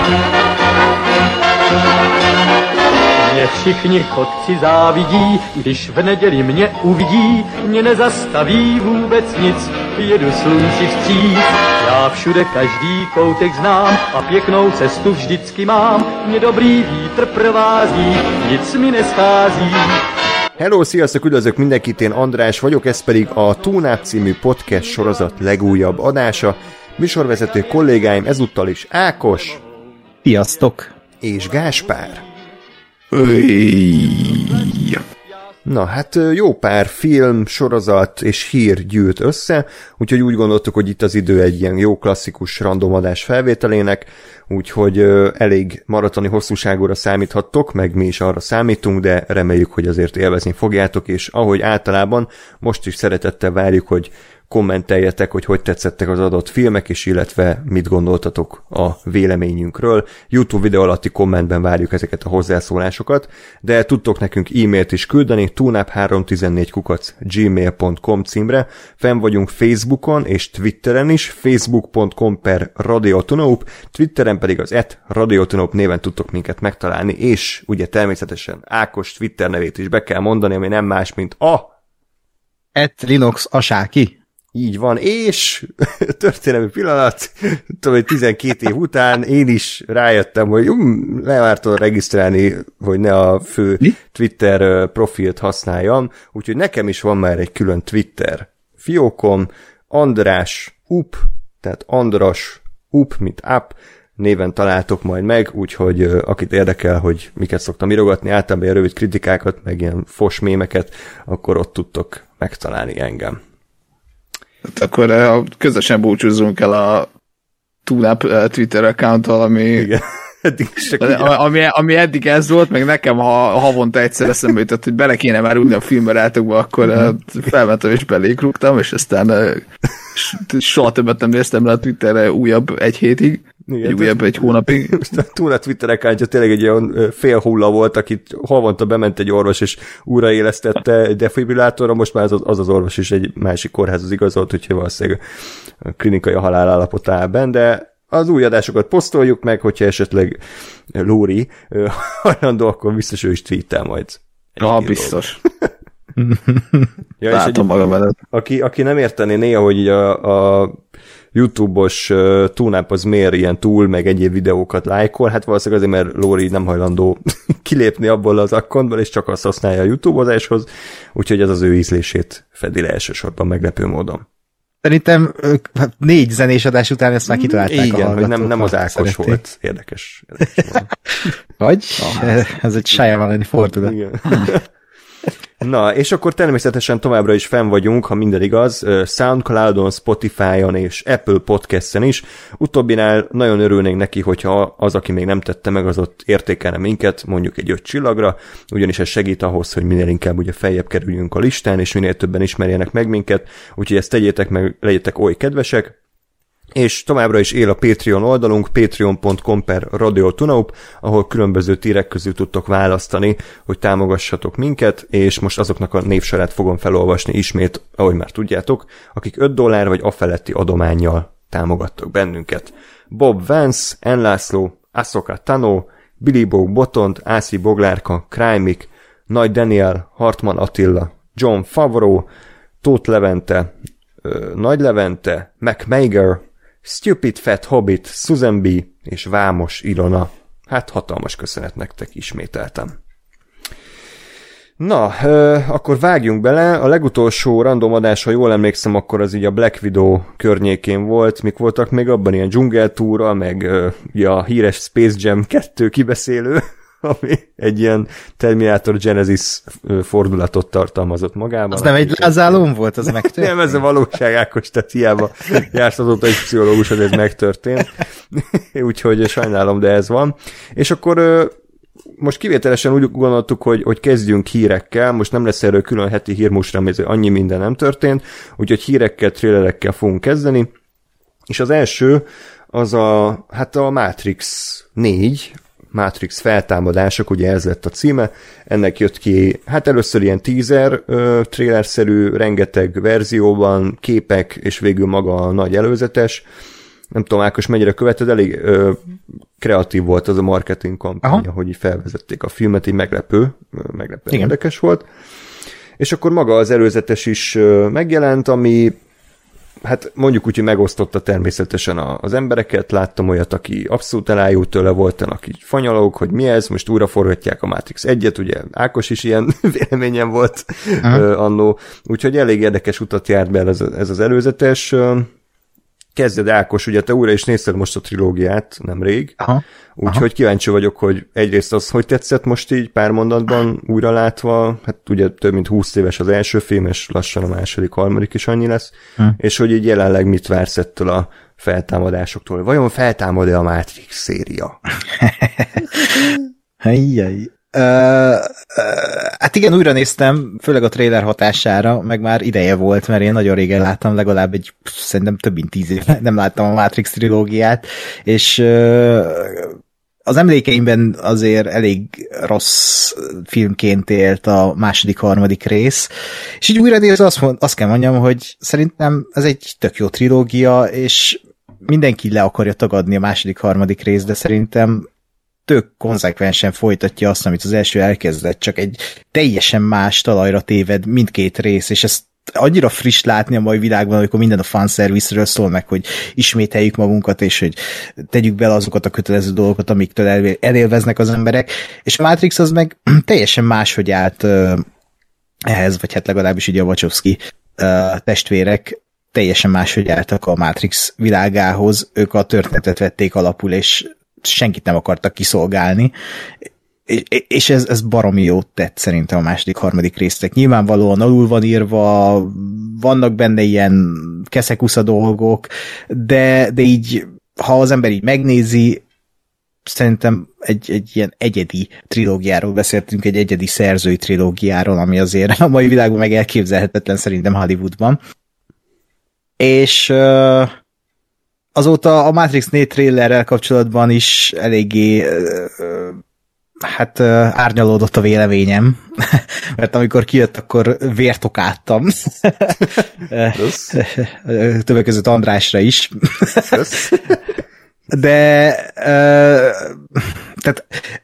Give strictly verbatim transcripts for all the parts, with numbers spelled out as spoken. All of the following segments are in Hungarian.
Mě všichni chodci závidí, když v neděli mě uvidí, mě nezastaví vůbec nic, jedu slunci vstříc. Já všude každý koutek znám a pěknou cestu vždycky mám, mě dobrý vítr provází, nic mi neschází. Hello, sziasztok, üdvözlök mindenkit, én András vagyok, ez pedig a Túnáp című podcast sorozat legújabb adása. Műsorvezető kollégáim ezúttal is Ákos. Sziasztok! És Gáspár. Öy. Na, hát jó pár film, sorozat és hír gyűlt össze, úgyhogy úgy gondoltuk, hogy itt az idő egy ilyen jó klasszikus random adás felvételének, úgyhogy elég maratoni hosszúságúra számíthattok, meg mi is arra számítunk, de reméljük, hogy azért élvezni fogjátok, és ahogy általában most is szeretettel várjuk, hogy kommenteljetek, hogy hogy tetszettek az adott filmek, és illetve mit gondoltatok a véleményünkről. YouTube videó alatti kommentben várjuk ezeket a hozzászólásokat, de tudtok nekünk e-mailt is küldeni, tunap három tizennégy kukac gmail pont com címre. Fenn vagyunk Facebookon és Twitteren is, facebook pont com per radiotunaup, Twitteren pedig az et radiotunaup néven tudtok minket megtalálni, és ugye természetesen Ákos Twitter nevét is be kell mondani, ami nem más, mint a et Linux Asáki. Így van, és történelmi pillanat, tudom, hogy tizenkét év után én is rájöttem, hogy um, levártam regisztrálni, hogy ne a fő Mi? Twitter profilt használjam, úgyhogy nekem is van már egy külön Twitter fiókom, András up, tehát Andras up, mint app, néven találtok majd meg, úgyhogy uh, akit érdekel, hogy miket szoktam írogatni, általában ilyen rövid kritikákat, meg ilyen fos mémeket, akkor ott tudtok megtalálni engem. Hát akkor uh, közösen búcsúzzunk el a Túnap uh, Twitter account-tal, ami, Igen. ami, ami eddig ez volt, meg nekem ha havonta egyszer eszembe jutott, hogy bele kéne már ülni a filmbarátokba, akkor uh, felmentem és belék rúgtam, és aztán uh, soha többet nem néztem le a Twitterre újabb egy hétig. Igen, egy újabb egy hónapig. Most a Túna Twitter accountja tényleg egy olyan fél hulla volt, akit havonta bement egy orvos, és újraélesztette egy defibrillátorra, most már az, az az orvos is egy másik kórházhoz igazolt, úgyhogy valószínűleg a klinikai halál állapot áll benn, de az új adásokat posztoljuk meg, hogyha esetleg Lóri hajlandó, akkor biztos ő is tweetel majd. Ah, biztos. Ja, látom magam előtt. Aki, aki nem értené néha, hogy így a, a YouTube-os uh, Túnáp az miért ilyen túl, meg egyéb videókat lájkol, hát valószínűleg azért, mert Lóri nem hajlandó kilépni abból az akkontból, és csak azt használja a YouTube-ozáshoz, úgyhogy ez az ő ízlését fedi le elsősorban meglepő módon. Szerintem négy zenés adás után ezt már kitalálták. Igen, a hogy nem, nem az Ákos szerették. volt. Érdekes. érdekes Vagy? Ez egy Shyamalan fordulat. Igen. Na, és akkor természetesen továbbra is fenn vagyunk, ha minden igaz, SoundCloudon, Spotify-on és Apple Podcast-en is. Utóbbinál nagyon örülnénk neki, hogyha az, aki még nem tette meg, az ott értékelne minket, mondjuk egy öt csillagra, ugyanis ez segít ahhoz, hogy minél inkább ugye feljebb kerüljünk a listán, és minél többen ismerjenek meg minket, úgyhogy ezt tegyétek meg, legyetek oly kedvesek. És továbbra is él a Patreon oldalunk, patreon pont com per radiotunaup, ahol különböző tírek közül tudtok választani, hogy támogassatok minket, és most azoknak a névsorát fogom felolvasni ismét, ahogy már tudjátok, akik öt dollár vagy afeletti adománnyal támogattok bennünket. Bob Vance, En László, Asoka Tano, Billy Bog Botont, Ászi Boglárka, Krajmik, Nagy Daniel, Hartman Attila, John Favreau, Tóth Levente, Nagy Levente, Mac Mager, Stupid Fat Hobbit, Susan B. és Vámos Ilona. Hát hatalmas köszönet nektek, ismételtem. Na, euh, akkor vágjunk bele. A legutolsó random adás, ha jól emlékszem, akkor az így a Black Widow környékén volt. Mik voltak még abban? Ilyen dzsungeltúra, meg euh, ja, a híres Space Jam kettő kibeszélő, ami egy ilyen Terminator Genesis fordulatot tartalmazott magában. Az nem egy lázálom volt, az megtörtént? Nem, ez a valóság, Ákos, tehát hiába jársz azóta egy pszichológus, hogy ez megtörtént. Úgyhogy sajnálom, de ez van. És akkor most kivételesen úgy gondoltuk, hogy, hogy kezdjünk hírekkel, most nem lesz erről külön heti hírmusra, mert annyi minden nem történt, úgyhogy hírekkel, thrillerekkel fogunk kezdeni. És az első, az a, hát a Matrix négy, Matrix feltámadások, ugye ez lett a címe, ennek jött ki, hát először ilyen teaser ö, trailer-szerű, rengeteg verzióban, képek, és végül maga a nagy előzetes. Nem tudom, Ákos, mennyire követed, elég ö, kreatív volt az a marketing kampánya, hogy így felvezették a filmet, így meglepő, meglepő érdekes volt. És akkor maga az előzetes is megjelent, ami hát mondjuk úgy, hogy megosztotta természetesen az embereket, láttam olyat, aki abszolút elájult tőle, voltan, aki fanyalók, hogy mi ez, most újra forgatják a Matrix egyet, ugye Ákos is ilyen véleményen volt uh, annó, úgyhogy elég érdekes utat járt be ez, ez az előzetes. Kezdjed, Ákos, ugye te újra is nézted most a trilógiát nemrég, úgyhogy kíváncsi vagyok, hogy egyrészt az, hogy tetszett most így pár mondatban újra látva, hát ugye több mint húsz éves az első film, és lassan a második, harmadik is annyi lesz, hm. és hogy így jelenleg mit vársz ettől a feltámadásoktól. Vajon feltámad-e a Matrix széria? Helyi. Uh, uh, hát igen, újra néztem, főleg a trailer hatására, meg már ideje volt, mert én nagyon régen láttam, legalább egy, szerintem több mint tíz éve nem láttam a Matrix trilógiát, és uh, az emlékeimben azért elég rossz filmként élt a második, harmadik rész, és így újra nézve azt, azt kell mondjam, hogy szerintem ez egy tök jó trilógia, és mindenki le akarja tagadni a második, harmadik rész, de szerintem tök konzekvensen folytatja azt, amit az első elkezdett, csak egy teljesen más talajra téved mindkét rész, és ezt annyira friss látni a mai világban, amikor minden a fanszerviszről szól meg, hogy ismételjük magunkat, és hogy tegyük bele azokat a kötelező dolgokat, amiktől elélveznek az emberek, és a Matrix az meg teljesen máshogy állt uh, ehhez, vagy hát legalábbis ugye a Wachowski uh, testvérek teljesen máshogy álltak a Matrix világához, ők a történetet vették alapul, és senkit nem akartak kiszolgálni, és ez, ez baromi jót tett szerintem a második, harmadik résztek. Nyilvánvalóan alul van írva, vannak benne ilyen keszekusza dolgok, de, de így, ha az ember így megnézi, szerintem egy, egy ilyen egyedi trilógiáról beszéltünk, egy egyedi szerzői trilógiáról, ami azért a mai világban meg elképzelhetetlen szerintem Hollywoodban. És uh, azóta a Matrix négy trailerrel kapcsolatban is eléggé uh, hát uh, árnyalódott a véleményem, mert amikor kijött, akkor vértokáltam. Többek között Andrásra is. De uh, tehát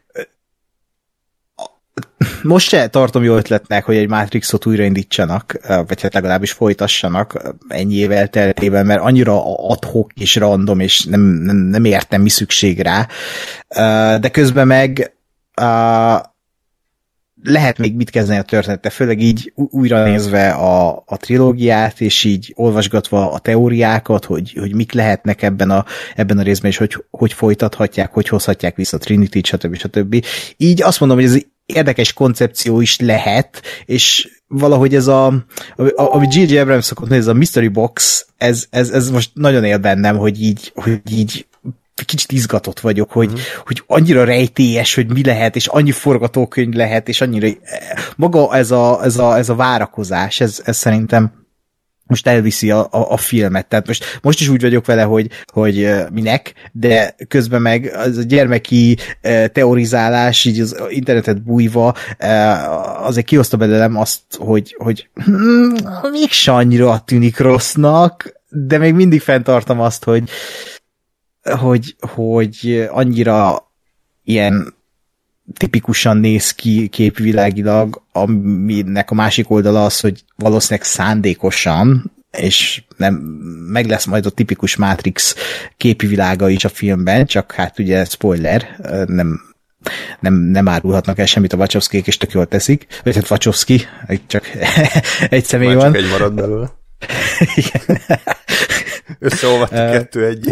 most se tartom jó ötletnek, hogy egy Matrixot újraindítsanak, vagy hát legalábbis folytassanak ennyi év elteltében, mert annyira ad-hoc és random, és nem, nem, nem értem, mi szükség rá. De közben meg uh, lehet még mit kezdeni a történettel, főleg így újra nézve a, a trilógiát, és így olvasgatva a teóriákat, hogy, hogy mik lehetnek ebben a, ebben a részben, és hogy, hogy folytathatják, hogy hozhatják vissza a Trinity-t, stb. stb. Így azt mondom, hogy ez érdekes koncepció is lehet, és valahogy ez a, amit J J Abrams szokott nézni, ez a mystery box, ez, ez, ez most nagyon él bennem, hogy így, hogy így kicsit izgatott vagyok, hogy, mm. hogy annyira rejtélyes, hogy mi lehet, és annyi forgatókönyv lehet, és annyira maga ez a, ez a, ez a várakozás, ez, ez szerintem most elviszi a, a, a filmet. Tehát most, most is úgy vagyok vele, hogy, hogy minek, de közben meg az a gyermeki teorizálás, így az internetet bújva, azért kihozta belőlem azt, hogy, hogy hm, mégse annyira tűnik rossznak, de még mindig fenntartom azt, hogy hogy, hogy annyira ilyen tipikusan néz ki képvilágilag, aminek a másik oldala az, hogy valószínűleg szándékosan, és nem, meg lesz majd a tipikus Matrix képi világa is a filmben, csak hát ugye spoiler, nem, nem, nem árulhatnak el semmit a Wachowskiék, és tök jól teszik, vagy hát Wachowski, csak egy személy már van. Csak egy marad belőle. Igen. Összeolvadti uh, kettő egy.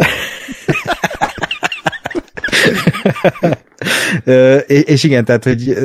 És igen, tehát, hogy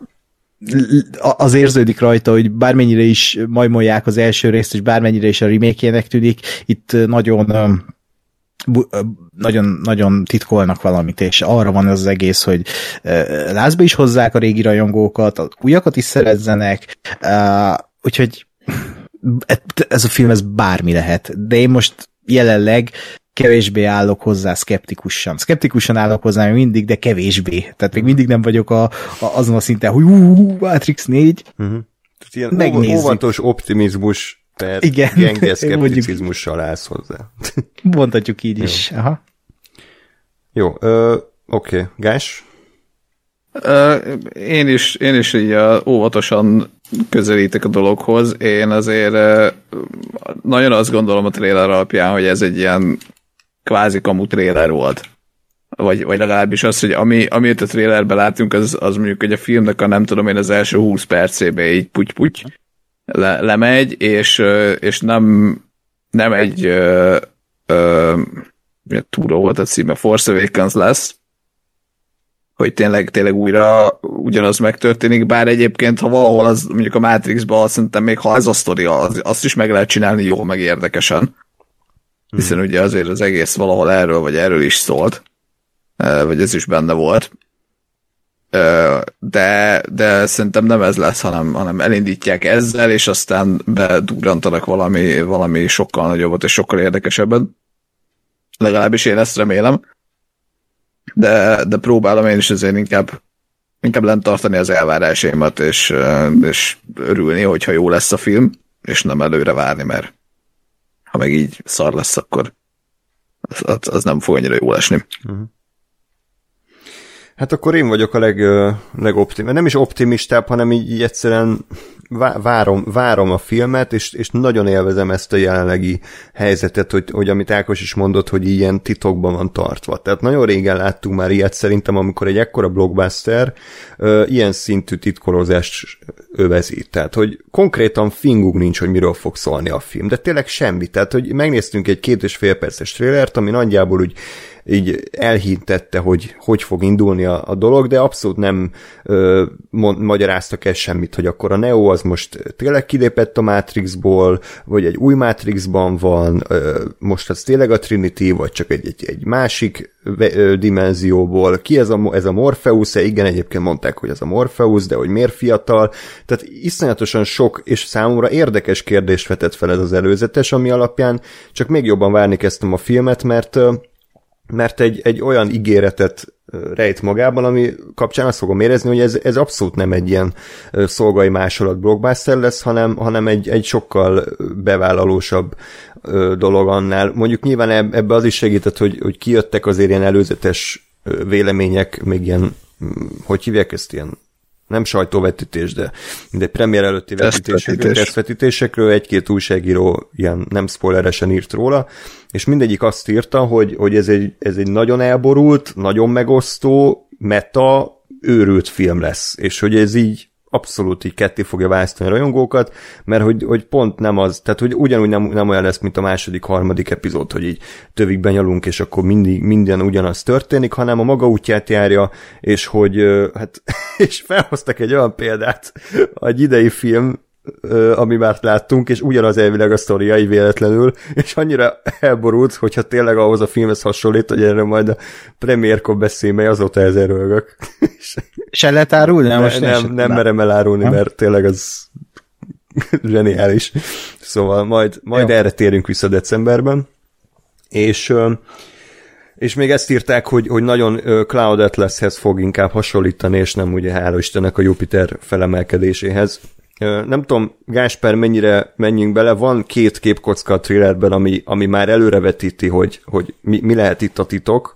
az érződik rajta, hogy bármennyire is majmolják az első részt, és bármennyire is a remake-jének tűnik, itt nagyon nagyon, nagyon titkolnak valamit, és arra van az egész, hogy lázba is hozzák a régi rajongókat, az újakat is szerezzenek, úgyhogy ez a film, ez bármi lehet, de én most jelenleg kevésbé állok hozzá szkeptikusan. Szkeptikusan állok hozzá még mindig, de kevésbé. Tehát még mindig nem vagyok a, a, azon a szinten, hogy ú, Matrix négy. Uh-huh. Ilyen megnézzük. Óvatos optimizmus per igen, gyenge szkepticizmussal állsz hozzá. Mondhatjuk így is. Jó. Aha. Jó, ö, Oké, okay. Gás? Én is, én is így óvatosan közelítek a dologhoz. Én azért nagyon azt gondolom a trailer alapján, hogy ez egy ilyen kvázi kamu trailer volt. Vagy, vagy legalábbis az, hogy ami, amit a trailerben látunk, az, az mondjuk, hogy a filmnek a nem tudom én az első húsz percében így puty-puty le, lemegy, és, és nem, nem egy ö, ö, túró volt a címe, Force Awakens lesz, hogy tényleg, tényleg újra ugyanaz megtörténik, bár egyébként, ha valahol az, mondjuk a Matrixban, szerintem még ha ez a sztori, az, azt is meg lehet csinálni jól, meg érdekesen. Hiszen hmm. ugye azért az egész valahol erről, vagy erről is szólt, vagy ez is benne volt. De, de szerintem nem ez lesz, hanem, hanem elindítják ezzel, és aztán bedurrantanak valami, valami sokkal nagyobbat, és sokkal érdekesebbet. Legalábbis én ezt remélem. De, de próbálom én is azért inkább, inkább lent tartani az elvárásaimat, és, és örülni, hogyha jó lesz a film, és nem előre várni, mert ha meg így szar lesz, akkor az, az nem fog annyira jól esni. Uh-huh. Hát akkor én vagyok a leg, legoptimistább, nem is optimistább, hanem így, így egyszerűen várom, várom a filmet, és, és nagyon élvezem ezt a jelenlegi helyzetet, hogy, hogy amit Ákos is mondott, hogy ilyen titokban van tartva. Tehát nagyon régen láttunk már ilyet szerintem, amikor egy ekkora blockbuster ö, ilyen szintű titkolozást övezi. Tehát, hogy konkrétan fingunk nincs, hogy miről fog szólni a film, de tényleg semmi. Tehát, hogy megnéztünk egy két és fél perces trailert, ami nagyjából úgy így elhintette, hogy hogy fog indulni a, a dolog, de abszolút nem ö, mond, magyaráztak el semmit, hogy akkor a Neo az most tényleg kilépett a Matrixból, vagy egy új Matrixban van, ö, most az tényleg a Trinity, vagy csak egy, egy, egy másik ö, dimenzióból. Ki ez a, ez a Morpheus? Igen, egyébként mondták, hogy ez a Morpheus, de hogy miért fiatal? Tehát iszonyatosan sok és számomra érdekes kérdést vetett fel ez az előzetes, ami alapján csak még jobban várni kezdtem a filmet, mert mert egy, egy olyan ígéretet rejt magában, ami kapcsán azt fogom érezni, hogy ez, ez abszolút nem egy ilyen szolgai másolat blockbuster lesz, hanem, hanem egy, egy sokkal bevállalósabb dolog annál. Mondjuk nyilván ebbe az is segített, hogy, hogy kijöttek azért ilyen előzetes vélemények, még ilyen, hogy hívják ezt, ilyen nem sajtóvetítés, de, de premier előtti vetítésekről, tesztvetítésekről egy-két újságíró ilyen nem spoileresen írt róla, és mindegyik azt írta, hogy, hogy ez, egy, ez egy nagyon elborult, nagyon megosztó, meta, őrült film lesz, és hogy ez így abszolút így ketté fogja választani a rajongókat, mert hogy, hogy pont nem az, tehát hogy ugyanúgy nem, nem olyan lesz, mint a második, harmadik epizód, hogy így tövikben nyalunk, és akkor mindig, minden ugyanaz történik, hanem a maga útját járja, és hogy hát, és felhoztak egy olyan példát, egy idei film, ami már láttunk, és ugyanaz elvileg a sztoriai véletlenül, és annyira elborult, hogyha tényleg ahhoz a filmhez hasonlít, hogy erről majd a premiérkor beszél, mely azóta ezer rögök. Se lehet árulni? Nem, most nem, nem, nem merem elárulni, ha? Mert tényleg az zseniális. Szóval majd, majd erre térünk vissza decemberben. És, és még ezt írták, hogy, hogy nagyon Cloud Atlashez fog inkább hasonlítani, és nem ugye hála Istennek a Jupiter felemelkedéséhez. Nem tudom, Gásper, mennyire menjünk bele, van két képkocka a trailerben, ami, ami már előrevetíti, hogy, hogy mi, mi lehet itt a titok.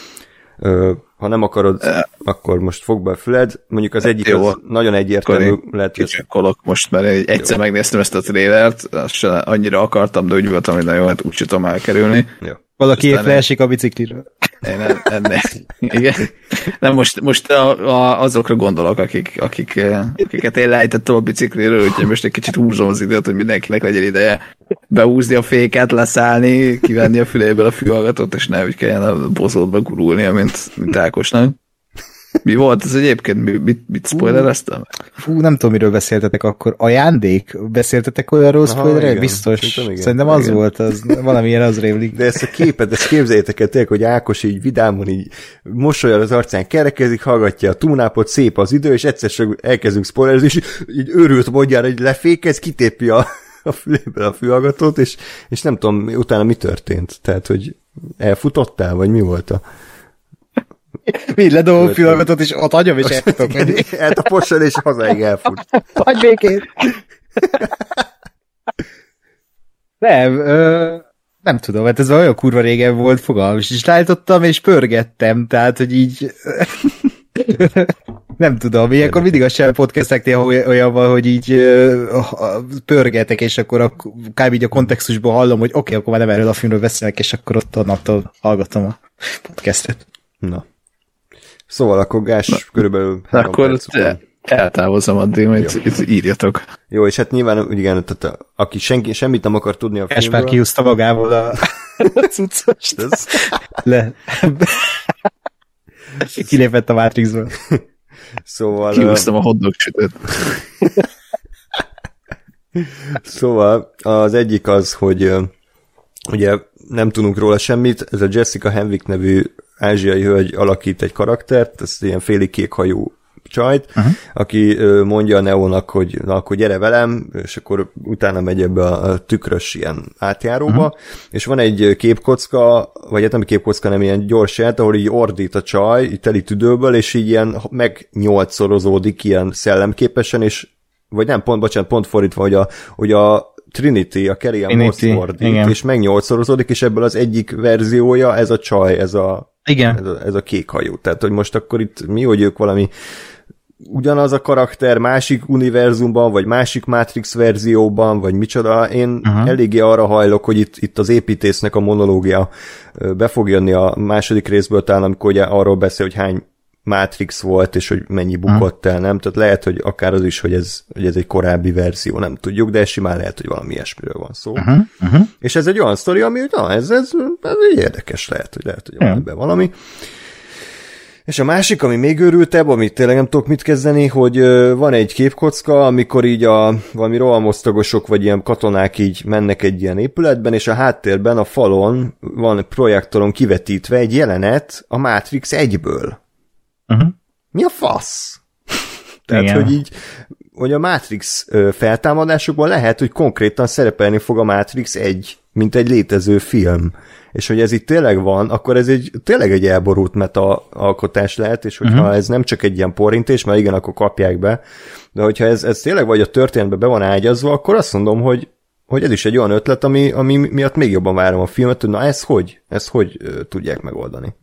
Ha nem akarod, uh, akkor most fogd be a füled. Mondjuk az egyik jó, az nagyon egyértelmű. Lehet, kicsikolok most, mert én egyszer jó. megnéztem ezt a trailert, azt sem annyira akartam, de úgy voltam, hogy nagyon hát úgy sem tudom elkerülni. Jó. Valaki épp leesik a bicikliről. Én nem, nem, nem. Igen. Nem, most, most a, a, azokra gondolok, akik, akik, akiket én lejtettem a bicikliről, úgyhogy most egy kicsit húzom az időt, hogy mindenkinek legyen ideje beúzni a féket, leszállni, kivenni a füléből a fülhallgatót, és ne úgy kelljen a bozótba gurulnia, mint, mint Ákosnak. Mi volt ez egyébként? Mi, mit, mit spoilereztem? Fú, nem tudom, miről beszéltetek akkor. Ajándék? Beszéltetek olyanról spoilerre? Biztos. Szerintem, Szerintem az igen. volt, az, valamilyen az rémlik. De ezt a képet, ezt képzeljétek el tényleg, hogy Ákos így vidámon így mosolyal az arcán, kerekezik, hallgatja a túnápot, szép az idő, és egyszer csak elkezdünk spoilerezni, és így őrült módjára, hogy lefékez, kitépi a, a füléből a fülhallgatót, és, és nem tudom, utána mi történt. Tehát, hogy elfutottál, vagy mi volt a... Mi ledobom a fülhallgatót, és ott hagyom, és el tudok menni. Eltapossad, és hazáig elfut. Hagyj békén! Nem, ö, Nem tudom, mert ez olyan kurva régen volt, fogalmam is, és állítottam, és pörgettem, tehát, hogy így... Nem tudom, ilyenkor mindig a sem podcasteknél olyan van, hogy így uh, pörgetek, és akkor a, kb. Így a kontextusból hallom, hogy oké, okay, akkor már nem erről a filmről beszélek, és akkor ott onnantól hallgatom a podcastet. Na. Szóval akkor Gás Na. körülbelül... Akkor eltávozom addig, majd itt írjatok. Jó, és hát nyilván, igen, tehát aki senki, semmit nem akar tudni a Gáspár filmről... Gáspár kihúzta magából a cuccost. Le. Kilépett a Matrixból. Szóval... Kihúztam a hotdog sütőt. Szóval az egyik az, hogy ugye nem tudunk róla semmit, ez a Jessica Henwick nevű ázsiai hölgy alakít egy karaktert, ez ilyen félig kékhajú csajt, uh-huh. aki mondja a Neónak, hogy na, akkor gyere velem, és akkor utána megy ebbe a tükrös ilyen átjáróba, uh-huh. és van egy képkocka, vagy hát nem képkocka, nem ilyen gyors ját, ahol így ordít a csaj, így teli tüdőből, és így ilyen megnyolcszorozódik ilyen szellemképesen, és vagy nem, pont, bocsánat, pont fordítva, hogy a, hogy a Trinity, a Carrie-Ann Moss ordít, és megnyolcszorozódik, és ebből az egyik verziója, ez a csaj, ez a, Igen. ez a, ez a kékhajú. Tehát, hogy most akkor itt mi, hogy ők valami ugyanaz a karakter másik univerzumban, vagy másik Matrix verzióban, vagy micsoda, én uh-huh. eléggé arra hajlok, hogy itt, itt az építésznek a monológia be fog jönni a második részből talán, amikor ugye arról beszél, hogy hány Matrix volt, és hogy mennyi bukott el, nem? Tehát lehet, hogy akár az is, hogy ez, hogy ez egy korábbi verzió, nem tudjuk, de simán lehet, hogy valami ilyesmiről van szó. Uh-huh. Uh-huh. És ez egy olyan sztori, ami, hogy na, ez, ez, ez egy érdekes lehet, hogy lehet, hogy van ebben valami. És a másik, ami még őrültebb, amit tényleg nem tudok mit kezdeni, hogy van egy képkocka, amikor így a valami rohamosztagosok, vagy ilyen katonák így mennek egy ilyen épületben, és a háttérben a falon van projektoron kivetítve egy jelenet a Matrix egyből. Uh-huh. Mi a fasz? Tehát, igen. hogy így, hogy a Matrix feltámadásokban lehet, hogy konkrétan szerepelni fog a Matrix egy, mint egy létező film. És hogy ez itt tényleg van, akkor ez egy, tényleg egy elborult meta alkotás lehet, és hogyha uh-huh. ez nem csak egy ilyen porintés, mert igen, akkor kapják be, de hogyha ez, ez tényleg vagy a történetbe be van ágyazva, akkor azt mondom, hogy, hogy ez is egy olyan ötlet, ami, ami miatt még jobban várom a filmet, hogy na ez hogy? Ezt hogy uh, tudják megoldani?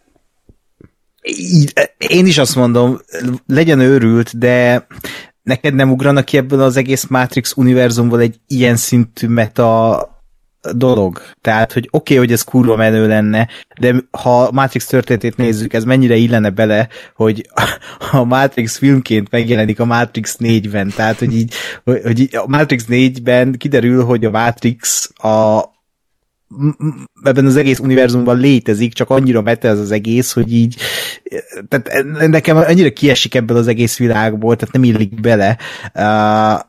Én is azt mondom, legyen őrült, de neked nem ugranak ki ebből az egész Matrix univerzumból egy ilyen szintű meta dolog. Tehát, hogy oké, okay, hogy ez kurva menő lenne, de ha Matrix történetét nézzük, ez mennyire illene bele, hogy a Matrix filmként megjelenik a Matrix négyben. Tehát, hogy így, hogy így a Matrix négyben kiderül, hogy a Matrix a ebben az egész univerzumban létezik, csak annyira mete ez az egész, hogy így tehát nekem annyira kiesik ebből az egész világból, tehát nem illik bele. Uh,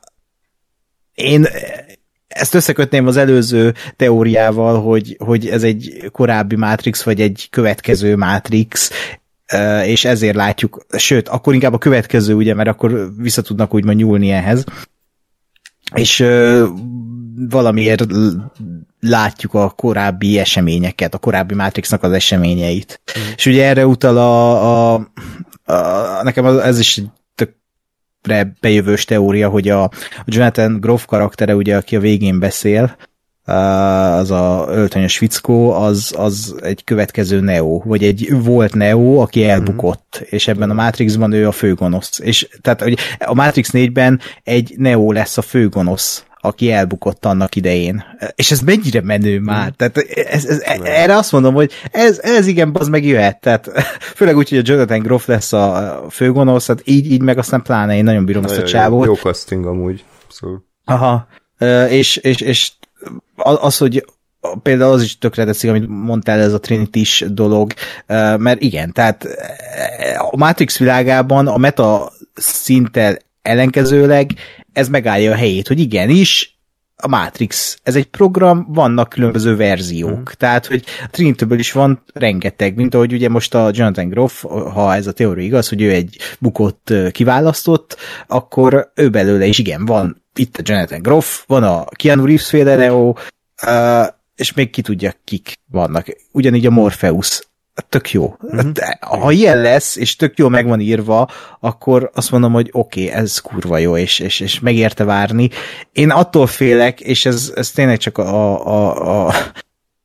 én ezt összekötném az előző teóriával, hogy, hogy ez egy korábbi Matrix, vagy egy következő Matrix, uh, és ezért látjuk, sőt, akkor inkább a következő, ugye, mert akkor vissza tudnak úgymond nyúlni ehhez. És uh, valamiért látjuk a korábbi eseményeket, a korábbi Matrixnak az eseményeit. Mm. És ugye erre utal a, a, a nekem ez is egy tökre bejövős teória, hogy a Jonathan Groff karaktere, ugye, aki a végén beszél, az a öltönyös fickó, az, az egy következő Neo, vagy egy volt Neo, aki elbukott, mm. és ebben a Matrixban ő a főgonosz. És tehát hogy a Matrix négyben egy Neo lesz a főgonosz, aki elbukott annak idején. És ez mennyire menő már. Mm. Tehát ez, ez, erre azt mondom, hogy ez, ez igen, az meg jöhet. Tehát főleg úgy, hogy a Jonathan Groff lesz a főgonosz, hát így, így meg aztán pláne én nagyon bírom ezt a csávót. Jó casting amúgy. Szóval. Aha. És, és, és az, hogy például az is tökre tetszik, amit mondtál, ez a Trinity-s dolog, mert igen, tehát a Matrix világában a meta szinttel ellenkezőleg ez megállja a helyét, hogy igenis, a Matrix, ez egy program, vannak különböző verziók. Mm. Tehát, hogy a Trinity-ből is van rengeteg, mint ahogy ugye most a Jonathan Groff, ha ez a teória igaz, hogy ő egy bukott kiválasztott, akkor ő belőle is igen, van itt a Jonathan Groff, van a Keanu Reeves féle Neo, uh, és még ki tudja, kik vannak. Ugyanígy a Morpheus. Tök jó. Mm-hmm. De, ha ilyen lesz, és tök jó meg van írva, akkor azt mondom, hogy oké, okay, ez kurva jó, és, és, és megérte várni. Én attól félek, és ez, ez tényleg csak a, a, a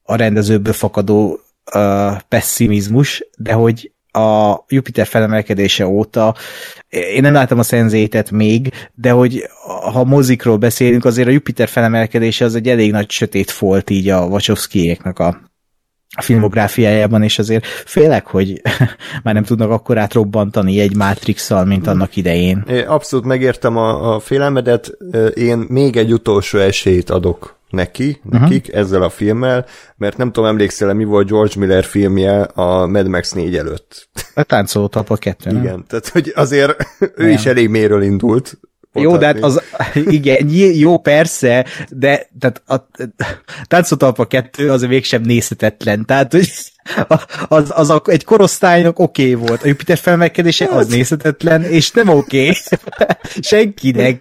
a rendezőből fakadó uh, pessimizmus, de hogy a Jupiter felemelkedése óta, én nem láttam a Sense eight még, de hogy ha mozikról beszélünk, azért a Jupiter felemelkedése az egy elég nagy sötét folt így a Wachowskiéknak a a filmográfiájában, és azért félek, hogy már nem tudnak akkor átrobbantani egy Matrix-szal, mint annak idején. É, abszolút megértem a, a félelmedet, én még egy utolsó esélyt adok neki, nekik uh-huh. ezzel a filmmel, mert nem tudom, emlékszel, mi volt George Miller filmje a Mad Max négy előtt. A Táncoló talpa kettő, nem? Igen, tehát hogy azért ő nem. is elég mélyről indult. Jó, de hát az, igen, jó, persze, de tehát a Táncoló talpa kettő az mégsem nézhetetlen, tehát hogy az, az a, egy korosztálynak oké okay volt, a Jupiter felmelkedése az nézhetetlen, és nem oké. Okay. Senkinek.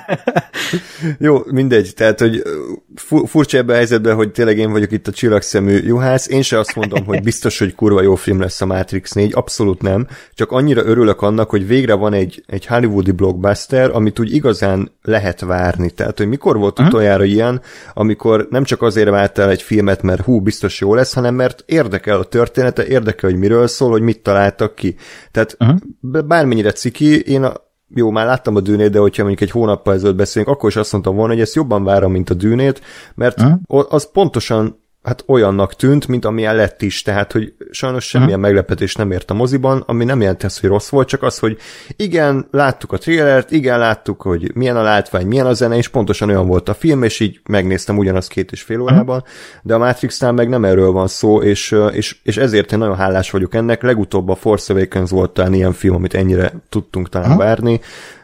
Jó, mindegy, tehát, hogy furcsa ebben a helyzetben, hogy tényleg én vagyok itt a csillagszemű juhász, én se azt mondom, hogy biztos, hogy kurva jó film lesz a Matrix négy, abszolút nem, csak annyira örülök annak, hogy végre van egy, egy hollywoodi blockbuster, amit úgy igazán lehet várni, tehát, hogy mikor volt uh-huh. utoljára ilyen, amikor nem csak azért vártál egy filmet, mert hú, biztos jó lesz, hanem mert érdekel a története, érdekel, hogy miről szól, hogy mit találtak ki. Tehát uh-huh. bármennyire ciki, én a jó, már láttam a Dűnét, de hogyha mondjuk egy hónappal ezelőtt beszélünk, akkor is azt mondtam volna, hogy ezt jobban várom, mint a Dűnét, mert uh-huh. az pontosan hát olyannak tűnt, mint amilyen lett is, tehát, hogy sajnos semmilyen uh-huh. meglepetés nem ért a moziban, ami nem jelent ezt, hogy rossz volt, csak az, hogy igen, láttuk a trailert, igen, láttuk, hogy milyen a látvány, milyen a zene, és pontosan olyan volt a film, és így megnéztem ugyanazt két és fél órában, uh-huh. de a Matrixnál meg nem erről van szó, és, és, és ezért én nagyon hálás vagyok ennek. Legutóbb a Force Awakens volt talán ilyen film, amit ennyire tudtunk talán uh-huh. várni,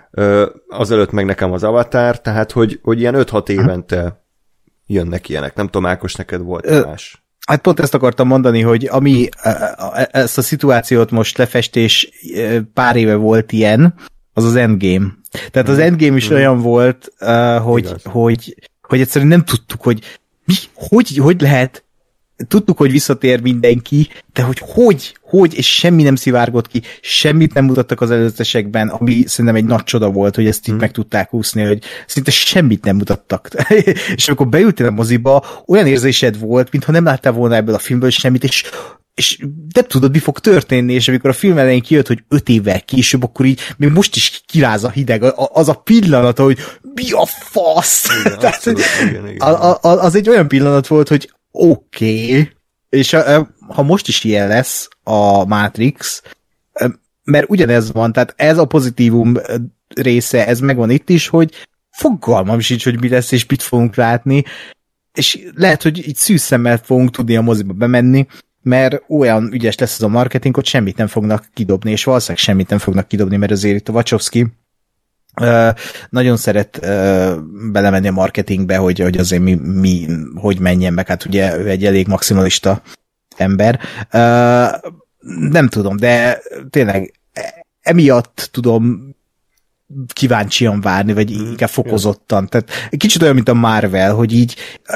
azelőtt meg nekem az Avatar, tehát, hogy, hogy ilyen öt-hat évente jönnek ilyenek. Nem tudom, Ákos, neked volt Ö, más. Hát pont ezt akartam mondani, hogy ami ezt a szituációt most lefestés pár éve volt ilyen, az az Endgame. Tehát az Endgame is hmm. olyan volt, hogy, hogy, hogy egyszerűen nem tudtuk, hogy mi, hogy, hogy lehet, tudtuk, hogy visszatér mindenki, de hogy hogy, hogy, és semmi nem szivárgott ki, semmit nem mutattak az előzetesekben, ami szerintem egy nagy csoda volt, hogy ezt így hmm. meg tudták úszni, hogy szinte semmit nem mutattak. És amikor beültél a moziba, olyan érzésed volt, mintha nem láttál volna ebből a filmből semmit, és és nem tudod, mi fog történni, és amikor a film elején kijött, hogy öt évvel később, akkor így még most is kiráz a hideg, az a pillanat, hogy mi a fasz! Igen, Tehát, abszolút, igen, igen. A, a, az egy olyan pillanat volt, hogy oké, okay. És a, ha most is ilyen lesz a Matrix, mert ugyanez van, tehát ez a pozitívum része, ez megvan itt is, hogy fogalmam sincs, hogy mi lesz, és mit fogunk látni, és lehet, hogy így szűz szemmel fogunk tudni a moziba bemenni, mert olyan ügyes lesz az a marketing, hogy semmit nem fognak kidobni, és valószínűleg semmit nem fognak kidobni, mert azért itt a Wachowski Uh, nagyon szeret uh, belemenni a marketingbe, hogy, hogy azért mi, mi hogy menjen meg, hát ugye ő egy elég maximalista ember. Uh, nem tudom, de tényleg emiatt tudom kíváncsian várni, vagy inkább fokozottan. Tehát kicsit olyan, mint a Marvel, hogy így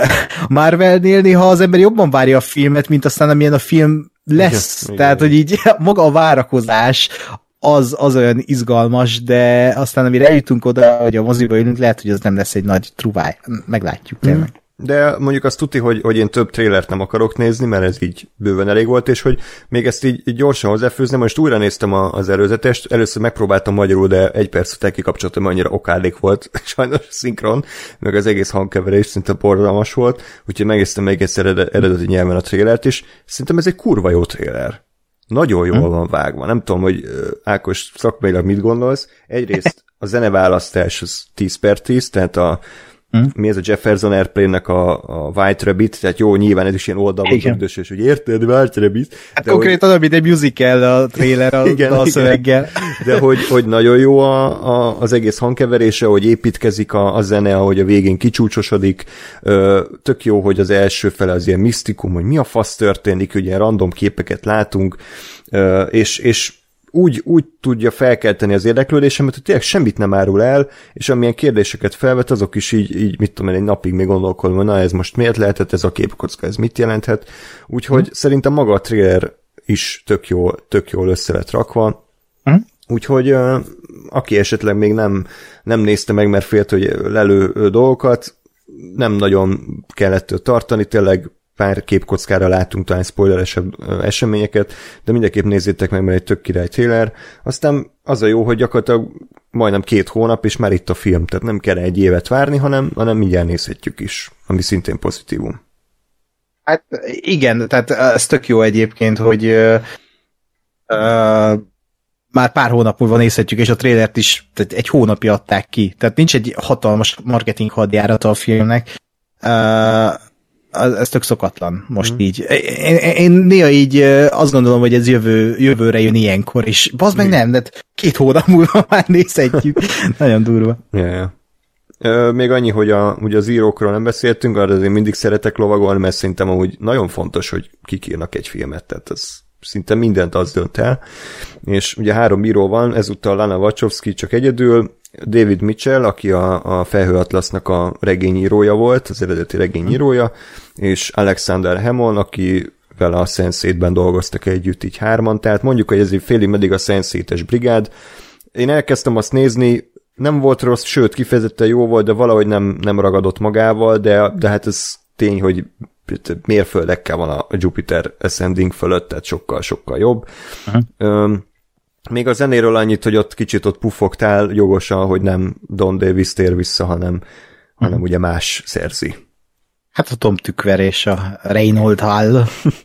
a Marvelnél néha az ember jobban várja a filmet, mint aztán amilyen a film lesz. Igen, Tehát, igen. hogy így maga a várakozás Az, az olyan izgalmas, de aztán amire eljutunk oda, hogy a moziba ülünk, lehet, hogy az nem lesz egy nagy truváj. Meglátjuk tényleg. De mondjuk azt tudti, hogy, hogy én több trailert nem akarok nézni, mert ez így bőven elég volt, és hogy még ezt így, így gyorsan hozzáfőzném, most újra néztem a, az előzetest, először megpróbáltam magyarul, de egy perc után kikapcsoltam, annyira okádék volt, sajnos szinkron, meg az egész hangkeverés szinte borzalmas volt, úgyhogy megnéztem még egyszer eredeti nyelven a trailert is. Szerintem ez egy kurva jó trailer. Nagyon jól hmm. van vágva. Nem tudom, hogy Ákos szakmailag mit gondolsz. Egyrészt a zeneválasztás az tíz per tíz, tehát a hmm. mi ez a Jefferson Airplane-nek a, a White Rabbit, tehát jó, nyilván ez is ilyen oldalböködös, és hogy érted, White Rabbit. Hát konkrétan, hogy... amit egy musical a trailer a, igen, a szöveggel. De hogy, hogy nagyon jó a, a, az egész hangkeverése, hogy építkezik a, a zene, ahogy a végén kicsúcsosodik. Ö, tök jó, hogy az első fele az ilyen misztikum, hogy mi a fasz történik, ugye random képeket látunk, ö, és, és úgy, úgy tudja felkelteni az érdeklődésemet, hogy tényleg semmit nem árul el, és amilyen kérdéseket felvet, azok is így, így mit tudom én, egy napig még gondolkodom, hogy na ez most miért lehetett, ez a képkocka, ez mit jelenthet. Úgyhogy hmm. szerintem maga a trailer is tök jól, tök jól össze lett rakva. Hmm. Úgyhogy uh, aki esetleg még nem, nem nézte meg, mert félt, hogy lelő dolgokat, nem nagyon kellett tartani, tényleg pár képkockára látunk talán spoileresebb eseményeket, de mindenképp nézzétek meg, mert egy tök király trailer. Aztán az a jó, hogy gyakorlatilag majdnem két hónap, és már itt a film, tehát nem kell egy évet várni, hanem, hanem mindjárt nézhetjük is, ami szintén pozitívum. Hát igen, tehát ez tök jó egyébként, hogy uh, uh, már pár hónap múlva nézhetjük, és a trailert is tehát egy hónapja adták ki. Tehát nincs egy hatalmas marketing hadjárata a filmnek. Uh, ez tök szokatlan most mm. így. Én, én néha így azt gondolom, hogy ez jövő, jövőre jön ilyenkor, és bazd meg nem, de két hónap múlva már nézhetjük. Nagyon durva. Ja, ja. Még annyi, hogy a, ugye az írókról nem beszéltünk, arra azért mindig szeretek lovagolni, mert szerintem amúgy nagyon fontos, hogy kik írnak egy filmet, tehát ez szinte mindent az dönt el. És ugye három író van, ezúttal Lana Wachowski csak egyedül, David Mitchell, aki a, a Felhőatlasznak a regényírója volt, az eredeti regényírója, és Alexander Hammond, aki vele a sense eight-ben dolgoztak együtt így hárman, tehát mondjuk, hogy ez így félig meddig a sense eight-es brigád. Én elkezdtem azt nézni, nem volt rossz, sőt, kifejezetten jó volt, de valahogy nem, nem ragadott magával, de, de hát ez tény, hogy mérföldekkel van a Jupiter Ascending fölött, tehát sokkal-sokkal jobb. Uh-huh. Um, még a zenéről annyit, hogy ott kicsit ott puffogtál jogosan, hogy nem Don Davis tér vissza, hanem, uh-huh. hanem ugye más szerzi. Hát a Tom Tükver és a Reinhold Hall.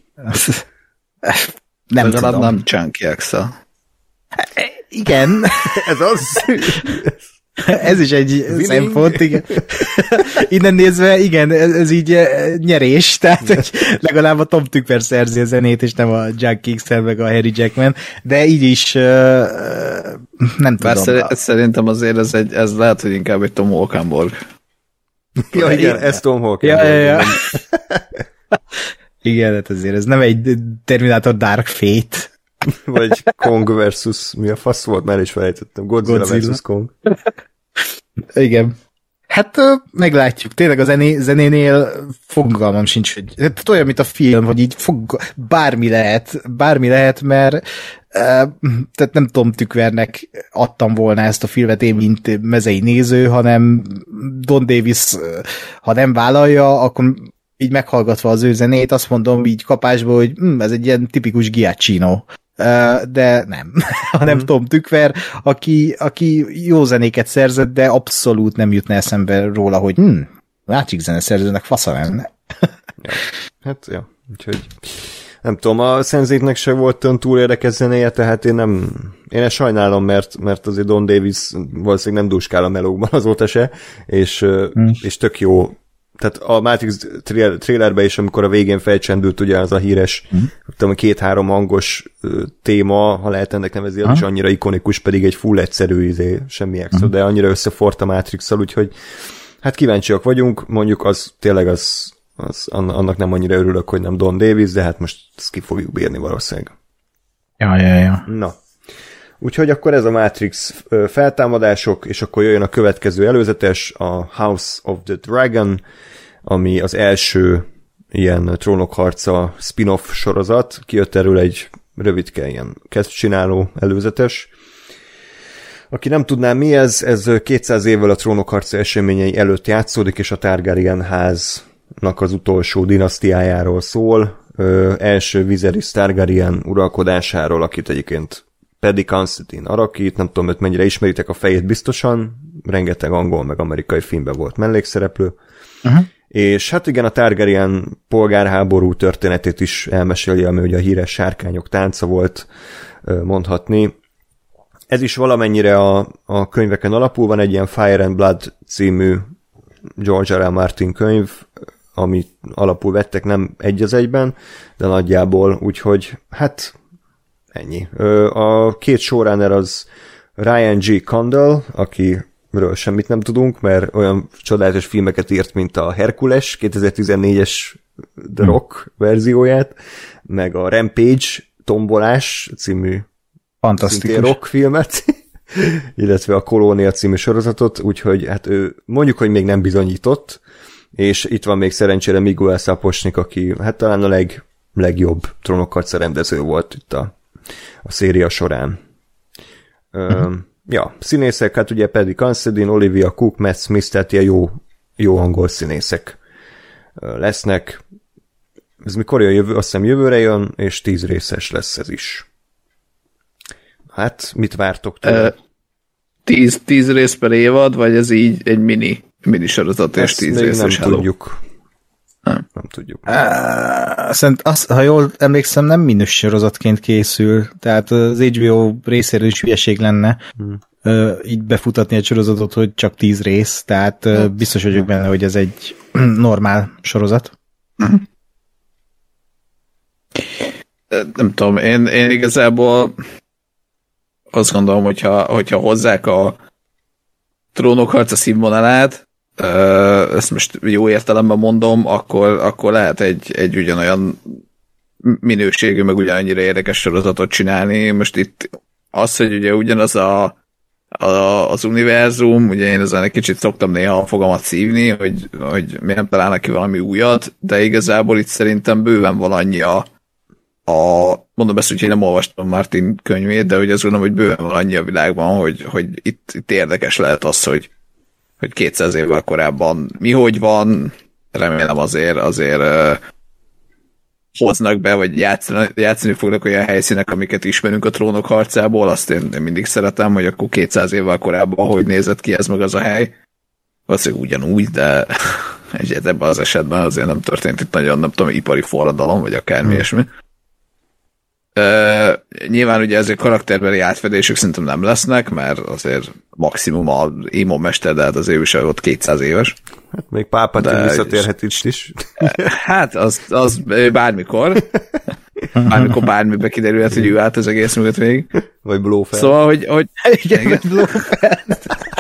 Nem tudom. Nem Chunky Axel. Igen. Ez az. Ez is egy Winning. Szempont, igen. Innen nézve, igen, ez, ez így nyerés, tehát hogy legalább a Tom Tükver szerzi a zenét, és nem a Jack Kingston, meg a Harry Jackman, de így is uh, nem Bár tudom. Bár szerint, azért ez, egy, ez lehet, hogy inkább egy Tom Holkenborg. Ja, igen, ez Tom Holkenborg. Ja, ja, ja. Igen, hát azért ez nem egy Terminator Dark Fate. Vagy Kong versus, mi a fasz volt, már is felejtettem. Godzilla, Godzilla versus Kong. Igen. Hát meglátjuk. Tényleg a zené, zenénél fogalmam sincs, hogy hát olyan, mint a film, hogy így fog, bármi lehet, bármi lehet, mert uh, tehát nem Tom Tükvernek adtam volna ezt a filmet én, mint mezei néző, hanem Don Davis, ha nem vállalja, akkor így meghallgatva az ő zenét, azt mondom így kapásból, hogy hm, ez egy ilyen tipikus Giacchino. De nem, hanem mm. Tom Tükver, aki, aki jó zenéket szerzett, de abszolút nem jutna eszembe róla, hogy hm, másik zeneszerzőnek fasza lenne. Ja. Hát, ja, úgyhogy nem tudom, a sense eight-nek se volt túl érdekes zenéje, tehát én nem, én ezt sajnálom, mert, mert azért Don Davis valószínűleg nem dúskál a melókban azóta se, és, mm. és tök jó. Tehát a Matrix trailerben is, amikor a végén felcsendült ugye az a híres, mm. tudom, két-három hangos téma, ha lehet ennek nevezni, az is annyira ikonikus, pedig egy full egyszerű izé, semmi extra, mm. de annyira összefort a Matrix-szal, úgyhogy hát kíváncsiak vagyunk, mondjuk az tényleg az, az, annak nem annyira örülök, hogy nem Don Davis, de hát most ezt ki fogjuk bírni valószínűleg. Ja, ja, ja. Na. Úgyhogy akkor ez a Matrix feltámadások, és akkor jöjjön a következő előzetes, a House of the Dragon, ami az első ilyen Trónok harca spin-off sorozat. Kijött erről egy rövidke ilyen kezdcsináló előzetes. Aki nem tudná mi ez, ez kétszáz évvel a Trónok harca eseményei előtt játszódik, és a Targaryen háznak az utolsó dinasztiájáról szól. Ö, első Viserys Targaryen uralkodásáról, akit egyébként Paddy Considine alakít, nem tudom, hogy mennyire ismeritek a fejét biztosan, rengeteg angol meg amerikai filmben volt mellékszereplő, uh-huh. és hát igen, a Targaryen polgárháború történetét is elmeséli, ami ugye a híres sárkányok tánca volt mondhatni. Ez is valamennyire a, a könyveken alapul, van egy ilyen Fire and Blood című George R. R. Martin könyv, amit alapul vettek, nem egy az egyben, de nagyjából, úgyhogy hát ennyi. A két showrunner az Ryan G. Condal, akiről semmit nem tudunk, mert olyan csodálatos filmeket írt, mint a Hercules kétezer-tizennégyes The Rock hmm. verzióját, meg a Rampage Tombolás című szintén rock filmet, illetve a Kolónia című sorozatot, úgyhogy hát ő mondjuk, hogy még nem bizonyított, és itt van még szerencsére Miguel Sapochnik, aki hát talán a leg, legjobb Trónokharca rendező volt itt a a széria során. Uh-huh. Uh, ja, színészek, hát ugye Paddy Considine, Olivia Cook, Matt Smith, tehát ilyen jó, jó angol színészek uh, lesznek. Ez mikor jön jövő? Azt hiszem jövőre jön, és tíz részes lesz ez is. Hát, mit vártok tőle? Uh, tíz, tíz rész per évad, vagy ez így egy mini, mini sorozat, és tíz részes? Nem tudjuk. Nem, nem tudjuk. Uh, szerint az, ha jól emlékszem, nem minős sorozatként készül, tehát az há bé o részéről is hülyeség lenne hmm. uh, így befutatni egy sorozatot, hogy csak tíz rész, tehát uh, biztos vagyok benne, hogy ez egy normál sorozat. Hmm. Nem tudom, én, én igazából azt gondolom, hogyha, hogyha hozzák a Trónok harca színvonalát, ezt most jó értelemben mondom, akkor, akkor lehet egy, egy ugyanolyan minőségű, meg ugyanannyira érdekes sorozatot csinálni. Most itt az, hogy ugye ugyanaz a, a, az univerzum, ugye én ezen egy kicsit szoktam néha a fogamat szívni, hogy, hogy miért nem találnak ki valami újat, de igazából itt szerintem bőven van annyi a, a mondom ezt, hogy én nem olvastam Martin könyvét, de hogy azt gondolom, hogy bőven van annyi a világban, hogy, hogy itt, itt érdekes lehet az, hogy hogy kétszáz évvel korábban mi hogy van, remélem azért azért uh, hoznak be, vagy játszani, játszani fognak olyan helyszínek, amiket ismerünk a Trónok harcából, azt én, én mindig szeretem, hogy akkor kétszáz évvel korábban hogy nézett ki ez meg az a hely. Valószínűleg ugyanúgy, de egyet ebben az esetben azért nem történt itt nagyon, nem tudom, ipari forradalom, vagy akármi hmm. ilyesmi. Uh, nyilván ugye ezért karakterbeli átfedések szerintem nem lesznek, mert azért maximum a Émon mester, de hát az ő is ott kétszáz éves. Hát még Palpatine visszatérhet itt is. Hát az, az bármikor. Bármikor bármibe kiderülhet, hogy ő állt az egész mögött végig. Vagy Blofeld. Szóval, hogy... hogy igen, vagy Blofeld.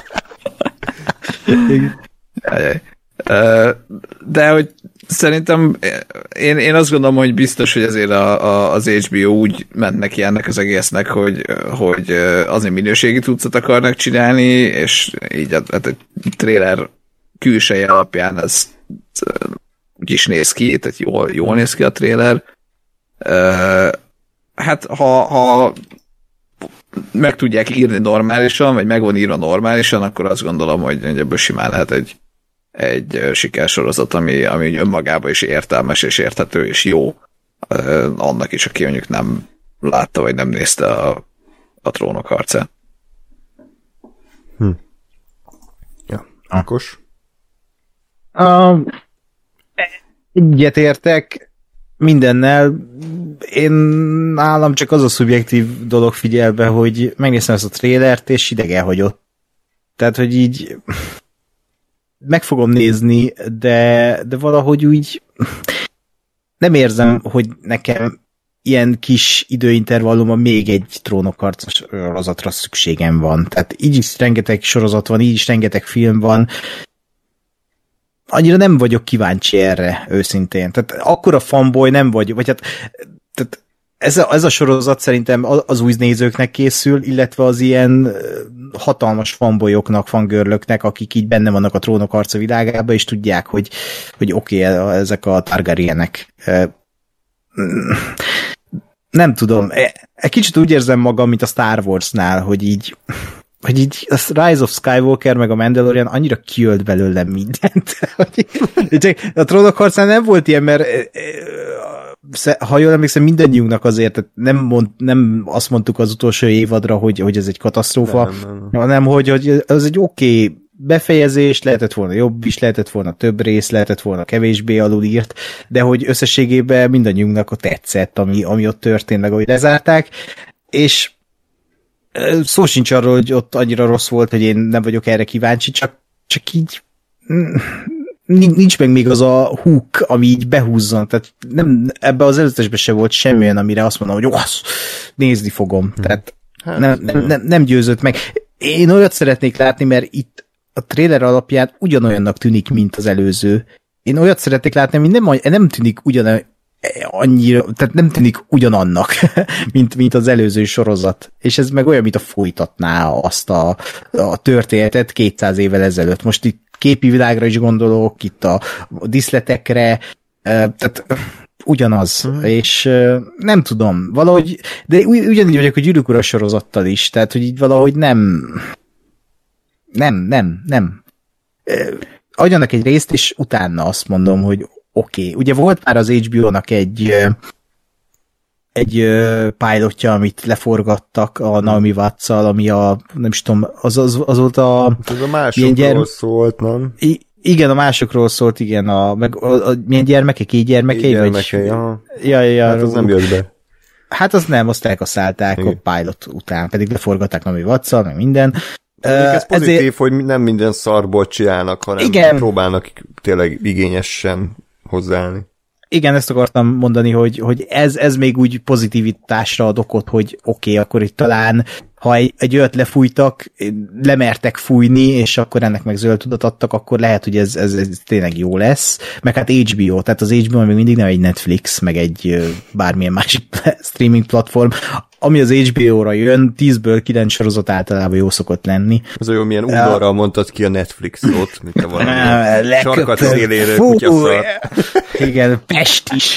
De hogy szerintem én, én azt gondolom, hogy biztos, hogy azért a, a, az há bé o úgy ment neki ennek az egésznek, hogy, hogy azért minőségi cuccot akarnak csinálni, és így a, a trailer külseje alapján ez úgy is néz ki, tehát jól, jól néz ki a trailer. Hát ha, ha meg tudják írni normálisan, vagy meg van írva normálisan, akkor azt gondolom, hogy ebből simán lehet egy egy sikersorozat, ami, ami önmagában is értelmes és érthető és jó annak is, aki mondjuk nem látta, vagy nem nézte a, a Trónok harcát. Hm. Ja, Ákos? Uh, egyetértek mindennel. Én nálam csak az a szubjektív dolog figyelbe, hogy megnéztem ezt a trélert, és idegen hagyott. Tehát, hogy így meg fogom nézni, de, de valahogy úgy nem érzem, hogy nekem ilyen kis időintervallumban még egy Trónokharc sorozatra szükségem van. Tehát így is rengeteg sorozat van, így is rengeteg film van. Annyira nem vagyok kíváncsi erre, őszintén. Tehát akkora fanboy nem vagy, vagy hát tehát ez, a, ez a sorozat szerintem az új nézőknek készül, illetve az ilyen hatalmas fanboyoknak, fangörlöknek, akik így benne vannak a Trónok harca világában, és tudják, hogy, hogy oké, okay, ezek a Targaryenek. Nem tudom. Egy kicsit úgy érzem magam, mint a Star Warsnál, hogy így hogy így a Rise of Skywalker meg a Mandalorian annyira kiölt belőlem mindent. A Trónok harcán nem volt ilyen, mert ha jól emlékszem, mindannyiunknak azért, tehát nem, mond, nem azt mondtuk az utolsó évadra, hogy, hogy ez egy katasztrófa, nem, nem, nem. hanem hogy, hogy ez egy oké okay befejezés, lehetett volna jobb is, lehetett volna több rész, lehetett volna kevésbé alulírt, de hogy összességében mindannyiunknak a tetszett, ami, ami ott történt, meg ahogy lezárták, és szó sincs arról, hogy ott annyira rossz volt, hogy én nem vagyok erre kíváncsi, csak, csak így nincs meg még az a hook, ami így behúzzon, tehát nem, ebbe az előzetesben se volt semmilyen, amire azt mondom, hogy az, nézni fogom, tehát hát, nem, nem, nem, nem győzött meg. Én olyat szeretnék látni, mert itt a trailer alapján ugyanolyannak tűnik, mint az előző. Én olyat szeretnék látni, ami nem, nem tűnik ugyanolyan, annyira, tehát nem tűnik ugyanannak, mint, mint az előző sorozat. És ez meg olyan, mint a folytatná azt a, a történetet kétszáz évvel ezelőtt. Most itt képi világra is gondolok, itt a, a diszletekre, tehát ugyanaz, mm. és nem tudom, valahogy, de ugyanígy vagyok a Gyűrűk Ura sorozattal is, tehát, hogy így valahogy nem nem, nem, nem. Adjanak egy részt, és utána azt mondom, hogy oké. Okay. Ugye volt már az há bé ó-nak egy egy pilotja, amit leforgattak a Naomi Watts-szal, ami a, nem is tudom, az, az, az volt a... Ez a másokról gyerm... szólt, nem? I- igen, a másokról szólt, igen, a, meg a, a, milyen gyermekek, így gyermekei? Gyermekei, aha. Ja, ja, hát az nem jött be. Hát az nem, azt elkaszálták igen. A pilot után, pedig leforgatták Naomi Watts-szal, meg minden. Ez pozitív, ezért... hogy nem minden szarból csinálnak, hanem igen. Próbálnak tényleg igényesen hozzáállni. Igen, ezt akartam mondani, hogy, hogy ez, ez még úgy pozitivitásra ad okot, hogy oké, okay, akkor itt talán, ha egy, egy olyat lefújtak, lemertek fújni, és akkor ennek meg zöld tudat adtak, akkor lehet, hogy ez, ez, ez tényleg jó lesz. Meg hát há bé ó, tehát az há bé ó még mindig nem egy Netflix, meg egy bármilyen másik streaming platform. Ami az há bé ó-ra jön, tízből kilenc sorozat általában jó szokott lenni. Az olyan, milyen udvarral mondtad ki a Netflix szót, mint a valami sarkat szélére kutyaszar. Igen, Pest is.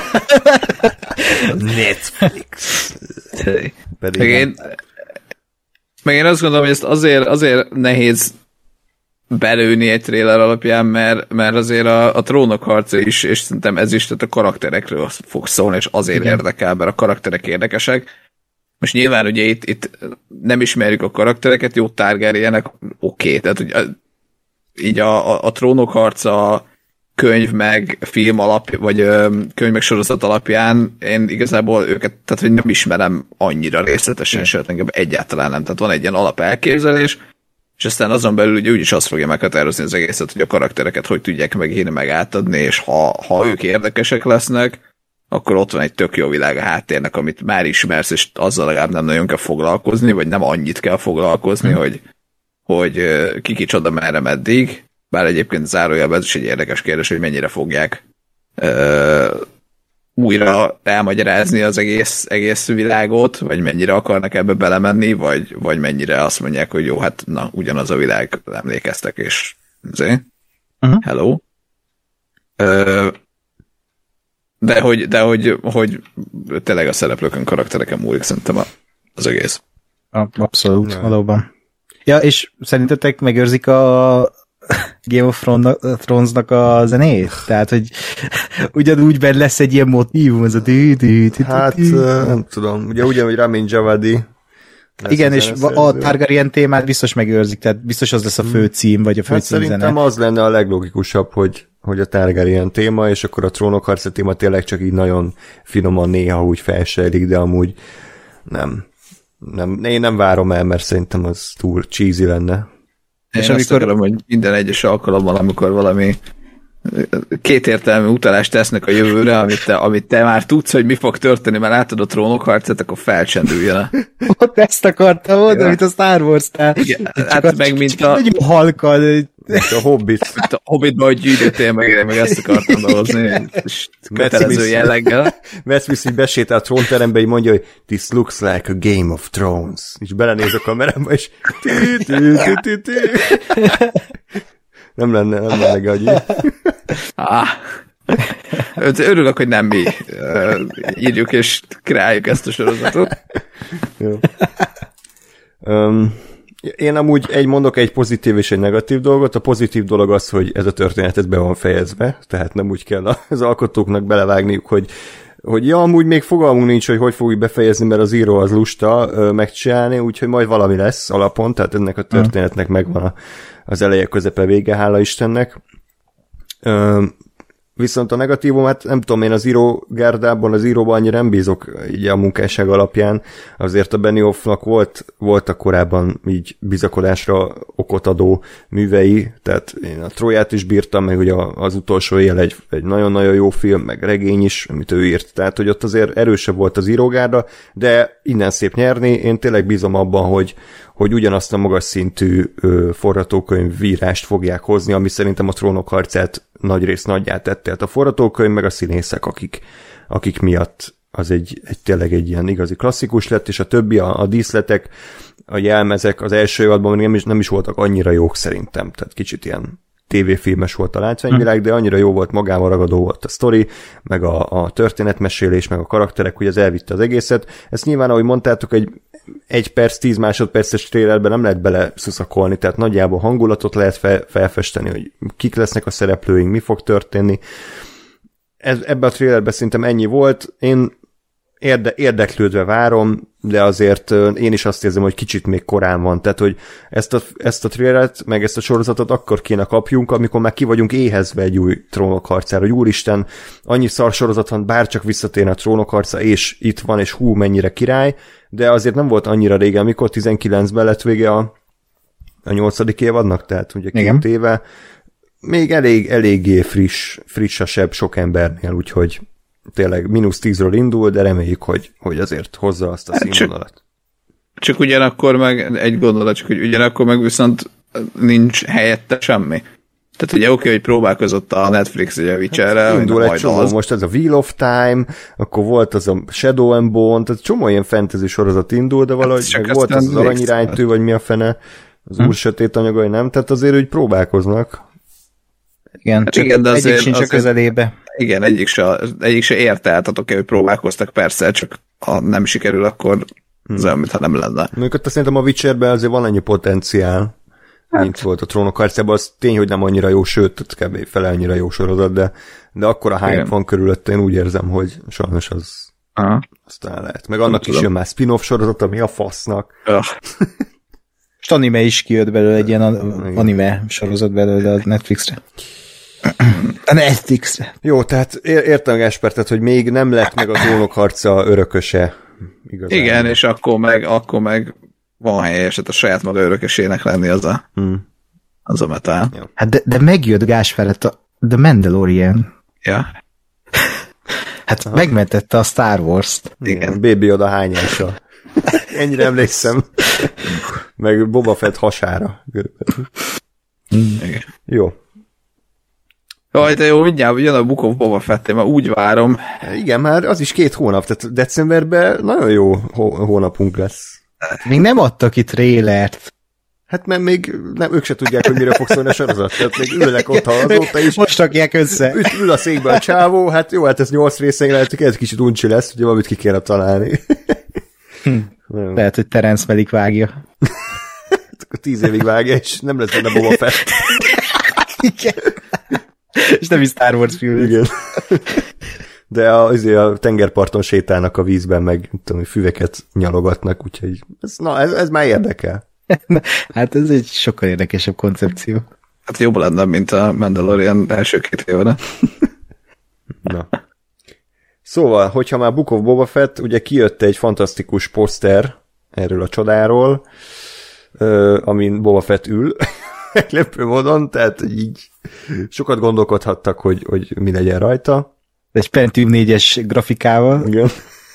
Netflix. Pedig meg én, meg én azt gondolom, hogy ezt azért, azért nehéz belőni egy trailer alapján, mert, mert azért a, a Trónok harca is, és szerintem ez is, tehát a karakterekről fog szólni, és azért igen. Érdekel, mert a karakterek érdekesek. Most nyilván ugye itt, itt nem ismerjük a karaktereket, jó Targaryenek, oké, okay, tehát ugye, így a, a, a Trónok harca könyv meg film alap, vagy könyv meg sorozat alapján én igazából őket, tehát hogy nem ismerem annyira részletesen, sőt engem egyáltalán nem, tehát van egy ilyen alapelképzelés, és aztán azon belül ugye úgyis azt fogja meghatározni az egészet, hogy a karaktereket hogy tudják megírni, meg átadni, és ha, ha ők érdekesek lesznek, akkor ott van egy tök jó világ a háttérnek, amit már ismersz, és azzal legalább nem nagyon kell foglalkozni, vagy nem annyit kell foglalkozni, hmm. hogy, hogy ki kicsoda merre meddig, bár egyébként zárójelben ez is egy érdekes kérdés, hogy mennyire fogják ö, újra elmagyarázni az egész, egész világot, vagy mennyire akarnak ebbe belemenni, vagy, vagy mennyire azt mondják, hogy jó, hát na, ugyanaz a világ, emlékeztek, és azért, uh-huh. hello. Ö, de hogy, de hogy, hogy tényleg a szereplőkön, karaktereken múlik szerintem az egész. Abszolút, ja. Valóban. Ja, és szerintetek megőrzik a Game of Thrones-nak a zenét? Tehát, hogy ugyanúgy benne lesz egy ilyen motívum, ez a dű, dű, dű, hát, nem tudom. Ugye ugyanúgy Ramin Djawadi. Igen, és a Targaryen témát biztos megőrzik, tehát biztos az lesz a főcím, vagy a főcím hát zene. Szerintem az lenne a leglogikusabb, hogy, hogy a Targaryen téma, és akkor a Trónok harca téma tényleg csak így nagyon finoman néha úgy felsejlik, de amúgy nem. nem. Én nem várom el, mert szerintem az túl cheesy lenne. És én amikor... azt akarom, hogy minden egyes alkalommal, amikor valami kétértelmű utalást tesznek a jövőre, amit te, amit te már tudsz, hogy mi fog történni, mert látod a Trónok harcát, akkor felcsendüljön. Ott ezt akartam mondani, amit a Star Wars-tál. Igen, hát a, meg mint a... Nagyon halkal. A Hobbit. A Hobbitban, hogy gyűjtöttél meg, én meg ezt akartam behozni. Kötelező jelleggel. Matt Smith így besétál a trónterembe, így mondja, hogy this looks like a Game of Thrones. És belenéz a kamerába, és nem lenne, nem lenne gagyi. Ah. Örülök, hogy nem mi uh, írjuk és kreáljuk ezt a sorozatot. Jó. Um, én amúgy egy mondok egy pozitív és egy negatív dolgot. A pozitív dolog az, hogy ez a történet ez be van fejezve, tehát nem úgy kell az alkotóknak belevágniuk, hogy hogy ja, amúgy még fogalmunk nincs, hogy hogy fogjuk befejezni, mert az író az lusta ö, megcsinálni, úgyhogy majd valami lesz alapon, tehát ennek a történetnek megvan a, az eleje, közepe, vége, hála Istennek. Ö, viszont a negatívum, hát nem tudom, én az írógárdában, az íróban annyira nem bízok így a munkásság alapján, azért a Benioffnak volt, voltak korábban így bizakodásra okot adó művei, tehát én a Tróját is bírtam, meg ugye az utolsó él egy, egy nagyon-nagyon jó film, meg regény is, amit ő írt, tehát hogy ott azért erősebb volt az írógárda, de innen szép nyerni, én tényleg bízom abban, hogy, hogy ugyanazt a magas szintű ö, forgatókönyvírást fogják hozni, ami szerintem a Trónok harcát nagyrészt nagyját tette. Tehát a forgatókönyv, meg a színészek, akik, akik miatt az egy, egy tényleg egy ilyen igazi klasszikus lett, és a többi, a, a díszletek, a jelmezek az első évadban nem is, nem is voltak annyira jók szerintem, tehát kicsit ilyen tévéfilmes volt a látványvilág, de annyira jó volt, magával ragadó volt a sztori, meg a, a történetmesélés, meg a karakterek, hogy az elvitte az egészet. Ezt nyilván, ahogy mondtátok, egy egy perc, tíz másodperces trailerben nem lehet bele szuszakolni, tehát nagyjából hangulatot lehet fel, felfesteni, hogy kik lesznek a szereplőink, mi fog történni. ez, ebben a trailerben szerintem ennyi volt. Én érde, érdeklődve várom, de azért én is azt érzem, hogy kicsit még korán van. Tehát, hogy ezt a, ezt a trailert, meg ezt a sorozatot akkor kéne kapjunk, amikor már ki vagyunk éhezve egy új Trónok harcára, hogy úristen, annyi szar sorozat van, bárcsak visszatérne a Trónok harca, és itt van, és hú, mennyire király, de azért nem volt annyira régen, mikor tizenkilencben lett vége a, a nyolcadik évadnak, tehát ugye két éve, még elég, eléggé friss, frissesebb sok embernél, úgyhogy tényleg mínusz tízről indul, de reméljük, hogy, hogy azért hozza azt a hát színvonalat. Csak, csak ugyanakkor meg egy gondolat, csak hogy ugyanakkor meg viszont nincs helyette semmi. Tehát ugye oké, okay, hogy próbálkozott a Netflix ugye a Witcherre. Hát indul egy csomó, az... most ez a Wheel of Time, akkor volt az a Shadow and Bone, tehát csomó ilyen fantasy sorozat indul, de valahogy hát meg volt az az aranyiránytű, vagy mi a fene, az hm. úr sötét anyagai, nem? Tehát azért úgy próbálkoznak. Igen, hát csak igen, de egyik sincs a közelébe. Igen, egyik se, egyik se érte át, hogy próbálkoztak persze, csak ha nem sikerül, akkor az olyan, mintha nem lenne. Mondjuk azt szerintem a Witcherben azért van annyi potenciál, hát. mint volt a Trónok harcában, az tény, hogy nem annyira jó, sőt, kb. Fele annyira jó sorozat, de, de akkor a hype van körülötte, én úgy érzem, hogy sajnos az Aha. aztán lehet. Meg annak nem is tudom. Jön már spin-off sorozat, ami a fasznak. Ja. És anime is kijött belőle, egy ilyen anime sorozat belőle a Netflixre. A Netflixre. Jó, tehát értem Gáspertet, hogy még nem lett meg a Trónok harca örököse. Igazán. Igen, és akkor meg, akkor meg van hely eset a saját maga örökösének lenni az a, hmm. az a metál. Hát de, de megjött Gáspertet a The Mandalorian. Ja. Hát Aha. megmentette a Star Wars-t. Igen. Baby Yoda hányása. Ennyire emlékszem. Meg Boba Fett hasára. Igen. Jó. Jaj, de jó, mindjárt jön a Book of Boba Fett, én már úgy várom. Igen, már az is két hónap, tehát decemberben nagyon jó hónapunk lesz. Még nem adtak itt trélert. Hát mert még nem, ők se tudják, hogy mire fog szólni a sorozat. Tehát még ülnek ott azóta is. Most rakják össze. Ül, ül a székben a csávó, hát jó, hát ez nyolc részén lehet, hogy egy kicsit uncsi lesz, ugye valamit ki kéne találni. Hm. Lehet, hogy Terence Malick vágja. Akkor tíz évig vágja, és nem lesz benne Boba Fett. Igen. És nem is Star Wars film. Igen. De a, azért a tengerparton sétálnak a vízben, meg tudom, füveket nyalogatnak, úgyhogy ez, na, ez, ez már érdekel. Hát ez egy sokkal érdekesebb koncepció. Hát jobb lenne, mint a Mandalorian első két évre. Na. Szóval, hogyha már Book of Boba Fett, ugye kijött egy fantasztikus poszter erről a csodáról, amin Boba Fett ül, meglepő módon, tehát így sokat gondolkodhattak, hogy, hogy mi legyen rajta. Egy Pentium négyes grafikával. Igen.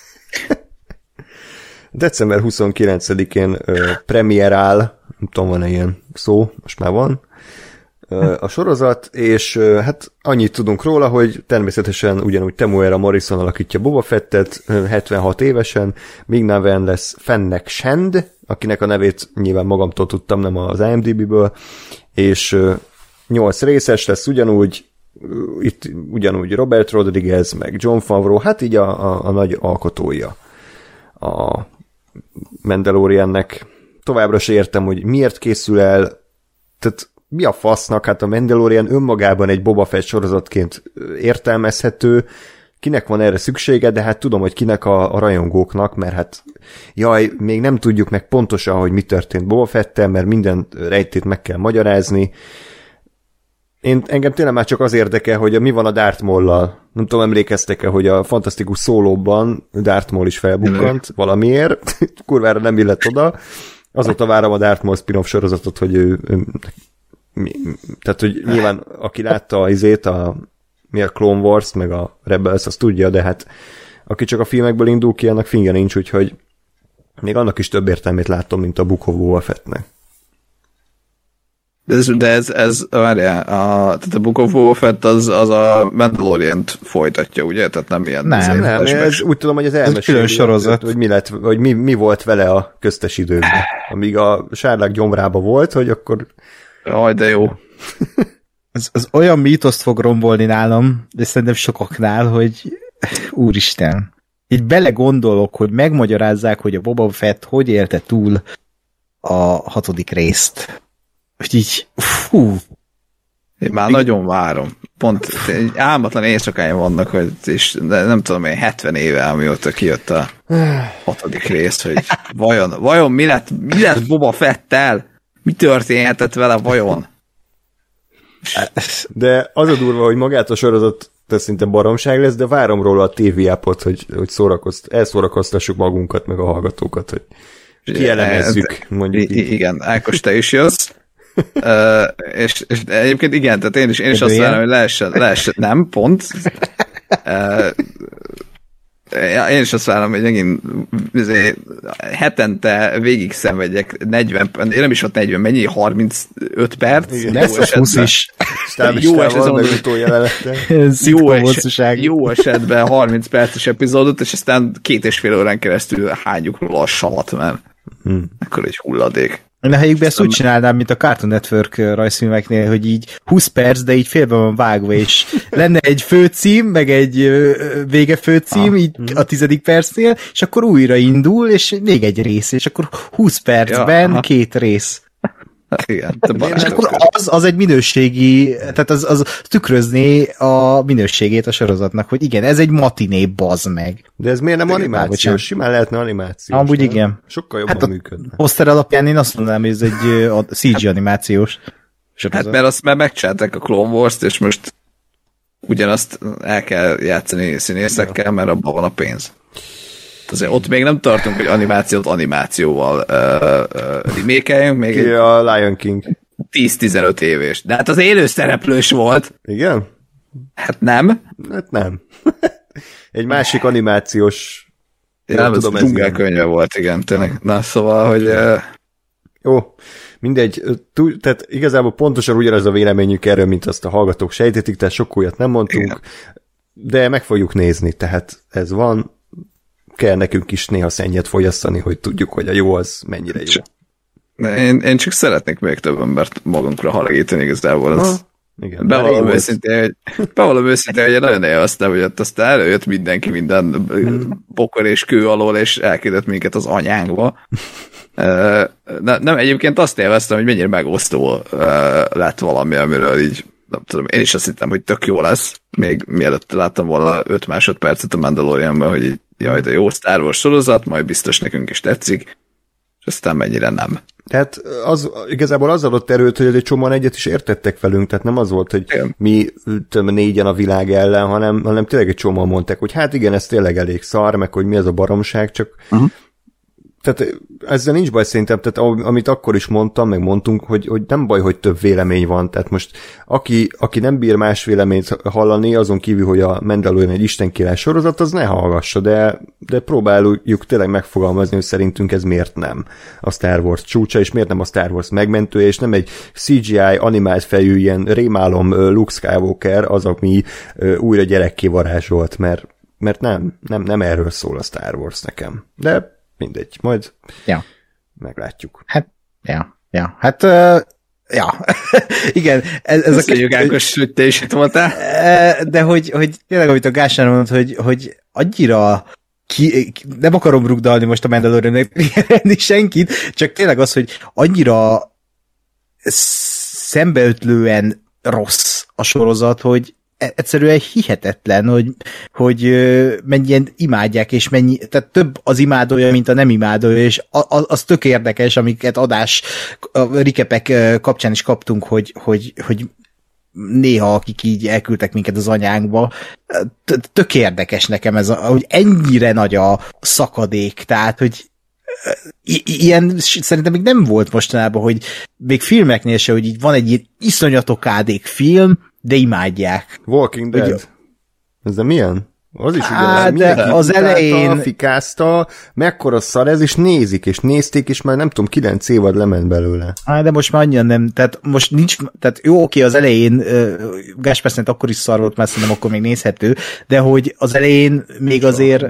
december huszonkilencedikén uh, premierál, nem tudom, van-e ilyen szó, most már van, uh, a sorozat, és uh, hát annyit tudunk róla, hogy természetesen ugyanúgy Temuera Morrison alakítja Boba Fettet, uh, hetvenhat évesen, Ming-Na lesz Fennec Shand, akinek a nevét nyilván magamtól tudtam, nem az I M D B-ből, és uh, nyolc részes lesz ugyanúgy, uh, itt ugyanúgy Robert Rodriguez, meg Jon Favreau, hát így a, a, a nagy alkotója a Mandaloriannek. Továbbra se értem, hogy miért készül el, tehát mi a fasznak, hát a Mandalorian önmagában egy Boba Fett sorozatként értelmezhető, kinek van erre szüksége, de hát tudom, hogy kinek a, a rajongóknak, mert hát jaj, még nem tudjuk meg pontosan, hogy mi történt Boba Fettel, mert minden rejtét meg kell magyarázni. Én, engem tényleg már csak az érdekel, hogy mi van a Darth Maul-lal. Nem tudom, emlékeztek-e, hogy a fantasztikus szólóban Darth Maul is felbukkant valamiért, kurvára nem illett oda. Azóta várom a Darth Maul spin-off sorozatot, hogy ő, ő mi, tehát, hogy nyilván aki látta az izét, a, mi a Clone Wars, meg a Rebels, azt tudja, de hát aki csak a filmekből indul ki, annak finge nincs, úgyhogy még annak is több értelmét látom, mint a Book of Boba Fettnek. De ez, de ez, ez várjál, a, tehát a Book of Boba Fett az, az a Mandalorian-t folytatja, ugye? Tehát nem ilyen... Nem, nem, ez úgy tudom, hogy az elmeséli, sorozat, hogy, mi, lett, hogy mi, mi volt vele a köztes időben. Amíg a sárlák gyomrába volt, hogy akkor... Jaj, de jó. az, az olyan mítoszt fog rombolni nálam, de szerintem sokaknál, hogy úristen. Így belegondolok, hogy megmagyarázzák, hogy a Boba Fett hogy élte túl a hatodik részt. Hogy így, fú, Én már nagyon várom. Pont álmatlan éjszakáim vannak, hogy, és nem tudom én, hetven éve, amióta kijött a hatodik rész, hogy vajon, vajon mi lett, mi lett Boba Fettel? Mi történhetett vele vajon? De az a durva, hogy magát a sorozat szinte baromság lesz, de várom róla a té vé appot, hogy, hogy szórakozt, elszórakoztassuk magunkat, meg a hallgatókat, hogy kielemezzük, mondjuk így. Igen, Ákos, te is jössz. uh, és, és egyébként igen, tehát én is, én is azt várom, hogy lehessen, lehessen, nem, pont. Uh, én is azt várom, hogy megint hetente végig szenvedjek negyven, én nem is volt negyven, mennyi? harmincöt perc? Lesz a húsz is. Jó esetben, jó, eset, jó esetben harminc perces epizódot, és aztán két és fél órán keresztül hányjuk róla a salat, mert hmm. akkor egy hulladék. Én a helyükben ezt úgy csinálnám, mint a Cartoon Network rajzfilmeknél, hogy így húsz perc, de így félbe van vágva, és lenne egy főcím, meg egy vége főcím, ah. így a tizedik percnél, és akkor újra indul, és még egy rész, és akkor húsz percben ja, két rész. Igen, és akkor az, az egy minőségi, tehát az, az tükrözné a minőségét a sorozatnak, hogy igen, ez egy matiné, bazd meg. De ez miért nem de animáció? Simán lehetne animációs. Amúgy nem? Igen. Sokkal jobban hát működne. A poszter alapján én azt mondanám, hogy ez egy a cé gé animációs sorozat. Hát mert azt már megcsinálták a Clone Wars-t, és most ugyanazt el kell játszani színészekkel, mert abban van a pénz. Azért ott még nem tartunk, hogy animációt animációval uh, uh, remake-eljünk, még ki a Lion King. tíz-tizenöt éves. De hát az élő szereplős volt. Igen? Hát nem. Hát nem. Egy másik animációs... Én nem, tudom, ez dzsungelkönyve volt, igen, tényleg. Na, szóval, hogy... Uh... Jó, mindegy. Tehát igazából pontosan ugyanaz a véleményük erről, mint azt a hallgatók sejtetik, tehát sok újat nem mondtunk, igen. De meg fogjuk nézni, tehát ez van. Kell nekünk is néha szennyet fogyasztani, hogy tudjuk, hogy a jó az mennyire jó. Én, én csak szeretnék még több embert magunkra haragítani igazából. Az igen, bevallom őszintén, hogy, bevallom őszintén, hogy én nagyon élveztem, hogy ott aztán előjött mindenki minden bokor és kő alól, és elkérdett minket az anyánkba. Nem, nem, egyébként azt élveztem, hogy mennyire megosztó lett valami, amiről így nem tudom, én is azt hittem, hogy tök jó lesz, még mielőtt láttam volna öt másodpercet a Mandalorianban, hogy így, jaj, de jó Star Wars sorozat, majd biztos nekünk is tetszik, és aztán mennyire nem. Tehát az, igazából az adott erőt, hogy egy csomóan egyet is értettek velünk, tehát nem az volt, hogy igen. mi tudom, négyen a világ ellen, hanem, hanem tényleg egy csomóan mondták, hogy hát igen, ez tényleg elég szar, meg hogy mi ez a baromság, csak uh-huh. Tehát ezzel nincs baj szerintem, tehát amit akkor is mondtam, meg mondtunk, hogy, hogy nem baj, hogy több vélemény van, tehát most aki, aki nem bír más véleményt hallani, azon kívül, hogy a Mandalorian egy istenkirály sorozat, az ne hallgassa, de, de próbáljuk tényleg megfogalmazni, hogy szerintünk ez miért nem a Star Wars csúcsa, és miért nem a Star Wars megmentője, és nem egy cé gé í animált fejű ilyen rémálom Luke Skywalker, az, ami újra gyerekké varázsolt, mert, mert nem, nem, nem erről szól a Star Wars nekem. De mindegy, majd ja. meglátjuk. Hát, ja, ja, hát, uh, ja, igen. Ez, ez Köszönjük, a Ákos, hogy te is itt voltál. De hogy, hogy tényleg, amit a Gásán mondott, hogy, hogy annyira ki, nem akarom rugdalni most a Mandalorian-nek senkit, csak tényleg az, hogy annyira szembeötlően rossz a sorozat, hogy egyszerűen hihetetlen, hogy, hogy mennyien imádják, és mennyi, tehát több az imádója, mint a nem imádója, és az, az tök érdekes, amiket adás a rikepek kapcsán is kaptunk, hogy, hogy, hogy néha, akik így elküldtek minket az anyánkba, tök érdekes nekem ez, a, hogy ennyire nagy a szakadék, tehát, hogy I- ilyen szerintem még nem volt mostanában, hogy még filmeknél se, hogy így van egy ilyen iszonyatokádék film, de imádják. Walking Dead. Ugye, ez de milyen? Az is ugyanaz. De az elején... fikázta, mekkora szar ez, és nézik, és nézték, és már nem tudom, kilenc évad lement belőle. Á, de most már annyian nem, tehát most nincs, tehát jó, oké, az elején uh, Gáspár szerint akkor is szar volt, mert szerintem akkor még nézhető, de hogy az elején még azért...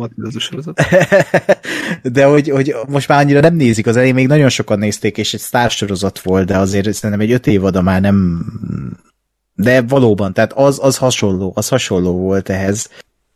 de hogy, hogy most már annyira nem nézik, az elején még nagyon sokan nézték, és egy sztársorozat volt, de azért szerintem egy öt évada már nem... De valóban, tehát az, az hasonló, az hasonló volt ehhez.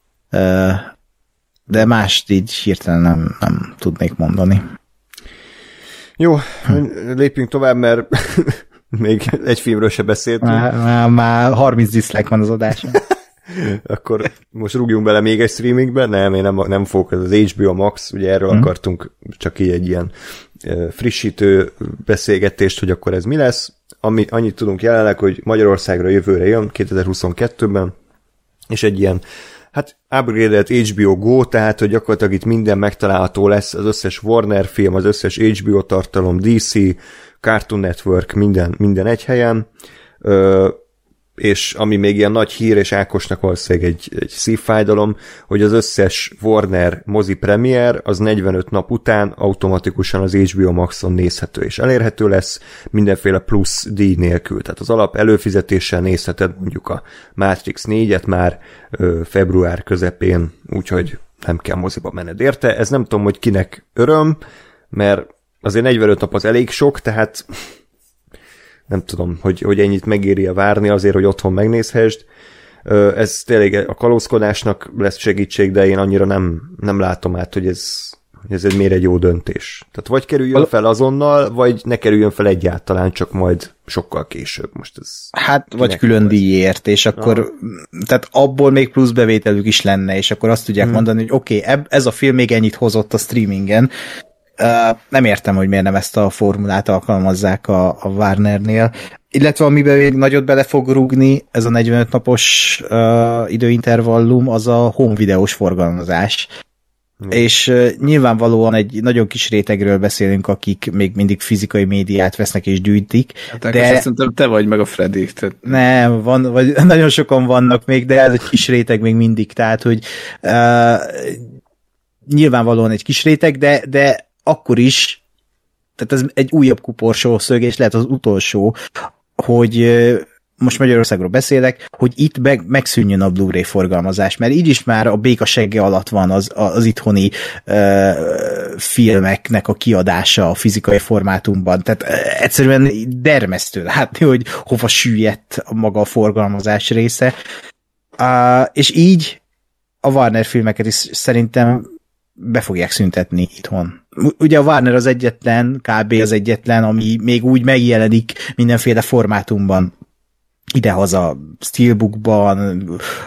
De mást így hirtelen nem, nem tudnék mondani. Jó, lépjünk tovább, mert Még egy filmről se beszéltünk. Már, már, már harminc dislike van az adáson. Akkor most rúgjunk bele még egy streamingbe. Nem, én nem, nem fogok, ez az há bé o Max, ugye erről hmm. akartunk csak így egy ilyen frissítő beszélgetést, hogy akkor ez mi lesz. Ami, annyit tudunk jelenleg, hogy Magyarországra jövőre jön, kétezer-huszonkettőben, és egy ilyen, hát upgrade-et há bé o Go, tehát, hogy gyakorlatilag itt minden megtalálható lesz, az összes Warner film, az összes há bé o tartalom, dé cé, Cartoon Network, minden, minden egy helyen, Ö, és ami még ilyen nagy hír, és Ákosnak valószínűleg egy, egy szívfájdalom, hogy az összes Warner mozi premier az negyvenöt nap után automatikusan az há bé o Maxon nézhető és elérhető lesz, mindenféle plusz díj nélkül. Tehát az alap előfizetéssel nézheted mondjuk a Matrix négyet már ö, február közepén, úgyhogy nem kell moziba menned érte. Ez nem tudom, hogy kinek öröm, mert azért negyvenöt nap az elég sok, tehát nem tudom, hogy, hogy ennyit megéri-e várni azért, hogy otthon megnézhessd. Ez tényleg a kalózkodásnak lesz segítség, de én annyira nem, nem látom át, hogy ez, hogy ez egy miért egy jó döntés. Tehát vagy kerüljön fel azonnal, vagy ne kerüljön fel egyáltalán, csak majd sokkal később. Most ez hát, vagy külön díjért, és akkor ah. tehát abból még plusz bevételük is lenne, és akkor azt tudják hmm. mondani, hogy oké, okay, ez a film még ennyit hozott a streamingen. Uh, nem értem, hogy miért nem ezt a formulát alkalmazzák a, a Warnernél. Illetve amiben még nagyot bele fog rúgni, ez a negyvenöt napos uh, időintervallum, az a home videós forgalmazás. Mm. És uh, nyilvánvalóan egy nagyon kis rétegről beszélünk, akik még mindig fizikai médiát vesznek és gyűjtik. Hát de azt szerintem te vagy meg a Freddy. Tehát... Nem, van, vagy nagyon sokan vannak még, de ez egy kis réteg még mindig, tehát, hogy uh, nyilvánvalóan egy kis réteg, de, de akkor is, tehát ez egy újabb kuporsó szög, és lehet az utolsó, hogy most Magyarországról beszélek, hogy itt meg, megszűnjön a Blu-ray forgalmazás, mert így is már a béka segge alatt van az, az itthoni uh, filmeknek a kiadása a fizikai formátumban, tehát uh, egyszerűen dermesztő látni, hogy hova süllyedt maga a forgalmazás része, uh, és így a Warner filmeket is szerintem be fogják szüntetni itthon. Ugye a Warner az egyetlen, kb. Az egyetlen, ami még úgy megjelenik mindenféle formátumban. Idehaza, Steelbookban,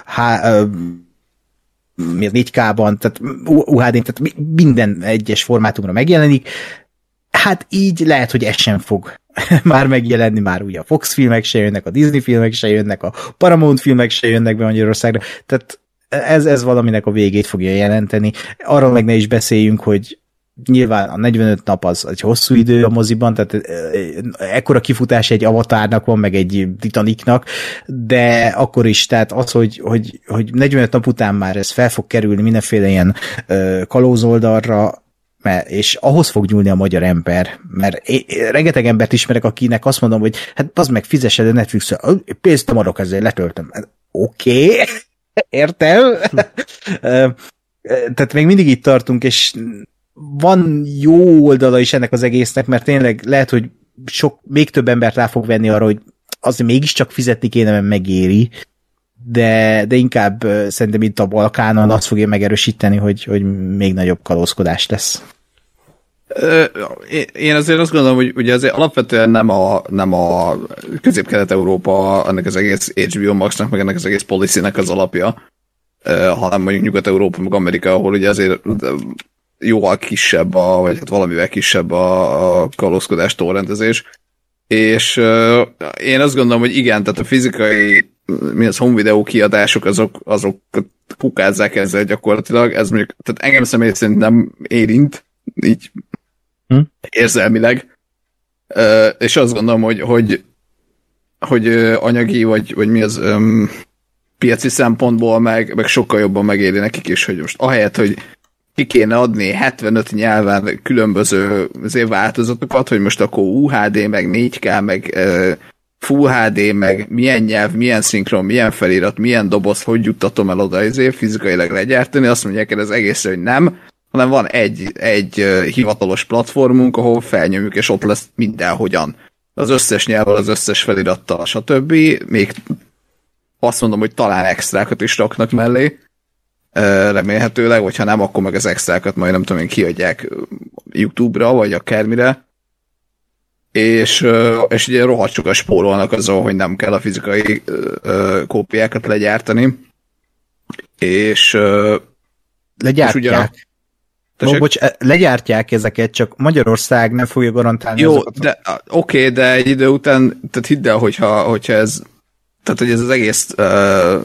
négy ká-ban, tehát u há dén, tehát minden egyes formátumra megjelenik. Hát így lehet, hogy ez sem fog már megjelenni, már ugye a Fox filmek se jönnek, a Disney filmek se jönnek, a Paramount filmek se jönnek be Magyarországra, tehát Ez, ez valaminek a végét fogja jelenteni. Arról meg ne is beszéljünk, hogy nyilván a negyvenöt nap az egy hosszú idő a moziban, tehát ekkora kifutás egy Avatarnak van, meg egy Titanicnak, de akkor is, tehát az, hogy, hogy, hogy negyvenöt nap után már ez fel fog kerülni mindenféle ilyen uh, kalózoldalra, mert, és ahhoz fog nyúlni a magyar ember, mert én, én rengeteg embert ismerek, akinek azt mondom, hogy hát az meg fizessed a Netflixre, pénzt nem adok, ezzel letöltöm. Oké, okay. Értem. Tehát még mindig itt tartunk, és van jó oldala is ennek az egésznek, mert tényleg lehet, hogy sok, még több embert rá fog venni arra, hogy azért mégiscsak fizetni kéne, mert megéri, de, de inkább szerintem itt a Balkánon azt fogja megerősíteni, hogy, hogy még nagyobb kalózkodás lesz. Én azért azt gondolom, hogy ugye azért alapvetően nem a, nem a Közép-Kelet-Európa ennek az egész há bé o Maxnak, meg ennek az egész policy-nek az alapja, hanem mondjuk Nyugat-Európa, meg Amerika, ahol ugye azért jóval kisebb, a, vagy hát valamivel kisebb a, a kalózkodás torrentezés. És én azt gondolom, hogy igen, tehát a fizikai mi az home videó kiadások, azok, azok kukázzák ezzel gyakorlatilag. Ez mondjuk, tehát engem személy szerint nem érint, így hm? érzelmileg. Uh, és azt gondolom, hogy, hogy, hogy uh, anyagi, vagy, vagy mi az um, piaci szempontból meg, meg sokkal jobban megéri nekik is, hogy most ahelyett, hogy ki kéne adni hetvenöt nyelven különböző változatokat, hogy most akkor u há dé, meg négy ká, meg uh, Full há dé, meg milyen nyelv, milyen szinkron, milyen felirat, milyen doboz, hogy juttatom el oda ezért fizikailag legyártani, azt mondják el az egész, hogy nem, hanem van egy, egy uh, hivatalos platformunk, ahol felnyomjuk, és ott lesz mindenhogyan. Az összes nyelvvel, az összes felirattal, stb. Még azt mondom, hogy talán extrákat is raknak mellé, uh, remélhetőleg, hogyha nem, akkor meg az extrákat majd nem tudom én kiadják YouTube-ra, vagy akármire. és, és ugye rohadt sokat spórolnak azon, hogy nem kell a fizikai kópiákat legyártani, és legyártják. És ugyan, No, bocs, legyártják ezeket, csak Magyarország nem fogja garantálni jó, azokat. De, oké, de egy idő után, tehát hidd el, hogyha, hogyha ez, tehát hogy ez az egész uh,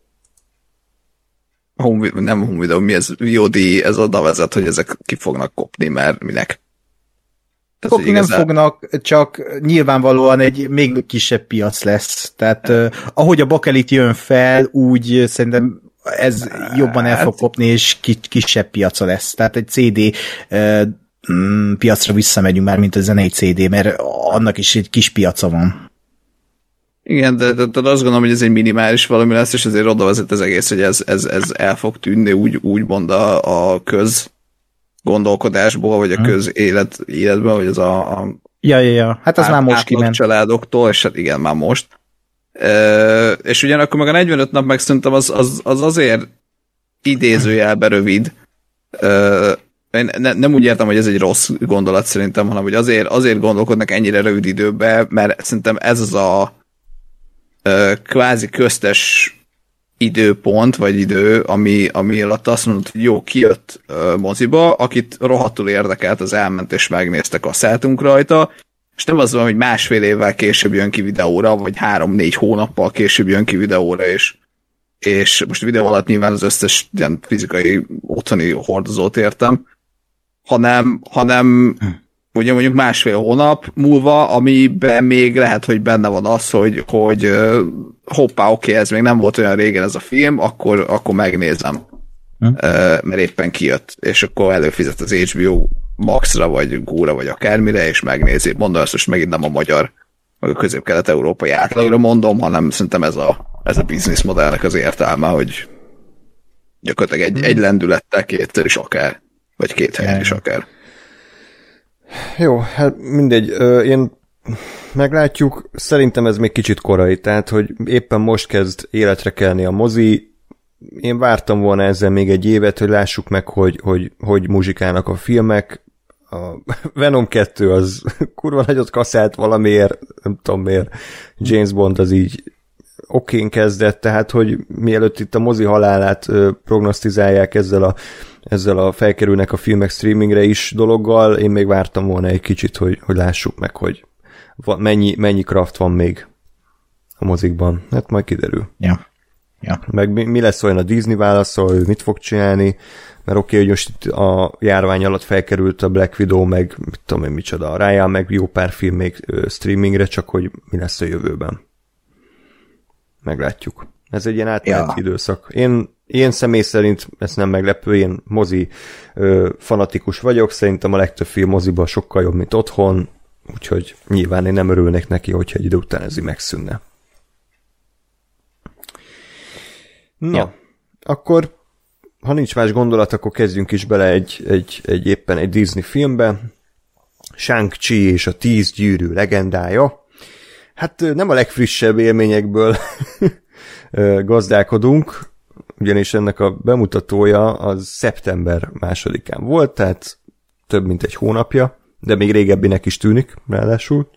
home, nem home video, mi ez, vé o dé, ez oda vezet, hogy ezek ki fognak kopni, mert minek? Tehát, kopni nem igazán... fognak, csak nyilvánvalóan egy még kisebb piac lesz. Tehát uh, ahogy a bakelit jön fel, úgy szerintem ez jobban el fog kopni, és kisebb piaca lesz. Tehát egy cé dé uh, mm, piacra visszamegyünk már, mint a zenei cé dé, mert annak is egy kis piaca van. Igen, de, de, de azt gondolom, hogy ez egy minimális valami lesz, és azért oda vezet az egész, hogy ez, ez, ez el fog tűnni úgy, úgymond a, a köz gondolkodásból, vagy a köz élet, életben, vagy az a, a ja, ja, ja. Hát az át, már most kiment. Családoktól, és hát igen, már most. Uh, és ugyanakkor meg a negyvenöt nap meg szerintem az, az, az azért idézőjelben rövid. Uh, én ne, nem úgy értem, hogy ez egy rossz gondolat szerintem, hanem hogy azért, azért gondolkodnak ennyire rövid időben, mert szerintem ez az a uh, kvázi köztes időpont, vagy idő, ami, ami alatt azt mondod, hogy jó, kijött uh, moziba, akit rohadtul érdekelt, az elment és megnéztek, a szálltunk rajta, és nem az van, hogy másfél évvel később jön ki videóra, vagy három-négy hónappal később jön ki videóra, és, és most videó alatt nyilván az összes ilyen fizikai otthoni hordozót értem, hanem, hanem hm. ugye mondjuk másfél hónap múlva, amiben még lehet, hogy benne van az, hogy, hogy hoppá, oké, ez még nem volt olyan régen ez a film, akkor, akkor megnézem, hm. mert éppen kijött, és akkor előfizet az há bé o Maxra, vagy Góra, vagy akármire, és megnézi. Mondom, ezt most megint nem a magyar, vagy a közép-kelet-európai átlagra mondom, hanem szerintem ez a, ez a business modellnek az értelme, hogy gyakorlatilag egy, egy lendülettel kétszer is akár, vagy két helyen is akár. Jó, hát mindegy. Én meglátjuk, szerintem ez még kicsit korai, tehát, hogy éppen most kezd életre kelni a mozi. Én vártam volna ezzel még egy évet, hogy lássuk meg, hogy hogy, hogy muzsikálnak a filmek. A Venom kettő az kurva nagyot kaszált valamiért, nem tudom miért, James Bond az így okén kezdett, tehát, hogy mielőtt itt a mozi halálát ö, prognosztizálják ezzel a, ezzel a felkerülnek a filmek streamingre is dologgal, én még vártam volna egy kicsit, hogy, hogy lássuk meg, hogy va, mennyi, mennyi kraft van még a mozikban. Hát majd kiderül. Ja. Ja. Meg mi, mi lesz olyan, a Disney válaszol, ő mit fog csinálni, mert oké, okay, hogy most itt a járvány alatt felkerült a Black Widow, meg mit tudom én micsoda, rájár meg jó pár film még streamingre, csak hogy mi lesz a jövőben. Meglátjuk. Ez egy ilyen átmeneti ja. időszak. Én, én személy szerint, ez nem meglepő, én mozi ö, fanatikus vagyok, szerintem a legtöbb film moziban sokkal jobb, mint otthon, úgyhogy nyilván én nem örülnék neki, hogyha egy idő után ez így megszűnne. Na, ja. Akkor ha nincs más gondolat, akkor kezdjünk is bele egy, egy, egy éppen egy Disney filmbe. Shang-Chi és a tíz gyűrű legendája. Hát nem a legfrissebb élményekből gazdálkodunk, ugyanis ennek a bemutatója az szeptember másodikán volt, tehát több mint egy hónapja, de még régebbinek is tűnik, ráadásul.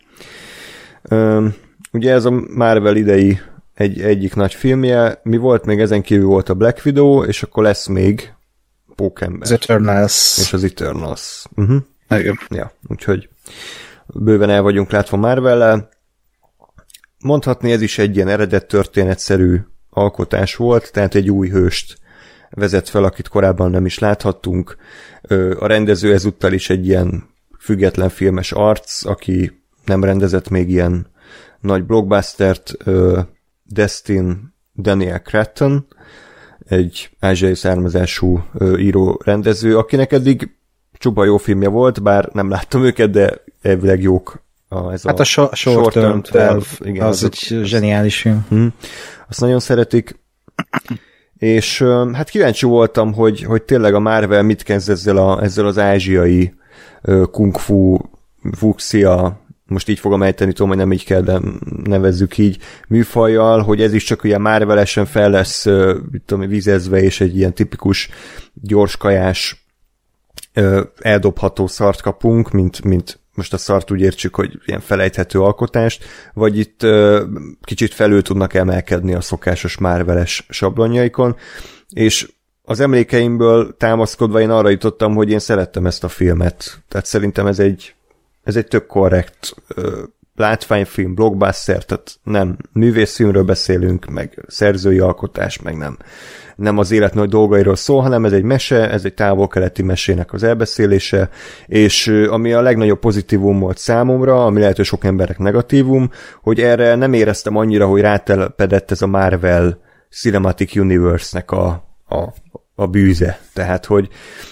Ugye ez a Marvel idei egy, egyik nagy filmje, mi volt még ezen kívül volt a Black Widow, és akkor lesz még Pókember. Az Eternals. És az Eternals. Uh-huh. Igen. Ja, úgyhogy bőven el vagyunk látva Marvellel. Mondhatni ez is egy ilyen eredet történetszerű alkotás volt, tehát egy új hőst vezet fel, akit korábban nem is láthattunk. A rendező ezúttal is egy ilyen független filmes arc, aki nem rendezett még ilyen nagy blockbustert, Destin Daniel Cretton, egy ázsiai származású író-rendező, akinek eddig csupa jó filmje volt, bár nem láttam őket, de elvileg jók. A, ez hát a, a Short, short Term tizenkettő, igen, az, az egy zseniális film. Hm, azt nagyon szeretik. És hát kíváncsi voltam, hogy, hogy tényleg a Marvel mit kezd ezzel, a, ezzel az ázsiai kung fu, fuxia, most így fogom ejteni, tudom, hogy nem így kell, de nevezzük így, műfajjal, hogy ez is csak ilyen Marvelesen fel lesz, tudom, vizezve, és egy ilyen tipikus gyorskajás eldobható szart kapunk, mint, mint most a szart úgy értsük, hogy ilyen felejthető alkotást, vagy itt ö, kicsit felül tudnak emelkedni a szokásos Marvel-es sablonjaikon, és az emlékeimből támaszkodva én arra jutottam, hogy én szerettem ezt a filmet. Tehát szerintem ez egy, ez egy tök korrekt ö, látványfilm, blockbuster, tehát nem művészfilmről beszélünk, meg szerzői alkotás, meg nem, nem az élet nagy dolgairól szól, hanem ez egy mese, ez egy távol-keleti mesének az elbeszélése, és ami a legnagyobb pozitívum volt számomra, ami lehet, hogy sok emberek negatívum, hogy erre nem éreztem annyira, hogy rátelepedett ez a Marvel Cinematic Universe-nek a, a, a bűze. Tehát, hogy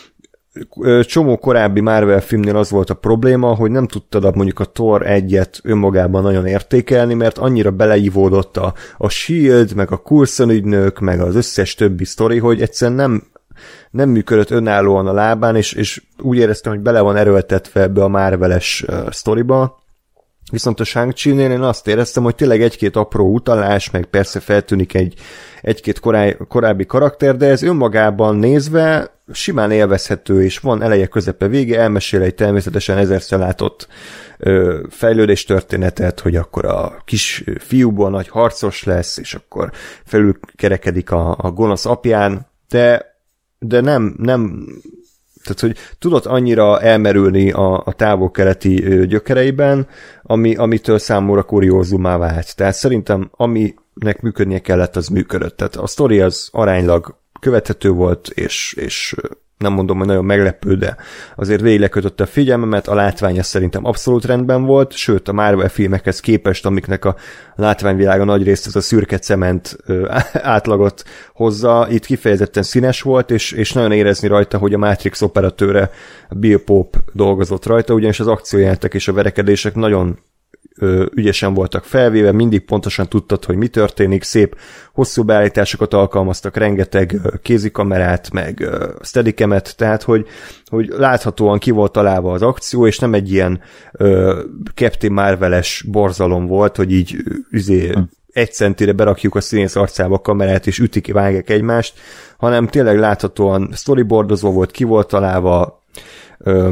csomó korábbi Marvel filmnél az volt a probléma, hogy nem tudtad mondjuk a Thor egyet önmagában nagyon értékelni, mert annyira beleívódott a, a Shield, meg a Coulson ügynök, meg az összes többi sztori, hogy egyszerűen nem, nem működött önállóan a lábán, és, és úgy éreztem, hogy bele van erőltetve ebbe a Marvel-es uh, sztoriba. Viszont a Shang-Chi-nél én azt éreztem, hogy tényleg egy-két apró utalás, meg persze feltűnik egy, egy-két korábbi, korábbi karakter, de ez önmagában nézve simán élvezhető, és van eleje, közepe, vége, elmesél egy természetesen ezerszer látott ö, fejlődéstörténetet, hogy akkor a kis fiúból nagy harcos lesz, és akkor felülkerekedik a, a gonosz apján, de, de nem, nem tehát, hogy tudott annyira elmerülni a, a távol-keleti gyökereiben, ami, amitől számomra kuriózumá vált. Tehát szerintem, aminek működnie kellett, az működött. Tehát a sztori az aránylag követhető volt, és, és nem mondom, hogy nagyon meglepő, de azért végig lekötötte a figyelmemet, a látványa szerintem abszolút rendben volt, sőt a Marvel filmekhez képest, amiknek a látványvilága nagy részt ez a szürke cement átlagot hozza, itt kifejezetten színes volt, és, és nagyon érezni rajta, hogy a Matrix operatőre Bill Pope dolgozott rajta, ugyanis az akciójelentek és a verekedések nagyon ügyesen voltak felvéve, mindig pontosan tudtad, hogy mi történik, szép, hosszú beállításokat alkalmaztak, rengeteg kézikamerát, meg steadicamet, tehát, hogy, hogy láthatóan ki volt találva az akció, és nem egy ilyen uh, Captain Marvel-es borzalom volt, hogy így üzé, hm. egy centire berakjuk a színész arcába a kamerát, és ütik, vágják egymást, hanem tényleg láthatóan storyboardozva volt, ki volt találva, uh,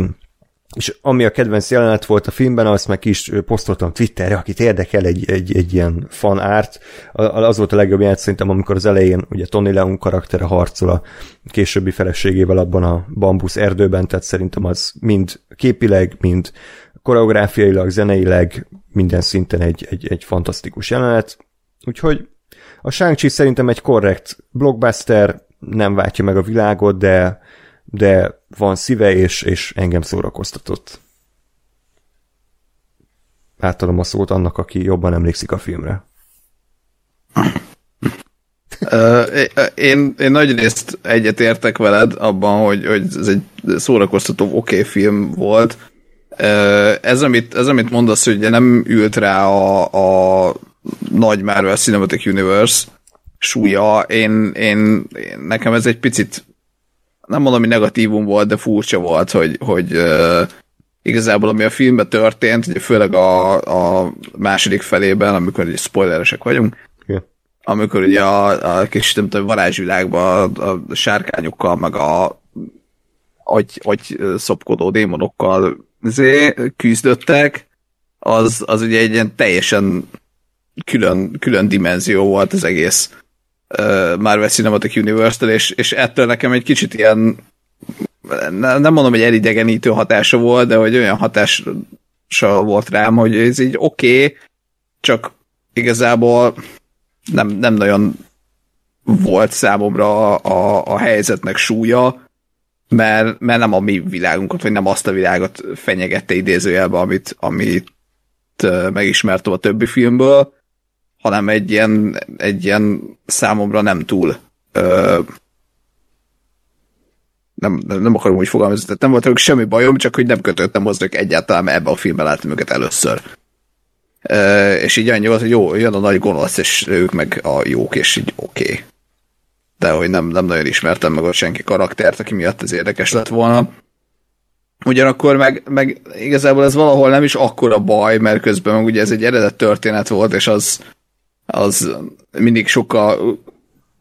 és ami a kedvenc jelenet volt a filmben, azt meg is posztoltam Twitterre, akit érdekel egy, egy, egy ilyen fan art. Az volt a legjobb jelenet szerintem, amikor az elején ugye Tony Leung karaktere harcol a későbbi feleségével abban a bambusz erdőben, tehát szerintem az mind képileg, mind koreográfiailag, zeneileg minden szinten egy, egy, egy fantasztikus jelenet. Úgyhogy a Shang-Chi szerintem egy korrekt blockbuster, nem váltja meg a világot, de de van szíve, és, és engem szórakoztatott. Átadom a szót annak, aki jobban emlékszik a filmre. Uh, én, én nagy részt egyet értek veled abban, hogy, hogy ez egy szórakoztató, oké okay film volt. Uh, ez, amit, ez, amit mondasz, hogy nem ült rá a, a nagy Marvel Cinematic Universe súlya, én, én, én, nekem ez egy picit nem mondom, hogy negatívum volt, de furcsa volt, hogy, hogy uh, igazából ami a filmben történt, ugye főleg a, a második felében, amikor ugye spoileresek vagyunk, yeah. amikor ugye a, a kis nem tudom, varázsvilágban a, a sárkányokkal, meg a agy, agy szopkodó démonokkal küzdöttek, az, az ugye egy ilyen teljesen külön, külön dimenzió volt az egész Marvel Cinematic Universe-től, és, és ettől nekem egy kicsit ilyen nem mondom, hogy elidegenítő hatása volt, de hogy olyan hatása volt rám, hogy ez így oké, okay, csak igazából nem, nem nagyon volt számomra a, a, a helyzetnek súlya, mert, mert nem a mi világunkat, vagy nem azt a világot fenyegette idézőjelben, amit, amit megismertem a többi filmből, hanem egy ilyen, egy ilyen számomra nem túl ö, nem, nem akarom úgy fogalmazni, tehát nem volt semmi bajom, csak hogy nem kötöttem hozzá egyáltalán, mert ebben a filmben láttam őket először. Ö, és így annyi volt, hogy jó, jön a nagy gonosz, és ők meg a jók, és így oké. Okay. De hogy nem, nem nagyon ismertem meg ott senki karaktert, aki miatt ez érdekes lett volna. Ugyanakkor meg, meg igazából ez valahol nem is akkora baj, mert közben meg ugye ez egy eredet történet volt, és az az mindig sokkal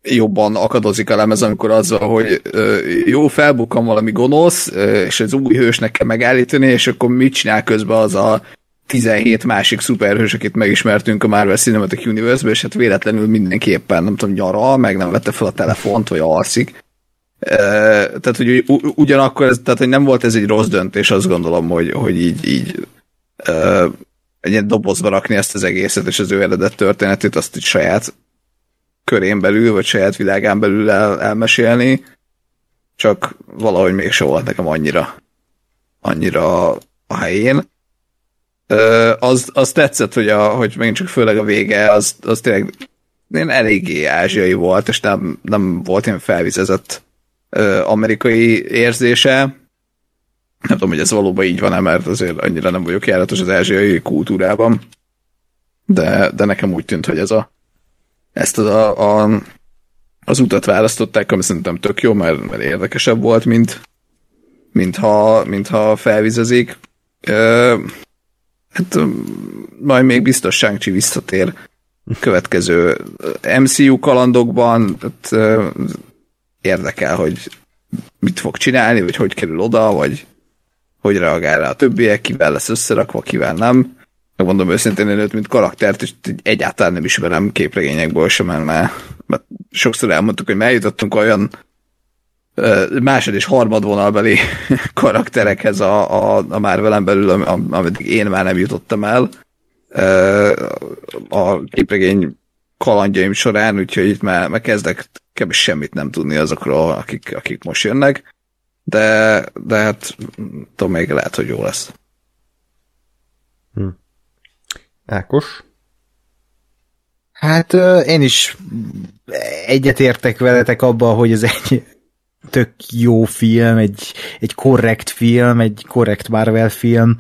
jobban akadozik a lemez, amikor az van, hogy jó, felbukkan valami gonosz, és az új hősnek kell megállítani, és akkor mit csinál közben az a tizenhét másik szuperhős, akit megismertünk a Marvel Cinematic Universe-ben, és hát véletlenül mindenképpen, nem tudom, nyaral, meg nem vette fel a telefont, vagy alszik. Tehát, hogy ugyanakkor, ez, tehát, hogy nem volt ez egy rossz döntés, azt gondolom, hogy, hogy így, így egy ilyen dobozba rakni ezt az egészet, és az ő eredet történetét, azt így saját körén belül, vagy saját világán belül el, elmesélni, csak valahogy mégse volt nekem annyira annyira a helyén. Ö, az, az tetszett, hogy, a, hogy megint csak főleg a vége, az, az tényleg eléggé ázsiai volt, és nem, nem volt ilyen felvizezett ö, amerikai érzése. Nem tudom, hogy ez valóban így van-e, mert azért annyira nem vagyok járatos az ázsiai kultúrában, de, de nekem úgy tűnt, hogy ez a ezt az, a, a, az utat választották, ami szerintem tök jó, mert, mert érdekesebb volt, mint, mint, ha, mint ha felvizezik. Ö, hát majd még biztos Shang-Chi visszatér következő em cé u kalandokban. Hát, ö, érdekel, hogy mit fog csinálni, vagy hogy kerül oda, vagy hogy reagál rá a többiek, kivel lesz összerakva, kivel nem. Megmondom őszintén, én őt, mint karaktert, és egyáltalán nem ismerem képregényekből sem, mert, mert sokszor elmondtuk, hogy eljutottunk olyan másod és harmad vonalbeli karakterekhez a, a, a Marvelen belül, am, ameddig én már nem jutottam el a képregény kalandjaim során, úgyhogy itt már, már kezdek kb. Semmit nem tudni azokról, akik, akik most jönnek, de, de hát tudom, még lehet, hogy jó lesz. Hm. Ákos? Hát én is egyetértek veletek abban, hogy ez egy tök jó film, egy, egy korrekt film, egy korrekt Marvel film,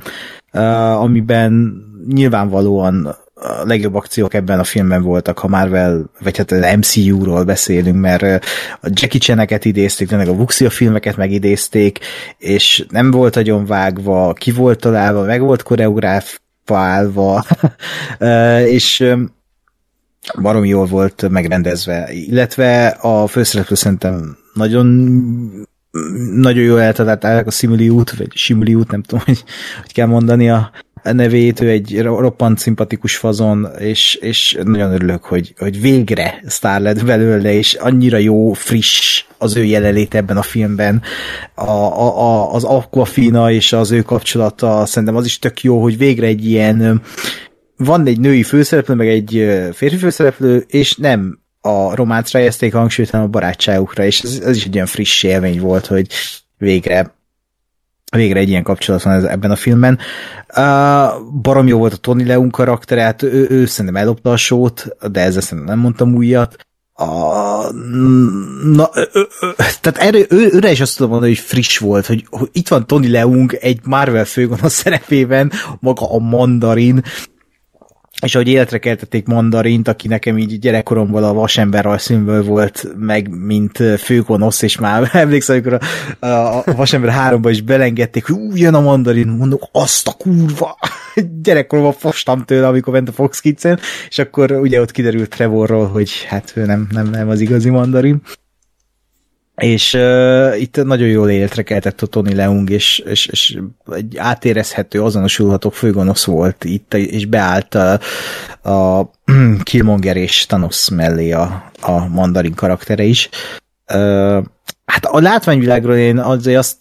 amiben nyilvánvalóan a legjobb akciók ebben a filmben voltak, ha Marvel, vagy hát az em cé u-ról beszélünk, mert a Jackie Chan-eket idézték, tényleg a Wuxia filmeket megidézték, és nem volt nagyon vágva, ki volt találva, meg volt koreográfálva, és baromi jól volt megrendezve, illetve a főszereplő szerintem nagyon nagyon jól eltalálták a Simuliút, vagy Simuliút, nem tudom, hogy, hogy kell mondani a nevét, ő egy roppant szimpatikus fazon, és, és nagyon örülök, hogy, hogy végre sztár lett belőle, és annyira jó, friss az ő jelenlét ebben a filmben. A, a, a, az Aquafina és az ő kapcsolata, szerintem az is tök jó, hogy végre egy ilyen, van egy női főszereplő, meg egy férfi főszereplő, és nem a románcra helyezték a hangsúlyt, hanem a barátságukra, és ez, ez is egy olyan friss élmény volt, hogy végre végre egy ilyen kapcsolat van ez, ebben a filmben. Uh, barom jó volt a Tony Leung karakter, hát ő, ő szerintem ellopta a sót, de ezzel szerintem nem mondtam újat. Uh, na, ö, ö, ö, tehát erre, ő, őre is azt tudom mondani, hogy friss volt, hogy, hogy itt van Tony Leung egy Marvel főgonosz szerepében, maga a Mandarin, és ahogy életre keltették Mandarint, aki nekem így gyerekkoromban a Vasember rajzfilmből volt meg, mint főgonosz, és már emlékszem, amikor a, a, a Vasember háromba is belengedték, hogy ú, jön a Mandarin, mondok, azt a kurva! Gyerekkoromban fostam tőle, amikor ment a Fox Kids-en, és akkor ugye ott kiderült Trevorról, hogy hát ő nem, nem, nem az igazi Mandarin. És uh, itt nagyon jól életre keltett a Tony Leung, és, és, és egy átérezhető, azonosulható főgonosz volt itt, és beállt a, a Killmonger és Thanos mellé a, a Mandarin karaktere is. Uh, hát a látványvilágról én azért azt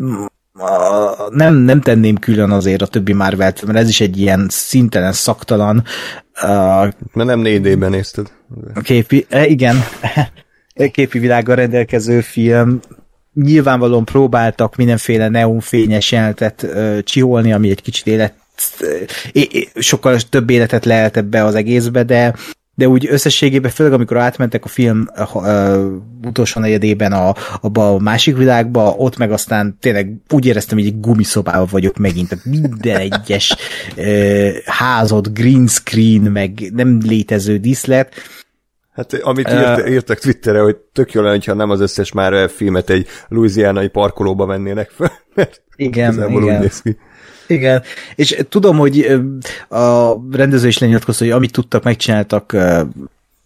uh, nem, nem tenném külön azért a többi Marvelt, mert ez is egy ilyen szintelen, szaktalan uh, mert nem négy dé-ben nézted. Képi, eh, igen, képi világgal rendelkező film. Nyilvánvalóan próbáltak mindenféle neonfényes jelenetet uh, csiholni, ami egy kicsit élet, uh, sokkal több életet lehet ebbe az egészbe, de, de úgy összességében, főleg amikor átmentek a film uh, utolsó negyedében a, abba a másik világba, ott meg aztán tényleg úgy éreztem, hogy egy gumiszobában vagyok megint, tehát minden egyes uh, házad, green screen, meg nem létező díszlet. Hát amit írt, írtak Twitterre, hogy tök jó lenne, ha nem az összes már filmet egy louisianai parkolóba vennének fel, mert igen, igen. úgy néz ki. Igen, és tudom, hogy a rendező is lenyilatkozta, hogy amit tudtak, megcsináltak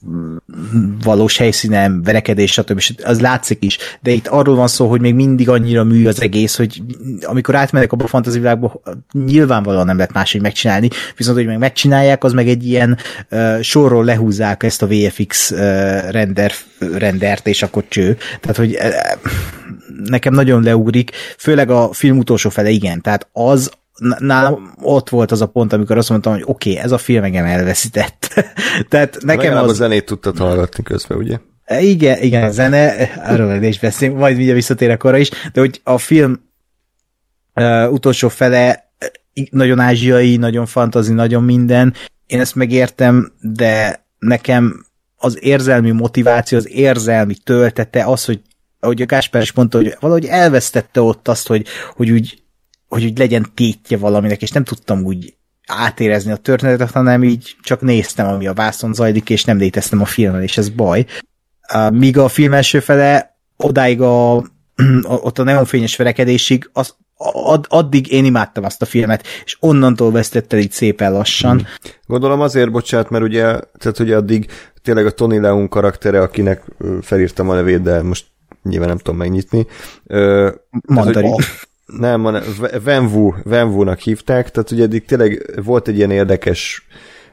valós helyszínen, verekedés, stb. Az látszik is, de itt arról van szó, hogy még mindig annyira mű az egész, hogy amikor átmennek abba a fantasy világba, nyilvánvalóan nem lehet máshogy megcsinálni, viszont hogy meg megcsinálják, az meg egy ilyen uh, sorról lehúzzák ezt a vé ef iksz uh, render, rendert, és akkor cső. Tehát, hogy uh, nekem nagyon leugrik, főleg a film utolsó fele, igen, tehát az nálam ott volt az a pont, amikor azt mondtam, hogy oké, okay, ez a film engem elveszített. Tehát nekem az... a zenét tudtad hallgatni közben, ugye? Igen, igen, a zene, arról is beszélünk, majd mindjárt visszatérek arra is, de hogy a film uh, utolsó fele nagyon ázsiai, nagyon fantazi, nagyon minden, én ezt megértem, de nekem az érzelmi motiváció, az érzelmi töltete, az, hogy ahogy a Gáspár is mondta, hogy valahogy elvesztette ott azt, hogy, hogy úgy hogy úgy legyen tétje valaminek, és nem tudtam úgy átérezni a történetet, hanem így csak néztem, ami a vászon zajlik, és nem léteztem a filmen, és ez baj. Míg a film első fele odáig a, ott a neonfényes verekedésig, az, ad, addig én imádtam azt a filmet, és onnantól vesztette így szépen lassan. Gondolom azért, bocsánat, mert ugye, tehát ugye addig tényleg a Tony Leung karaktere, akinek felírtam a nevét, de most nyilván nem tudom megnyitni. Mandari. Nem, Wenwu, Wenwu-nak hívták, tehát ugye eddig tényleg volt egy ilyen érdekes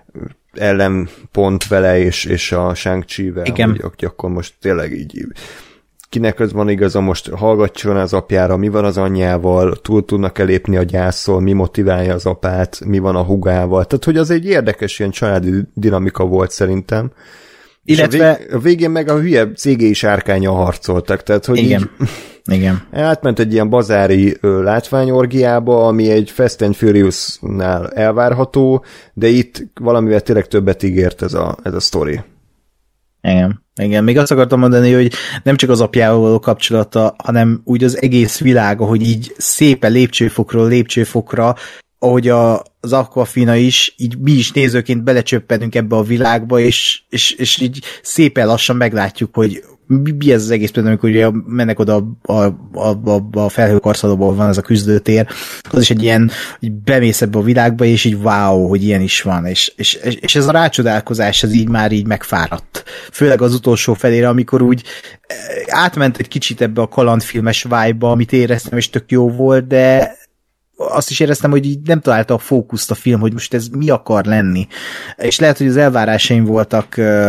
ellenpont vele, és, és a Shang-Chi-vel, hogy, hogy akkor most tényleg így kinek az van igaza, most hallgatjon az apjára, mi van az anyjával, túl tudnak-e lépni a gyászol, mi motiválja az apát, mi van a hugával, tehát hogy az egy érdekes ilyen családi dinamika volt szerintem. Illetve... A, vég, a végén meg a hülye cégéi sárkánnyal harcoltak, tehát hogy igen. így... Igen. Átment egy ilyen bazári ö, látványorgiába, ami egy Fast and Furious-nál elvárható, de itt valamivel tényleg többet ígért ez a, ez a sztori. Igen. Igen, még azt akartam mondani, hogy nem csak az apjával való kapcsolata, hanem úgy az egész világa, hogy így szépen lépcsőfokról lépcsőfokra, ahogy a, az Aquafina is, így mi is nézőként belecsöppenünk ebbe a világba, és, és, és így szépen lassan meglátjuk, hogy mi, mi ez az egész, például, amikor ugye mennek oda a, a, a, a felhőkarszalóban van ez a küzdőtér, az is egy ilyen, hogy bemész ebbe a világba, és így wow, hogy ilyen is van, és, és, és ez a rácsodálkozás, ez így már így megfáradt. Főleg az utolsó felére, amikor úgy átment egy kicsit ebbe a kalandfilmes vibe-ba, amit éreztem, és tök jó volt, de azt is éreztem, hogy így nem találta a fókuszt a film, hogy most ez mi akar lenni. És lehet, hogy az elvárásaim voltak uh,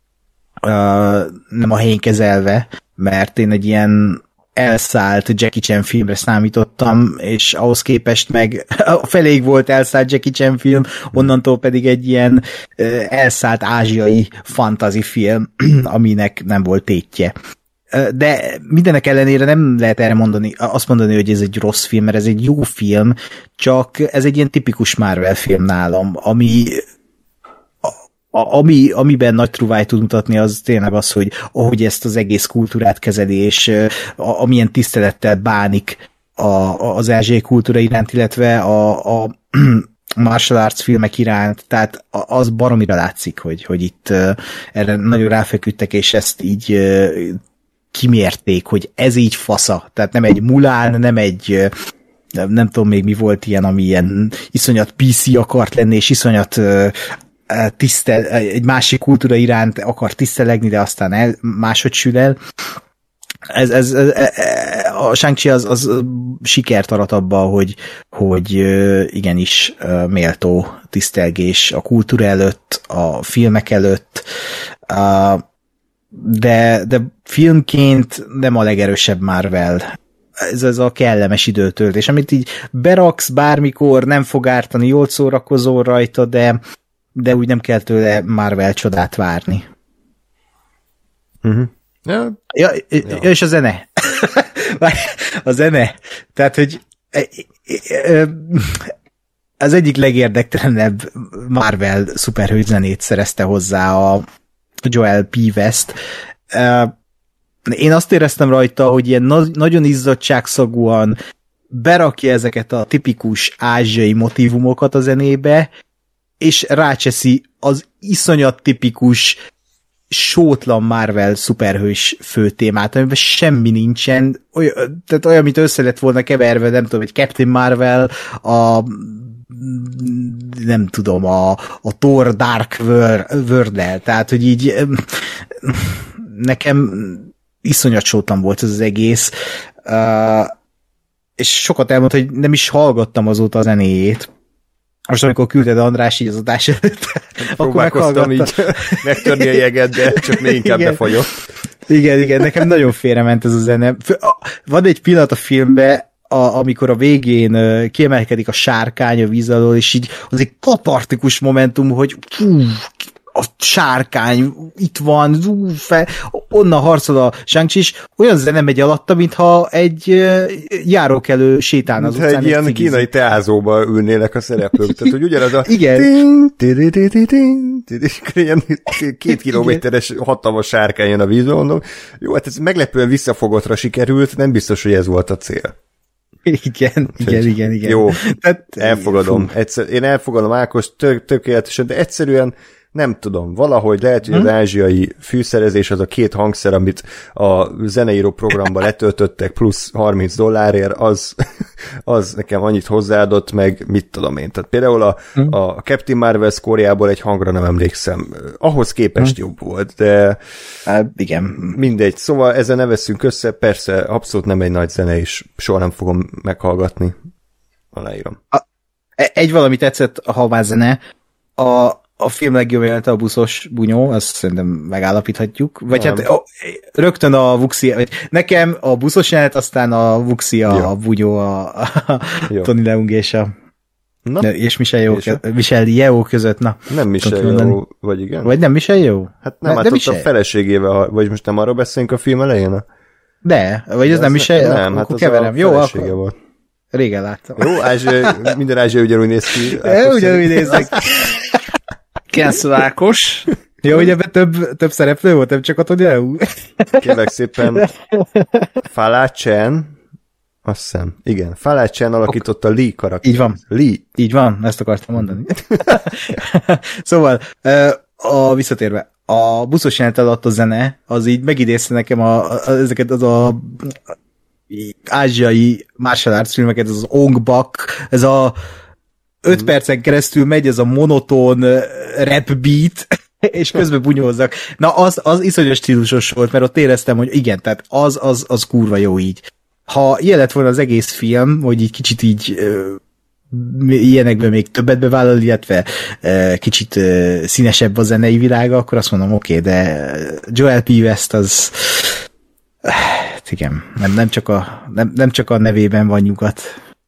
uh, nem a helyén kezelve, mert én egy ilyen elszállt Jackie Chan filmre számítottam, és ahhoz képest meg a feléig volt elszállt Jackie Chan film, onnantól pedig egy ilyen uh, elszállt ázsiai fantasy film, aminek nem volt tétje. De mindenek ellenére nem lehet erre mondani, azt mondani, hogy ez egy rossz film, mert ez egy jó film, csak ez egy ilyen tipikus Marvel film nálam, ami, a, ami amiben nagy truvályt tud mutatni, az tényleg az, hogy ahogy ezt az egész kultúrát kezeli, és a, amilyen tisztelettel bánik a, az ázsiai kultúra iránt, illetve a, a martial arts filmek iránt, tehát az baromira látszik, hogy, hogy itt erre nagyon ráfeküdtek, és ezt így kimérték, hogy ez így fasza. Tehát nem egy Mulán, nem egy nem, nem tudom még mi volt ilyen, ami ilyen iszonyat pé cé akart lenni, és iszonyat tisztel, egy másik kultúra iránt akar tisztelegni, de aztán el, máshogy sül el. Ez, ez, ez, a Shang-Chi az, az sikert arat abba, hogy, hogy igenis méltó tisztelgés a kultúra előtt, a filmek előtt, de, de filmként nem a legerősebb Marvel. Ez, ez a kellemes időtöltés, amit így beraksz bármikor, nem fog ártani, jól szórakozol rajta, de, de úgy nem kell tőle Marvel csodát várni. Uh-huh. Ja, ja, ja. És a zene. A zene. Tehát, hogy az egyik legérdektelenebb Marvel szuperhős zenét szerezte hozzá a Joel P. West. Én azt éreztem rajta, hogy ilyen na- nagyon izzadságszagúan berakja ezeket a tipikus ázsiai motívumokat a zenébe, és rácseszi az iszonyat tipikus sótlan Marvel szuperhős főtémát, amiben semmi nincsen, olyan, tehát olyan, mint össze lett volna keverve, nem tudom, egy Captain Marvel, a nem tudom, a, a Thor Dark World-el, tehát, hogy így nekem iszonyat sótlan volt ez az egész, uh, és sokat elmondta, hogy nem is hallgattam azóta a zenéjét. Most amikor küldted András így az adás előtt, akkor meghallgattam. így megtörni a jeget, de csak még inkább befagyott. Igen, igen, nekem nagyon félrement ez a zene. Van egy pillanat a filmben, a, amikor a végén uh, kiemelkedik a sárkány a víz alól, és így az egy katartikus momentum, hogy fú, a sárkány itt van, ú, fel, onnan harcol a Shang-Chi is, olyan zene megy alatta, mintha egy uh, járókelő sétálna az utcán. Egy ilyen cigizni. Kínai teázóba ülnének a szereplők, tehát hogy ugyanaz a igen. Ting, tiri, tiri, ting, tiri, ilyen két kilométeres hatalmas sárkány jön a vízbe, mondom. Jó, hát ez meglepően visszafogottra sikerült, nem biztos, hogy ez volt a cél. Igen, igen, igen, igen. Jó, tehát, elfogadom. Egyszer, én elfogadom Ákos tök, tökéletesen, de egyszerűen nem tudom, valahogy lehet, hogy az hmm. ázsiai fűszerezés az a két hangszer, amit a zeneíró programba letöltöttek plusz harminc dollárért, az, az nekem annyit hozzáadott, meg mit tudom én. Tehát például a, hmm. a Captain Marvel szkóriából egy hangra nem emlékszem. Ahhoz képest hmm. jobb volt, de hát, igen. Mindegy. Szóval ezzel ne veszünk össze, persze abszolút nem egy nagy zene, és soha nem fogom meghallgatni. Aláírom. A, egy valami tetszett a halvás zene, a a film legjobb jelenete a buszos bunyó, azt szerintem megállapíthatjuk. Vagy nem. Hát ó, rögtön a Vuxi, nekem a buszos jelenet, aztán a Vuxi, a, a bunyó, a, a Tony Leung és a na? és Michelle Yeoh, és a... Michelle Yeoh között, na. Nem Michelle Yeoh, vagy igen? Vagy nem Michelle Yeoh? Hát nem, ne, hát ott Michelle. A feleségével, vagy most nem arról beszélünk a film elején? De, vagy ez nem Michelle? Nem, hát akkor az keverem. a jó, felesége akkor... volt. Régen láttam. Jó, Ázsia, minden Ázsia ugyanúgy néz ki. Ugyanúgy néznek. Cancel Ákos. Jó, hogy ebben több, több szereplő volt, nem csak a Tony Leung. Kérlek szépen, Fala Chen, azt hiszem, igen, Fala Chen alakította Lee karaktert. Így van. Lee. Így van, ezt akartam mondani. Szóval, a, visszatérve, a buszos jelenet alatt a zene, az így megidézte nekem a, a, ezeket az a ázsiai martial arts filmeket, ez az Ong Bak, ez a öt percen keresztül megy ez a monoton rap beat, és közben bunyózzak. Na, az, az iszonyos stílusos volt, mert ott éreztem, hogy igen, tehát az, az, az kurva jó így. Ha ilyen lett volna az egész film, hogy így kicsit így ö, ilyenekben még többet bevállal, illetve ö, kicsit ö, színesebb a zenei világa, akkor azt mondom, oké, okay, de Joel P. West az hát igen, nem, nem, csak a, nem, nem csak a nevében van nyugat.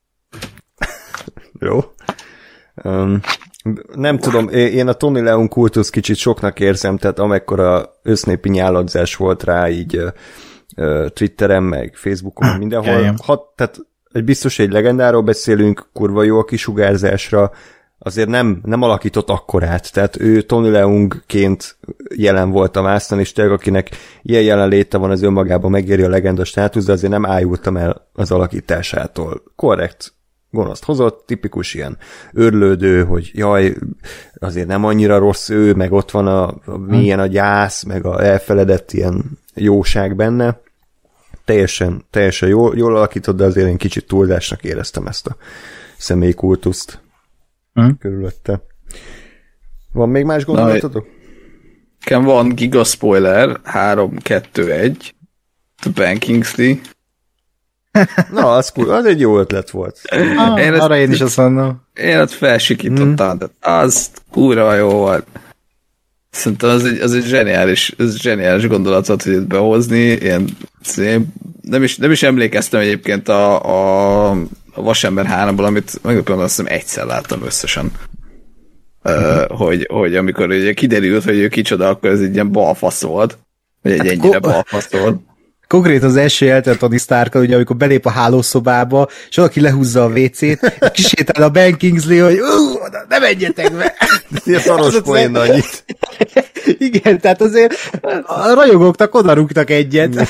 Jó. Um, nem tudom, én a Tony Leung kultusz kicsit soknak érzem, tehát amekkora össznépi nyáladzás volt rá így uh, uh, Twitteren, meg Facebookon, mindenhol. Hat, tehát egy biztos egy legendáról beszélünk, kurva jó a kisugárzásra, azért nem, nem alakított akkorát, tehát ő Tony Leungként jelen volt a vásznon, és tényleg akinek ilyen jelenléte van, az önmagában megéri a legenda státusz, de azért nem ájultam el az alakításától. Korrekt. Gonoszt hozott, tipikus ilyen őrlődő, hogy jaj, azért nem annyira rossz ő, meg ott van a, a milyen a gyász, meg a elfeledett ilyen jóság benne. Teljesen, teljesen jól, jól alakított, de azért én kicsit túlzásnak éreztem ezt a személyi kultuszt hmm. körülötte. Van még más gondolatotok? Nekem van giga spoiler, három kettő egy, Ben Kingsley. Na, az, cool. Az egy jó ötlet volt. Ah, én arra én is azt mondom. Én ott felsikítottam, mm. az kurva jó volt. Szerintem az egy, az egy zseniális, az zseniális gondolatot, hogy itt behozni. Ilyen, nem, is, nem is emlékeztem egyébként a, a, a Vasember háromból, amit meglepően azt hiszem egyszer láttam összesen. Mm-hmm. Uh, hogy, hogy amikor ugye kiderült, hogy ő kicsoda, akkor ez egy ilyen balfasz volt. Vagy egy hát ennyire ko- balfasz volt. Konkrét az első jelentet Tony Starkkal, ugye amikor belép a hálószobába, és valaki lehúzza a vécét, és kisétál a Ben Kingsley, hogy ne menjetek be! Ilyen szaros poén annyit. Igen, tehát azért a rajongóknak odarúgtak egyet.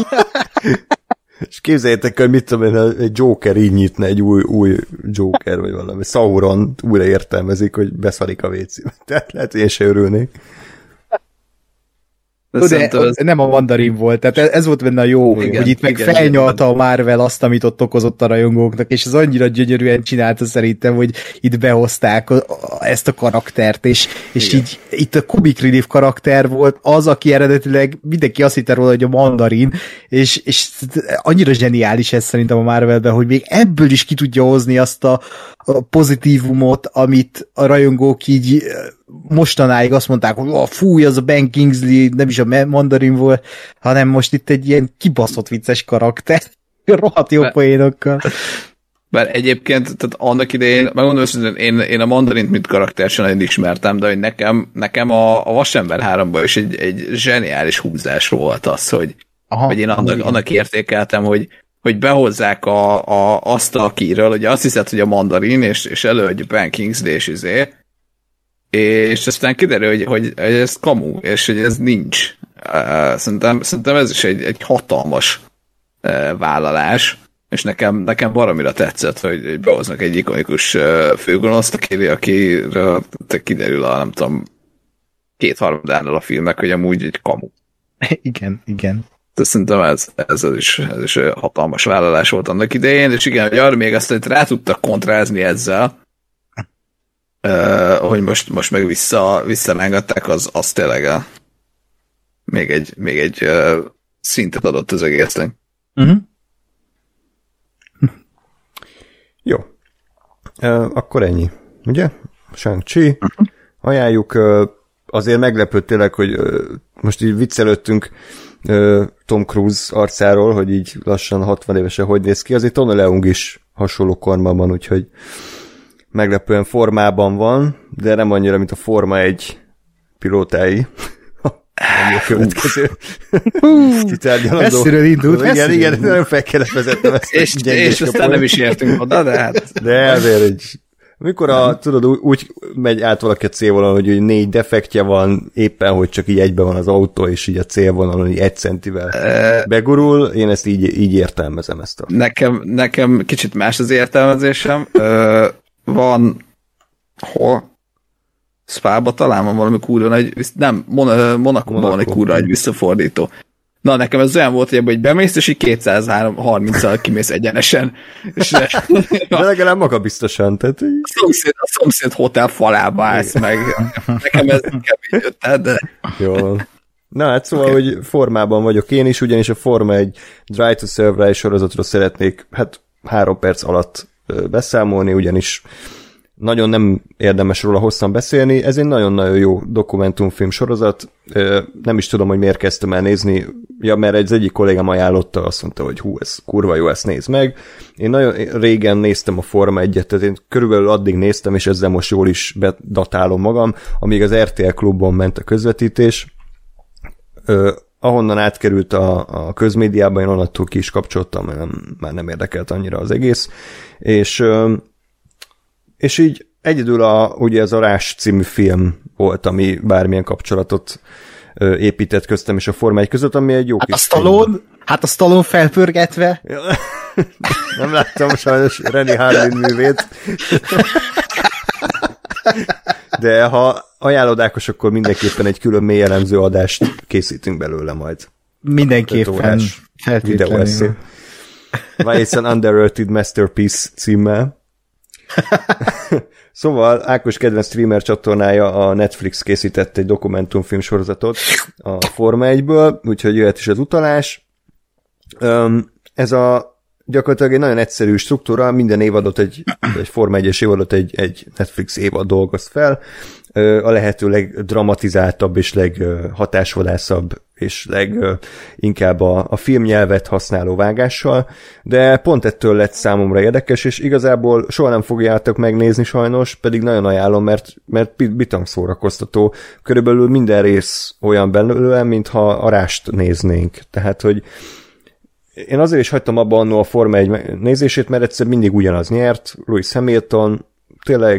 És képzeljétek, hogy mit tudom én, egy Joker így nyitna, egy új, új Joker, vagy valami. Sauron újra értelmezik, hogy beszarik a vécébe. Tehát lehet, hogy én se örülnék. De, de ez... nem a mandarin volt, tehát ez volt benne a jó, igen, hogy itt meg igen, felnyalta igen. a Marvel azt, amit ott okozott a rajongóknak, és ez annyira gyönyörűen csinálta szerintem, hogy itt behozták a, a, ezt a karaktert, és, és így itt a Comic Relief karakter volt az, aki eredetileg mindenki azt hitte róla, hogy a mandarin, és, és annyira zseniális ez szerintem a Marvelben, hogy még ebből is ki tudja hozni azt a, a pozitívumot, amit a rajongók így mostanáig azt mondták, hogy oh, fúj, az a Ben Kingsley, nem is a mandarin volt, hanem most itt egy ilyen kibaszott vicces karakter, rohadt jó poénokkal. Bár egyébként, tehát annak idején, megmondom hogy én, én a mandarint mint karakter sem nagyon ismertem, de hogy nekem, nekem a, a Vasember háromban is egy, egy zseniális húzás volt az, hogy, Aha, hogy én annak, annak értékeltem, hogy, hogy behozzák a, a, azt a kiről, hogy azt hiszed, hogy a mandarin, és, és előadja Ben Kingsley és izé, és aztán kiderül, hogy, hogy, hogy ez kamu, és hogy ez nincs. Szerintem, szerintem ez is egy, egy hatalmas vállalás, és nekem, nekem baromira tetszett, hogy behoznak egy ikonikus főgonoszt, akiről kiderül a, nem tudom, kétharmadánál a filmnek, hogy amúgy egy kamu. Igen, igen. De szerintem ez, ez, is, ez is hatalmas vállalás volt annak idején, és igen, hogy arra még azt rá tudtak kontrázni ezzel, Uh, hogy most, most meg vissza, visszarángatták, az, az tényleg a, még egy, még egy uh, szintet adott az egésznek. Uh-huh. Jó. Uh, akkor ennyi. Ugye? Shang-Chi. Uh-huh. Ajánljuk. Uh, azért meglepőtt tényleg, hogy uh, most így viccelődtünk uh, Tom Cruise arcáról, hogy így lassan hatvan évesen hogy néz ki. Azért Tony Leung is hasonló kormában, úgyhogy meglepően formában van, de nem annyira, mint a Forma egy pilótái. Ennyi a következő. Messziről indult. Igen, igen, nagyon fel kellett vezetnem ezt. És, és aztán nem is értünk oda, de hát... De azért egy... Amikor a, tudod, úgy megy át valaki a célvonalon, hogy négy defektje van, éppen, hogy csak így egyben van az autó, és így a célvonalon így egy centivel begurul, én ezt így, így értelmezem ezt a... Nekem, nekem kicsit más az értelmezésem. Van hol? Spába talán van valami kurva nagy, nem, Mon- Monakóban van egy kurva egy visszafordító. Na, nekem ez olyan volt, hogy bemész, és így kétszázharminccal kimész egyenesen. És de legalább magabiztosan. Tehát... A, szomszéd, a szomszéd hotel falába állsz meg. Nekem ez kevés jött, de... Jó. Na hát szóval, okay. hogy formában vagyok én is, ugyanis a Forma egy Drive to Survive sorozatról szeretnék hát három perc alatt beszámolni, ugyanis nagyon nem érdemes róla hosszan beszélni. Ez egy nagyon-nagyon jó dokumentumfilm sorozat. Nem is tudom, hogy miért kezdtem el nézni. Ja, mert egy egyik kollégám ajánlotta, azt mondta, hogy hú, ez kurva jó, ezt nézd meg. Én nagyon régen néztem a Forma egyet, tehát én körülbelül addig néztem, és ezzel most jól is bedatálom magam, amíg az er té el Klubon ment a közvetítés. Ahonnan átkerült a, a közmédiába, én onnantól ki is kapcsoltam, mert nem, már nem érdekelt annyira az egész. És, és így egyedül a, ugye az a Rás című film volt, ami bármilyen kapcsolatot épített köztem és a Forma egy között, ami egy jó hát kis a Stallone, hát a Stallone felpörgetve. Ja, nem láttam sajnos Rennie Harlin művét. De ha ajánlódákos, akkor mindenképpen egy külön mély elemző adást készítünk belőle majd. Mindenképpen. Videóesszé. Why it's an underrated masterpiece címmel. Szóval Ákos kedvenc streamer csatornája, a Netflix készített egy dokumentumfilm sorozatot a Forma egyből, úgyhogy jöhet is az utalás. Ez a gyakorlatilag egy nagyon egyszerű struktúra, minden évadot egy, egy Forma egyes évadot egy, egy Netflix évad dolgoz fel, a lehető legdramatizáltabb és leghatásvadászabb és leginkább a, a filmnyelvet használó vágással, de pont ettől lett számomra érdekes, és igazából soha nem fogjátok megnézni sajnos, pedig nagyon ajánlom, mert, mert bitang szórakoztató. Körülbelül minden rész olyan belőle, mintha a Rást néznénk. Tehát, hogy én azért is hagytam abba annól a Forma egy nézését, mert egyszer mindig ugyanaz nyert, Lewis Hamilton, tényleg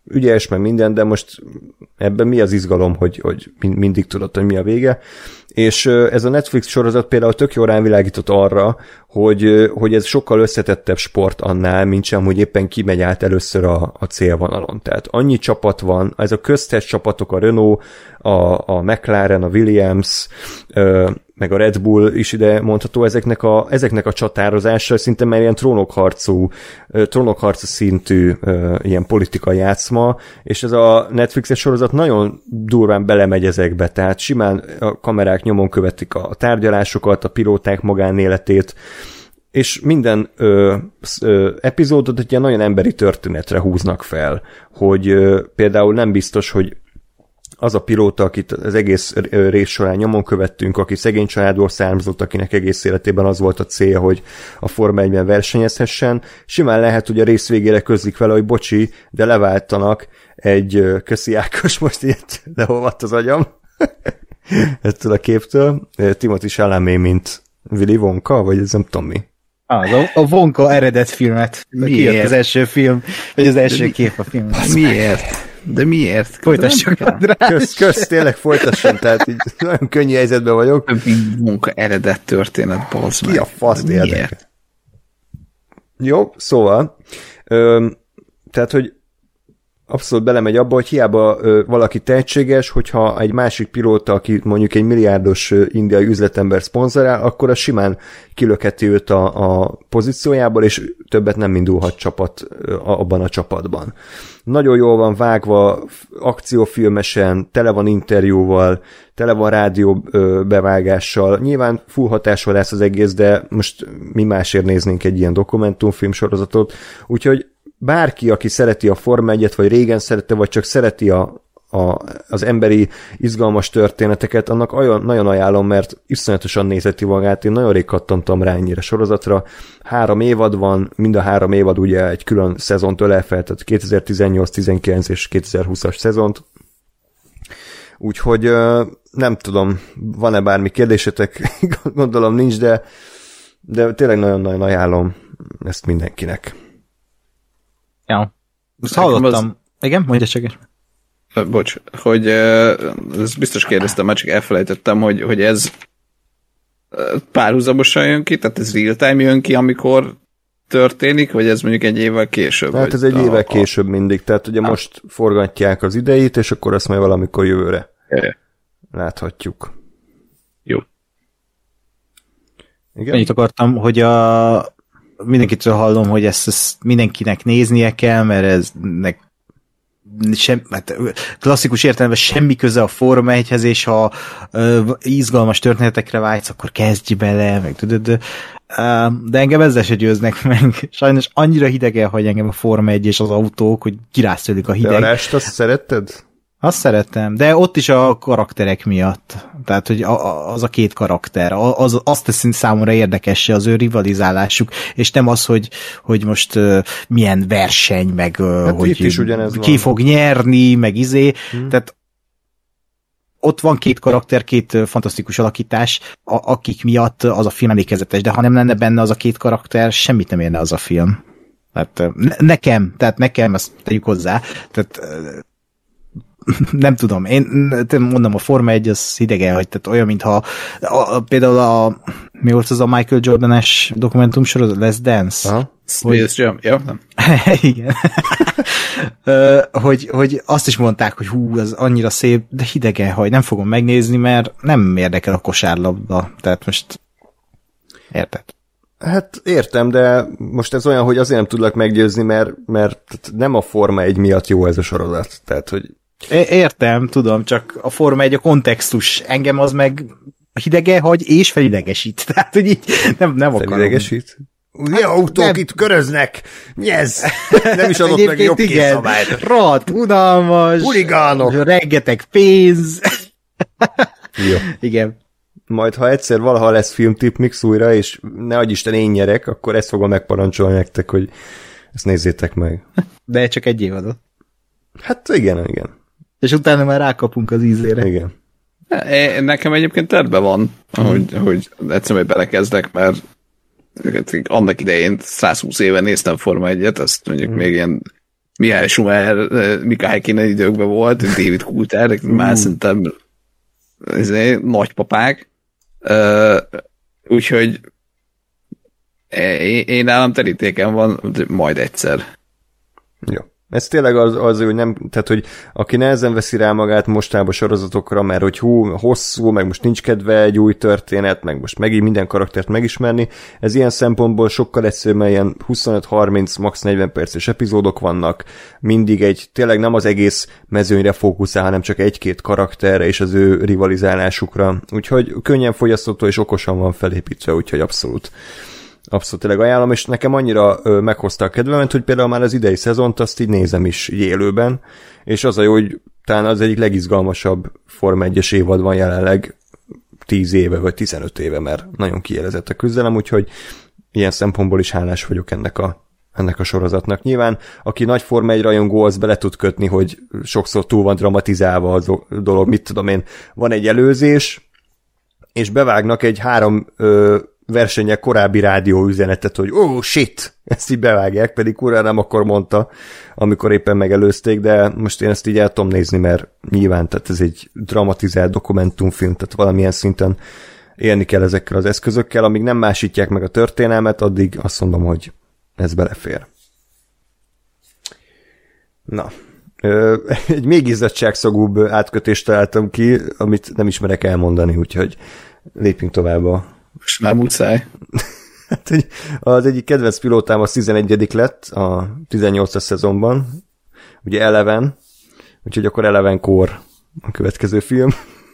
ügyes, meg minden, de most ebben mi az izgalom, hogy, hogy mindig tudod, hogy mi a vége. És ez a Netflix sorozat például tök jól rávilágított arra, hogy, hogy ez sokkal összetettebb sport annál, mint sem, hogy éppen ki megy át először a, a célvonalon. Tehát annyi csapat van, ez a köztes csapatok, a Renault, a, a McLaren, a Williams, meg a Red Bull is ide mondható, ezeknek a, ezeknek a csatározása szinte már ilyen trónokharcú, trónokharcú szintű ilyen politikai játszma, és ez a Netflixes sorozat nagyon durván belemegy ezekbe, tehát simán a kamerák nyomon követik a tárgyalásokat, a pilóták magánéletét, és minden ö, ö, epizódot egy ilyen nagyon emberi történetre húznak fel, hogy ö, például nem biztos, hogy az a pilóta, akit az egész rész során nyomon követtünk, aki szegény családból származott, akinek egész életében az volt a célja, hogy a Forma egyben versenyezhessen, simán lehet, hogy a rész végére közlik vele, hogy bocsi, de leváltanak egy köszi Ákos, most ilyet leolvadt az agyam ettől a képtől. Timothy Chalamet, mint Willy Wonka, vagy ez nem tudom mi. Az, a, a Wonka eredet filmet. Miért? Az első film, vagy az első kép a film. Miért? De miért? Folytassuk, András. Kösz, kösz, tényleg folytasson, tehát így nagyon könnyű helyzetben vagyok. Munka eredet történet, balsz meg. Ki a fasz érdekel? Jó, szóval, ö, tehát, hogy abszolút belemegy abba, hogy hiába ö, valaki tehetséges, hogyha egy másik pilóta, aki mondjuk egy milliárdos ö, indiai üzletember szponzorál, akkor az simán kilökheti őt a, a pozíciójából, és többet nem indulhat csapat ö, abban a csapatban. Nagyon jól van vágva, akciófilmesen, tele van interjúval, tele van rádió ö, bevágással. Nyilván full hatásval lesz az egész, de most mi másért néznénk egy ilyen dokumentumfilm sorozatot, úgyhogy bárki, aki szereti a Forma egyet, vagy régen szerette, vagy csak szereti a, a, az emberi izgalmas történeteket, annak olyan, nagyon ajánlom, mert iszonyatosan nézeti magát. Én nagyon rég kattantam rá ennyire sorozatra. Három évad van, mind a három évad ugye egy külön szezont ölel fel, tehát kétezer-tizennyolc, tizenkilenc és kétezer-húszas szezont. Úgyhogy nem tudom, van-e bármi kérdésetek? Gondolom nincs, de, de tényleg nagyon-nagyon ajánlom ezt mindenkinek. Ja. Most hallottam. Az... Igen, mondja csak. Bocs, hogy ezt biztos kérdeztem, már csak elfelejtettem, hogy, hogy ez párhuzamosan jön ki, tehát ez real time jön ki, amikor történik, vagy ez mondjuk egy évvel később? Hát ez egy évvel a... később mindig, tehát ugye ah. most forgatják az idejét, és akkor azt majd valamikor jövőre ja. láthatjuk. Jó. Igen? Annyit akartam, hogy a mindenkitől hallom, hogy ezt, ezt mindenkinek néznie kell, mert ez nek sem, hát klasszikus értelemben semmi köze a Forma egyhez, és ha uh, izgalmas történetekre vágysz, akkor kezdj bele, meg tudod, uh, de engem ezzel se győznek meg. Sajnos annyira hideg elhagy engem a Forma egy és az autók, hogy kirász tőlük a hideg. De a rest, azt szeretted? Azt szeretem, de ott is a karakterek miatt. Tehát, hogy az a két karakter, az, azt teszi számomra érdekesse az ő rivalizálásuk, és nem az, hogy, hogy most uh, milyen verseny, meg uh, hát hogy ki van. Fog nyerni, meg izé. Hmm. Tehát ott van két karakter, két uh, fantasztikus alakítás, a, akik miatt az a film emlékezetes, de ha nem lenne benne az a két karakter, semmit nem érne az a film. Tehát uh, ne, nekem, tehát nekem, ezt tegyük hozzá, tehát uh, nem tudom, én mondom, a Forma egy az hideg elhagy, tehát olyan, mintha a, a, például a mi volt az a Michael Jordan-es dokumentumsorozat, Let's Dance? Aha. Hogy, ja, nem. Igen. hogy, hogy azt is mondták, hogy hú, az annyira szép, de hideg elhagy, nem fogom megnézni, mert nem érdekel a kosárlabda, tehát most érted? Hát értem, de most ez olyan, hogy azért nem tudlak meggyőzni, mert, mert nem a Forma egy miatt jó ez a sorozat, tehát, hogy értem, tudom, csak a Forma egy a kontextus. Engem az meg hidege hagy és felidegesít. Tehát, hogy így nem, nem akarom. Felidegesít? Ugye autók nem. Itt köröznek? Mi ez? Nem is adott meg jobb készszabályt. Rat, unalmas. Huligánok. Rengeteg pénz. Jó. Igen. Majd, ha egyszer valaha lesz filmtip mix újra, és ne adj Isten én nyerek, akkor ezt fogom megparancsolni nektek, hogy ezt nézzétek meg. De csak egy évadot. Hát igen, igen. És utána már rákapunk az ízére. Igen. Nekem egyébként terve van, hmm. hogy, hogy egyszerűen belekezdek, mert annak idején százhúsz éve néztem Forma egyet, azt mondjuk hmm. még ilyen Mihály Schumacher, Mihály Kéne időkben volt, David Coulter, uh. már szerintem ezért, nagypapák. Uh, úgyhogy én, én nálam terítéken van, majd egyszer. Jó. Ez tényleg az, az, hogy nem, tehát, hogy aki nehezen veszi rá magát mostában sorozatokra, mert hogy hú, hosszú, meg most nincs kedve egy új történet, meg most megint minden karaktert megismerni, ez ilyen szempontból sokkal egyszerűbb, mert ilyen huszonöt harminc, max. negyven perces epizódok vannak, mindig egy, tényleg nem az egész mezőnyre fókuszál, hanem csak egy-két karakterre és az ő rivalizálásukra, úgyhogy könnyen fogyasztható és okosan van felépítve, úgyhogy abszolút. Abszolút tényleg ajánlom, és nekem annyira ö, meghozta a kedvemet, hogy például már az idei szezont azt így nézem is így élőben, és az a jó, hogy talán az egyik legizgalmasabb Forma egyes évad van jelenleg tíz éve, vagy tizenöt éve, mert nagyon kiélezett a küzdelem, úgyhogy ilyen szempontból is hálás vagyok ennek a, ennek a sorozatnak. Nyilván, aki nagy Forma egy rajongó, az bele tud kötni, hogy sokszor túl van dramatizálva a dolog, mit tudom én, van egy előzés, és bevágnak egy három ö, versenyek korábbi rádióüzenetet, hogy oh shit, ezt így bevágják, pedig kurva nem akkor mondta, amikor éppen megelőzték, de most én ezt így el tudom nézni, mert nyilván, tehát ez egy dramatizált dokumentumfilm, tehát valamilyen szinten élni kell ezekkel az eszközökkel, amíg nem másítják meg a történelmet, addig azt mondom, hogy ez belefér. Na, egy még izzadságszagúbb átkötést találtam ki, amit nem ismerek elmondani, úgyhogy lépjünk tovább a most már muszáj. Hát, az egyik kedvenc pilótám az tizenegyedik lett a tizennyolcas szezonban, ugye Eleven, úgyhogy akkor Eleven Core a következő film.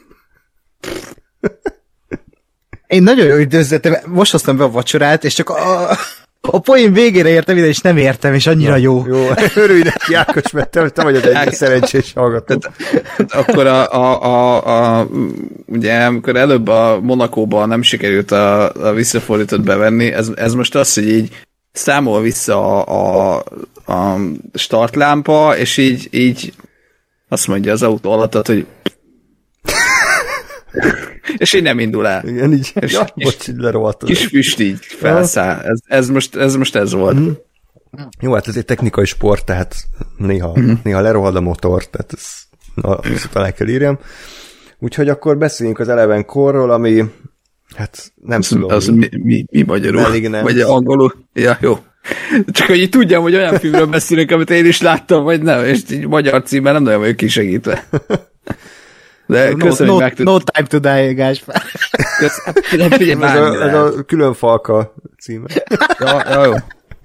Én nagyon jó időzítettem, most hoztam be a vacsorát, és csak a, a poén végére értem ide, és nem értem, és annyira jó. Jó, örülj neki, Ákos, mert te, te vagy az egyik szerencsés hallgató. Akkor a, a, a, a, ugye, amikor előbb a Monakóban nem sikerült a, a visszafordított bevenni, ez, ez most az, hogy így számol vissza a, a, a startlámpa, és így, így azt mondja az autó alatt, hogy és így nem indul el. Igen, így. És, ja, és bocs, így lerovaltad. Kis füst így felszáll. Ez, ez, most, ez most ez volt. Mm. Jó, hát ez egy technikai sport, tehát néha, mm. néha lerohad a motor, tehát ez, na, ezt talán kell írjam. Úgyhogy akkor beszéljünk az Eleven Core-ról, ami hát nem az, tudom. Az mi, mi, mi magyarul? Malignant. Vagy angolul? Ja, jó. Csak hogy így tudjam, hogy olyan filmről beszélünk, amit én is láttam, vagy nem, és így magyar címmel nem nagyon vagyok kisegítve. De köszönöm, no, hogy megtud... no time to die, Gáspár. Köszönöm, figyelj, ez, a, ez a külön falka címe. Ja, ja, jó.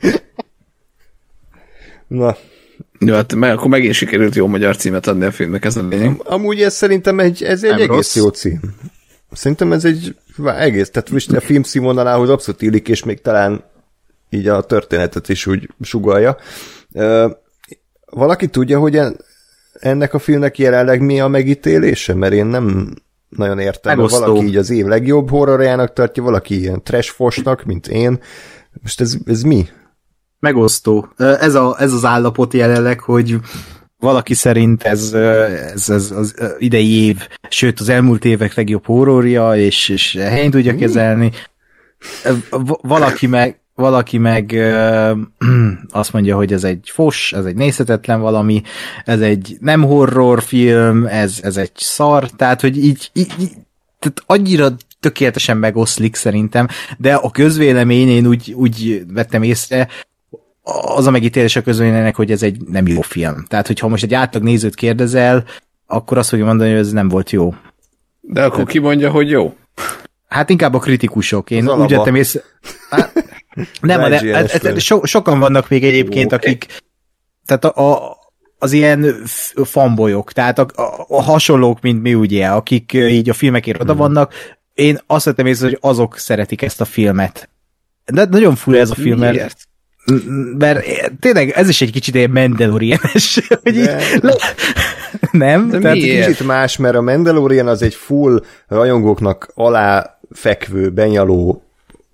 Na. Jó, hát meg, akkor megint sikerült jó magyar címet adni a filmnek, ez a lényeg. Amúgy ez szerintem egy, ez egy egész rossz. Jó cím. Szerintem ez egy egész, tehát most a film színvonalához abszolút illik, és még talán így a történetet is úgy sugallja. Valaki tudja, hogy ennek a filmnek jelenleg mi a megítélése? Mert én nem nagyon értem. Valaki így az év legjobb horrorjának tartja, valaki ilyen trashfosnak, mint én. Most ez, ez mi? Megosztó. Ez, a, ez az állapot jelenleg, hogy valaki szerint ez, ez, ez az idei év, sőt az elmúlt évek legjobb horrorja, és, és helyén tudja kezelni. Valaki meg Valaki meg ö, azt mondja, hogy ez egy fos, ez egy nézhetetlen valami, ez egy nem horrorfilm, ez, ez egy szar, tehát, hogy így, így, így tehát annyira tökéletesen megoszlik szerintem, de a közvélemény, én úgy, úgy vettem észre, az a megítélés a közvéleménynek, hogy ez egy nem jó film. Tehát, hogyha most egy átlag nézőt kérdezel, akkor azt fogja mondani, hogy ez nem volt jó. De akkor tehát, ki mondja, hogy jó? Hát inkább a kritikusok. Én úgy vettem észre... Hát, nem, de, de, de so, sokan vannak még egyébként, okay. akik tehát a, a, az ilyen fanbolyok, tehát a, a, a hasonlók, mint mi ugye, akik így a filmekért oda vannak, én azt vettem észre, hogy azok szeretik ezt a filmet. De nagyon fura ez a film, mert, mert tényleg ez is egy kicsit ilyen Mandalorian-es, hogy így, le, nem? De tehát kicsit más, mert a Mandalorian az egy full rajongóknak alá fekvő, benyaló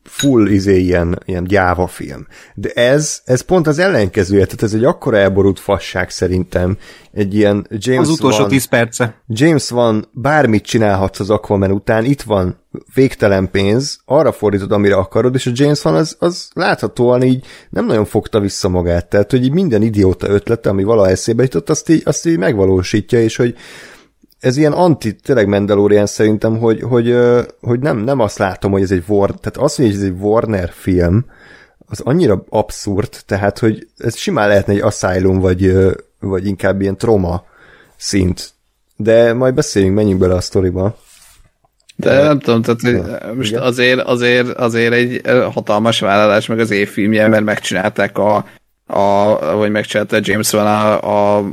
full izé ilyen, ilyen gyáva film. De ez, ez pont az ellenkezője, tehát ez egy akkora elborult fasság szerintem. Egy ilyen James az utolsó Wan, tíz perce. James Wan, bármit csinálhatsz az Aquaman után, itt van végtelen pénz, arra fordítod, amire akarod, és a James Wan az, az láthatóan így nem nagyon fogta vissza magát. Tehát, hogy így minden idióta ötlete, ami valaha eszébe jutott, azt így, azt így megvalósítja, és hogy ez ilyen anti, tényleg Mandalorian szerintem, hogy, hogy, hogy nem, nem azt látom, hogy ez egy Warner, tehát az, hogy ez egy Warner film, az annyira abszurd, tehát, hogy ez simán lehetne egy Asylum, vagy, vagy inkább ilyen trauma szint. De majd beszéljünk, menjünk bele a sztoriba. De nem tudom, tehát hogy most azért, azért, azért egy hatalmas vállalás meg az évfilmje, mert megcsinálták a, a vagy megcsinálta James Wan a, a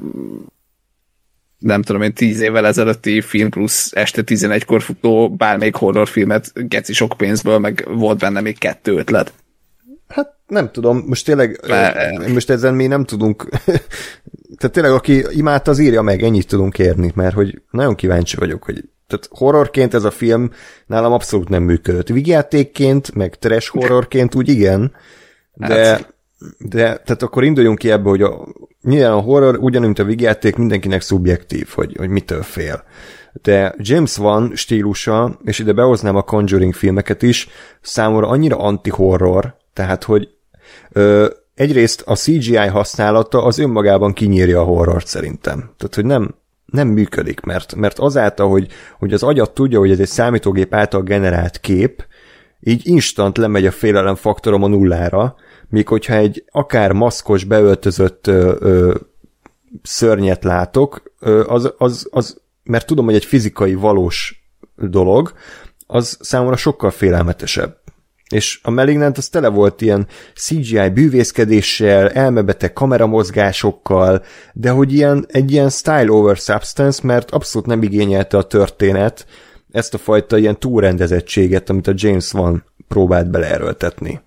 nem tudom én, tíz évvel ezelőtti film plusz este tizenegykor futó bármelyik horrorfilmet geci sok pénzből, meg volt benne még kettő ötlet. Hát nem tudom, most tényleg Be... most ezen mi nem tudunk tehát tényleg aki imádta, az írja meg, ennyit tudunk érni, mert hogy nagyon kíváncsi vagyok, hogy tehát horrorként ez a film nálam abszolút nem működött. Vígjátékként, meg trash horrorként úgy igen, de, hát. de tehát akkor induljunk ki ebbe, hogy a, nyilván a horror ugyanúgy, mint a vígjáték, mindenkinek szubjektív, hogy, hogy mitől fél. De James Wan stílusa, és ide behoznám a Conjuring filmeket is, számomra annyira anti-horror, tehát hogy ö, egyrészt a cé gé í használata az önmagában kinyírja a horrort szerintem. Tehát, hogy nem, nem működik, mert, mert azáltal, hogy, hogy az agyat tudja, hogy ez egy számítógép által generált kép, így instant lemegy a félelem faktorom a nullára, míg hogyha egy akár maszkos, beöltözött ö, ö, szörnyet látok, ö, az, az, az, mert tudom, hogy egy fizikai, valós dolog, az számomra sokkal félelmetesebb. És a Malignant az tele volt ilyen cé gé í bűvészkedéssel, elmebeteg kameramozgásokkal, de hogy ilyen, egy ilyen style over substance, mert abszolút nem igényelte a történet ezt a fajta ilyen túlrendezettséget, amit a James Wan próbált beleerőltetni.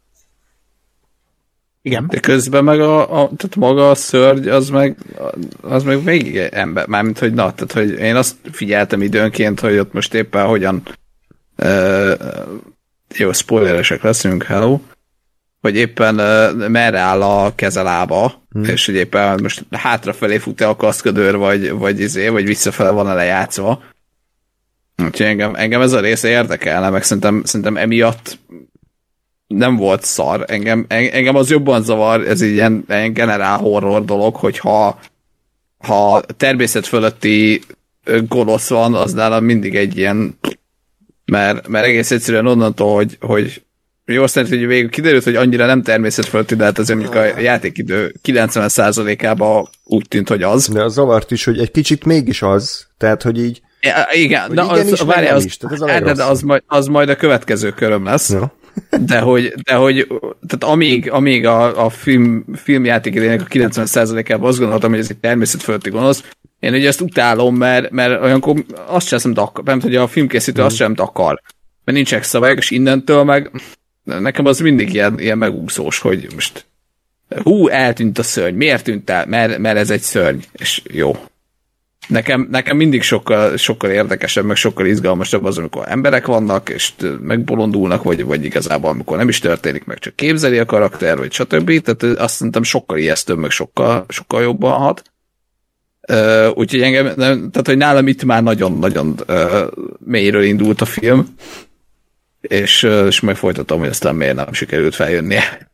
Igen. De közben meg a, a tehát maga a szörny, az meg, az meg végig ember, mármint, hogy na, tehát, hogy én azt figyeltem időnként, hogy ott most éppen hogyan uh, jó, spoileresek leszünk, hello, hogy éppen uh, merre áll a kezelába, hmm. és hogy éppen most hátrafelé fut-e a kaszkadőr, vagy, vagy, izé, vagy visszafele van-e lejátszva. Úgyhogy engem, engem ez a része érdekelne, meg szerintem, szerintem emiatt nem volt szar. Engem, engem az jobban zavar, ez így ilyen, ilyen generál horror dolog, hogyha ha természet fölötti gonosz van, az nálam mindig egy ilyen, mert, mert egész egyszerűen onnantól, hogy, hogy jó, szerint, hogy végül kiderült, hogy annyira nem természet fölötti, de hát azért mondjuk a játékidő kilencven százalékában úgy tűnt, hogy az. De az zavart is, hogy egy kicsit mégis az, tehát, hogy így ja, igen, de az, is, várja, az, is, tehát ez a de az, majd, az majd a következő köröm lesz. Ja. De hogy, de hogy tehát amíg, amíg a, a film, filmjáték idejének a kilencven százalékában azt gondoltam, hogy ez egy természetfölötti gonosz, én ugye ezt utálom, mert, mert olyankor azt sem akar, nem, hogy a filmkészítő mm. azt sem akar, mert nincsenek szavak, és innentől meg nekem az mindig ilyen, ilyen megúszós, hogy most hú, eltűnt a szörny, miért tűnt el? Mert, mert ez egy szörny, és jó. Nekem, nekem mindig sokkal, sokkal érdekesebb, meg sokkal izgalmasabb az, amikor emberek vannak, és megbolondulnak, vagy, vagy igazából amikor nem is történik, meg csak képzeli a karakter, vagy stb. Tehát azt szerintem sokkal ijesztőbb, meg sokkal, sokkal jobban hat. Uh, úgyhogy engem, nem, tehát hogy nálam itt már nagyon-nagyon uh, mélyről indult a film, és, uh, és majd folytatom, hogy aztán miért nem sikerült feljönnie.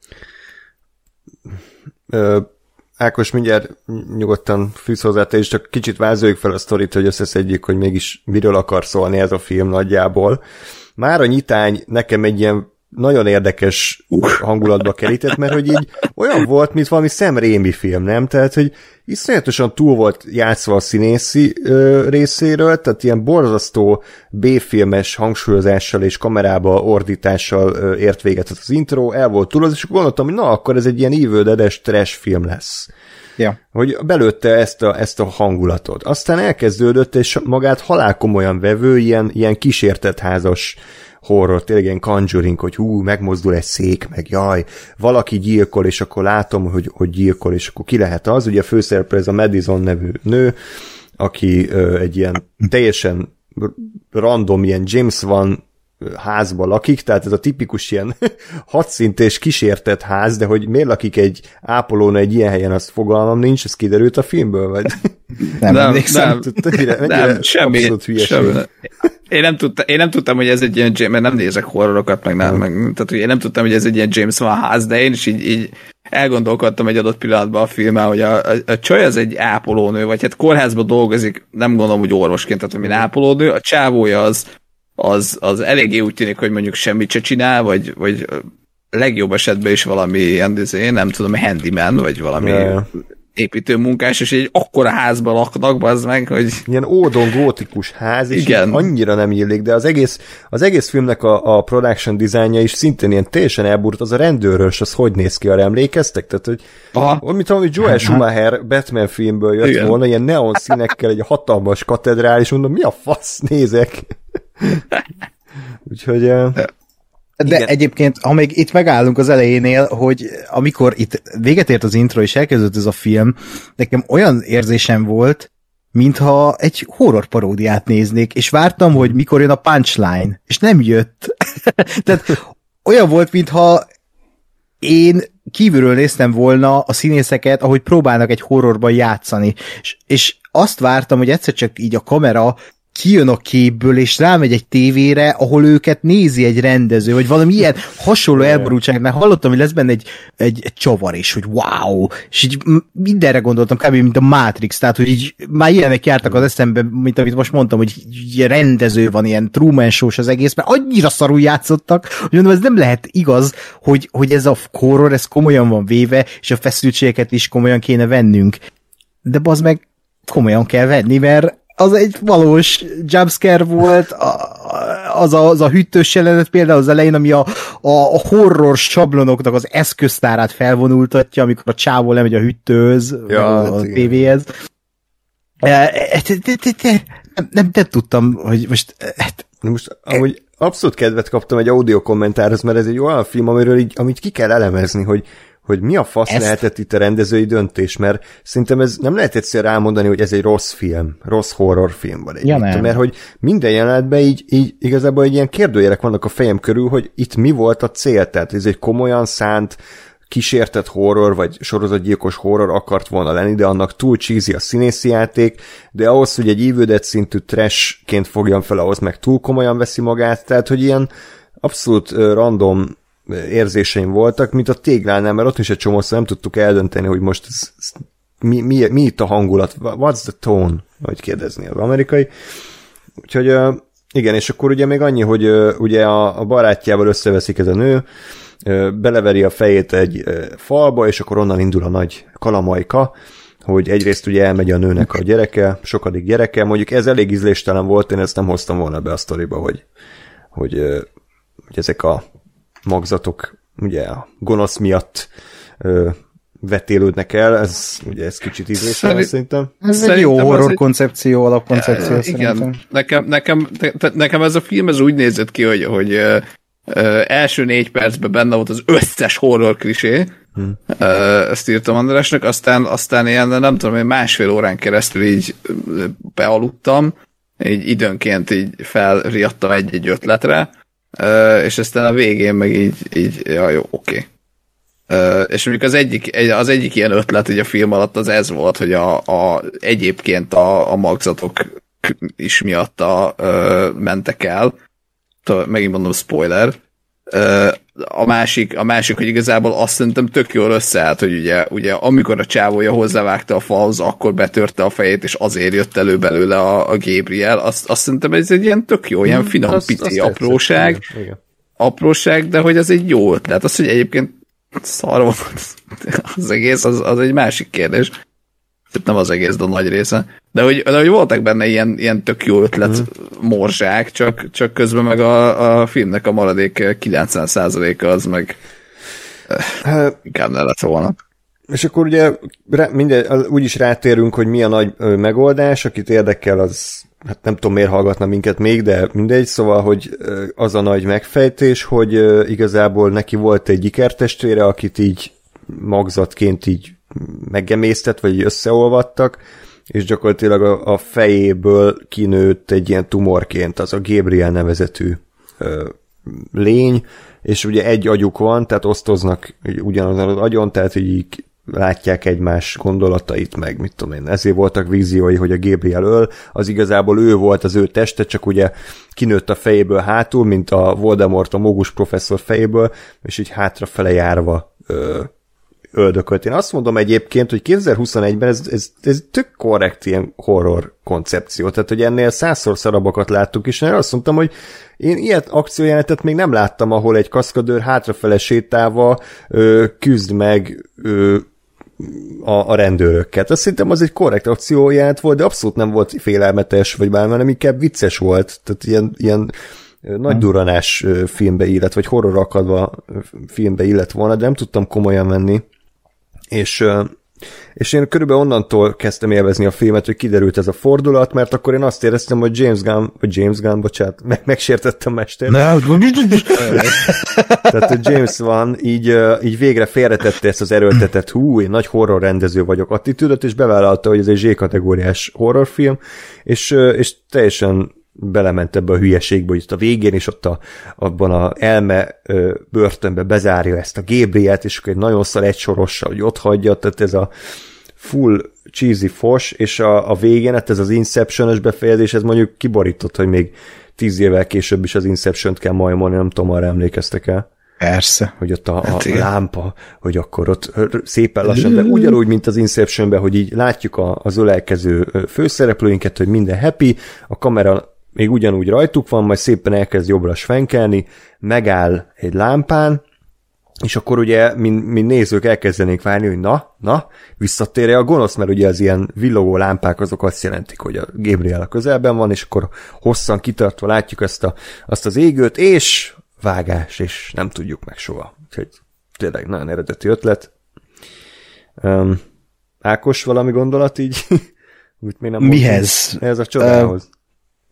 Uh. Ákos, mindjárt nyugodtan fűz hozzá, te is csak kicsit vázoljuk fel a sztorit, hogy összeszedjük, hogy mégis miről akar szólni ez a film nagyjából. Már a nyitány nekem egy ilyen nagyon érdekes hangulatba kerített, mert hogy így olyan volt, mint valami Sam Raimi film, nem? Tehát, hogy iszonyatosan túl volt játszva a színészi ö, részéről, tehát ilyen borzasztó B-filmes hangsúlyozással és kamerába ordítással ö, ért véget az intro, el volt túl, és gondoltam, hogy na, akkor ez egy ilyen Evil Dead-es trash film lesz. Ja. Hogy belőtte ezt a, ezt a hangulatot. Aztán elkezdődött, és magát halálkomolyan vevő, ilyen, ilyen kísértetházas horror, tényleg ilyen Conjuring, hogy hú, megmozdul egy szék, meg jaj, valaki gyilkol, és akkor látom, hogy, hogy gyilkol, és akkor ki lehet az. Ugye a főszereplő ez a Madison nevű nő, aki ö, egy ilyen teljesen random, ilyen James Wan házba lakik, tehát ez a tipikus ilyen hatszintes kísértett ház, de hogy miért lakik egy ápolónő egy ilyen helyen, azt fogalmam nincs, ez kiderült a filmből, vagy? Nem, nem, nem, nem, nem, nem semmi, semmi. Én nem, tudta, én nem tudtam, hogy ez egy ilyen James, mert nem nézek horrorokat, meg nem, meg, tehát én nem tudtam, hogy ez egy ilyen James Wan ház, de én is így, így elgondolkodtam egy adott pillanatban a filmmel, hogy a, a, a csaj az egy ápolónő, vagy hát kórházban dolgozik, nem gondolom, hogy orvosként, tehát mint ápolónő, a csávója az, az, az eléggé úgy tűnik, hogy mondjuk semmit se csinál, vagy, vagy legjobb esetben is valami ilyen, nem tudom, handyman, vagy valami yeah. építőmunkás, és egy akkora házban laknak, bazd meg, hogy... Ilyen ódon gótikus ház, és igen. annyira nem illik, de az egész, az egész filmnek a, a production designja is szintén ilyen teljesen elbúrt, az a rendőrös, az hogy néz ki, arra emlékeztek? Tehát, hogy amit hogy Joel Schumacher Batman filmből jött igen. volna, ilyen neon színekkel, egy hatalmas katedrál, és mondom, mi a fasz nézek? Úgyhogy... De igen. Egyébként, ha még itt megállunk az elejénél, hogy amikor itt véget ért az intro, és elkezdődött ez a film, nekem olyan érzésem volt, mintha egy horror paródiát néznék, és vártam, hogy mikor jön a punchline, és nem jött. Tehát olyan volt, mintha én kívülről néztem volna a színészeket, ahogy próbálnak egy horrorban játszani, és, és azt vártam, hogy egyszer csak így a kamera kijön a képből, és rámegy egy tévére, ahol őket nézi egy rendező, vagy valami ilyen hasonló elborultság, mert hallottam, hogy lesz benne egy, egy, egy csavar is, hogy wow, és így mindenre gondoltam, kb. Mint a Matrix, tehát, hogy így már ilyenek jártak az eszembe, mint amit most mondtam, hogy ilyen rendező van, ilyen Truman Show-s az egész, mert annyira szarul játszottak, hogy mondom, ez nem lehet igaz, hogy, hogy ez a horror, ez komolyan van véve, és a feszültségeket is komolyan kéne vennünk. De bazd meg, komolyan kell venni, mert az egy valós jumpscare volt, az a, az a hűtős jelenet például az elején, ami a, a horror sablonoknak az eszköztárát felvonultatja, amikor a csávó lemegy a hűtőhöz, ja, a, a tévéhez. Nem, nem, nem tudtam, hogy most... Most amúgy abszolút kedvet kaptam egy audio kommentárhoz, mert ez egy olyan film, amiről így, amit ki kell elemezni, hogy hogy mi a fasz Ezt? lehetett itt a rendezői döntés, mert szerintem ez nem lehet egyszer rámondani, hogy ez egy rossz film, rossz horrorfilm van egy. Ja, mert hogy minden jelenetben így, így igazából egy ilyen kérdőjelek vannak a fejem körül, hogy itt mi volt a cél, tehát ez egy komolyan szánt, kísértett horror, vagy sorozatgyilkos horror akart volna lenni, de annak túl cheesy a színészi játék, de ahhoz, hogy egy Evil Dead szintű trashként fogjon fel, ahhoz meg túl komolyan veszi magát, tehát hogy ilyen abszolút random érzéseim voltak, mint a Téglánál, mert ott is egy csomószor nem tudtuk eldönteni, hogy most ez, ez, mi, mi, mi itt a hangulat, what's the tone, hogy kérdezni az amerikai. Úgyhogy uh, igen, és akkor ugye még annyi, hogy uh, ugye a, a barátjával összeveszik ez a nő, uh, beleveri a fejét egy uh, falba, és akkor onnan indul a nagy kalamajka, hogy egyrészt ugye elmegy a nőnek a gyereke, sokadik gyereke, mondjuk ez elég ízléstelen volt, én ezt nem hoztam volna be a sztoriba, hogy, hogy, uh, hogy ezek a magzatok ugye a gonosz miatt ö, vetélődnek el, ez ugye ez kicsit ízléstelen szerintem. Ez szerintem egy jó horror egy... koncepció, alapkoncepció uh, szerintem. Igen, nekem, nekem, te, nekem ez a film ez úgy nézett ki, hogy, hogy uh, uh, első négy percben benne volt az összes horror klisé, hmm. uh, ezt írtam Andrásnak, aztán, aztán ilyen, nem tudom, én másfél órán keresztül így bealudtam, így időnként így felriadtam egy-egy ötletre, Uh, és aztán a végén meg így, így ja, jó, oké. Okay. Uh, és mondjuk az egyik, az egyik ilyen ötlet így a film alatt az ez volt, hogy a, a, egyébként a, a magzatok is miatta uh, mentek el. Megint mondom, spoiler. Uh, a, másik, a másik, hogy igazából azt szerintem tök jól összeállt, hogy ugye, ugye amikor a csávója hozzávágta a falhoz, akkor betörte a fejét, és azért jött elő belőle a, a Gabriel. Azt, azt szerintem ez egy ilyen tök jó, ilyen finom, azt, pici azt apróság. Igen, igen. Apróság, de hogy az egy jó ötlet. Az, hogy egyébként szar volt az egész, az, az egy másik kérdés. Nem az egész, de a nagy része. De hogy, de hogy voltak benne ilyen, ilyen tök jó ötlet mm. morzsák, csak, csak közben meg a, a filmnek a maradék kilencven százaléka az meg hát, inkább ne lett volna. És akkor ugye minden, úgyis rátérünk, hogy mi a nagy megoldás, akit érdekel, az hát nem tudom, miért hallgatna minket még, de mindegy, szóval, hogy az a nagy megfejtés, hogy igazából neki volt egy ikertestvére, akit így magzatként így megemésztett, vagy összeolvadtak, és gyakorlatilag a, a fejéből kinőtt egy ilyen tumorként, az a Gabriel nevezetű ö, lény, és ugye egy agyuk van, tehát osztoznak ugyanazon az agyon, tehát így látják egymás gondolatait, meg mit tudom én, ezért voltak víziói, hogy a Gabriel öl, az igazából ő volt az ő teste, csak ugye kinőtt a fejéből hátul, mint a Voldemort a Mógus professzor fejéből, és így hátrafele járva ö, öldökölt. Én azt mondom egyébként, hogy kétezer-huszonegyben ez, ez, ez tök korrekt ilyen horror koncepció, tehát hogy ennél százszor szarabbakat láttuk, és én azt mondtam, hogy én ilyet akciójelenetet még nem láttam, ahol egy kaszkadőr hátrafele sétálva ö, küzd meg ö, a, a rendőrökkel. Azt szerintem az egy korrekt akciójelenet volt, de abszolút nem volt félelmetes, vagy bármi, hanem inkább vicces volt, tehát ilyen, ilyen nagy duranás filmbe illet, vagy horror akadva filmbe illet volna, de nem tudtam komolyan venni. És, és én körülbelül onnantól kezdtem élvezni a filmet, hogy kiderült ez a fordulat, mert akkor én azt éreztem, hogy James Gunn, vagy James Gunn, bocsánat, meg, megsértettem mester. Tehát, hogy James Wan így, így végre félretette ezt az erőltetett, hú, én nagy horror rendező vagyok attitűdöt, és bevállalta, hogy ez egy zsé-kategóriás horrorfilm, és, és teljesen belement ebbe a hülyeségbe, hogy itt a végén, és ott a, abban a elme ö, börtönbe bezárja ezt a Gabrielt, és akkor egy nagyon szar egysorossal, hogy ott hagyja, tehát ez a full cheesy fos, és a, a végén, hát ez az Inception-ös befejezés, ez mondjuk kiborított, hogy még tíz évvel később is az Inception-t kell majmolni, nem tudom, arra emlékeztek el. Persze. Hogy ott a, a, a lámpa, hogy akkor ott szépen lassan, de ugyanúgy, mint az Inceptionben, hogy így látjuk a, az ölelkező főszereplőinket, hogy minden happy, a kamera még ugyanúgy rajtuk van, majd szépen elkezd jobbra svenkelni, megáll egy lámpán, és akkor ugye mi, mi nézők elkezdenénk várni, hogy na, na, visszatérje a gonosz, mert ugye az ilyen villogó lámpák azok azt jelentik, hogy a Gabriel a közelben van, és akkor hosszan kitartva látjuk ezt a, azt az égőt, és vágás, és nem tudjuk meg soha. Úgyhogy tényleg nagyon eredeti ötlet. Um, Ákos, valami gondolat így? Úgy még nem Mihez? Ez a csodához. Uh,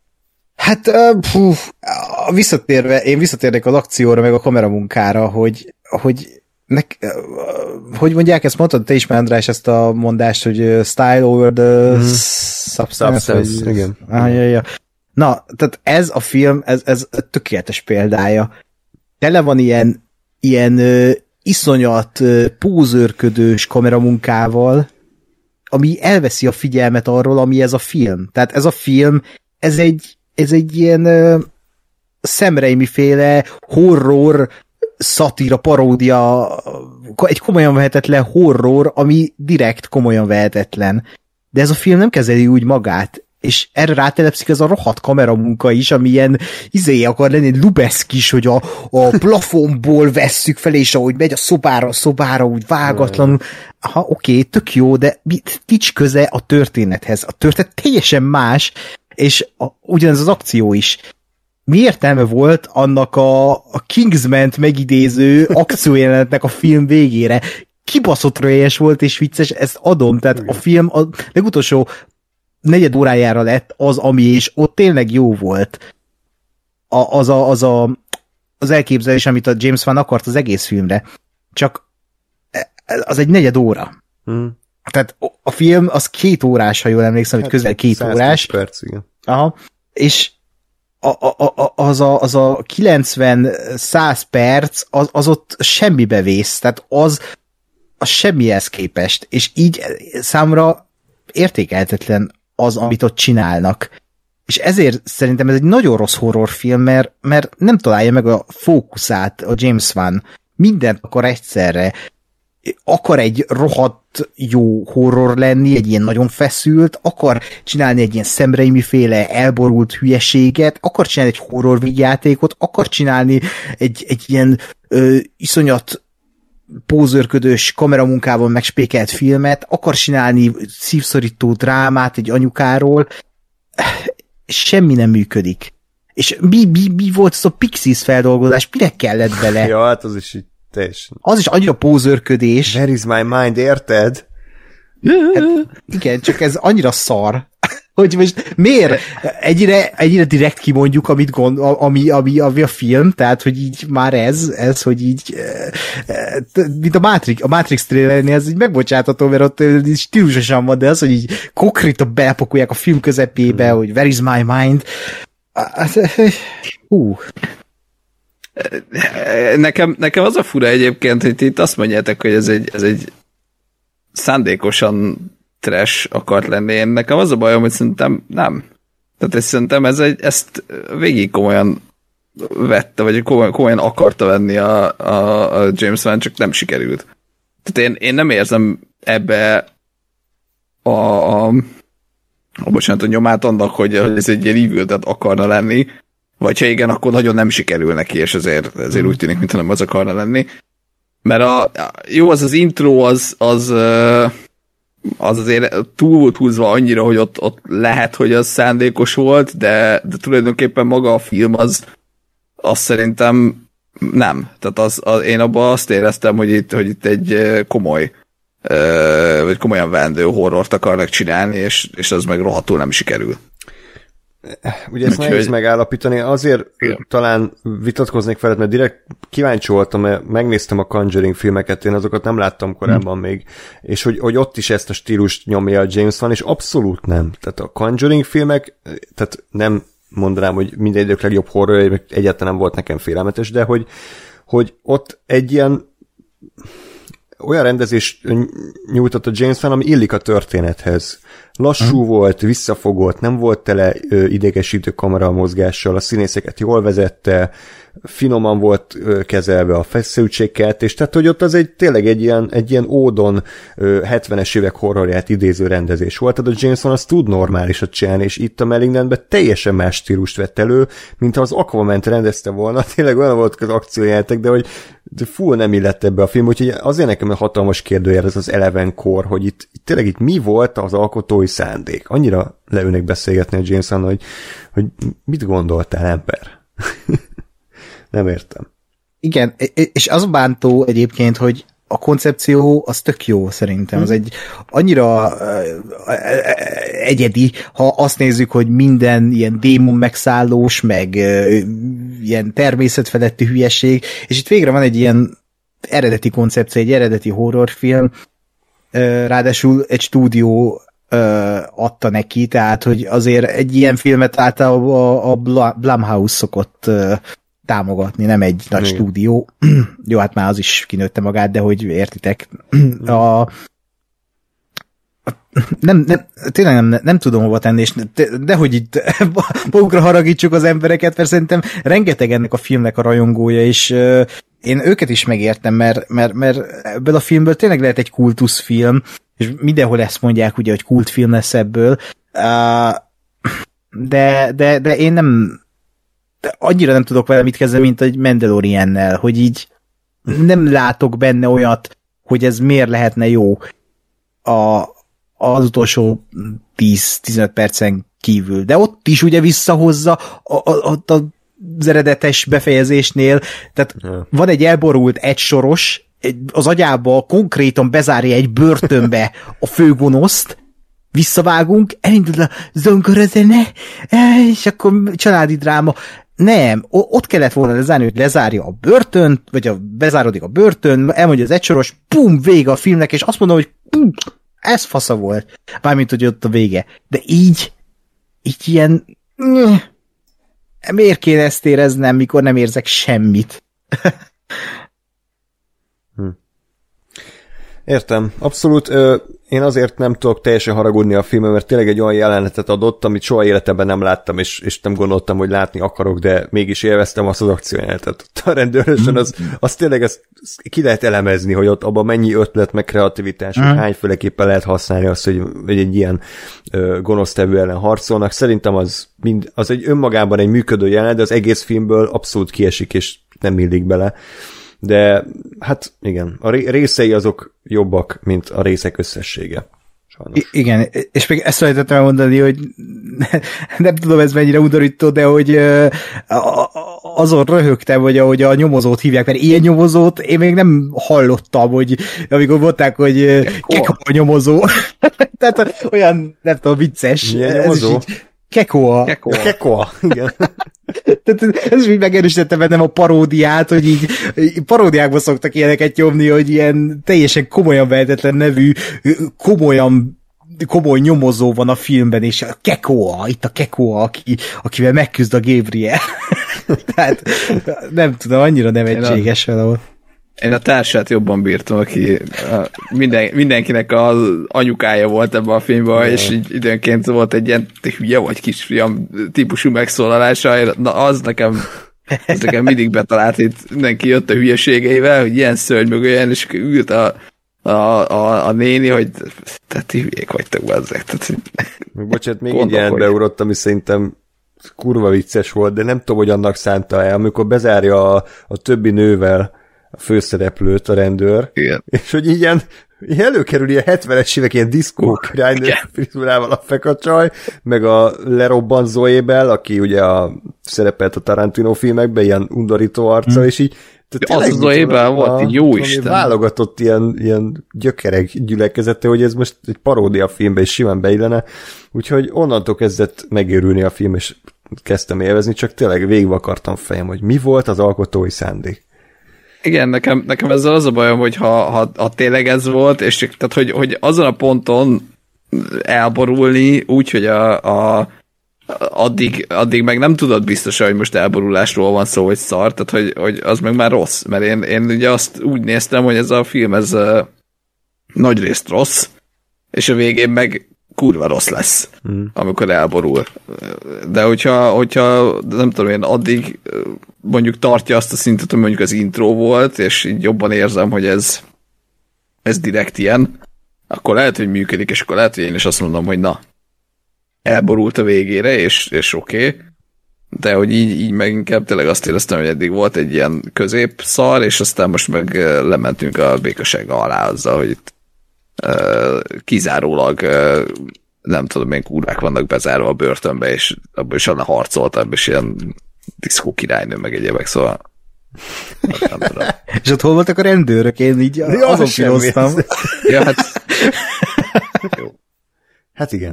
hát, uh, pú, visszatérve, én visszatérnék az akcióra, meg a kameramunkára, hogy, hogy nek, uh, hogy mondják, ezt mondtad te is, András, ezt a mondást, hogy style over the mm. substance. substance vagy, igen. Ah, ja, ja. Na, tehát ez a film, ez, ez tökéletes példája. Tele van ilyen, ilyen uh, iszonyat uh, pózőrködős kameramunkával, ami elveszi a figyelmet arról, ami ez a film. Tehát ez a film, ez egy, ez egy ilyen uh, Sam Raimi-féle horror, szatíra, paródia, egy komolyan vehetetlen horror, ami direkt komolyan vehetetlen. De ez a film nem kezeli úgy magát, és erre rátelepszik ez a rohadt kameramunka is, ami ilyen izé akar lenni, egy Lubeszki, hogy a, a plafonból vesszük fel, és ahogy megy a szobára, a szobára, úgy vágatlanul. Aha, oké, okay, tök jó, de nincs köze a történethez. A történet teljesen más, és a, ugyanez az akció is. Mi értelme volt annak a, a Kingsman-t megidéző akciójelenetnek a film végére? Kibaszott rölyes volt és vicces, ezt adom, tehát a film a legutolsó negyed órájára lett az, ami és ott tényleg jó volt. A, az, a, az, a, az elképzelés, amit a James Wan akart az egész filmre. Csak az egy negyed óra. Hmm. Tehát a film az két órás, ha jól emlékszem, hogy közel két órás. Perc, igen. Aha. És a, a, a, az, a, az a kilencven-száz perc, az, az ott semmibe vész. Tehát az, az semmihez képest. És így számra értékelhetetlen az, amit ott csinálnak. És ezért szerintem ez egy nagyon rossz horrorfilm, mert, mert nem találja meg a fókuszát a James Wan. Mindent akar egyszerre. Akar egy rohadt jó horror lenni, egy ilyen nagyon feszült, akar csinálni egy ilyen Sam Raimi-féle elborult hülyeséget, akar csinálni egy horror vígjátékot, akar csinálni egy, egy ilyen ö, iszonyat pózőrködős kameramunkával megspékelt filmet, akar csinálni szívszorító drámát egy anyukáról, semmi nem működik. És mi, mi, mi volt az a Pixies feldolgozás? Mire kellett bele? Ja, hát az is így teljesen. Az is annyira pózőrködés. Where is my mind, érted? Hát, igen, csak ez annyira szar, hogy most miért egyre, egyre direkt kimondjuk, amit gond, ami, ami, ami a film, tehát, hogy így már ez, ez, hogy így mint a Matrix, a Matrix trailernél ez így megbocsátható, mert ott stílusosan van, de az, hogy így konkrétan belpakolják a film közepébe, hogy where is my mind. Hú. Nekem, nekem az a fura egyébként, hogy itt azt mondjátok, hogy ez egy, ez egy szándékosan trash akart lenni. Én nekem az a bajom, hogy szerintem nem. Tehát ezt szerintem ez egy, ezt végig komolyan vette, vagy komolyan, komolyan akarta venni a, a, a James Wan, csak nem sikerült. Tehát én, én nem érzem ebbe a, a, a bocsánat, a nyomát annak, hogy, hogy ez egy ilyen evil, tehát akarna lenni, vagy ha igen, akkor nagyon nem sikerül neki, és ezért, ezért úgy tűnik, mintha nem az akarna lenni. Mert a, jó, az az intro, az, az, az azért túl volt húzva annyira, hogy ott, ott lehet, hogy az szándékos volt, de, de tulajdonképpen maga a film az, az szerintem nem. Tehát az, az, én abban azt éreztem, hogy itt, hogy itt egy komoly, vagy komolyan vendő horrort akarnak csinálni, és, és az meg rohadtul nem sikerül. Ugye ezt nehéz hogy... megállapítani, azért igen. Talán vitatkoznék felett, mert direkt kíváncsi voltam, mert megnéztem a Conjuring filmeket, én azokat nem láttam korábban hmm. még, és hogy, hogy ott is ezt a stílust nyomja a James Wan, és abszolút nem. Tehát a Conjuring filmek, tehát nem mondanám, hogy minden idők legjobb horror, egyáltalán nem volt nekem félelmetes, de hogy, hogy ott egy ilyen olyan rendezés nyújtott a James Wan, ami illik a történethez. Lassú hmm. volt, visszafogott, nem volt tele ö, idegesítő kamera mozgással, a színészeket jól vezette, finoman volt ö, kezelve a feszültségkeltés, tehát hogy ott az egy tényleg egy ilyen, egy ilyen ódon ö, hetvenes évek horrorját idéző rendezés volt, tehát a James Wan azt tud normálisat csinálni, és itt a Malignantben teljesen más stílust vett elő, mint ha az Aquaman-t rendezte volna, tényleg olyan volt az akciójáték, de hogy de full nem illett ebbe a film, úgyhogy azért nekem a hatalmas kérdőjel ez az Eleven Core, hogy itt, itt tényleg itt mi volt az alkotói szándék. Annyira leülnek beszélgetni a James Wan, hogy, hogy mit gondoltál, ember? Nem értem. Igen, és az bántó egyébként, hogy a koncepció az tök jó szerintem. Az egy annyira egyedi, ha azt nézzük, hogy minden ilyen démon megszállós, meg ilyen természetfeletti hülyeség, és itt végre van egy ilyen eredeti koncepció, egy eredeti horrorfilm, ráadásul egy stúdió adta neki, tehát hogy azért egy ilyen filmet általában a Blumhouse szokott támogatni, nem egy nagy igen. stúdió. Jó, hát már az is kinőtte magát, de hogy értitek. A, a, nem, nem, tényleg nem, nem tudom hova tenni, és de, de hogy itt magukra haragítsuk az embereket, mert szerintem rengeteg ennek a filmnek a rajongója, és uh, én őket is megértem, mert, mert, mert ebből a filmből tényleg lehet egy kultuszfilm, és mindenhol ezt mondják, ugye, hogy kultfilm lesz ebből, uh, de, de, de én nem de annyira nem tudok vele mit kezdeni, mint egy Mandaloriannel, hogy így nem látok benne olyat, hogy ez miért lehetne jó a, az utolsó tíz-tizenöt percen kívül. De ott is ugye visszahozza a, a, a, az eredetes befejezésnél, tehát ja. van egy elborult egysoros, egy, az agyába konkrétan bezárja egy börtönbe a főgonoszt, visszavágunk, elindul a zongorozene, és akkor családi dráma. Nem, ott kellett volna lezárni, hogy lezárja a börtönt, vagy a, bezárodik a börtön, elmondja az egysoros, pum, vége a filmnek, és azt mondom, hogy pum, ez fasza volt. Mármint, hogy ott a vége. De így, így ilyen, miért kéne ezt éreznem, mikor nem érzek semmit? hm. Értem. Abszolút ö, én azért nem tudok teljesen haragudni a filmben, mert tényleg egy olyan jelenetet adott, amit soha életemben nem láttam, és, és nem gondoltam, hogy látni akarok, de mégis élveztem azt az akciójelenetet. A rendőrösen az, az tényleg ezt ki lehet elemezni, hogy ott abban mennyi ötlet, meg kreativitás, hogy hányféleképpen lehet használni azt, hogy, hogy egy ilyen ö, gonosztevő ellen harcolnak. Szerintem az, mind, az egy önmagában egy működő jelenet, de az egész filmből abszolút kiesik, és nem illik bele. De hát igen, a részei azok jobbak, mint a részek összessége. Sajnos. I- igen, és még ezt felejtettem mondani, hogy nem tudom ez mennyire undorító, de hogy azon röhögtem, hogy ahogy a nyomozót hívják, mert ilyen nyomozót én még nem hallottam, hogy amikor mondták, hogy Keko a nyomozó. Tehát olyan, nem tudom, vicces. Milyen nyomozó? Kekoa. Kekoa. Kekoa, igen. Tehát ez is megerősítette bennem a paródiát, hogy így paródiákban szoktak ilyeneket nyomni, hogy ilyen teljesen komolyan vehetetlen nevű, komolyan komoly nyomozó van a filmben, és a Kekoa, itt a Kekoa, aki, akivel megküzd a Gabriel. Tehát nem tudom, annyira nevetséges valahol. Én a társát jobban bírtam, aki a, minden, mindenkinek az anyukája volt ebben a filmben, ja. És így időnként volt egy ilyen te hülye vagy kisfiam típusú megszólalása, na az nekem, az nekem mindig betalált, itt mindenki jött a hülyeségeivel, hogy ilyen szörny meg olyan, és ült a, a, a, a néni, hogy te ti hülyék vagytok be ezek. Bocsánat, még egy jelent beugrott, ami szerintem kurva vicces volt, de nem tudom, hogy annak szánta el, amikor bezárja a, a többi nővel a főszereplőt, a rendőr, igen. És hogy ilyen, ilyen előkerül ilyen hetvenes évek ilyen diszkó királynő frizurával a fekacsaj, meg a lerobban Zoe-bel, aki ugye a, szerepelt a Tarantino filmekben, ilyen undorító arccal, hmm. és így az a Zoe-ben volt, így jó Isten. Válogatott ilyen, ilyen gyökerek gyülekezete, hogy ez most egy paródia filmbe is simán beillene, úgyhogy onnantól kezdett megérülni a film, és kezdtem élvezni, csak tényleg végig akartam fejem, hogy mi volt az alkotói szándék. Igen, nekem, nekem ezzel az a bajom, hogy ha, ha, ha tényleg ez volt, és csak, tehát, hogy, hogy azon a ponton elborulni úgy, hogy a, a, addig, addig meg nem tudod biztosan, hogy most elborulásról van szó, hogy szar, tehát hogy, hogy az meg már rossz, mert én, én ugye azt úgy néztem, hogy ez a film, ez uh, nagyrészt rossz, és a végén meg kurva rossz lesz, mm. amikor elborul. De hogyha, hogyha nem tudom én, addig mondjuk tartja azt a szintet, hogy mondjuk az intro volt, és így jobban érzem, hogy ez ez direkt ilyen, akkor lehet, hogy működik, és akkor lehet, hogy én is azt mondom, hogy na, elborult a végére, és, és oké, okay. De hogy így, így meg inkább tényleg azt éreztem, hogy eddig volt egy ilyen középszar, és aztán most meg lementünk a békasága alá azzal, hogy itt Uh, kizárólag uh, nem tudom, milyen kurvák vannak bezárva a börtönbe, és abban is annak harcoltam, és ilyen diszkó királynő meg egyébek, szóval nem tudom. És ott hol voltak a rendőrök? Én így ja, azon piroztam. Ja, hát... Jó. Hát igen.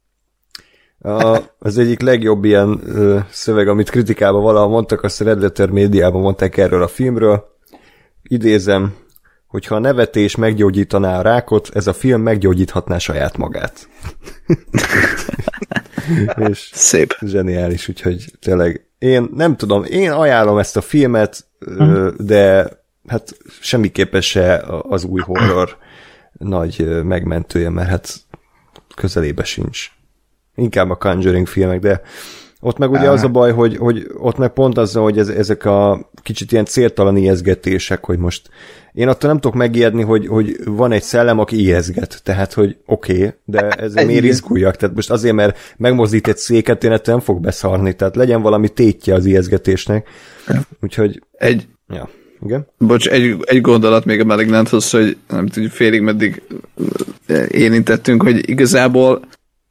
A, az egyik legjobb ilyen ö, szöveg, amit kritikában valaha mondtak, azt a Red Letter médiában mondták erről a filmről. Idézem, hogyha a nevetés meggyógyítaná a rákot, ez a film meggyógyíthatná saját magát. És szép. Zseniális, úgyhogy tényleg én nem tudom, én ajánlom ezt a filmet, de hát semmiképpen se az új horror nagy megmentője, mert hát közelébe sincs. Inkább a Conjuring filmek, de ott meg ugye az a baj, hogy, hogy ott meg pont az, hogy ez, ezek a kicsit ilyen céltalan ijeszgetések, hogy most én attól nem tudok megijedni, hogy, hogy van egy szellem, aki ijeszget, tehát, hogy oké, okay, de ezzel miért izguljak? Tehát most azért, mert megmozdít egy széket, én ettől nem fog beszarni, tehát legyen valami tétje az ijeszgetésnek. Úgyhogy... Egy... Ja, igen? Bocs, egy, egy gondolat még a Malignanthoz, hogy nem tudjuk, félig meddig érintettünk, hogy igazából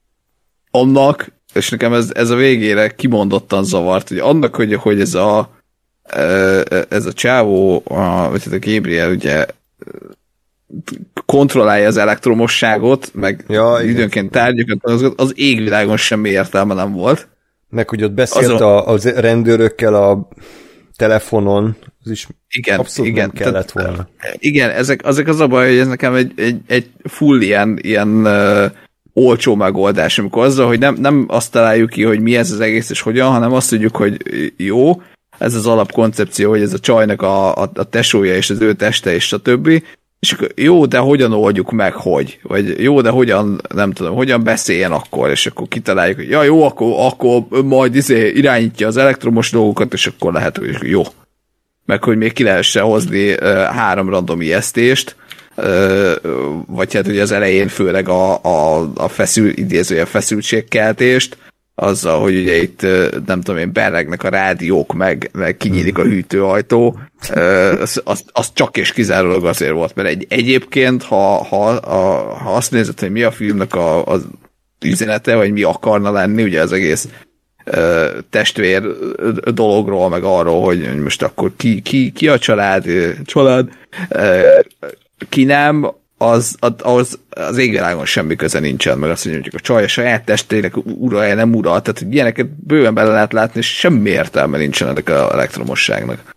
annak, és nekem ez, ez a végére kimondottan zavart, hogy annak, hogy, hogy ez a ez a csávó, a, vagy a Gabriel ugye kontrollálja az elektromosságot, meg ja, időnként tárgyakat, az, az égvilágon semmi értelme nem volt. Meg hogy ott beszélt Azon... a, a rendőrökkel a telefonon, az is igen, abszolút igen, nem kellett tehát, volna. Igen, ezek, ezek az a baj, hogy ez nekem egy, egy, egy full ilyen, ilyen uh, olcsó megoldás, amikor azzal, hogy nem, nem azt találjuk ki, hogy mi ez az egész és hogyan, hanem azt tudjuk, hogy jó, ez az alapkoncepció, hogy ez a csajnak a, a, a tesója és az ő teste és stb. És akkor jó, de hogyan oldjuk meg, hogy? Vagy jó, de hogyan, nem tudom, hogyan beszéljen akkor, és akkor kitaláljuk, hogy ja jó, akkor, akkor majd izé irányítja az elektromos dolgokat, és akkor lehet, hogy jó. Meg hogy még ki lehessen hozni uh, három random ijesztést, uh, vagy hát ugye az elején főleg a, a, a feszül, idézője feszültségkeltést, azzal, hogy ugye itt, nem tudom én, berregnek a rádiók, meg, meg kinyílik a hűtőajtó, az, az, az csak és kizárólag azért volt, mert egy, egyébként, ha, ha, a, ha azt nézed, hogy mi a filmnek a, az üzenete, vagy mi akarna lenni, ugye az egész testvér dologról, meg arról, hogy most akkor ki, ki, ki a család, család, ki nem, az, az, az égvilágon semmi köze nincsen, meg azt mondjuk, a csaj a saját testének uralja, nem ural, tehát hogy ilyeneket bőven bele lehet látni, és semmi értelme nincsen ennek az elektromosságnak.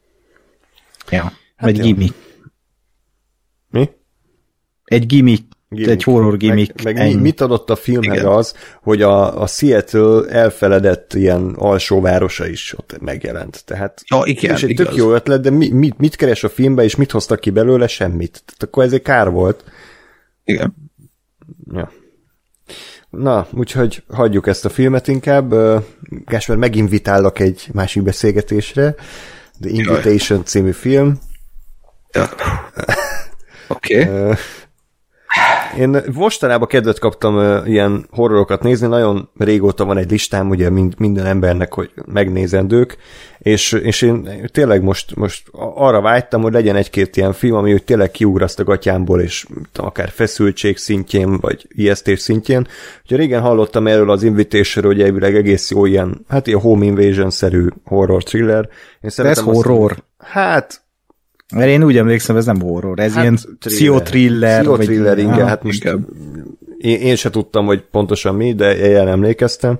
Ja, hát egy gimmick. Mi? Egy gimmick. Gimmick. Egy horror gimmick. Meg, meg mi, mit adott a filmhez Igen. az, hogy a, a Seattle elfeledett ilyen alsóvárosa is ott megjelent. Tehát Ja, igen, és egy igaz. tök jó ötlet, de mi, mit, mit keres a filmbe, és mit hoztak ki belőle? Semmit. Tehát akkor ez egy kár volt. Igen. Ja. Na, úgyhogy hagyjuk ezt a filmet inkább. Gáspár, meginvitállak egy másik beszélgetésre. The Invitation Jaj. című film. Ja. Oké. Okay. Én mostanában kedvet kaptam uh, ilyen horrorokat nézni, nagyon régóta van egy listám, ugye mind, minden embernek, hogy megnézendők, és, és én tényleg most, most arra vágytam, hogy legyen egy-két ilyen film, ami hogy tényleg kiugraszt a gatyámból, és tudom, akár feszültség szintjén, vagy ijesztés szintjén. Ugye régen hallottam erről az Invitation-ről, hogy elvileg egész jó ilyen, hát ilyen home invasion-szerű horror thriller. Én ez horror? Azt, hát mert én úgy emlékszem, ez nem horror, ez hát ilyen pszichotriller. Pszichotriller, igen, ah, hát most én, én se tudtam, hogy pontosan mi, de én emlékeztem.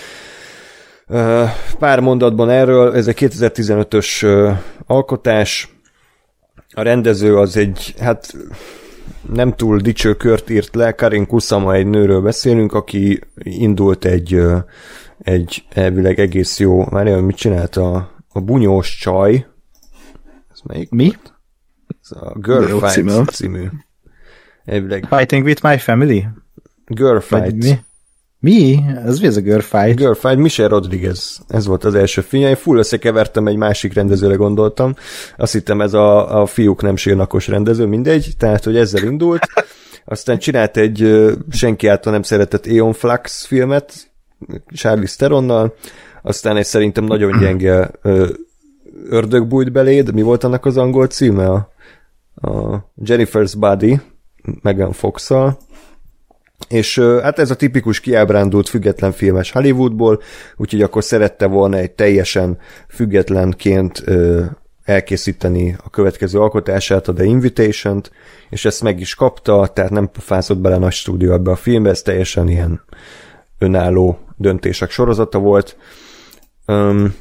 Pár mondatban erről, ez egy kétezer-tizenötös alkotás, a rendező az egy, hát nem túl dicső kört írt le, Karin Kusama, egy nőről beszélünk, aki indult egy, egy elvileg egész jó, várjál, mit csinált a, a bunyós csaj. Melyik? Mi? Ez a Girl Fight című. című. Elvileg. Fighting with my family? Girl Fight. Mi? Mi? Ez mi ez a Girl Fight? Girl Fight, Michelle Rodriguez. Ez volt az első film. Én full összekevertem, egy másik rendezőre gondoltam. Azt hittem ez a, a fiúk nem sírnakos rendező, mindegy. Tehát, hogy ezzel indult. Aztán csinált egy uh, senki által nem szeretett Aeon Flux filmet, Charlize Theronnal. Aztán egy szerintem nagyon gyenge uh, Ördög bújt beléd, mi volt annak az angol címe? A, a Jennifer's Body, Megan Fox-szal. És hát ez a tipikus kiábrándult független filmes Hollywoodból, úgyhogy akkor szerette volna egy teljesen függetlenként ö, elkészíteni a következő alkotását, a The Invitation-t, és ezt meg is kapta, tehát nem fászott bele nagy stúdió ebbe a filmbe, ez teljesen ilyen önálló döntések sorozata volt. Öm,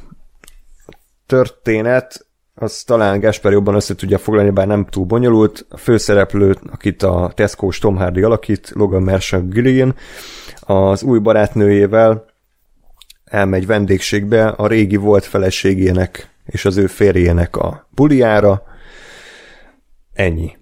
történet, az talán Gáspár jobban össze tudja foglalni, bár nem túl bonyolult. A főszereplő, akit a Tesco-s Tom Hardy alakít, Logan Marshall Green, az új barátnőjével elmegy vendégségbe a régi volt feleségének és az ő férjének a buliára. Ennyi.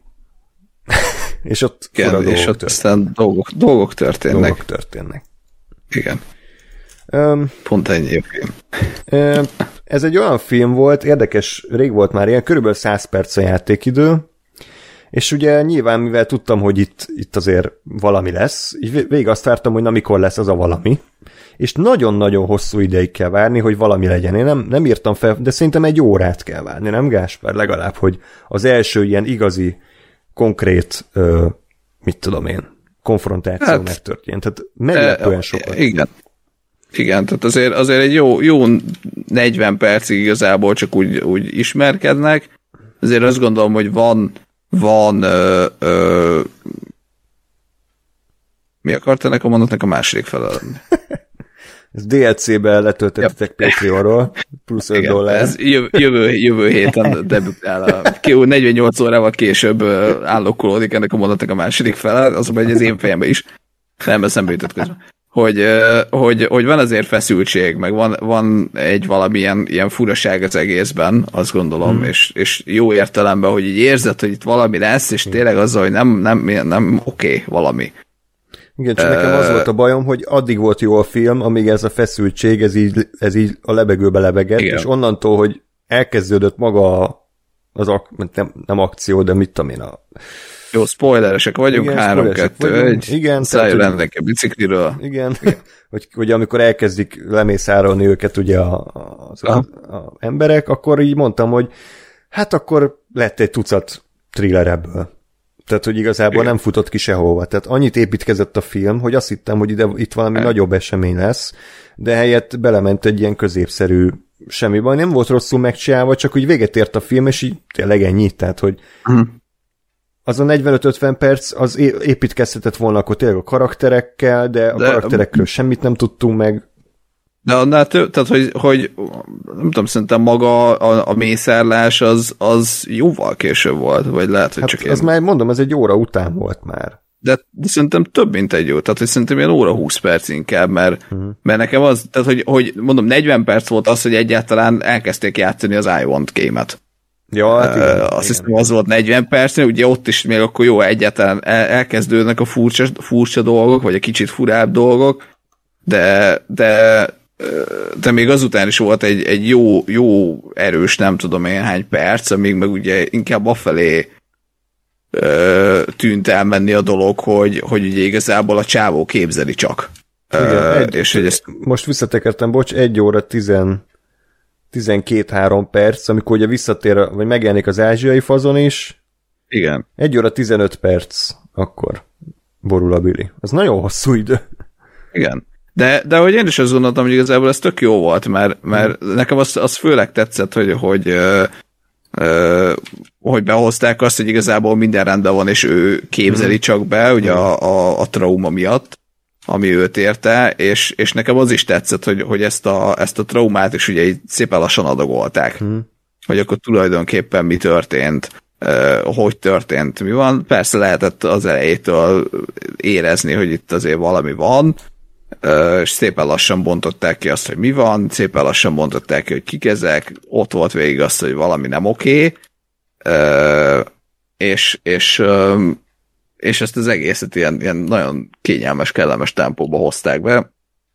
és ott, Igen, és ott aztán dolgok, dolgok történnek. Dolgok történnek. Igen. Um, Pont ennyi. Um, ez egy olyan film volt, érdekes, rég volt már ilyen, körülbelül száz perc a játékidő, és ugye nyilván, mivel tudtam, hogy itt, itt azért valami lesz, így végig azt vártam, hogy na mikor lesz az a valami, és nagyon-nagyon hosszú ideig kell várni, hogy valami legyen. Én nem, nem írtam fel, de szerintem egy órát kell várni, nem Gáspár? Legalább, hogy az első ilyen igazi, konkrét, ö, mit tudom én, konfrontáció hát, megtörtént. Tehát meglepően sokat. Igen. Igen, tehát azért, azért egy jó, jó negyven percig igazából csak úgy, úgy ismerkednek. Azért azt gondolom, hogy van, van ö, ö, mi akart ennek a mondatnak a második fele lenni? Ez dé el cé-be letöltöttetek ja. Patreonról, plusz öt dollár. Ez jövő, jövő, jövő héten debütál. A negyvennyolc órával később állokulódik ennek a mondatnak a második fele, azonban ez én fejembe is. Nem, eszembe jutott közben. Hogy, hogy, hogy van azért feszültség, meg van, van egy valamilyen ilyen furaság az egészben, azt gondolom, hmm. és, és jó értelemben, hogy így érzed, hogy itt valami lesz, és tényleg azzal, hogy nem, nem, nem oké, okay, valami. Igen, csak uh, nekem az volt a bajom, hogy addig volt jó a film, amíg ez a feszültség, ez így, ez így a lebegőbe lebegett, igen. És onnantól, hogy elkezdődött maga az, ak- nem, nem akció, de mit tudom én a... Jó, spoileresek vagyunk, három kettő egy igen, szálljon ennek a bicikliről. Igen, igen. hogy, hogy amikor elkezdik lemészárolni őket ugye a, az, a, a emberek, akkor így mondtam, hogy hát akkor lett egy tucat thriller ebből. Tehát, hogy igazából igen. Nem futott ki sehova. Tehát annyit építkezett a film, hogy azt hittem, hogy ide, itt valami igen. Nagyobb esemény lesz, de helyett belement egy ilyen középszerű semmi baj. Nem volt rosszul megcsinálva, csak úgy véget ért a film, és így tényleg ennyi. Tehát, hogy mm. az a negyvenöt-ötven perc, az építkezhetett volna akkor tényleg a karakterekkel, de a de, karakterekről semmit nem tudtunk meg. De annál több, tehát hogy, hogy nem tudom, szerintem maga a, a mészárlás az, az jóval később volt, vagy lehet, hogy hát csak ez én... már mondom, ez egy óra után volt már. de, de szerintem több, mint egy jó. Tehát, hogy szerintem ilyen óra húsz perc inkább, mert, uh-huh. mert nekem az, tehát, hogy, hogy mondom, negyven perc volt az, hogy egyáltalán elkezdték játszani az I Want game-et. Ja, hát igen, uh, azt hiszem, az volt negyven percnél, ugye ott is még akkor jó, egyáltalán el, elkezdődnek a furcsa, furcsa dolgok, vagy a kicsit furább dolgok, de, de, de még azután is volt egy, egy jó, jó, erős, nem tudom én hány perc, amíg meg ugye inkább afelé tűnt elmenni a dolog, hogy, hogy ugye igazából a csávó képzeli csak. Igen, uh, egy, és hogy ezt... Most visszatekertem, bocs, egy óra tizen, tizenkét-három perc, amikor ugye visszatér, vagy megjelenik az ázsiai fazon is. Igen. egy óra tizenöt perc, akkor borul a Billy. Az nagyon hosszú idő. Igen. De, de hogy én is azt gondoltam, hogy igazából ez tök jó volt, mert, mert hmm. nekem az, az főleg tetszett, hogy, hogy uh, Uh, hogy behozták azt, hogy igazából minden rendben van, és ő képzeli csak be, ugye a, a, a trauma miatt, ami őt érte, és, és nekem az is tetszett, hogy, hogy ezt, a, ezt a traumát is ugye így szépen lassan adagolták. Hmm. Hogy akkor tulajdonképpen mi történt, uh, hogy történt, mi van. Persze lehetett az elejétől érezni, hogy itt azért valami van, Uh, és szépen lassan bontották ki azt, hogy mi van, szépen lassan bontották ki, hogy kik ezek, ott volt végig azt, hogy valami nem oké, okay, uh, és, és, um, és ezt az egészet ilyen, ilyen nagyon kényelmes, kellemes tempóba hozták be.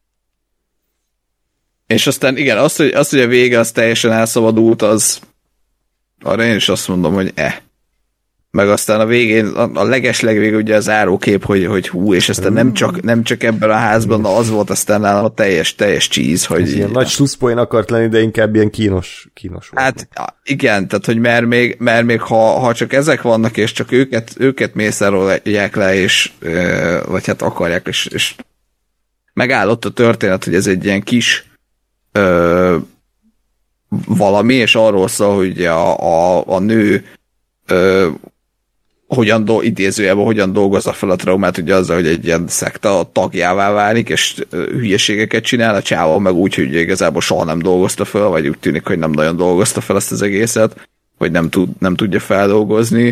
És aztán igen, az, hogy, az, hogy a vége az teljesen elszabadult, az arra én is azt mondom, hogy eh. Meg aztán a végén, a legeslegvég ugye az zárókép, hogy, hogy hú, és aztán nem csak, nem csak ebben a házban, na az volt aztán nálam a teljes, teljes cheese, hogy... Ez ilyen nagy slusszpoén akart lenni, de inkább ilyen kínos, kínos volt. Hát igen, tehát hogy mert még, mert még ha, ha csak ezek vannak, és csak őket, őket mészárolják le, és vagy hát akarják, és, és megállott a történet, hogy ez egy ilyen kis ö, valami, és arról szól, hogy a, a, a nő ö, hogyan do, idézőjelben hogyan dolgozza fel a traumát, ugye azzal, hogy egy ilyen szekta tagjává válik, és hülyeségeket csinál, a csávó meg úgy, hogy igazából soha nem dolgozta fel, vagy úgy tűnik, hogy nem nagyon dolgozta fel ezt az egészet, vagy nem, tud, nem tudja feldolgozni.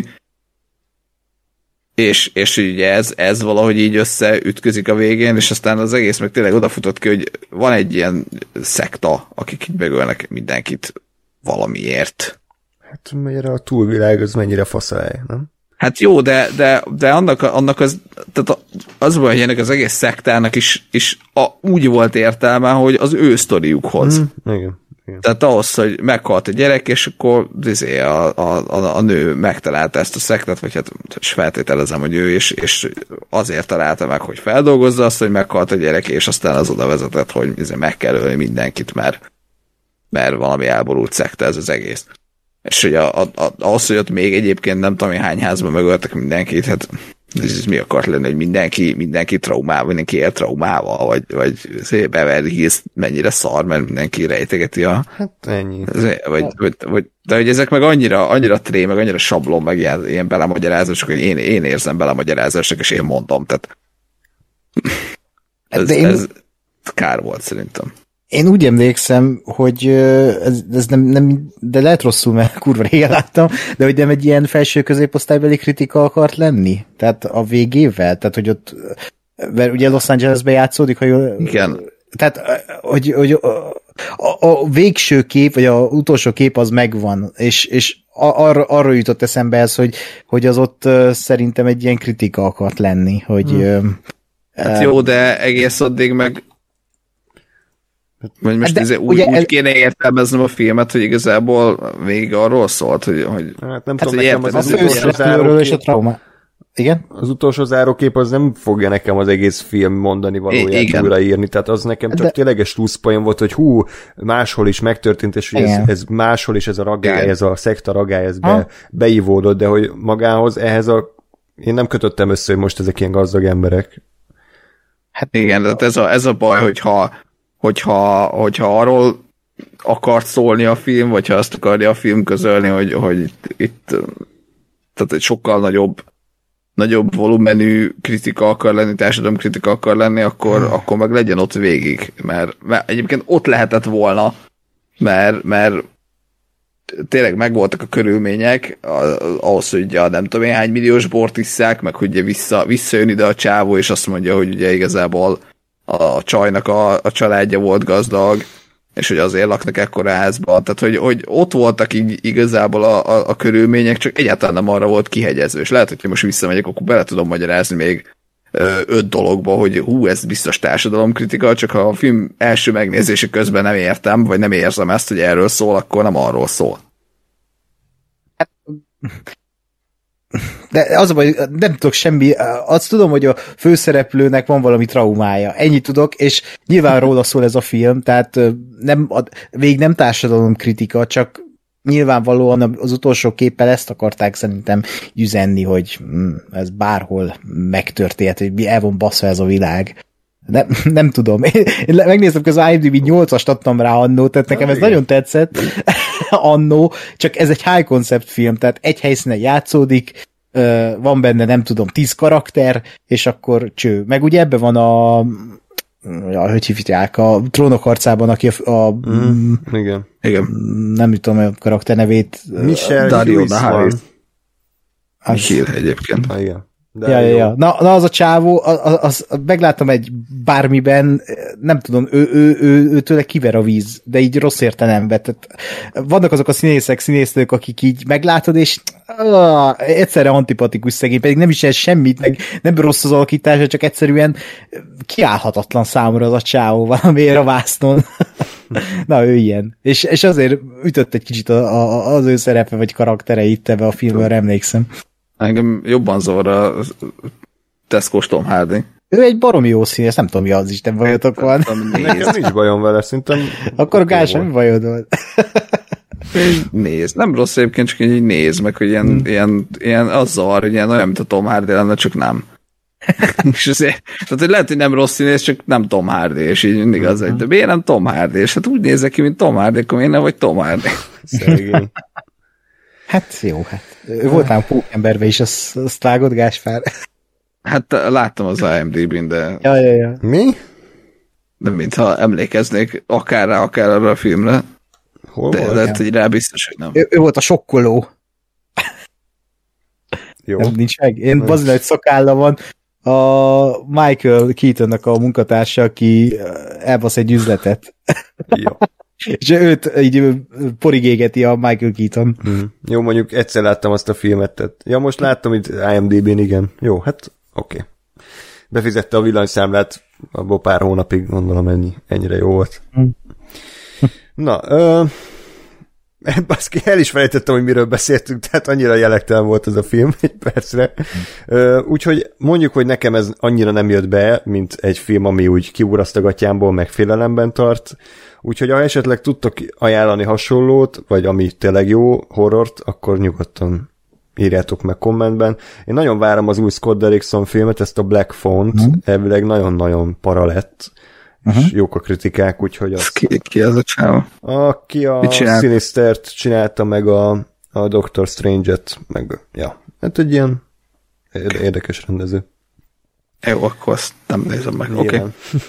És, és ugye ez, ez valahogy így összeütközik a végén, és aztán az egész meg tényleg odafutott ki, hogy van egy ilyen szekta, akik így megölnek mindenkit valamiért. Hát mennyire a túlvilág, az mennyire faszálj, nem? Hát jó, de, de, de annak, annak az, tehát az van, hogy ennek az egész szektának is, is a, úgy volt értelme, hogy az ő sztoriukhoz. Mm, igen, igen. Tehát ahhoz, hogy meghalt a gyerek, és akkor izé, a, a, a, a nő megtalálta ezt a szektát, vagy hát és feltételezem, hogy ő is, és azért találta meg, hogy feldolgozza azt, hogy meghalt a gyerek, és aztán az oda vezetett, hogy izé, meg kell ölni mindenkit, mert, mert valami elborult szekta ez az egész. És hogy a, a, a, ahhoz, hogy ott még egyébként nem tudom, hány házban megöltek mindenkit, hát ez mi akart lenni, hogy mindenki, mindenki traumával, mindenki él traumával, vagy, vagy Beverly Hills mennyire szar, mert mindenki rejtegeti a... Hát ennyi. Vagy, vagy, vagy, de hogy ezek meg annyira, annyira tré, meg annyira sablon, meg ilyen, ilyen belemagyarázások, hogy én, én érzem belemagyarázások, és én mondom, tehát ez, én... ez kár volt szerintem. Én úgy emlékszem, hogy ez, ez nem, nem, de lehet rosszul, mert kurva régen láttam, de hogy nem egy ilyen felső középosztálybeli kritika akart lenni? Tehát a végével? Tehát, hogy ott, mert ugye Los Angelesben játszódik, ha jól... Igen. Tehát, hogy, hogy a, a, a végső kép, vagy a utolsó kép az megvan, és, és arra, arra jutott eszembe ez, hogy, hogy az ott szerintem egy ilyen kritika akart lenni, hogy... Hmm. Hát jó, de egész addig meg Vagy most de, úgy, úgy ez... kéne értelmeznem a filmet, hogy igazából végig arról szólt, hogy... hogy hát nem hát tudom, nekem az, az, az utolsó zárókép... és a trauma. Igen? Az utolsó zárókép az nem fogja nekem az egész film mondani valóját újraírni, tehát az nekem csak de... tényleg egy slusszpoén volt, hogy hú, máshol is megtörtént, és hogy ez, ez máshol is ez a ragály, igen. ez a szekta ragály, ez be, beivódott, de hogy magához ehhez a... Én nem kötöttem össze, hogy most ezek ilyen gazdag emberek. Hát igen, de ez a, ez a baj, hogyha hogyha, hogyha arról akart szólni a film, vagy ha azt akarja a film közölni, hogy, hogy itt, itt tehát egy sokkal nagyobb nagyobb volumenű kritika akar lenni, társadalomkritika akar lenni, akkor, hmm. akkor meg legyen ott végig. Mert, mert egyébként ott lehetett volna, mert, mert tényleg megvoltak a körülmények ahhoz, hogy ugye nem tudom én hány milliós bort isszák, meg hogy ugye vissza, visszajön ide a csávó, és azt mondja, hogy ugye igazából a csajnak a, a családja volt gazdag, és hogy azért laknak ekkora házban. Tehát, hogy, hogy ott voltak így igazából a, a, a körülmények, csak egyáltalán nem arra volt kihegyező. És lehet, hogy most visszamegyek, akkor bele tudom magyarázni még ö, öt dologba, hogy hú, ez biztos társadalomkritika, csak ha a film első megnézése közben nem értem, vagy nem érzem ezt, hogy erről szól, akkor nem arról szól. De az a baj, nem tudok semmi, azt tudom, hogy a főszereplőnek van valami traumája. Ennyit tudok, és nyilván róla szól ez a film, tehát nem, végig nem társadalomkritika, csak nyilvánvalóan az utolsó képpel ezt akarták szerintem üzenni, hogy ez bárhol megtörtént, hogy el van bassza ez a világ. Nem, nem tudom. Én megnéztem, hogy az IMDb nyolcast adtam rá annó, tehát nekem ez nagyon tetszett annó, csak ez egy high concept film, tehát egy helyszínen játszódik, van benne, nem tudom, tíz karakter, és akkor cső. Meg ugye ebben van a ja, hogy hívják, a Trónok harcában, aki a, a mm, igen. igen. Nem tudom a karakter nevét. Michel Dario Dario Michel egyébként. Ah, igen. De ja, ja, ja. Na, na, az a csávó, az, az, megláttam egy bármiben, nem tudom, ő, ő, ő, ő tőle kiver a víz, de így rossz értelemben. Tehát vannak azok a színészek, színésznők, akik így meglátod, és uh, egyszerre antipatikus szegény, pedig nem is ez semmit, meg nem rossz az alakítása, csak egyszerűen kiállhatatlan számomra az a csávó valamiért a vásznon. Na, ő ilyen. És, és azért ütött egy kicsit a, a, az ő szerepe, vagy karaktere itt ebbe a filmben, emlékszem. Engem jobban zavar a Tesco-s Tom Hardy. Ő egy baromi jó színész, nem tudom, mi az Isten bajotok van. Nekem nincs bajom vele, szerintem... Akkor Gál semmi bajod volt. Nézd, nem rossz egyébként, csak így nézd meg, hogy ilyen, hmm. ilyen, ilyen az zavar, hogy ilyen olyan, mint a Tom Hardy lenne, csak nem. És azért, tehát, hogy lehet, hogy nem rossz színész, csak nem Tom Hardy, és így mindig az egy, de miért nem Tom Hardy? És hát úgy nézek ki, mint Tom Hardy, akkor miért nem vagy Tom Hardy? Szegény. Hát jó, hát. Ő voltál Pókemberben is, azt, azt vágod, Gáspár? Hát láttam az IMDb-n, de... Ja, ja, ja. Mi? De mintha emlékeznék akár rá, akár arra a filmre. Hol de volt? lehet, hogy rá biztos, hogy nem. Ő, ő volt a sokkoló. Jó. Nem, nincs meg. Én bazd, hogy szakálla van. A Michael Keatonnak a munkatársa, aki elbasz egy üzletet. Jó. És őt így porigégeti a Michael Keaton. Mm. Jó, mondjuk egyszer láttam azt a filmet, tehát... Ja, most láttam itt IMDb-n, igen. Jó, hát oké. Okay. Befizette a villanyszámlát abból pár hónapig, gondolom ennyi, ennyire jó volt. Mm. Na, ö, baszki, el is felejtettem, hogy miről beszéltünk, tehát annyira jelektelen volt ez a film egy percre. Ö, úgyhogy mondjuk, hogy nekem ez annyira nem jött be, mint egy film, ami úgy kiúraszt a gatyámból, meg félelemben tart. Úgyhogy ha esetleg tudtok ajánlani hasonlót, vagy ami tényleg jó horrort, akkor nyugodtan írjátok meg kommentben. Én nagyon várom az új Scott Derrickson filmet, ezt a Black Phone-t, uh-huh. elvileg nagyon-nagyon para lett, uh-huh. és jók a kritikák, úgyhogy az... Ki, ki az a csáva? Aki a Sinistert csinálta, meg a, a Doctor Strange-et, meg ja, hát egy ilyen érdekes rendező. Jó, akkor azt nem nézem meg, oké.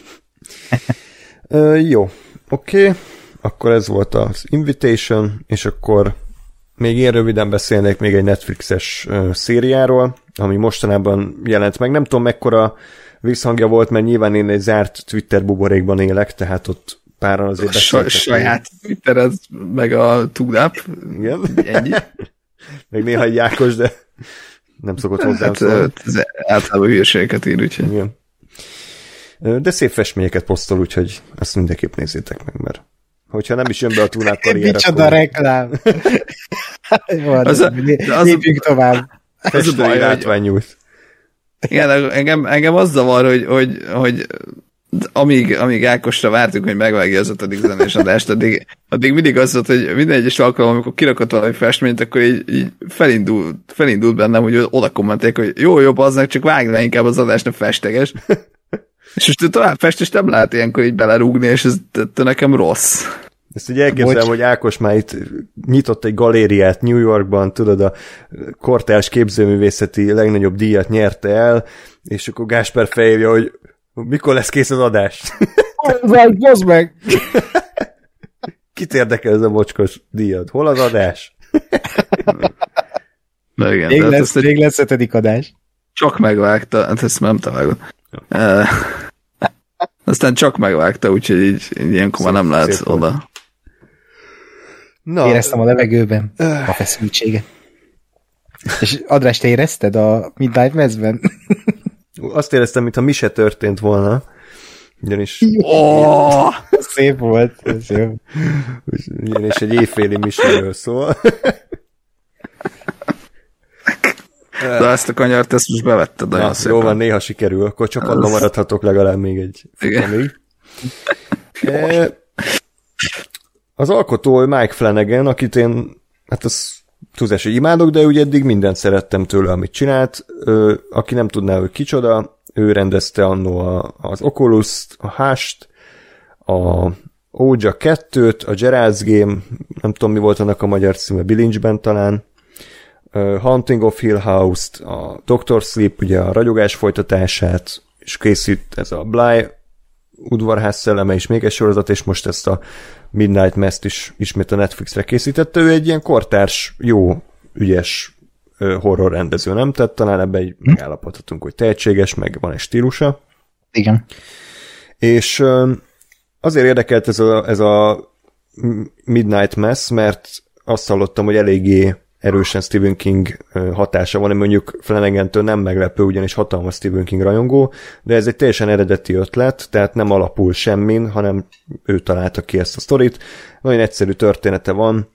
Okay. Jó. Oké, okay, akkor ez volt az Invitation, és akkor még én röviden beszélnék még egy Netflixes uh, szériáról, ami mostanában jelent meg. Nem tudom, mekkora visszhangja volt, mert nyilván én egy zárt Twitter buborékban élek, tehát ott páran azért beszéltek. Saját Twittered, meg a Tudap. Igen. Ennyi. Még néha egy Jákos, de nem szokott hozzám hát, szólni. Ez általában hülyeségeket ír, úgyhogy. Igen. De szép festményeket posztol, úgyhogy ezt mindenképp nézzétek meg, mert hogyha nem is jön be a Túnák karrier, micsoda akkor... reklám! Van, az a, az lépjünk a, tovább. Festői látványújt. Igen, engem, engem az zavar, hogy, hogy, hogy amíg, amíg Ákosra vártunk, hogy megvágja az ötödik zenés adást, addig, addig mindig az volt, hogy minden egyes alkalom, amikor kirakott valami festményt, akkor így, így felindult, felindult bennem, hogy oda kommenték, hogy jó, jobb aznak, csak vágj le inkább az adásnak festeges. És most tovább festés nem lehet ilyenkor így belerúgni, és ez nekem rossz. Ezt így elképzelem, hogy Ákos már itt nyitott egy galériát New Yorkban, tudod, a kortárs képzőművészeti legnagyobb díjat nyerte el, és akkor Gáspár felhívja, hogy mikor lesz kész az adás. Vagy, bozd meg! Kit érdekel ez a mocskos díjad? Hol az adás? Na igen, Rég tehát lesz, ezt egy- rég lesz ötödik adás. csak megvágta, hát ezt nem találod. Uh, aztán csak megvágta, úgyhogy így, így ilyenkor már nem Szép- lehet szép volt. oda. Na, Éreztem a levegőben a feszültséget. És András, te érezted a Midnight Mass-ben? azt éreztem, mintha mi se történt volna. Ugyanis, Oh! Szép volt. Ez jó. ugyanis egy éjféli miséről szól. De ezt a kanyart, ezt most bevetted nagyon Na, szépen. jó van, néha sikerül, akkor csapatban maradhatok legalább még egy Igen. futamig. E, Az alkotó Mike Flanagan, akit én, hát az tudás, hogy imádok, de úgy eddig mindent szerettem tőle, amit csinált. Ö, aki nem tudná, hogy kicsoda, ő rendezte annó a, az Oculus-t, a Hush-t, a Ouija kettőt, a Gerald's Game, nem tudom, mi volt annak a magyar címe, Bilincsben talán, uh, Haunting of Hill House-t, a Doctor Sleep, ugye a ragyogás folytatását, és készít ez a Bly udvarház szelleme is még egy sorozat, és most ezt a Midnight Mass-t is ismét a Netflixre készítette. Ő egy ilyen kortárs, jó, ügyes uh, horror rendező, nem? Tehát talán ebben egy megállapodhatunk, hogy tehetséges, meg van egy stílusa. Igen. És uh, azért érdekelt ez a, ez a Midnight Mass, mert azt hallottam, hogy eléggé erősen Stephen King hatása van, ami mondjuk Flanagan-től nem meglepő, ugyanis hatalmas Stephen King rajongó, de ez egy teljesen eredeti ötlet, tehát nem alapul semmin, hanem ő találta ki ezt a sztorit. Nagyon egyszerű története van,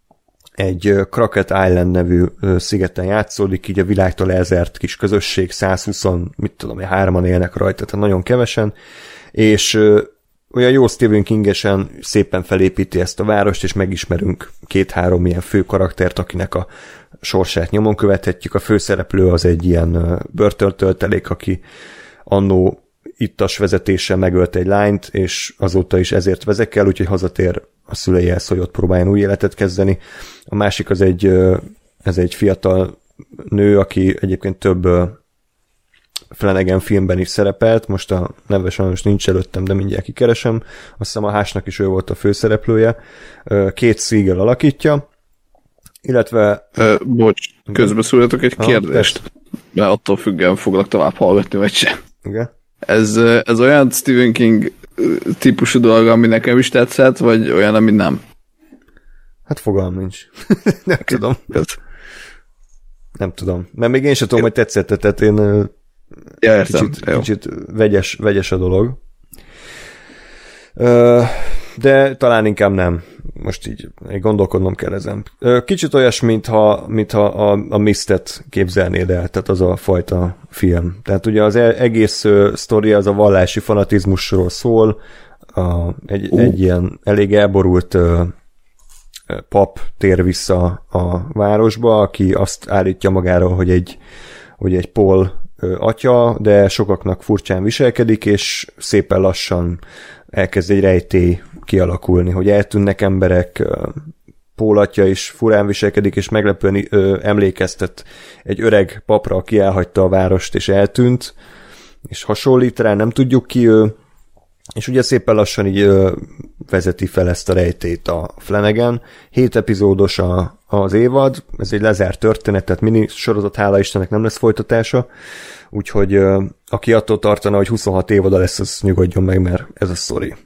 egy Crockett Island nevű szigeten játszódik, így a világtól elzárt kis közösség, százhúsz, mit tudom, hárman élnek rajta, tehát nagyon kevesen, és olyan jó Stephen King-esen szépen felépíti ezt a várost, és megismerünk két-három ilyen fő karaktert, akinek a sorsát nyomon követhetjük. A főszereplő az egy ilyen börtöntöltelék, aki annó ittas vezetéssel megölt egy lányt, és azóta is ezért vezekel, úgyhogy hazatér a szüleihez, hogy ott próbáljon új életet kezdeni. A másik az egy, ez egy fiatal nő, aki egyébként több Flanagan filmben is szerepelt, most a neve sajnos nincs előttem, de mindjárt kikeresem. Azt hiszem a Hush-nak is ő volt a főszereplője. Kate Siegel alakítja, illetve... Ö, bocs, közbeszóljatok egy Ha, kérdést, mert attól függően foglak tovább hallgatni, vagy sem. Igen? Ez, ez olyan Stephen King típusú dolog, ami nekem is tetszett, vagy olyan, ami nem? Hát fogalm nincs. Nem tudom. Ez. Nem tudom. Mert még én sem tudom, hogy tetszett, tehát én Ja, értem. kicsit, Jó. kicsit vegyes, vegyes a dolog. De talán inkább nem. Most így gondolkodnom kell ezen. Kicsit olyas, mintha, mintha a, a Mistet képzelnéd el, tehát az a fajta film. Tehát ugye az egész sztori az a vallási fanatizmusról szól, a, egy, uh. egy ilyen elég elborult pap tér vissza a városba, aki azt állítja magáról, hogy egy, hogy egy Paul atya, de sokaknak furcsán viselkedik, és szépen lassan elkezd egy rejtély kialakulni, hogy eltűnnek emberek, Paul atya is furán viselkedik, és meglepően ö, emlékeztet egy öreg papra, aki elhagyta a várost, és eltűnt, és hasonlít rá, nem tudjuk ki ő, és ugye szépen lassan így ö, vezeti fel ezt a rejtét a Flanagan. Hét epizódos a, az évad, ez egy lezárt történet, tehát mini sorozat, hála Istennek nem lesz folytatása, úgyhogy ö, aki attól tartana, hogy huszonhat évada lesz, az nyugodjon meg, mert ez a sztori.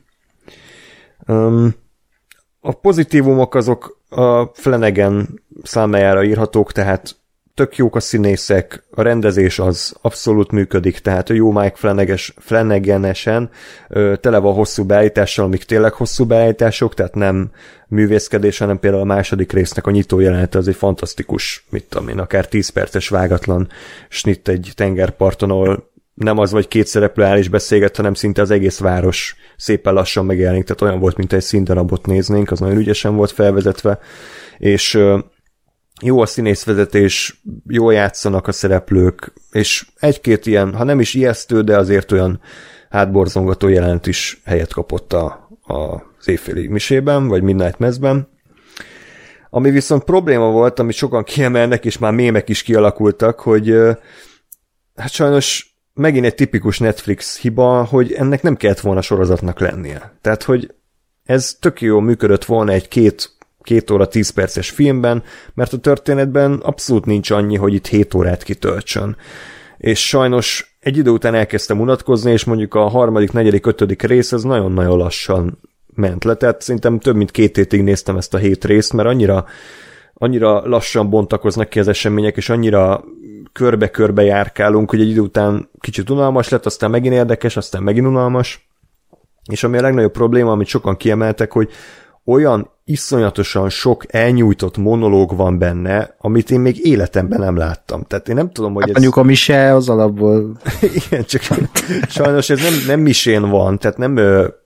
Um, a pozitívumok azok a Flanagan számájára írhatók, tehát tök jók a színészek, a rendezés az abszolút működik, tehát a jó Mike Flanagan-es, Flanagan-esen tele van hosszú beállítással, amik tényleg hosszú beállítások, tehát nem művészkedés, hanem például a második résznek a nyitó jelenete az egy fantasztikus, mit tudom én, akár tíz perces vágatlan snitt egy tengerparton, ahol nem az, vagy két szereplő áll és beszélget, hanem szinte az egész város szépen lassan megjelenik, tehát olyan volt, mint egy színdarabot néznénk, az nagyon ügyesen volt felvezetve, és jó a színészvezetés, jól játszanak a szereplők, és egy-két ilyen, ha nem is ijesztő, de azért olyan hátborzongató jelent is helyet kapott a, a, az évféli misében, vagy Midnight Mass-ben. Ami viszont probléma volt, amit sokan kiemelnek, és már mémek is kialakultak, hogy hát sajnos megint egy tipikus Netflix hiba, hogy ennek nem kellett volna sorozatnak lennie. Tehát, hogy ez tök jó működött volna egy két, két óra tíz perces filmben, mert a történetben abszolút nincs annyi, hogy itt hét órát kitöltsön. És sajnos egy idő után elkezdtem unatkozni, és mondjuk a harmadik, negyedik, ötödik rész az nagyon-nagyon lassan ment le, tehát szerintem több mint két hétig néztem ezt a hét részt, mert annyira, annyira lassan bontakoznak ki az események, és annyira körbe-körbe járkálunk, hogy egy idő után kicsit unalmas lett, aztán megint érdekes, aztán megint unalmas, és ami a legnagyobb probléma, amit sokan kiemeltek, hogy olyan iszonyatosan sok elnyújtott monológ van benne, amit én még életemben nem láttam. Tehát én nem tudom, hogy hát ez... mondjuk a mise az alapból... Igen, csak sajnos ez nem, nem misén van, tehát nem,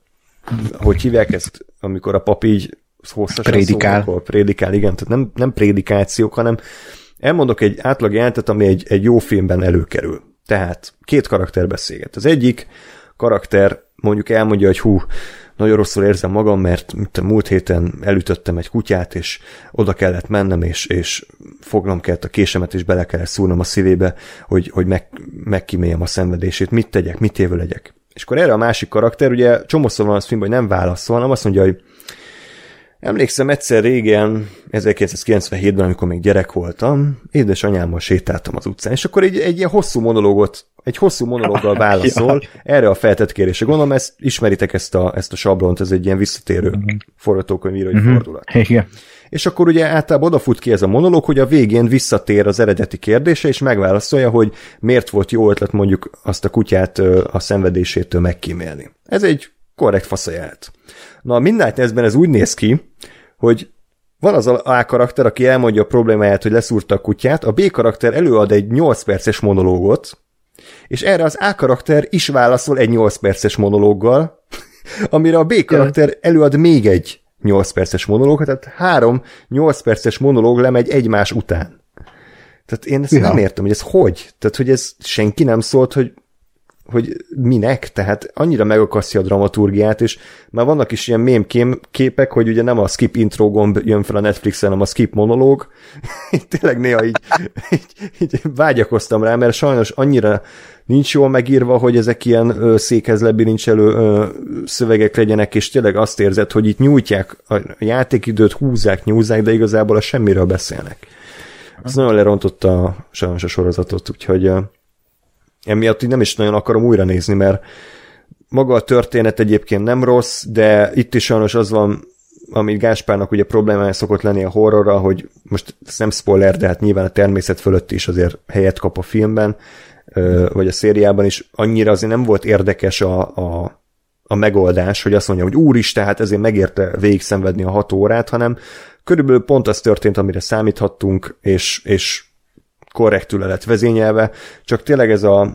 hogy hívják ezt, amikor a pap így hosszasan prédikál. Szól, prédikál, igen, tehát nem, nem prédikációk, hanem elmondok egy átlag jelentet, ami egy, egy jó filmben előkerül. Tehát két karakter beszélget. Az egyik karakter mondjuk elmondja, hogy hú, nagyon rosszul érzem magam, mert múlt héten elütöttem egy kutyát, és oda kellett mennem, és, és fognom kellett a késemet, és bele kellett szúrnom a szívébe, hogy, hogy meg, megkíméljem a szenvedését. Mit tegyek, mit évő legyek? És akkor erre a másik karakter, ugye csomószor van az filmben, hogy nem válaszol, hanem azt mondja, hogy emlékszem egyszer régen, ezerkilencszázkilencvenhétben, amikor még gyerek voltam, édesanyámmal sétáltam az utcán, és akkor egy, egy ilyen hosszú monológot, egy hosszú monológgal válaszol erre a feltett kérésre. Gondolom, ezt, ismeritek ezt a, ezt a sablont, ez egy ilyen visszatérő uh-huh. forgatókönyvírói uh-huh. fordulat. Igen. És akkor ugye általában odafut ki ez a monológ, hogy a végén visszatér az eredeti kérdése, és megválaszolja, hogy miért volt jó ötlet mondjuk azt a kutyát a szenvedésétől megkímélni. Ez egy korrekt faszajelet. Na, a Midnight Nest-ben ez úgy néz ki, hogy van az A karakter, aki elmondja a problémáját, hogy leszúrta a kutyát, a B karakter előad egy nyolc perces monológot, és erre az A karakter is válaszol egy nyolc perces monológgal, amire a B karakter előad még egy nyolc perces monológot, tehát három nyolc perces monológ lemegy egymás után. Tehát én ezt ja. nem értem, hogy ez hogy? Tehát, hogy ez senki nem szólt, hogy hogy minek, tehát annyira megakasztja a dramaturgiát, és már vannak is ilyen mém képek, hogy ugye nem a skip intro gomb jön fel a Netflixen, hanem a skip monológ. Tényleg néha így, így, így vágyakoztam rá, mert sajnos annyira nincs jól megírva, hogy ezek ilyen ö, székhez lebilincselő ö, szövegek legyenek, és tényleg azt érzed, hogy itt nyújtják a játékidőt, húzzák, nyúzzák, de igazából a semmiről beszélnek. Ez nagyon lerontotta a, sajnos a sorozatot, úgyhogy ö, emiatt így nem is nagyon akarom újra nézni, mert maga a történet egyébként nem rossz, de itt is sajnos az van, amit Gáspárnak ugye problémája szokott lenni a horrorra, hogy most ez nem spoiler, de hát nyilván a természet fölött is azért helyet kap a filmben, vagy a szériában is, annyira azért nem volt érdekes a, a, a megoldás, hogy azt mondja, hogy úristen, hát ezért megérte végig szenvedni a hat órát, hanem körülbelül pont az történt, amire számíthattunk, és, és korrektül lett vezényelve, csak tényleg ez a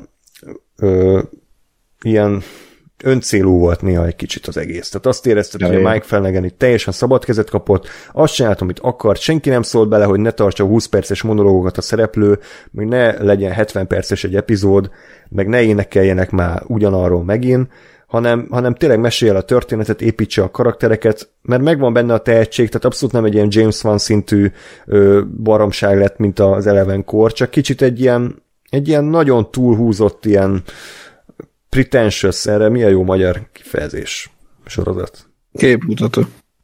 ö, ilyen öncélú volt néha egy kicsit az egész. Tehát azt érezted, ja, hogy a Mike Flanagan itt teljesen szabad kezet kapott, azt csinált, amit akart, senki nem szólt bele, hogy ne tartsa húsz perces monológokat a szereplő, meg ne legyen hetven perces egy epizód, meg ne énekeljenek már ugyanarról megint, hanem, hanem tényleg mesélj el a történetet, építse a karaktereket, mert megvan benne a tehetség, tehát abszolút nem egy ilyen James Wan szintű ö, baromság lett, mint az Eleven Core, csak kicsit egy ilyen, egy ilyen nagyon túlhúzott, ilyen pretentious, erre mi a jó magyar kifejezés sorozat? Képmutató.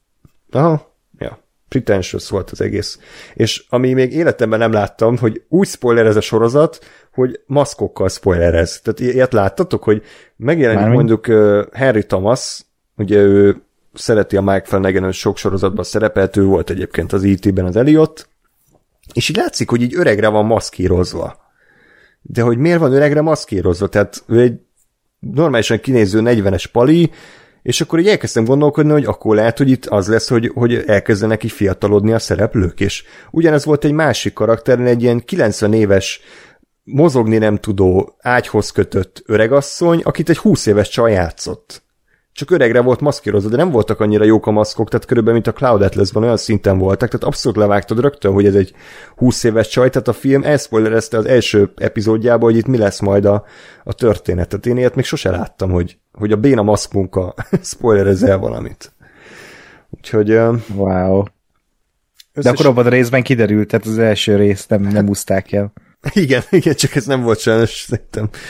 Aha, ja. Pretentious volt az egész. És ami még életemben nem láttam, hogy úgy spoilerez a sorozat, hogy maszkokkal spoilerez. Tehát ilyet láttatok, hogy megjelenik Mármi? mondjuk uh, Henry Thomas, ugye ő szereti a Mike Flanagan, hogy sok sorozatban szerepelt, ő volt egyébként az í té-ben az Elliot, és így látszik, hogy így öregre van maszkírozva. De hogy miért van öregre maszkírozva? Tehát ő egy normálisan kinéző negyvenes pali, és akkor így elkezdtem gondolkodni, hogy akkor lehet, hogy itt az lesz, hogy, hogy elkezdenek így fiatalodni a szereplők, és ugyanez volt egy másik karakter, egy ilyen kilencven éves mozogni nem tudó, ágyhoz kötött öregasszony, akit egy húsz éves csaj játszott. Csak öregre volt maszkírozva, de nem voltak annyira jók a maszkok, tehát körülbelül, mint a Cloud Atlasban olyan szinten voltak, tehát abszolút levágtad rögtön, hogy ez egy húsz éves csaj, tehát a film elszpoilerezte az első epizódjában, hogy itt mi lesz majd a, a történet. Tehát én ilyet még sose láttam, hogy, hogy a béna maszkmunka spoilerez el valamit. Úgyhogy... Wow. Összes... De akkor abban a részben kiderült, tehát az első részt nem, nem úszták el. Igen, igen, csak ez nem volt sajnos szerintem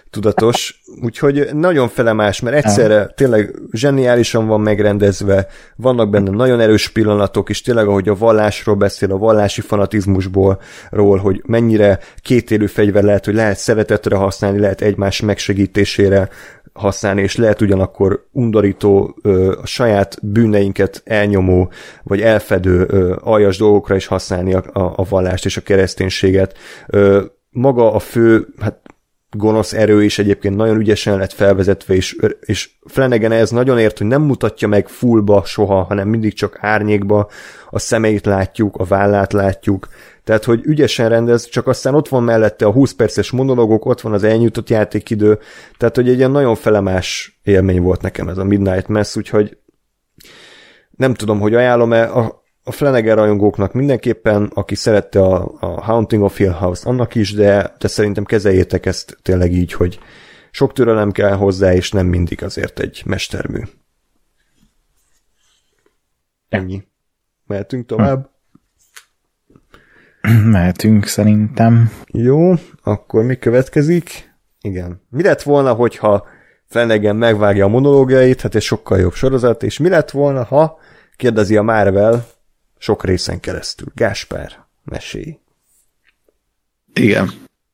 tudatos, úgyhogy nagyon felemás, mert egyszerre tényleg zseniálisan van megrendezve, vannak benne nagyon erős pillanatok, és tényleg ahogy a vallásról beszél, a vallási fanatizmusból, ról, hogy mennyire kétélű fegyver lehet, hogy lehet szeretetre használni, lehet egymás megsegítésére használni, és lehet ugyanakkor undorító, a saját bűneinket elnyomó, vagy elfedő aljas dolgokra is használni a, a vallást és a kereszténységet. Maga a fő, hát gonosz erő is egyébként nagyon ügyesen lett felvezetve, és, és Flanagan ez nagyon ért, hogy nem mutatja meg fullba soha, hanem mindig csak árnyékba, a szemeit látjuk, a vállát látjuk, tehát, hogy ügyesen rendez, csak aztán ott van mellette a húsz perces monológok, ott van az elnyújtott játékidő, tehát, hogy egy ilyen nagyon felemás élmény volt nekem ez a Midnight Mass, úgyhogy nem tudom, hogy ajánlom-e a, a Flanagan rajongóknak mindenképpen, aki szerette a, a Haunting of Hill House, annak is, de, de szerintem kezeljétek ezt tényleg így, hogy sok türelem kell hozzá, és nem mindig azért egy mestermű. Ennyi. Mehetünk tovább? Mehetünk szerintem. Jó, akkor mi következik? Igen. Mi lett volna, hogyha Flanagan megvágja a monológiait, hát ez sokkal jobb sorozat, és mi lett volna, ha kérdezi a Marvel sok részen keresztül. Gáspár, mesélj. Igen.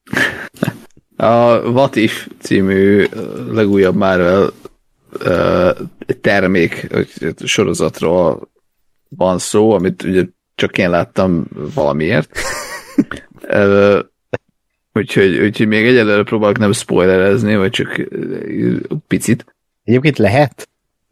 A What If című legújabb Marvel termék sorozatról van szó, amit ugye csak én láttam valamiért. uh, úgyhogy, úgyhogy még egyelőre próbálok nem spoilerezni, vagy csak picit. Egyébként lehet?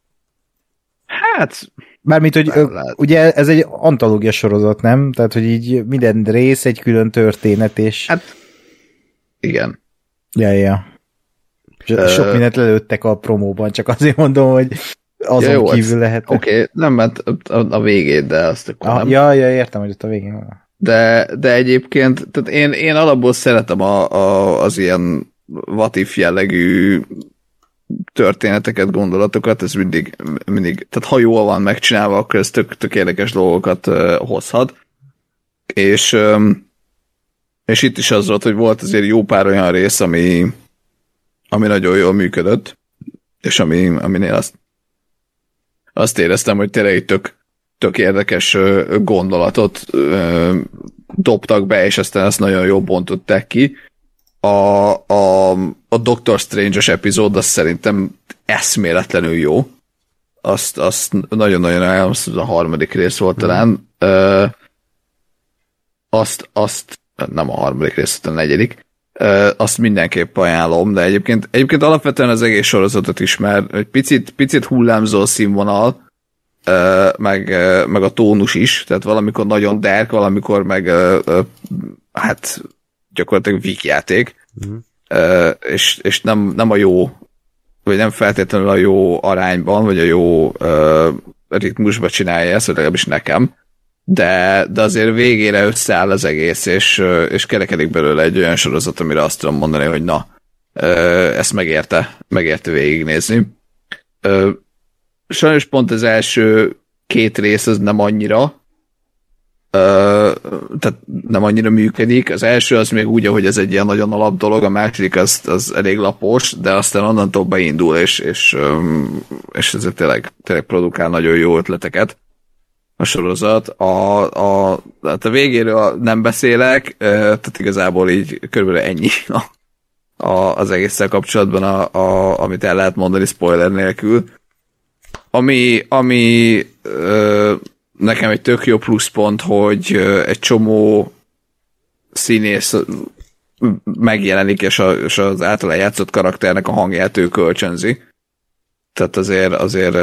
Hát... Mármint, hogy ö, ugye ez egy antológia sorozat, nem? Tehát, hogy így minden rész egy külön történet, és... Hát... Igen. Ja, ja. Uh, Sok mindent lelőttek a promóban, csak azért mondom, hogy azon ja, jó, kívül lehet. Oké, okay, nem, mert a, a végét, de azt akkor ah, nem. Ja, ja, értem, hogy ott a végén van. De, de egyébként, tehát én, én alapból szeretem a, a, az ilyen what if jellegű történeteket, gondolatokat, ez mindig, mindig, tehát ha jól van megcsinálva, akkor ez tök, tök érdekes dolgokat uh, hozhat. És, um, és itt is az volt, hogy volt azért jó pár olyan rész, ami, ami nagyon jól működött, és ami, aminél azt azt éreztem, hogy tényleg egy tök, tök érdekes gondolatot ö, dobtak be, és aztán azt nagyon jól bontották ki. A, a, a Doctor Strange-os epizód az szerintem eszméletlenül jó. Azt, azt nagyon-nagyon ajánlom, a harmadik rész volt talán. Ö, azt, azt, nem a harmadik rész, a negyedik. Ö, azt mindenképp ajánlom, de egyébként, egyébként alapvetően az egész sorozatot is, mert egy picit, picit hullámzó a színvonal, ö, meg, ö, meg a tónus is, tehát valamikor nagyon dark, valamikor meg ö, ö, hát gyakorlatilag vígjáték, uh-huh. ö, és, és nem, nem a jó, vagy nem feltétlenül a jó arányban, vagy a jó ö, ritmusban csinálja ezt, vagy legalábbis nekem, de, de azért végére összeáll az egész, és, és kerekedik belőle egy olyan sorozat, amire azt tudom mondani, hogy na, ezt megérte, megérte végignézni. Sajnos pont az első két rész az nem annyira, tehát nem annyira működik. Az első az még úgy, hogy ez egy ilyen nagyon alap dolog, a második az, az elég lapos, de aztán onnantól beindul, és, és, és ez tényleg, tényleg produkál nagyon jó ötleteket. A sorozat. A, a, a végéről nem beszélek, tehát igazából így körülbelül ennyi a, a, az egésszel kapcsolatban, a, a, amit el lehet mondani spoiler nélkül. Ami, ami ö, nekem egy tök jó pluszpont, hogy egy csomó színész megjelenik, és, a, és az általán játszott karakternek a hangját ő kölcsönzi. Tehát azért, azért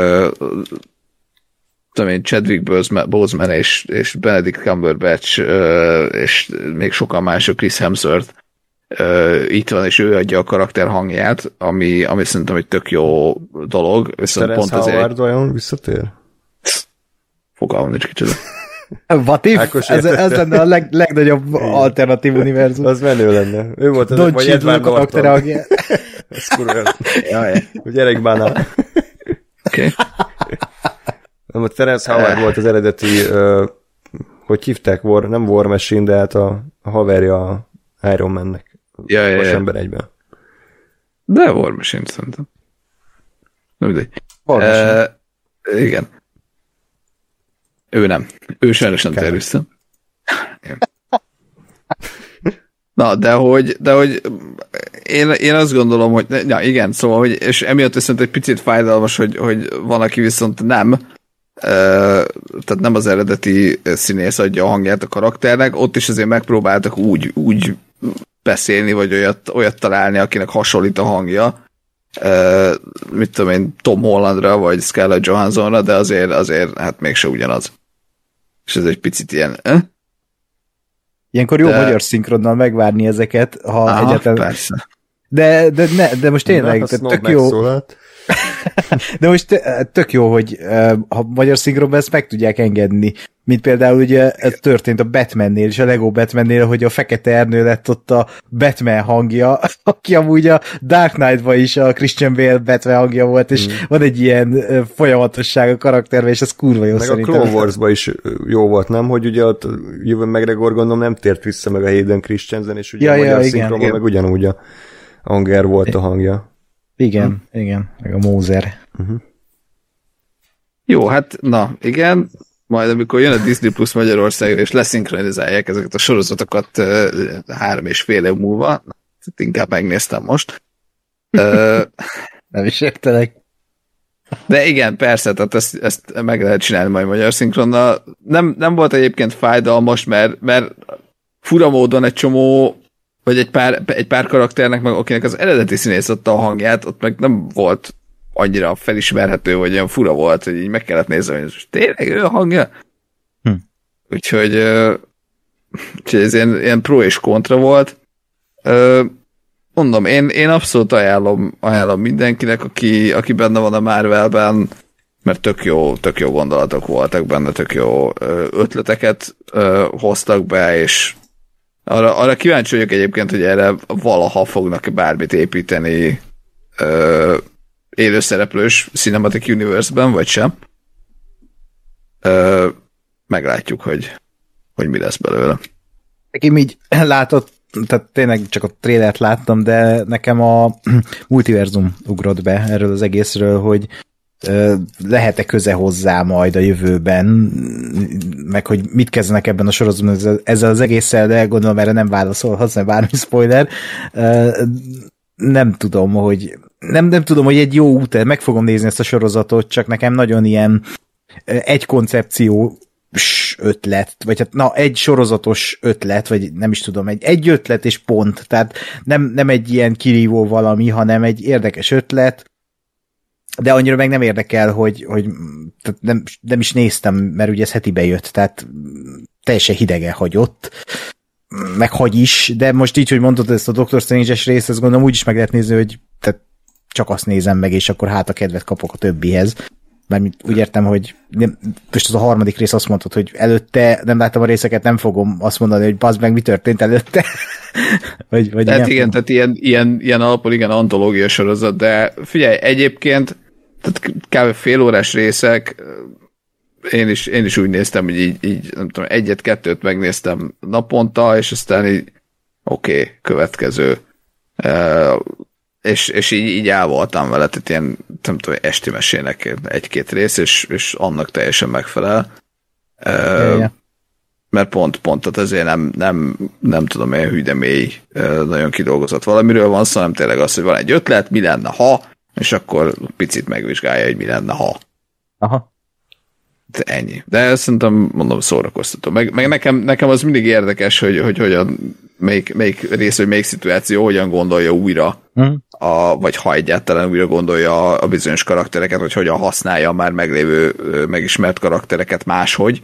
tudom én, Chadwick Boseman és, és Benedict Cumberbatch és még sokan mások, Chris Hemsworth itt van, és ő adja a karakter hangját, ami, ami szerintem egy tök jó dolog. Viszont pont azért... Howard olyan visszatér? Fogalmam nincs kicsoda. What if? Ez, ez lenne a leg, legnagyobb alternatív univerzum. Az menő lenne. Ő volt az, Don vagy Edward Norton. Ez kurva. Hogy Eric Bana. Oké. Okay. Nem, ott Terence Howard volt az eredeti, uh, hogy hívták, War, nem War Machine, de hát a, a haverja a Iron Man-nek. Ja, ja, ja. Ember egyben. De War Machine szerintem. Nem mindegy. War Machine. Uh, igen. Ő nem. Ő sajnos nem terülszem. Na, de hogy, de hogy én, én azt gondolom, hogy ja, igen, szóval, hogy, és emiatt viszont egy picit fájdalmas, hogy, hogy van, aki viszont nem, tehát nem az eredeti színész adja a hangját a karakternek, ott is azért megpróbáltak úgy, úgy beszélni, vagy olyat, olyat találni, akinek hasonlít a hangja, mit tudom én, Tom Hollandra, vagy Scarlett Johanssonra, de azért, azért hát mégse ugyanaz. És ez egy picit ilyen, eh? Ilyenkor jó de... magyar szinkronnal megvárni ezeket, ha Aha, egyáltalán... persze. De, de, ne, de most tényleg, Na, tehát tök jó... megszólalt. De most tök jó, hogy ha magyar szinkronban ezt meg tudják engedni. Mint például ugye ez történt a Batmannél, és a Lego Batmannél, hogy a Fekete Ernő lett ott a Batman hangja, aki amúgy a Dark Knight-ban is a Christian Bale Batman hangja volt, és mm. van egy ilyen folyamatosság a karakterben, és ez kurva jó meg szerintem. Meg a Clone Wars-ban is jó volt, nem? Hogy ugye ott Ewan McGregor gondolom nem tért vissza meg a Hayden Christensen, és ugye ja, a magyar ja, szinkronban meg ugyanúgy a Anger volt a hangja. Igen, hm. igen, meg a Mózer. Uh-huh. Jó, hát na, igen, majd amikor jön a Disney Plus Magyarországra, és leszinkronizálják ezeket a sorozatokat uh, három és fél év múlva, na, inkább megnéztem most. Uh, Nem is értelek. De igen, persze, tehát ezt, ezt meg lehet csinálni majd magyar szinkronnal. Nem, nem volt egyébként fájdalmas, mert, mert fura módon egy csomó, vagy egy pár, egy pár karakternek, meg akinek az eredeti színész adta a hangját, ott meg nem volt annyira felismerhető, vagy olyan fura volt, hogy így meg kellett nézni, hogy tényleg ő a hangja? Hm. Úgyhogy, uh, úgyhogy ez ilyen, ilyen pro és kontra volt. Uh, mondom, én, én abszolút ajánlom, ajánlom mindenkinek, aki, aki benne van a Marvelben, mert tök jó, tök jó gondolatok voltak benne, tök jó uh, ötleteket uh, hoztak be, és arra, arra kíváncsi vagyok egyébként, hogy erre valaha fognak bármit építeni uh, élőszereplős Cinematic Universe-ben, vagy sem. Uh, meglátjuk, hogy, hogy mi lesz belőle. Nekem így látott, tehát tényleg csak a trailert láttam, de nekem a multiverzum ugrott be erről az egészről, hogy uh, lehet-e köze hozzá majd a jövőben, meg hogy mit kezdenek ebben a sorozatban ezzel az egésszel, de gondolom erre nem válaszolhatsz, mert bármi spoiler. Uh, nem tudom, hogy nem, nem tudom, hogy egy jó út, meg fogom nézni ezt a sorozatot, csak nekem nagyon ilyen egy koncepció ötlet, vagy hát na, egy sorozatos ötlet, vagy nem is tudom, egy, egy ötlet és pont, tehát nem, nem egy ilyen kirívó valami, hanem egy érdekes ötlet, de annyira meg nem érdekel, hogy, hogy tehát nem, nem is néztem, mert ugye ez hetibe jött, tehát teljesen hidegen hagyott, meg hagy is, de most így, hogy mondtad ezt a Doctor Strange-es részt, ezt gondolom úgy is meg lehet nézni, hogy tehát csak azt nézem meg, és akkor hát a kedvet kapok a többihez. Mert úgy értem, hogy nem, most az a harmadik rész azt mondtad, hogy előtte nem láttam a részeket, nem fogom azt mondani, hogy bazd meg, mi történt előtte. vagy, vagy tehát igen, tehát ilyen, ilyen, ilyen alapul igen antológia sorozat, de figyelj, egyébként tehát kb. Fél órás részek, én is, én is úgy néztem, hogy így, így nem tudom, egyet-kettőt megnéztem naponta, és aztán így oké, okay, következő. Uh, és, és így, így el voltam vele, tehát ilyen, nem tudom, esti mesének egy-két rész, és, és annak teljesen megfelel. Uh, yeah. Mert pont, pont, tehát ezért nem, nem, nem tudom, ilyen hű, de mély, uh, nagyon kidolgozott valamiről van szó, hanem tényleg az, hogy van egy ötlet, mi lenne, ha, és akkor picit megvizsgálja, hogy mi lenne, ha. Aha. De ennyi. De szerintem, mondom, szórakoztató. Meg, meg nekem, nekem az mindig érdekes, hogy, hogy hogyan, melyik, melyik rész, vagy melyik szituáció hogyan gondolja újra, mm. a, vagy ha egyáltalán újra gondolja a, a bizonyos karaktereket, hogy hogyan használja a már meglévő, megismert karaktereket máshogy.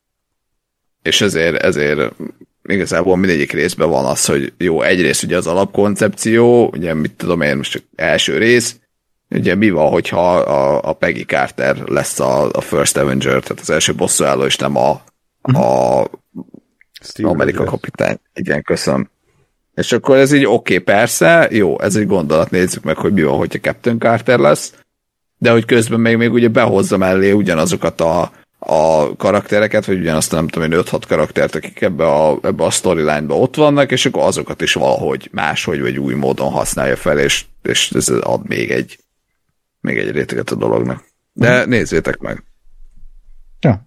És ezért, ezért igazából mindegyik részben van az, hogy jó, egyrészt ugye az alapkoncepció, ugye mit tudom én, most csak első rész, ugye mi van, hogyha a, a Peggy Carter lesz a, a First Avenger, tehát az első bosszúálló, és nem a, a Amerika kapitány. Igen, köszönöm. És akkor ez így oké, okay, persze, jó, ez egy gondolat, nézzük meg, hogy mi van, hogyha Captain Carter lesz, de hogy közben még, még ugye behozza mellé ugyanazokat a, a karaktereket, vagy ugyanazt nem tudom én öt-hat karaktert, akik ebbe a, ebbe a storyline-ba ott vannak, és akkor azokat is valahogy máshogy, vagy új módon használja fel, és, és ez ad még egy még egy réteget a dolognak. De nézzétek meg. Ja.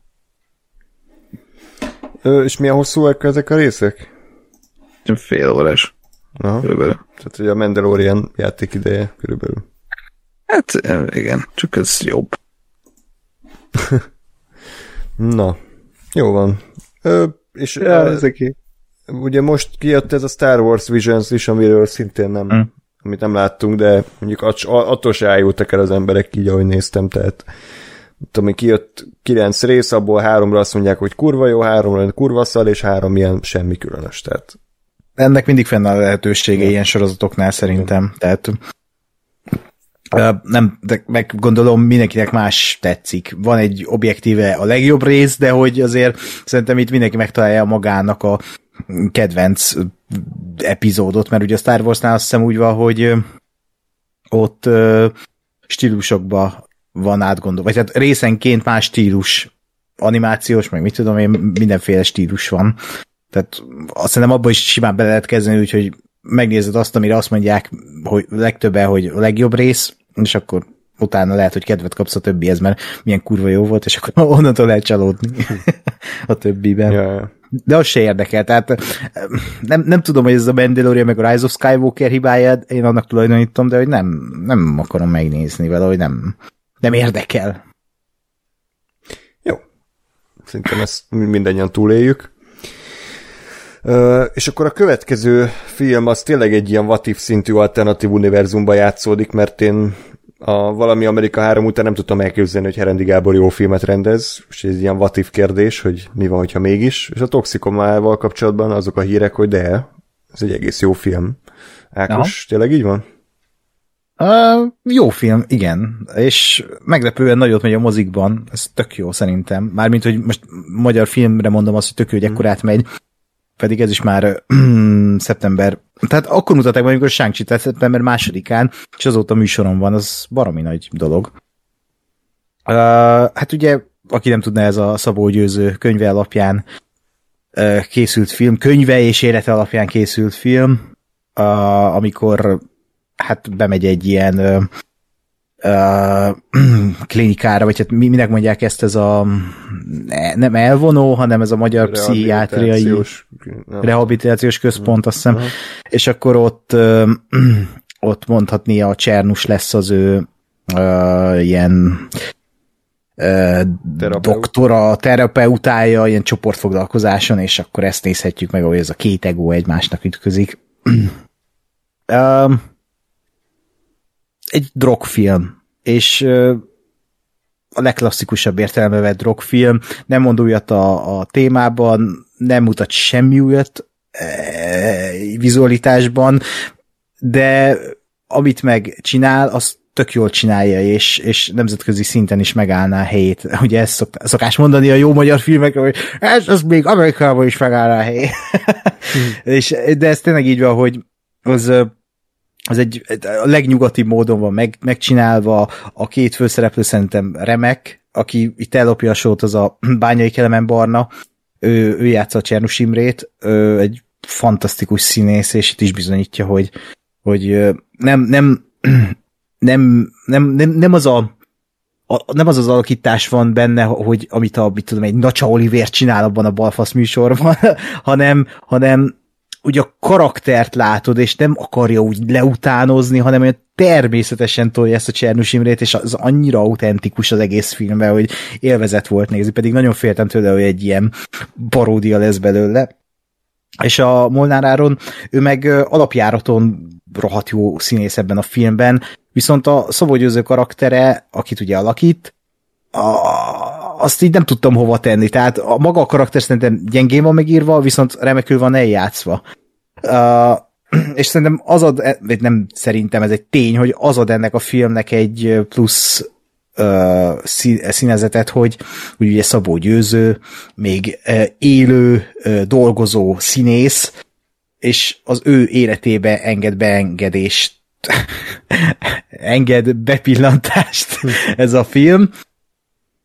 Ö, és milyen hosszúak ezek a részek? Fél órás. Aha. Körülbelül. Tehát, hogy a Mandalorian játék ideje körülbelül. Hát igen, csak ez jobb. Na, jó van. Ö, és Ja, a, ezek ugye most kijött ez a Star Wars Visions is, amiről szintén nem, hmm. amit nem láttunk, de mondjuk att, attól se ájultak el az emberek így, ahogy néztem, tehát tudom, kijött kilenc rész, abból háromra azt mondják, hogy kurva jó, háromra kurva szal, és három ilyen semmi különös, tehát ennek mindig fennáll a lehetősége ja. ilyen sorozatoknál szerintem, tehát Uh, nem, de meg gondolom mindenkinek más tetszik. Van egy objektíve a legjobb rész, de hogy azért szerintem itt mindenki megtalálja magának a kedvenc epizódot, mert ugye a Star Warsnál azt hiszem úgy van, hogy ott uh, stílusokban van átgondolva, vagy hát részenként más stílus, animációs, meg mit tudom én, mindenféle stílus van. Tehát azt szerintem abban is simán bele lehet kezdeni, úgyhogy megnézed azt, amire azt mondják, hogy legtöbben, hogy a legjobb rész, és akkor utána lehet, hogy kedvet kapsz a többihez, mert milyen kurva jó volt, és akkor onnantól lehet csalódni a többiben. Ja, ja. De az se érdekel, tehát nem, nem tudom, hogy ez a Mandalorian meg a Rise of Skywalker hibája, én annak tulajdonítom, de hogy nem, nem akarom megnézni vele, hogy nem, nem érdekel. Jó. Szerintem ezt mindannyian túléljük. Uh, és akkor a következő film az tényleg egy ilyen what if szintű alternatív univerzumban játszódik, mert én a Valami Amerika három után nem tudtam elképzelni, hogy Herendi Gábor jó filmet rendez, és ez egy ilyen what if kérdés, hogy mi van, hogyha mégis. És a Toxikomával kapcsolatban azok a hírek, hogy de, ez egy egész jó film. Ákos, aha. Tényleg így van? Uh, jó film, igen. És meglepően nagyot megy a mozikban, ez tök jó szerintem. Mármint, hogy most magyar filmre mondom azt, hogy tök jó, hogy ekkorát megy. Pedig ez is már uh, szeptember, tehát akkor mutatták meg, amikor Shang-Chi, tehát szeptember másodikán, és azóta műsoron van, az baromi nagy dolog. Uh, hát ugye, aki nem tudná, ez a Szabó Győző könyve alapján uh, készült film, könyve és élete alapján készült film, uh, amikor hát bemegy egy ilyen uh, Uh, klinikára, vagy hát minek mondják ezt, ez a nem elvonó, hanem ez a magyar pszichiátriai rehabilitációs központ, azt hiszem, uh-huh. És akkor ott uh, ott mondhatni a Csernus lesz az ő uh, ilyen uh, doktora, terapeutája, ilyen csoportfoglalkozáson, és akkor ezt nézhetjük meg, ahogy ez a két ego egymásnak ütközik. uh, egy drogfilm, és uh, a legklasszikusabb értelembe vett drogfilm, nem mond újat a, a témában, nem mutat semmi újat e, vizualitásban, de amit meg csinál, azt tök jól csinálja, és, és nemzetközi szinten is megállná a helyét. Ugye ezt szok, szokás mondani a jó magyar filmekről, hogy ez az még Amerikában is megállná a helyét. hmm. és, de ez tényleg így van, hogy az az egy a legnyugatibb módon van meg, megcsinálva, a két főszereplő szerintem remek, aki itt ellopja a sót, az a Bányai Kelemen Barna, ő, ő játsza a Csernus Imrét, ő egy fantasztikus színész, és itt is bizonyítja, hogy, hogy nem, nem, nem, nem, nem, nem az a A, nem az az alakítás van benne, hogy amit a, mit tudom, egy Nacsa Olivér csinál abban a balfasz műsorban, hanem, hanem ugye a karaktert látod, és nem akarja úgy leutánozni, hanem olyan természetesen tolja ezt a Csernus Imrét, és az annyira autentikus az egész filmben, hogy élvezet volt nézni, pedig nagyon féltem tőle, hogy egy ilyen paródia lesz belőle. És a Molnár Áron, ő meg alapjáraton rohadt jó színész ebben a filmben, viszont a Szabó Győző karaktere, akit ugye alakít, a, azt így nem tudtam hova tenni, tehát a maga a karakter szerintem gyengén van megírva, viszont remekül van eljátszva. Uh, és szerintem az ad, vagy nem szerintem, ez egy tény, hogy az ad ennek a filmnek egy plusz uh, színezetet, hogy, hogy ugye Szabó Győző, még uh, élő, uh, dolgozó színész, és az ő életébe enged beengedést, enged bepillantást ez a film.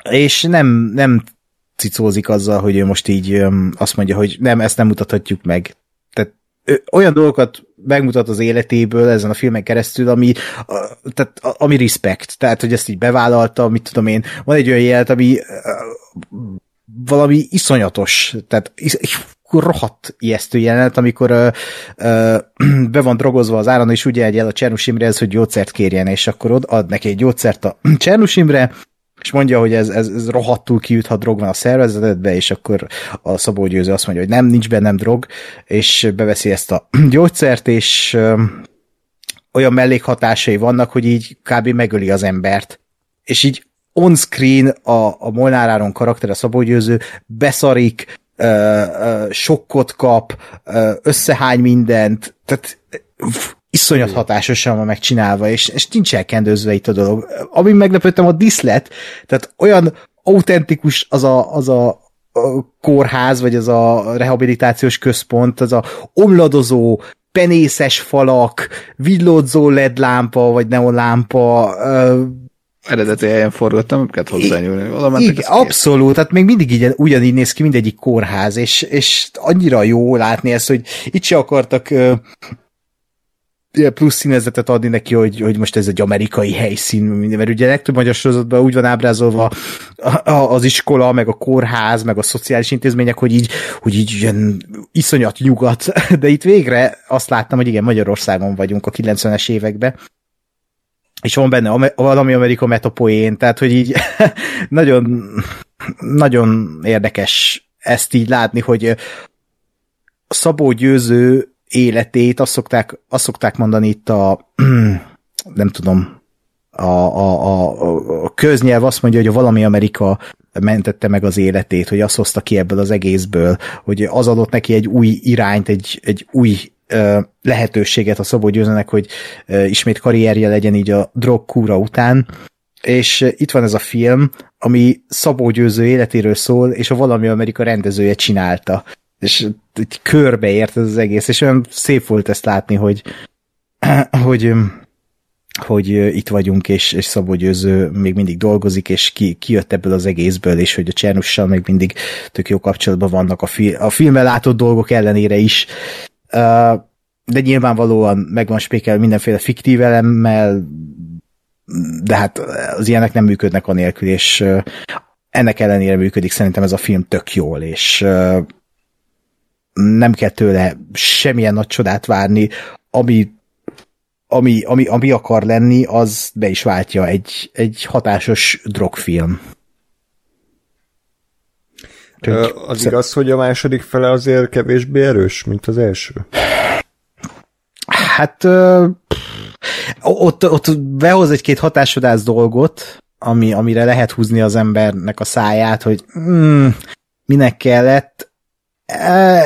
és nem, nem cicózik azzal, hogy ő most így öm, azt mondja, hogy nem, ezt nem mutathatjuk meg. Tehát ő, olyan dolgokat megmutat az életéből ezen a filmen keresztül, ami, a, tehát, a, ami respect. Tehát, hogy ezt így bevállalta, mit tudom én, van egy olyan jelet, ami a, valami iszonyatos, tehát is, rohadt ijesztő jelenet, amikor ö, ö, be van drogozva az áron, és ugye el a Csernus Imrehez, hogy gyógyszert kérjen, és akkor od, ad neki egy gyógyszert a Csernus Imre, és mondja, hogy ez, ez, ez rohadtul kiüthat drog van a szervezetedbe, és akkor a Szabó Győző azt mondja, hogy nem, nincs bennem drog, és beveszi ezt a gyógyszert, és ö, olyan mellékhatásai vannak, hogy így kb. Megöli az embert. És így on-screen a, a Molnár Áron karakter, a Szabó Győző beszarik, ö, ö, sokkot kap, ö, összehány mindent, tehát iszonyat hatásosan van megcsinálva, és, és nincs elkendőzve itt a dolog. Amin meglepődtem, a diszlet, tehát olyan autentikus az a, az a, a kórház, vagy az a rehabilitációs központ, az a omladozó, penészes falak, villódzó el é dé lámpa, vagy neonlámpa, ö, eredeti helyen forgattam, nem kellett hozzányúlni. Igen, abszolút, tehát még mindig így, ugyanígy néz ki mindegyik kórház, és, és annyira jó látni ezt, hogy itt se akartak uh, plusz színezetet adni neki, hogy, hogy most ez egy amerikai helyszín, mert ugye legtöbb magyar sorozatban úgy van ábrázolva az iskola, meg a kórház, meg a szociális intézmények, hogy így, hogy így ilyen iszonyat nyugat, de itt végre azt láttam, hogy igen, Magyarországon vagyunk a kilencvenes években, és van benne valami Amerika metapoén, tehát, hogy így nagyon, nagyon érdekes ezt így látni, hogy Szabó Győző életét azt szokták, azt szokták mondani itt a nem tudom, a, a, a, a köznyelv azt mondja, hogy a valami Amerika mentette meg az életét, hogy azt hozta ki ebből az egészből, hogy az adott neki egy új irányt, egy, egy új lehetőséget a Szabó Győzőnek, hogy ismét karrierje legyen így a drogkúra után, és itt van ez a film, ami Szabó Győző életéről szól, és a Valami Amerika rendezője csinálta, és egy körbeért ez az egész, és olyan szép volt ezt látni, hogy hogy, hogy itt vagyunk, és, és Szabó Győző még mindig dolgozik, és ki, kijött ebből az egészből, és hogy a Csernussal még mindig tök jó kapcsolatban vannak a, fi, a filmben látott dolgok ellenére is. De nyilvánvalóan meg van spékelve mindenféle fiktív elemmel, de hát az ilyenek nem működnek anélkül, és ennek ellenére működik szerintem ez a film tök jól, és nem kell tőle semmilyen nagy csodát várni, ami, ami, ami, ami akar lenni, az be is váltja egy, egy hatásos drogfilm. Ö, az Szer- igaz, hogy a második fele azért kevésbé erős, mint az első? Hát ö, ott, ott behoz egy-két hatásvadász dolgot, ami, amire lehet húzni az embernek a száját, hogy mm, minek kellett. E,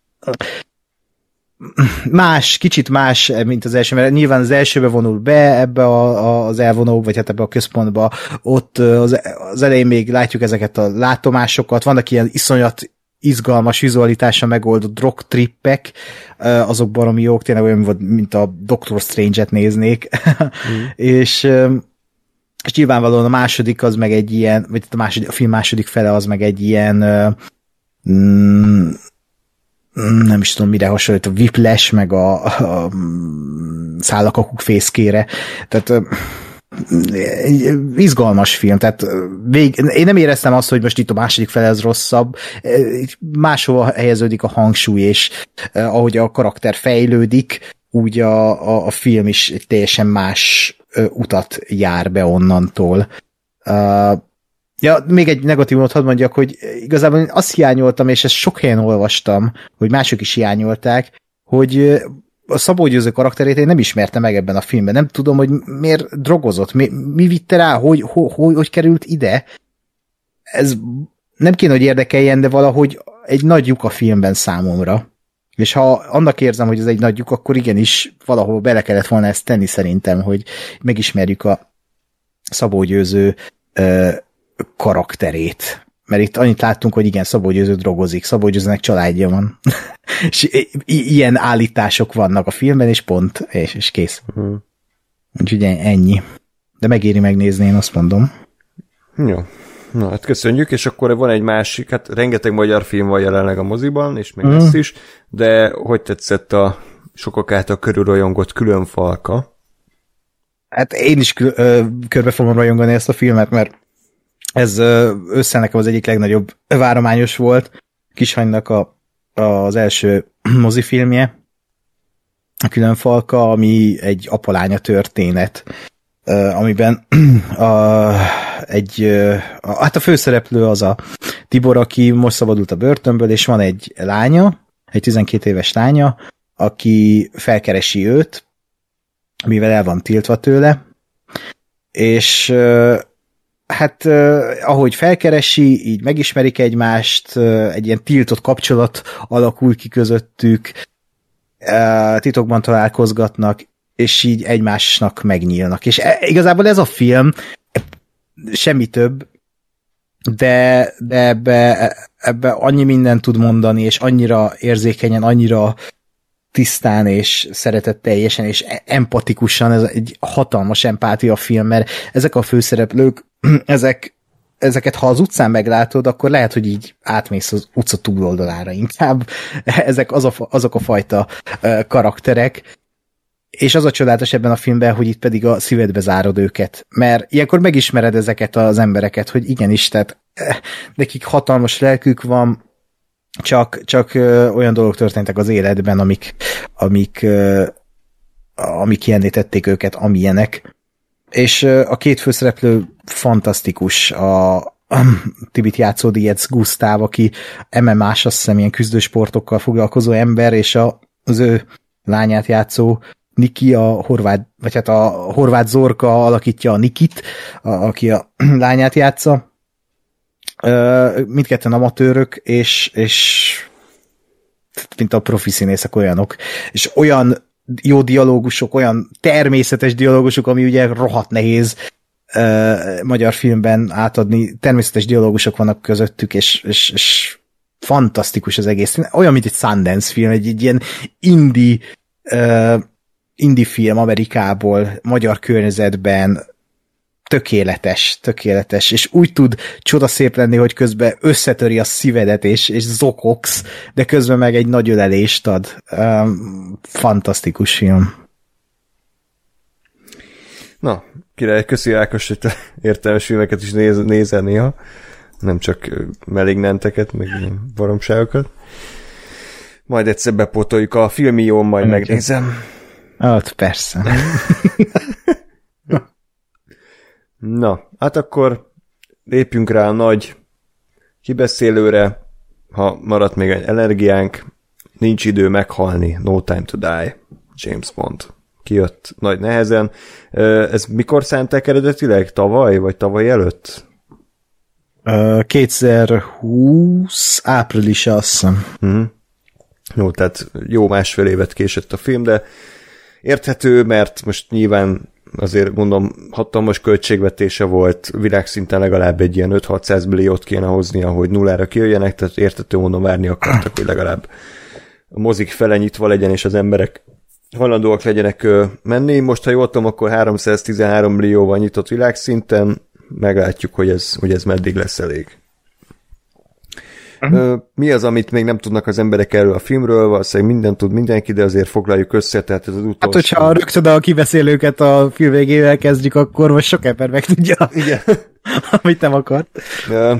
más, kicsit más, mint az első, mert nyilván az elsőbe vonul be ebbe a, a, az elvonó, vagy hát ebbe a központba, ott az, az elején még látjuk ezeket a látomásokat, vannak ilyen iszonyat izgalmas vizualitással megoldott drogtrippek, azok baromi jók, tényleg olyan, mint a Doctor Strange-et néznék, mm. és, és nyilvánvalóan a második az meg egy ilyen, vagy a, második, a film második fele az meg egy ilyen mm, nem is tudom, mire hasonlít, a Whiplash, meg a, a, a Szállakakuk fészkére, tehát izgalmas film, tehát vég, én nem éreztem azt, hogy most itt a második fele az rosszabb, máshova helyeződik a hangsúly, és ahogy a karakter fejlődik, úgy a, a, a film is egy teljesen más utat jár be onnantól. Uh, ja, még egy negatívumot hadd mondjak, hogy igazából én azt hiányoltam, és ezt sok helyen olvastam, hogy mások is hiányolták, hogy a Szabó Győző karakterét én nem ismertem meg ebben a filmben. Nem tudom, hogy miért drogozott, mi, mi vitte rá, hogy, hogy, hogy, hogy került ide. Ez nem kéne, hogy érdekeljen, de valahogy egy nagy lyuk a filmben számomra. És ha annak érzem, hogy ez egy nagy lyuk, akkor igenis valahol bele kellett volna ezt tenni szerintem, hogy megismerjük a Szabó Győző ö, karakterét. Mert itt annyit láttunk, hogy igen, Szabó Győző drogozik, Szabó Győzőnek családja van. És i- i- ilyen állítások vannak a filmben, és pont, és, és kész. Uh-huh. Úgyhogy ennyi. De megéri megnézni, én azt mondom. Jó. Na, hát köszönjük, és akkor van egy másik, hát rengeteg magyar film van jelenleg a moziban, és még mm. lesz is, de hogy tetszett a sokak által körülrajongott Különfalka? Hát én is kö- ö, körbe fogom rajongani ezt a filmet, mert ez ö, össze nekem az egyik legnagyobb várományos volt. Kishanynak a, az első mozifilmje, a Különfalka, ami egy apalánya történet, ö, amiben a, egy, ö, a, hát a főszereplő az a Tibor, aki most szabadult a börtönből, és van egy lánya, egy tizenkét éves lánya, aki felkeresi őt, mivel el van tiltva tőle, és hát ahogy felkeresi, így megismerik egymást, egy ilyen tiltott kapcsolat alakul ki közöttük, titokban találkozgatnak, és így egymásnak megnyílnak. És igazából ez a film semmi több, de, de ebbe, ebbe annyi mindent tud mondani, és annyira érzékenyen, annyira tisztán és szeretetteljesen és empatikusan, ez egy hatalmas empátia film, mert ezek a főszereplők, ezek, ezeket ha az utcán meglátod, akkor lehet, hogy így átmész az utca túloldalára inkább. Ezek az a, azok a fajta karakterek, és az a csodálatos ebben a filmben, hogy itt pedig a szívedbe zárod őket, mert ilyenkor megismered ezeket az embereket, hogy igenis, tehát nekik hatalmas lelkük van, Csak, csak ö, olyan dolgok történtek az életben, amik, amik, ö, amik ilyenné tették őket, amilyenek. És ö, a két főszereplő fantasztikus. A, a Tibit játszó Dietz Gusztáv, aki em em á-s, azt hiszem, ilyen küzdősportokkal foglalkozó ember, és a, az ő lányát játszó Niki, a horvát, vagy hát a horvát Zorka alakítja a Nikit, a, aki a lányát játsza. Mindketten amatőrök, és, és mint a profi színészek olyanok, és olyan jó dialógusok, olyan természetes dialógusok, ami ugye rohadt nehéz uh, magyar filmben átadni, természetes dialógusok vannak közöttük, és, és, és fantasztikus az egész. Olyan, mint egy Sundance film, egy, egy ilyen indie, uh, indie film Amerikából, magyar környezetben, tökéletes, tökéletes, és úgy tud csodaszép lenni, hogy közben összetöri a szívedet, és, és zokogsz, de közben meg egy nagy ölelést ad. Um, fantasztikus film. Na, király, köszi Ákos, hogy te értelmes filmeket is néz, nézel néha, nem csak malignanteket, meg baromságokat. Majd egyszer bepótoljuk a filmión, majd megnézem. Hát persze. Na, hát akkor lépjünk rá a nagy kibeszélőre, ha maradt még egy energiánk. Nincs idő meghalni, No Time to Die, James Bond. Kijött nagy nehezen. Ez mikor szánták eredetileg? Tavaly, vagy tavaly előtt? kétezer-húsz április, azt hiszem. Uh-huh. Jó, tehát jó másfél évet késett a film, de érthető, mert most nyilván azért mondom, hatalmas költségvetése volt, világszinten legalább egy ilyen öt-hatszáz milliót kéne hozni, ahogy nullára kijöjjenek, tehát értető mondom, várni akartak, hogy legalább a mozik fele nyitva legyen, és az emberek hajlandóak legyenek menni. Most, ha jól tudom, akkor háromszáztizenhárom millióval nyitott világszinten, meglátjuk, hogy ez, hogy ez meddig lesz elég. Uh-huh. Mi az, amit még nem tudnak az emberek erről a filmről? Valószínűleg mindent tud mindenki, de azért foglaljuk össze, tehát ez az utolsó... Hát, hogyha rögtön a kibeszélőket a film végével kezdjük, akkor most sok ember meg tudja, igen. amit nem akart. Uh,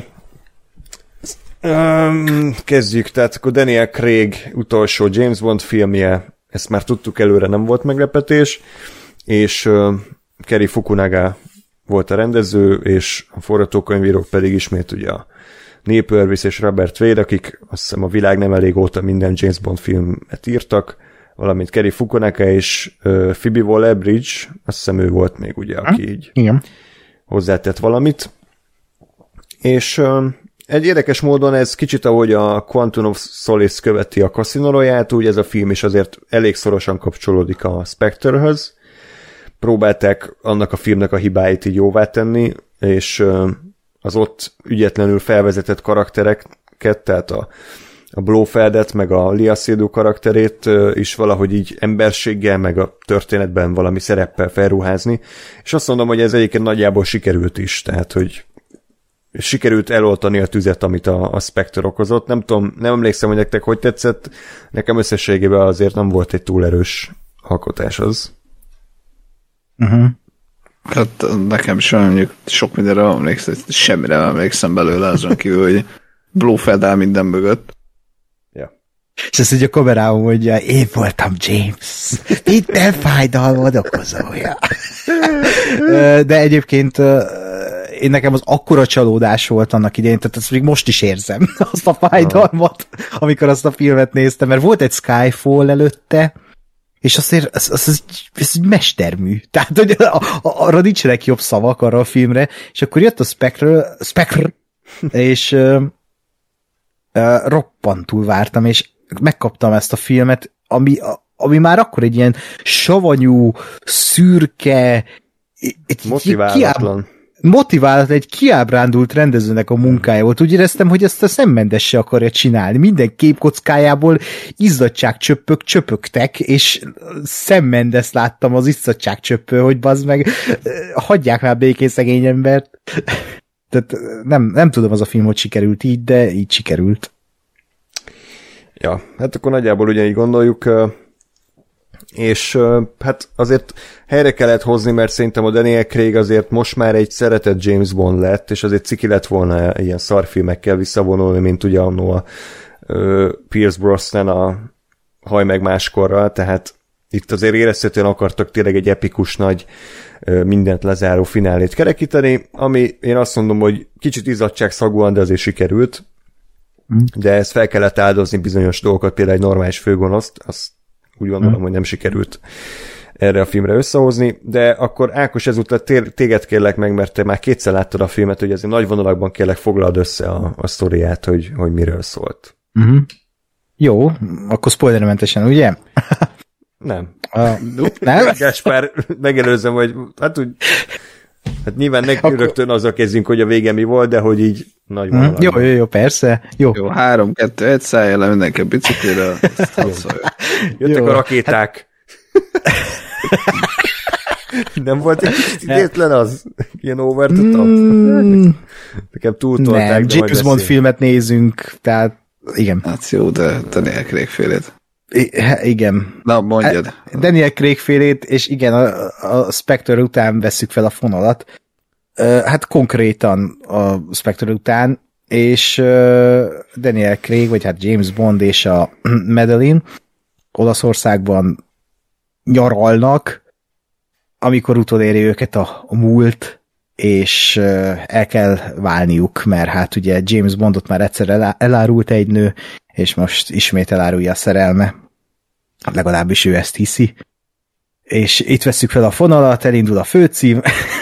um, kezdjük, tehát akkor Daniel Craig utolsó James Bond filmje, ezt már tudtuk előre, nem volt meglepetés, és uh, Cary Fukunaga volt a rendező, és a forgatókönyvírók pedig ismét ugye a Neil Purvis és Robert Wade, akik azt hiszem a világ nem elég óta minden James Bond filmet írtak, valamint Cary Fukunaga és uh, Phoebe Waller-Bridge, azt hiszem ő volt még ugye, aki így igen. hozzátett valamit. És uh, egy érdekes módon ez kicsit ahogy a Quantum of Solace követi a Casino Royale-t, úgy ez a film is azért elég szorosan kapcsolódik a Spectre-höz. Próbálták annak a filmnek a hibáit így jóvá tenni, és uh, az ott ügyetlenül felvezetett karaktereket, tehát a, a Blofeldet, meg a Lia Seydoux karakterét is valahogy így emberséggel, meg a történetben valami szereppel felruházni, és azt mondom, hogy ez egyébként nagyjából sikerült is, tehát, hogy sikerült eloltani a tüzet, amit a, a Spectre okozott. Nem tudom, nem emlékszem, hogy nektek hogy tetszett. Nekem összességében azért nem volt egy túl erős alkotás az. Uh-huh. Hát nekem sem mondjuk sok mindenre emlékszem, semmire nem emlékszem belőle, azon kívül, hogy Blofeld áll minden mögött. Ja. És ezt így a kamerában mondja, én voltam James, minden fájdalmad okozója. De egyébként én nekem az akkora csalódás volt annak idején, tehát ezt még most is érzem, azt a fájdalmat, amikor azt a filmet néztem, mert volt egy Skyfall előtte, és azért ez, ez, ez, ez egy mestermű. Tehát, hogy arra nincsenek jobb szavak arra a filmre, és akkor jött a Spectre, Spectre és uh, uh, roppantul vártam, és megkaptam ezt a filmet, ami, ami már akkor egy ilyen savanyú, szürke, egy motiválatlan. motivált, egy kiábrándult rendezőnek a munkája volt. Úgy éreztem, hogy ezt a Sam Mendes se akarja csinálni. Minden képkockájából izzadságcsöppök csöpögtek, és Sam Mendes láttam az izzadságcsöppő, hogy bazd meg, hagyják már békén szegény embert. Tehát nem, nem tudom, az a film, hogy sikerült így, de így sikerült. Ja, hát akkor nagyjából ugyanígy gondoljuk, és hát azért helyre kellett hozni, mert szerintem a Daniel Craig azért most már egy szeretett James Bond lett, és azért ciki lett volna ilyen szarfilmekkel visszavonulni, mint ugye annó a uh, Pierce Brosnan a Haj meg máskorral, tehát itt azért érezhetően akartak tényleg egy epikus nagy uh, mindent lezáró finálét kerekíteni, ami én azt mondom, hogy kicsit izzadságszagúan, de azért sikerült, mm. de ezt fel kellett áldozni bizonyos dolgokat, például egy normális főgonoszt, azt úgy gondolom, mm. hogy nem sikerült erre a filmre összehozni, de akkor Ákos, ezúttal téged kérlek meg, mert te már kétszer láttad a filmet, hogy azért nagy vonalakban kérlek foglald össze a, a sztoriát, hogy, hogy miről szólt. Mm-hmm. Jó, akkor spoilermentesen, ugye? Nem. Uh, nem? Gáspár, megelőzem, hogy hát úgy, hát nyilván ne akkor... rögtön azzal kezdjünk, hogy a vége mi volt, de hogy így nagy vonalakban. Jó, jó, jó, persze. Jó, jó három, kettő, egy, szállja le mindenki a biciklire. Jöttek jó. A rakéták. Nem volt egy kicsit idétlen az? Ilyen over the top? Mm, nekem túltolták. Nem, James Bond filmet nézünk, tehát igen. Hát jó, de Daniel Craig félét. I- igen. Na, mondjad. Daniel Craig félét, és igen, a, a Spectre után vesszük fel a fonalat. Uh, hát konkrétan a Spectre után, és uh, Daniel Craig, vagy hát James Bond és a Madeline Olaszországban nyaralnak, amikor utoléri őket a, a múlt, és uh, el kell válniuk, mert hát ugye James Bondot már egyszer elá- elárult egy nő, és most ismét elárulja a szerelme. Legalábbis ő ezt hiszi. És itt vesszük fel a fonalat, elindul a főcím,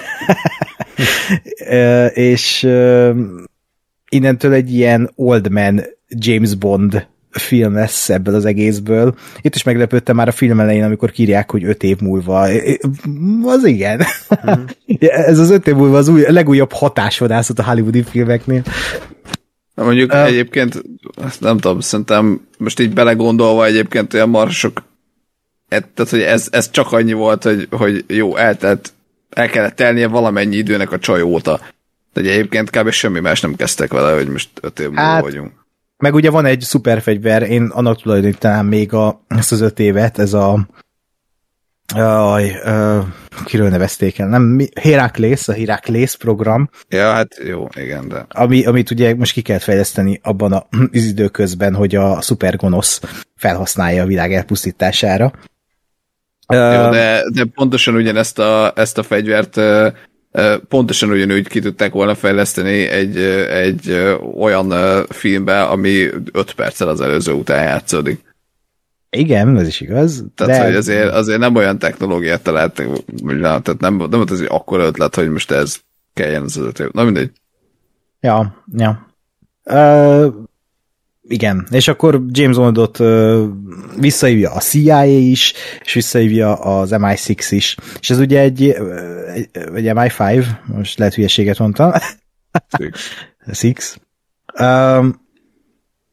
uh, és uh, innentől egy ilyen old man James Bond film lesz ebből az egészből. Itt is meglepődtem már a film elején, amikor kírják, hogy öt év múlva. Az igen. Mm. Ez az öt év múlva az új, a legújabb hatásvadászat a hollywoodi filmeknél. Na mondjuk uh, egyébként, nem tudom, szerintem most így belegondolva egyébként olyan marsok, tehát hogy ez, ez csak annyi volt, hogy, hogy jó, eltelt, el kellett telnie valamennyi időnek a csaj óta. De egyébként kb. Semmi más nem kezdtek vele, hogy most öt év múlva hát, vagyunk. Meg ugye van egy szuperfegyver, én annak tulajdonítanám még a, ezt az öt évet, ez a aj, uh, kiről nevezték el, nem, Heraklész, a Heraklész program. Ja, hát jó, igen, de... Ami, amit ugye most ki kellett fejleszteni abban az időközben, hogy a szupergonosz felhasználja a világ elpusztítására. Jó, de, de pontosan ugyanezt a, ezt a fegyvert pontosan ugyanúgy ki tudták volna fejleszteni egy, egy olyan filmbe, ami öt perccel az előző után játszódik. Igen, ez is igaz. Tehát, de... hogy azért, azért nem olyan technológiát találtak, tehát nem, nem volt az egy akkora ötlet, hogy most ez kelljen az öt év. Na mindegy. Ja, ja. Uh, igen, és akkor James Bondot uh, visszahívja a C I A is, és visszahívja az M I hat is. És ez ugye egy, egy, egy M I öt, most lehet hülyeséget mondtam. Six. Six. Um,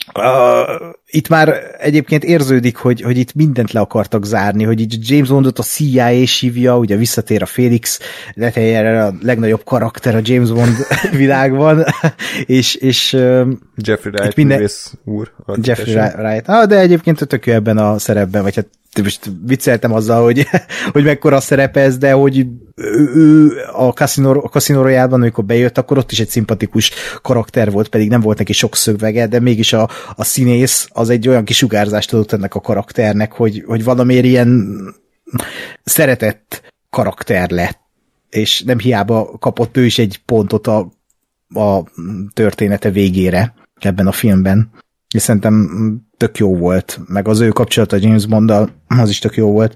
Uh, itt már egyébként érződik, hogy, hogy itt mindent le akartak zárni, hogy így James Bondot a C I A sívja, ugye visszatér a Felix, letejére a legnagyobb karakter a James Bond világban, és, és Jeffrey Wright minden... úr. Jeffrey Wright. Ah, de egyébként tök jó ebben a szerepben, vagy hát most vicceltem azzal, hogy, hogy mekkora szerep ez, de hogy ő, ő a Casino, a Casino Royale-ban, amikor bejött, akkor ott is egy szimpatikus karakter volt, pedig nem volt neki sok szövege, de mégis a, a színész az egy olyan kisugárzást adott ennek a karakternek, hogy, hogy valamiért ilyen szeretett karakter lett, és nem hiába kapott ő is egy pontot a, a története végére ebben a filmben. És szerintem tök jó volt, meg az ő kapcsolata James Bonddal, az is tök jó volt.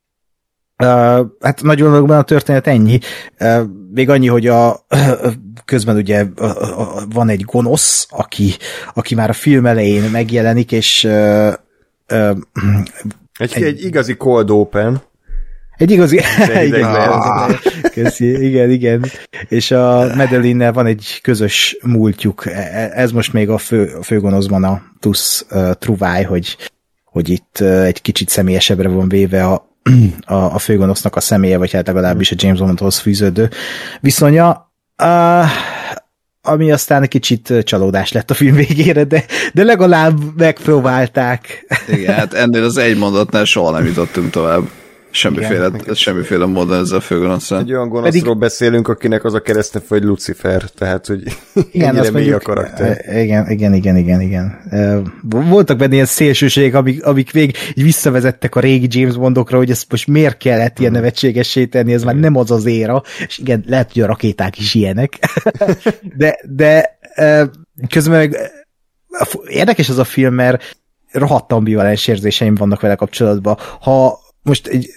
Uh, hát nagyonban a történet ennyi. Uh, még annyi, hogy a közben ugye uh, uh, van egy gonosz, aki, aki már a film elején megjelenik, és uh, uh, egy, egy, egy igazi cold open. Egy igazi... igen, ah. Köszi, igen, igen. És a Madeleine-nel van egy közös múltjuk. Ez most még a, fő, a főgonoszban a Tusz uh, truváj, hogy, hogy itt uh, egy kicsit személyesebbre van véve a, a, a főgonosznak a személye, vagy hát legalábbis a James Bondhoz fűződő viszonya. Uh, ami aztán egy kicsit csalódás lett a film végére, de, de legalább megpróbálták. Igen, hát ennél az egy mondatnál soha nem jutottunk tovább. Semmiféle, igen, semmiféle módon ezzel a főgonoszra. Egy olyan gonoszról Pedig... beszélünk, akinek az a keresztneve, hogy Lucifer, tehát, hogy igen, ennyire mély a karakter. Igen, igen, igen, igen, igen. Voltak benne ilyen szélsőségek, amik, amik végig visszavezettek a régi James Bondokra, hogy ezt most miért kellett ilyen nevetségessé tenni, ez már nem az az éra, és igen, lehet, hogy a rakéták is ilyenek. de, de közben meg érdekes az a film, mert rohadt ambivalens érzéseim vannak vele kapcsolatban. Ha most egy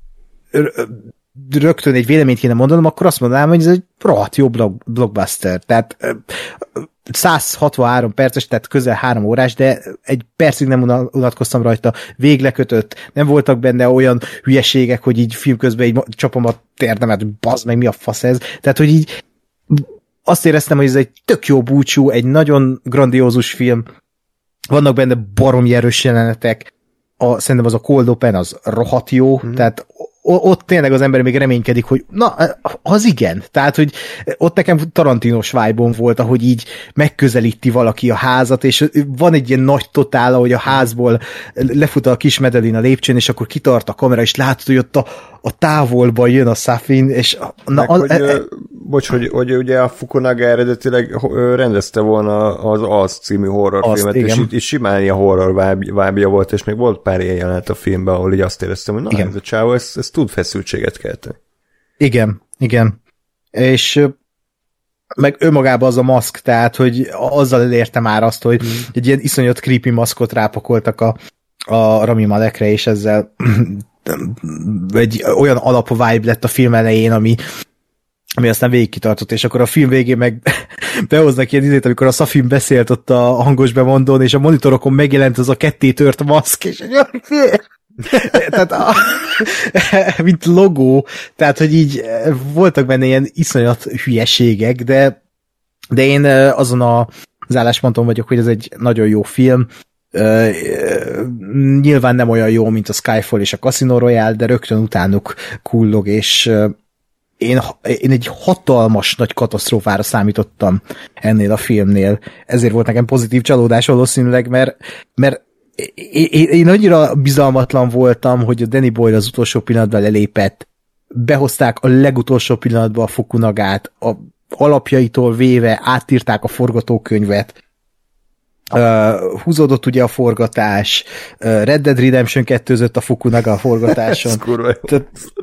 rögtön egy véleményt kéne mondanom, akkor azt mondanám, hogy ez egy rohadt jó blockbuster. Tehát száz hatvanhárom perces, tehát közel három órás, de egy percig nem unatkoztam rajta, véglekötött, nem voltak benne olyan hülyeségek, hogy így film közben így csapom a térdemet, hogy bazd meg, mi a fasz ez. Tehát, hogy így azt éreztem, hogy ez egy tök jó búcsú, egy nagyon grandiózus film, vannak benne baromi erős jelenetek, a, szerintem az a cold open az rohadt jó, mm. tehát ott tényleg az ember még reménykedik, hogy na, az igen. Tehát, hogy ott nekem Tarantinos vibe-on volt, ahogy így megközelíti valaki a házat, és van egy ilyen nagy totál, ahogy a házból lefut a kis Madeleine a lépcsőn, és akkor kitart a kamera, és látod, hogy ott a, a távolban jön a Safin, és... Na, Meg, a, hogy, e, bocs, hogy, hogy ugye a Fukunaga eredetileg rendezte volna az Az című horrorfilmet, és itt, itt simán ilyen horror vibe-ja volt, és még volt pár ilyen jelenet a filmben, ahol így azt éreztem, hogy na, igen. ez a csávó, ez, ez tud feszültséget kelteni. Igen, igen. És meg önmagában az a maszk, tehát, hogy azzal elérte már azt, hogy mm. egy ilyen iszonyat creepy maszkot rápakoltak a, a Rami Malekre, és ezzel egy olyan alap vibe lett a film elején, ami, ami aztán végig kitartott, és akkor a film végén meg behoznak ilyen izét, amikor a Safin beszélt ott a hangos bemondón, és a monitorokon megjelent az a ketté tört maszk, és tehát a, mint logó, tehát, hogy így voltak benne ilyen iszonyat hülyeségek, de, de én azon a, az állásponton vagyok, hogy ez egy nagyon jó film. Uh, nyilván nem olyan jó, mint a Skyfall és a Casino Royale, de rögtön utánuk kullog, és uh, én, én egy hatalmas nagy katasztrófára számítottam ennél a filmnél. Ezért volt nekem pozitív csalódás valószínűleg, mert, mert én, én annyira bizalmatlan voltam, hogy a Danny Boyle az utolsó pillanatban lelépett, behozták a legutolsó pillanatban a Fukunagát, a alapjaitól véve átírták a forgatókönyvet, Uh, húzódott ugye a forgatás, uh, Red Dead Redemption kettőzött a Fukunaga a forgatáson. Ez kurva jó.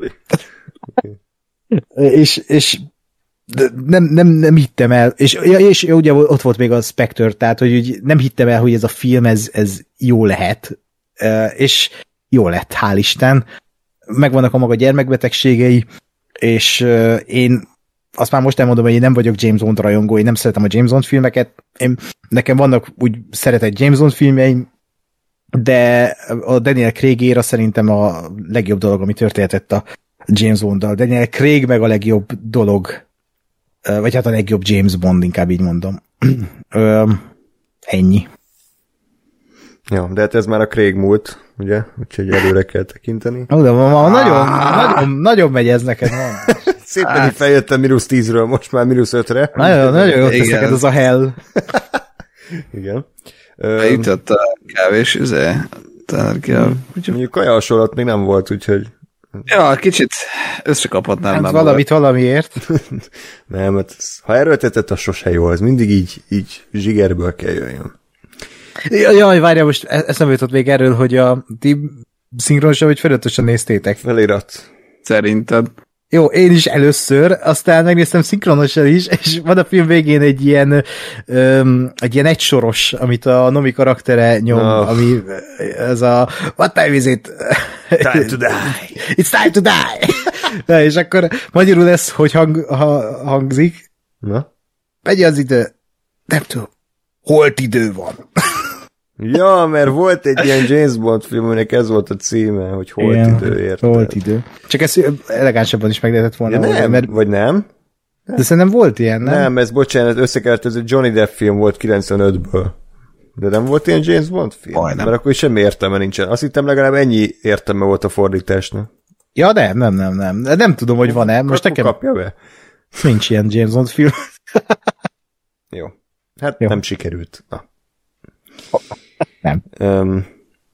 és, és nem, nem, nem hittem el, és, és ugye ott volt még a Spectre, tehát hogy úgy nem hittem el, hogy ez a film, ez, ez jó lehet, uh, és jó lett, hál' Isten. Megvannak a maga gyermekbetegségei, és uh, én azt már most elmondom, hogy én nem vagyok James Bond rajongó, én nem szeretem a James Bond filmeket, én, nekem vannak úgy szeretett James Bond filmjeim, de a Daniel Craig-éra szerintem a legjobb dolog, ami történhetett a James Bonddal. Daniel Craig meg a legjobb dolog, vagy hát a legjobb James Bond, inkább így mondom. Ennyi. Ja, de hát ez már a Craig múlt, ugye? Úgyhogy előre kell tekinteni. Ó, de ma, ma nagyon, nagyon, nagyon megy ez neked, van. Szépen hát. Így feljöttem mínusz tízről, most már mínusz ötre. Nagyon, nagyon jó tesz neked az a hell. Igen. Bejutott a kávés, üzé? Mondjuk kaja hasonlat még nem volt, úgyhogy... Ja, kicsit összekaphatnám. Hát nem valamit volt. valamiért. Nem, hát ha erőltetett, az sose jó, az mindig így, így zsigerből kell jöjjön. Jaj, várjál, most eszembe jutott még erről, hogy a ti szinkronosan, hogy feliratosan néztétek. Felirat. Szerinted? Jó, én is először, aztán megnéztem szinkronosan is, és van a film végén egy ilyen öm, egy ilyen egysoros, amit a Nomi karaktere nyom, oh. ami ez a What time is it? Time to die. It's time to die. Na, és akkor magyarul ez, hogy hang, ha, hangzik. Na? Megy az idő. Nem tudom. Holt idő van. Ja, mert volt egy ilyen James Bond film, aminek ez volt a címe, hogy holt igen, idő, érted? Holt idő. Csak ezt elegánsabban is meg lehetett volna. Ja, nem, volna, mert... vagy nem? De szerintem volt ilyen, nem? Nem, ez bocsánat, összekelt, ez egy Johnny Depp film volt kilencvenötből. De nem volt ilyen James Bond film? Majdnem. Mert akkor semmi értelme nincsen. Azt hittem legalább ennyi értelme volt a fordításnak. Ja, nem, nem, nem, nem. Nem tudom, hogy van-e. Most nekem kapja be. nincs ilyen James Bond film. Jó. Hát Jó. nem sikerült. Na. Nem. Um,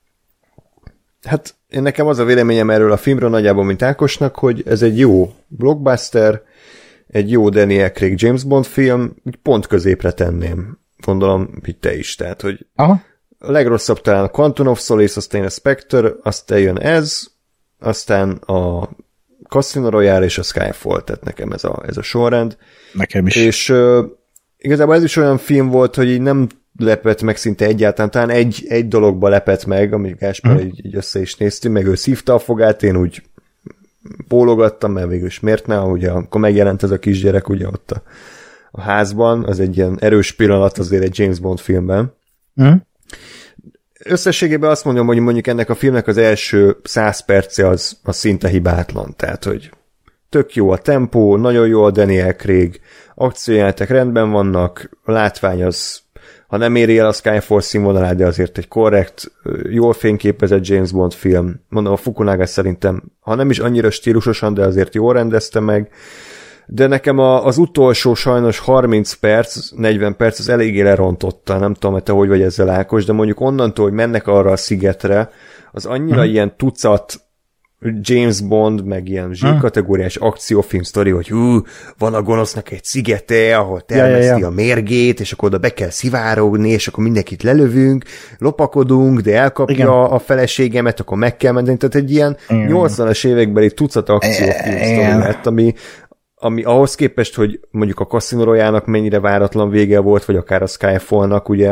hát én nekem az a véleményem erről a filmről nagyjából, mint Ákosnak, hogy ez egy jó blockbuster, egy jó Daniel Craig James Bond film, pont középre tenném. Gondolom, hogy te is. Tehát, hogy Aha. a legrosszabb talán a Quantum of Solace, aztán a Spectre, aztán jön ez, aztán a Casino Royale és a Skyfall, tehát nekem ez a, ez a sorrend. Nekem is. És uh, igazából ez is olyan film volt, hogy így nem lepett meg szinte egyáltalán, talán egy, egy dologba lepett meg, amit Gáspár mm. így, így össze is néztünk, meg ő szívta a fogát, én úgy bólogattam, mert végül is miért ne, ugye, akkor megjelent ez a kisgyerek ugye ott a, a házban, az egy ilyen erős pillanat azért egy James Bond filmben. Mm. Összességében azt mondom, hogy mondjuk ennek a filmnek az első száz perce az, az szinte hibátlan, tehát, hogy tök jó a tempó, nagyon jó a Daniel Craig, akciójátek rendben vannak, a látvány az, ha nem éri el a Skyfall színvonalát, de azért egy korrekt, jól fényképezett James Bond film. Mondom, a Fukunaga szerintem, ha nem is annyira stílusosan, de azért jól rendezte meg. De nekem a, az utolsó sajnos harminc perc, negyven perc az eléggé lerontotta, nem tudom, hogy te hogy vagy ezzel, Ákos, de mondjuk onnantól, hogy mennek arra a szigetre, az annyira hmm. ilyen tucat James Bond, meg ilyen zsírkategóriás akciófilm sztori, hogy hú, van a gonosznak egy szigete, ahol termeszti ja, ja, ja. a mérgét, és akkor oda be kell szivárogni, és akkor mindenkit lelövünk, lopakodunk, de elkapja igen. a feleségemet, akkor meg kell menni. Tehát egy ilyen igen. nyolcvanas évekbeli tucat akciófilm sztori lett, ami, ami ahhoz képest, hogy mondjuk a Casino Royale-nak mennyire váratlan vége volt, vagy akár a Skyfall-nak, ugye,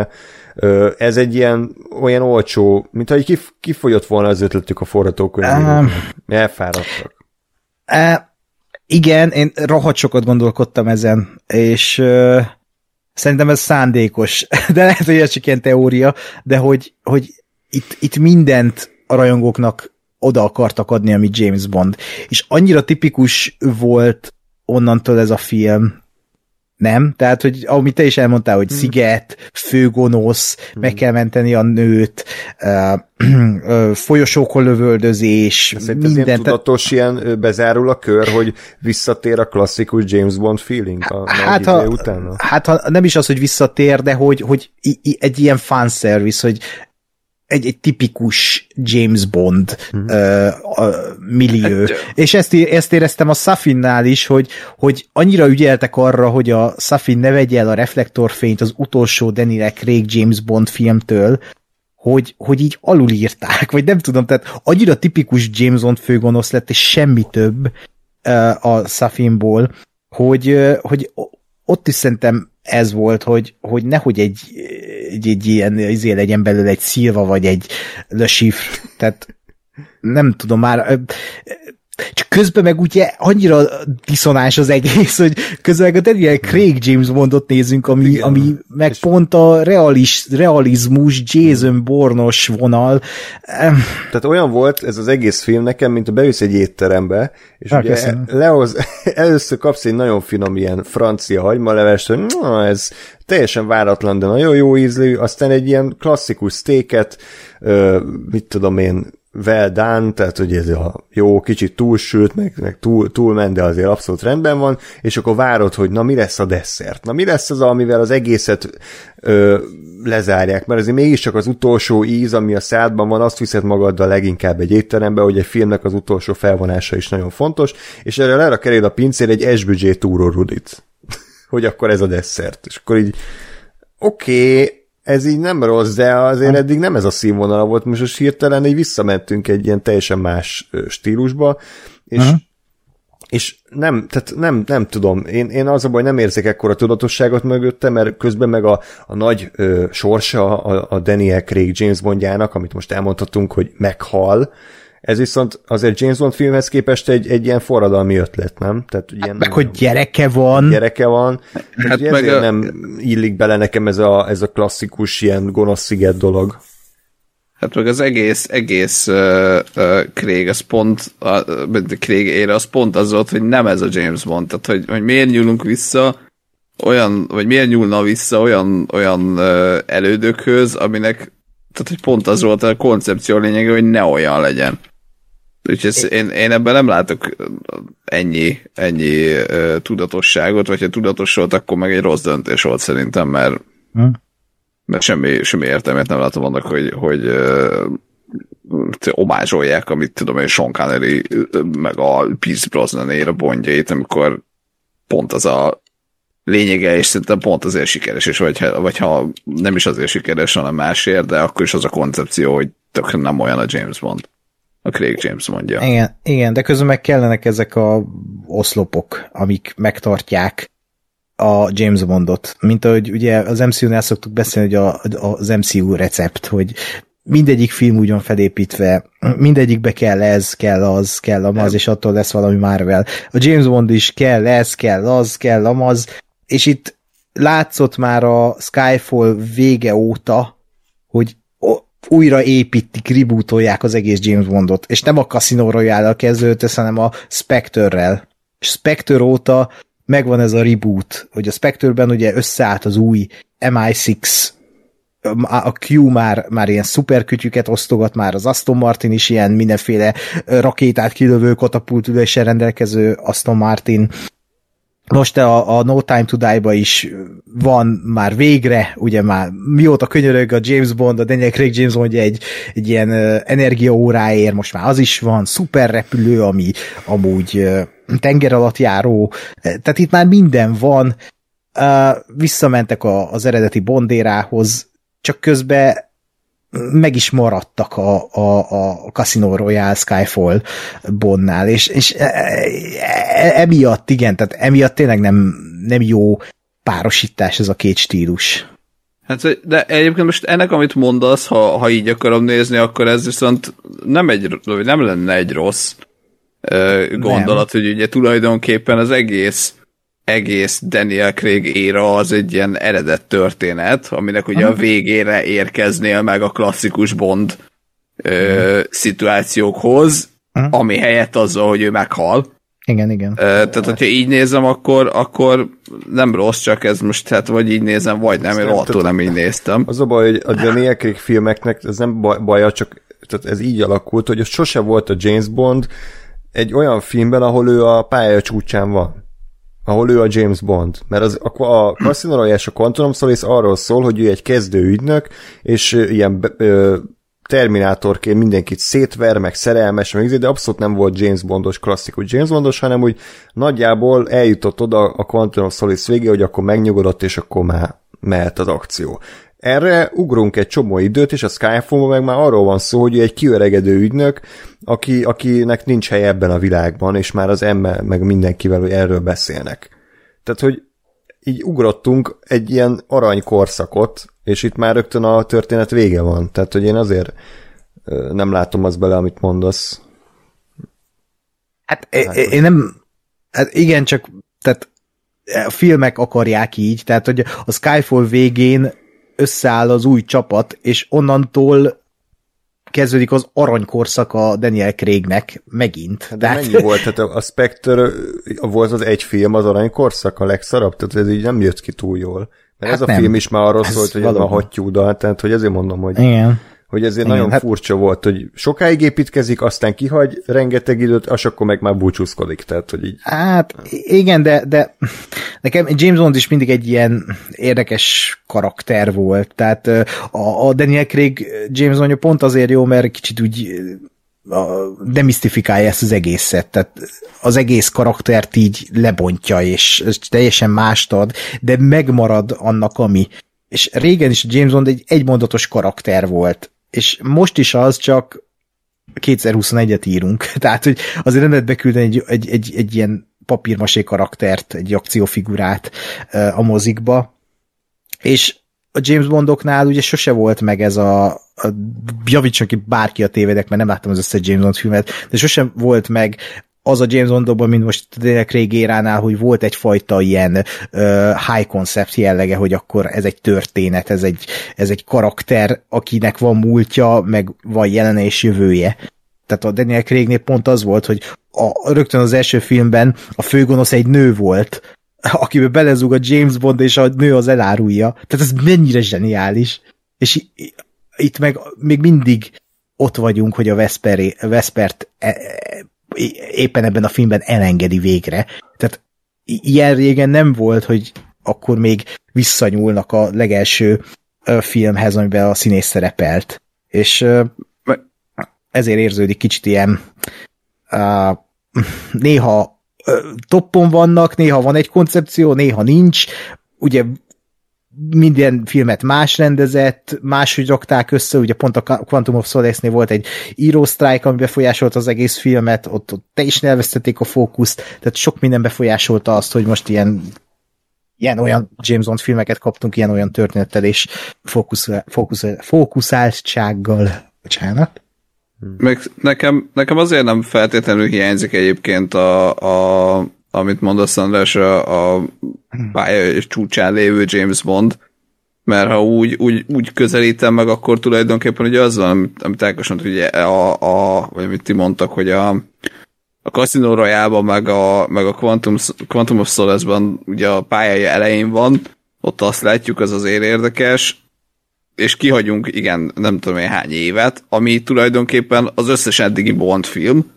ez egy ilyen olyan olcsó, mintha így kif- kifogyott volna az ötletük a forgatókönyvében. Um, Elfáradtak. Uh, igen, én rohadt sokat gondolkodtam ezen, és uh, szerintem ez szándékos, de lehet, hogy ez csak ilyen teória, de hogy, hogy itt, itt mindent a rajongóknak oda akartak adni, ami James Bond. És annyira tipikus volt onnantól ez a film, nem? Tehát, hogy amit te is elmondtál, hogy hmm. sziget, főgonosz, hmm. meg kell menteni a nőt, uh, uh, folyosókon lövöldözés, minden. Ez ilyen tudatos ilyen bezárul a kör, hogy visszatér a klasszikus James Bond feeling a hát, ha, utána? Hát ha nem is az, hogy visszatér, de hogy, hogy i- i- egy ilyen fanservice, hogy egy, egy tipikus James Bond hmm. uh, uh, millió. Hát, és ezt, ezt éreztem a Safinnál is, hogy, hogy annyira ügyeltek arra, hogy a Safin ne vegye el a reflektorfényt az utolsó Daniel Craig James Bond filmtől, hogy, hogy így alulírták, vagy nem tudom, tehát annyira tipikus James Bond főgonosz lett, és semmi több uh, a Safinból, hogy, uh, hogy ott is szerintem ez volt, hogy, hogy nehogy egy, egy, egy ilyen izé legyen belőle egy Silva, vagy egy Le Chiffre, tehát nem tudom már, Csak közben meg ugye annyira diszonás az egész, hogy közben meg a Daniel Craig James Bondot nézünk, ami, ami meg és pont a realis, realizmus, Jason Bourne-os vonal. Tehát olyan volt ez az egész film nekem, mint a beülsz egy étterembe, és ha, ugye lehoz, először kapsz egy nagyon finom ilyen francia hagymalevest, hogy na, ez teljesen váratlan, de nagyon jó ízlő, aztán egy ilyen klasszikus steaket, mit tudom én, well done, tehát hogy ez a jó, kicsit túlsült, meg, meg túl, túlment, de azért abszolút rendben van, és akkor várod, hogy na mi lesz a desszert? Na mi lesz az, amivel az egészet ö, lezárják? Mert azért mégiscsak az utolsó íz, ami a szádban van, azt viszed magaddal leginkább egy étterembe, hogy egy filmnek az utolsó felvonása is nagyon fontos, és erre lerak eléd a pincér egy es bé gé túró rudit, hogy akkor ez a desszert. És akkor így oké, okay, ez így nem rossz, de azért eddig nem ez a színvonala volt, most most hirtelen így visszamentünk egy ilyen teljesen más stílusba, és, uh-huh. és nem, tehát nem, nem tudom, én, én az a baj, nem érzek ekkora tudatosságot mögötte, mert közben meg a, a nagy ö, sorsa a, a Daniel Craig James Bondjának, amit most elmondhatunk, hogy meghal, ez viszont azért James Bond filmhez képest egy, egy ilyen forradalmi ötlet, nem? Tehát, ilyen hát meg, hogy gyereke van. Gyereke van. Hát meg ezért a... nem illik bele nekem ez a, ez a klasszikus ilyen gonosz sziget dolog. Hát meg az egész, egész uh, uh, Craig, az pont, uh, Craig ére, az pont az volt, hogy nem ez a James Bond. Tehát, hogy, hogy miért nyúlunk vissza olyan, vagy miért nyúlna vissza olyan, olyan uh, elődökhöz, aminek, tehát, hogy pont az volt a koncepció lényege, hogy ne olyan legyen. Úgyhogy én, én ebben nem látok ennyi, ennyi uh, tudatosságot, vagy ha tudatos volt, akkor meg egy rossz döntés volt szerintem, mert, hm. mert semmi, semmi értelmét nem látom annak, hogy, hogy uh, omázsolják, amit tudom én, Sean Connery meg a Pierce Brosnan ér a Bondjait, amikor pont az a lényege, és szerintem pont azért sikeres, és vagy, vagy ha nem is azért sikeres, hanem másért, de akkor is az a koncepció, hogy tök nem olyan a James Bond. A Craig James mondja. Igen, igen, de közben meg kellenek ezek a oszlopok, amik megtartják a James Bondot. Mint ahogy ugye az em cé u-nál szoktuk beszélni, hogy a, az em cé u recept, hogy mindegyik film úgy van felépítve, mindegyikbe kell ez, kell az, kell amaz, és attól lesz valami Marvel. A James Bond is kell ez, kell az, kell amaz, és itt látszott már a Skyfall vége óta, hogy újra építik, rebootolják az egész James Bondot, és nem a Casino Royale-al kezdődött, hanem a Spectre-rel. És Spectre óta megvan ez a reboot, hogy a Spectre-ben ugye összeállt az új em i hat, a Q már, már ilyen szuperkütyüket osztogat, már az Aston Martin is ilyen mindenféle rakétát kilövő katapultüléssel rendelkező Aston Martin. Most a, a No Time to Die-ba is van már végre, ugye már mióta könyörög a James Bond, a Daniel Craig James Bondja egy, egy ilyen uh, energiaóráért, most már az is van, szuperrepülő, ami amúgy uh, tenger alatt járó, tehát itt már minden van, uh, visszamentek a, az eredeti Bondérához, csak közben meg is maradtak a, a, a Casino Royale Skyfall Bondnál, és, és emiatt, igen, tehát emiatt tényleg nem, nem jó párosítás ez a két stílus. Hát, de egyébként most ennek, amit mondasz, ha, ha így akarom nézni, akkor ez viszont nem, egy, nem lenne egy rossz gondolat, nem. Hogy ugye tulajdonképpen az egész egész Daniel Craig éra az egy ilyen eredet történet, aminek ugye a végére érkeznél meg a klasszikus Bond ö, szituációkhoz, ami helyett azzal, hogy ő meghal. Igen, igen. Ö, tehát, hogyha így nézem, akkor, akkor nem rossz, csak ez most, hát vagy így nézem, vagy nem, én rohadtul nem így néztem. Az a baj, hogy a Daniel Craig filmeknek ez nem baj, baja, csak tehát ez így alakult, hogy sose volt a James Bond egy olyan filmben, ahol ő a pálya csúcsán van. Ahol ő a James Bond. Mert az, a, a Casino Royale és a Quantum of Solace arról szól, hogy ő egy kezdő ügynök, és ilyen ö, terminátorként mindenkit szétver, meg szerelmes, meg de abszolút nem volt James Bondos, klasszikus James Bondos, hanem úgy nagyjából eljutott oda a Quantum of Solace végé, hogy akkor megnyugodott, és akkor már mehet az akció. Erre ugrunk egy csomó időt, és a Skyfall-ban meg már arról van szó, hogy egy kiöregedő ügynök, aki, akinek nincs hely ebben a világban, és már az emmel, meg mindenkivel, hogy erről beszélnek. Tehát, hogy így ugrottunk egy ilyen aranykorszakot, és itt már rögtön a történet vége van. Tehát, hogy én azért nem látom azt bele, amit mondasz. Hát én nem, hát igen, csak tehát a filmek akarják így, tehát hogy a Skyfall végén összeáll az új csapat, és onnantól kezdődik az aranykorszak a Daniel Craignek megint. De tehát... mennyi volt? Tehát a Spectre volt az egy film, az aranykorszak a legszarabb? Tehát ez így nem jött ki túl jól. Mert hát ez a nem. film is már arról szólt, hogy valóban. Ez a hattyúdal, tehát hogy ezért mondom, hogy... Igen. hogy ezért igen, nagyon hát... furcsa volt, hogy sokáig építkezik, aztán kihagy rengeteg időt, és akkor meg már búcsúzkodik, tehát, hogy így... Hát igen, de, de nekem James Bond is mindig egy ilyen érdekes karakter volt, tehát a, a Daniel Craig James Bondja pont azért jó, mert kicsit úgy demisztifikálja ezt az egészet, tehát az egész karaktert így lebontja, és teljesen mást ad, de megmarad annak, ami. És régen is a James Bond egy egymondatos karakter volt, és most is az, csak kétezer-huszonegyet írunk. Tehát, hogy azért nem lehet beküldeni egy, egy, egy, egy ilyen papírmasé karaktert, egy akciófigurát a mozikba. És a James Bondoknál ugye sose volt meg ez a, a javítson ki bárki a tévedek, mert nem láttam az összes James Bond filmet, de sosem volt meg az a James Bondokban, mint most Daniel Craig éránál, hogy volt egyfajta ilyen uh, high concept jellege, hogy akkor ez egy történet, ez egy, ez egy karakter, akinek van múltja, meg van jelene és jövője. Tehát a Daniel Craignél pont az volt, hogy a, rögtön az első filmben a főgonosz egy nő volt, akiben belezúg a James Bond, és a nő az elárulja. Tehát ez mennyire zseniális. És itt meg még mindig ott vagyunk, hogy a Vesper, Vespert éppen ebben a filmben elengedi végre. Tehát ilyen régen nem volt, hogy akkor még visszanyúlnak a legelső filmhez, amiben a színész szerepelt. És ezért érződik kicsit ilyen uh, néha toppon vannak, néha van egy koncepció, néha nincs. Ugye minden filmet más rendezett, máshogy rakták össze, ugye pont a Quantum of Solace-nél volt egy írósztrájk, ami befolyásolta az egész filmet, ott, ott teljesen elvesztették a fókuszt, tehát sok minden befolyásolta azt, hogy most ilyen ilyen-olyan James Bond filmeket kaptunk, ilyen-olyan történettel és fókusz, fókusz, fókuszáltsággal. Bocsánat. Meg nekem, nekem azért nem feltétlenül hiányzik egyébként a, a amit mondasz, András, a, a pálya és csúcsán lévő James Bond, mert ha úgy, úgy, úgy közelítem meg, akkor tulajdonképpen ugye az van, amit, amit Ákos mondta, hogy a, a, vagy amit ti mondtak, hogy a, a Casino Royale-ban, meg a, meg a Quantum, Quantum of Solace-ban ugye a pályája elején van, ott azt látjuk, az azért érdekes, és kihagyunk, igen, nem tudom én hány évet, ami tulajdonképpen az összes eddigi Bond film,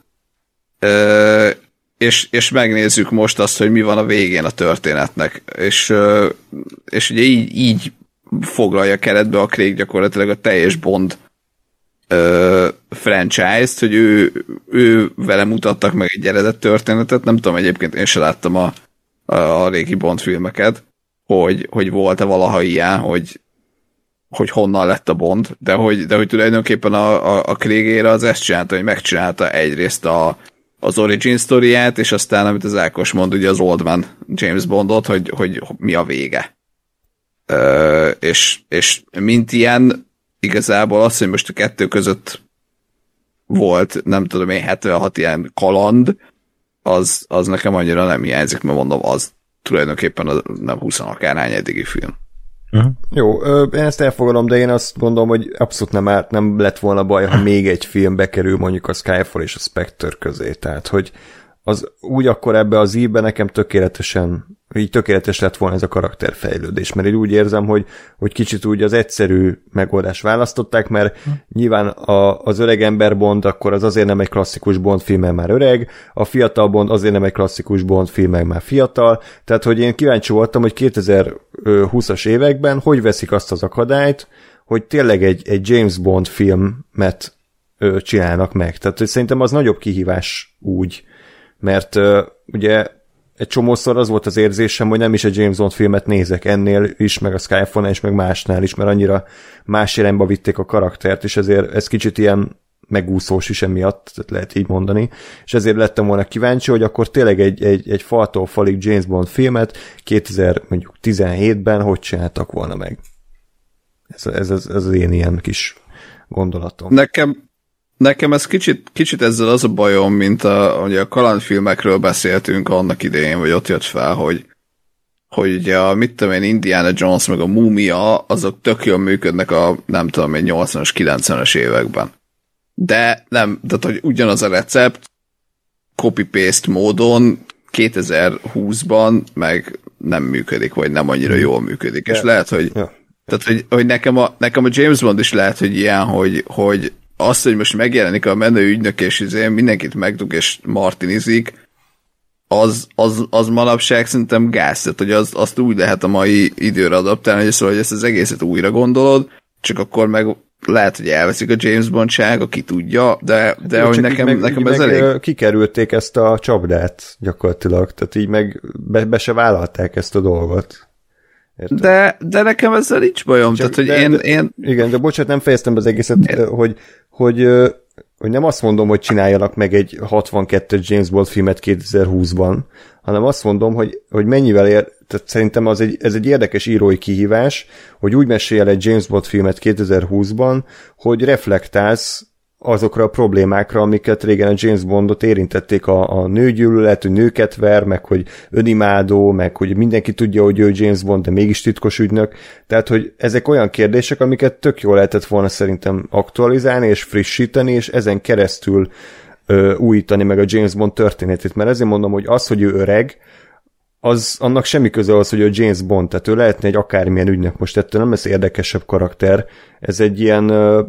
ö, És, és megnézzük most azt, hogy mi van a végén a történetnek. És, és ugye így, így foglalja keretbe a Craig gyakorlatilag a teljes Bond uh, franchise-t, hogy ő, ő vele mutattak meg egy eredet történetet. Nem tudom, egyébként én sem láttam a, a, a régi Bond filmeket, hogy, hogy volt-e valaha ilyen, hogy, hogy honnan lett a Bond, de hogy, de hogy tulajdonképpen a, a, a Craig-ére az ezt csinálta, hogy megcsinálta egyrészt a az origin sztoriát, és aztán, amit az Ákos mond, ugye az Old Man James Bondot, hogy, hogy mi a vége. Ö, és, és mint ilyen, igazából az, hogy most a kettő között volt, nem tudom én, hetvenhat ilyen kaland, az, az nekem annyira nem hiányzik, mert mondom, az tulajdonképpen a, nem húsz akárhány eddigi film. Uh-huh. Jó, ö, én ezt elfogadom, de én azt gondolom, hogy abszolút nem, árt, nem lett volna baj, ha még egy film bekerül mondjuk a Skyfall és a Spectre közé, tehát hogy az úgy akkor ebbe az ívbe nekem tökéletesen, így tökéletes lett volna ez a karakterfejlődés, mert én úgy érzem, hogy, hogy kicsit úgy az egyszerű megoldást választották, mert nyilván a, az öreg ember Bond akkor az azért nem egy klasszikus Bond film, mert már öreg, a fiatal Bond azért nem egy klasszikus Bond film, mert már fiatal, tehát hogy én kíváncsi voltam, hogy kétezer-húszas években hogy veszik azt az akadályt, hogy tényleg egy, egy James Bond filmet ö, csinálnak meg, tehát hogy szerintem az nagyobb kihívás úgy, mert uh, ugye egy csomószor az volt az érzésem, hogy nem is egy James Bond filmet nézek ennél is, meg a Skyfall-nál is, meg másnál is, mert annyira más irányba vitték a karaktert, és ezért ez kicsit ilyen megúszós is emiatt, tehát lehet így mondani, és ezért lettem volna kíváncsi, hogy akkor tényleg egy, egy, egy faltól falig James Bond filmet kétezer-tizenhétben hogy csináltak volna meg. Ez, ez, ez, ez az én ilyen kis gondolatom. Nekem nekem ez kicsit, kicsit ezzel az a bajom, mint a, ugye a kalandfilmekről beszéltünk annak idején, vagy ott jött fel, hogy hogy ugye a, mit tudom én, Indiana Jones meg a Múmia, azok tök jól működnek a, nem tudom én, nyolcvanas, kilencvenes években. De nem, tehát hogy ugyanaz a recept copy-paste módon kétezer-húszban meg nem működik, vagy nem annyira jól működik. Ja. És lehet, hogy, ja. tehát, hogy, hogy nekem, a, nekem a James Bond is lehet, hogy ilyen, hogy, hogy azt, hogy most megjelenik a menő ügynök, és izé mindenkit megdug és martinizik, az, az, az manapság szerintem gáz, tehát hogy az, azt úgy lehet a mai időre adaptálni, hogy, szóval, hogy ezt az egészet újra gondolod, csak akkor meg lehet, hogy elveszik a James Bond-ság, aki tudja, de, de jó, hogy nekem, meg, nekem ez meg elég... Kikerülték ezt a csapdát gyakorlatilag, tehát így meg be, be se vállalták ezt a dolgot. De, de nekem ezzel nincs bajom, csak, tehát hogy de, én, de, én... Igen, de bocsánat, nem fejeztem be az egészet, hogy, hogy, hogy nem azt mondom, hogy csináljanak meg egy hatvankettes James Bond filmet kétezer-húszban, hanem azt mondom, hogy, hogy mennyivel ér, tehát szerintem az egy, ez egy érdekes írói kihívás, hogy úgy mesél egy James Bond filmet kétezer-húszban, hogy reflektálsz azokra a problémákra, amiket régen a James Bondot érintették, a, a nőgyűlölet, hogy nőket ver, meg hogy önimádó, meg hogy mindenki tudja, hogy ő James Bond, de mégis titkos ügynök. Tehát, hogy ezek olyan kérdések, amiket tök jól lehetett volna szerintem aktualizálni és frissíteni, és ezen keresztül ö, újítani meg a James Bond történetét. Mert ezért mondom, hogy az, hogy ő öreg, az annak semmi köze az, hogy ő James Bond, tehát ő lehetne egy akármilyen ügynök. Most ettől nem lesz érdekesebb karakter. Ez egy ilyen ö,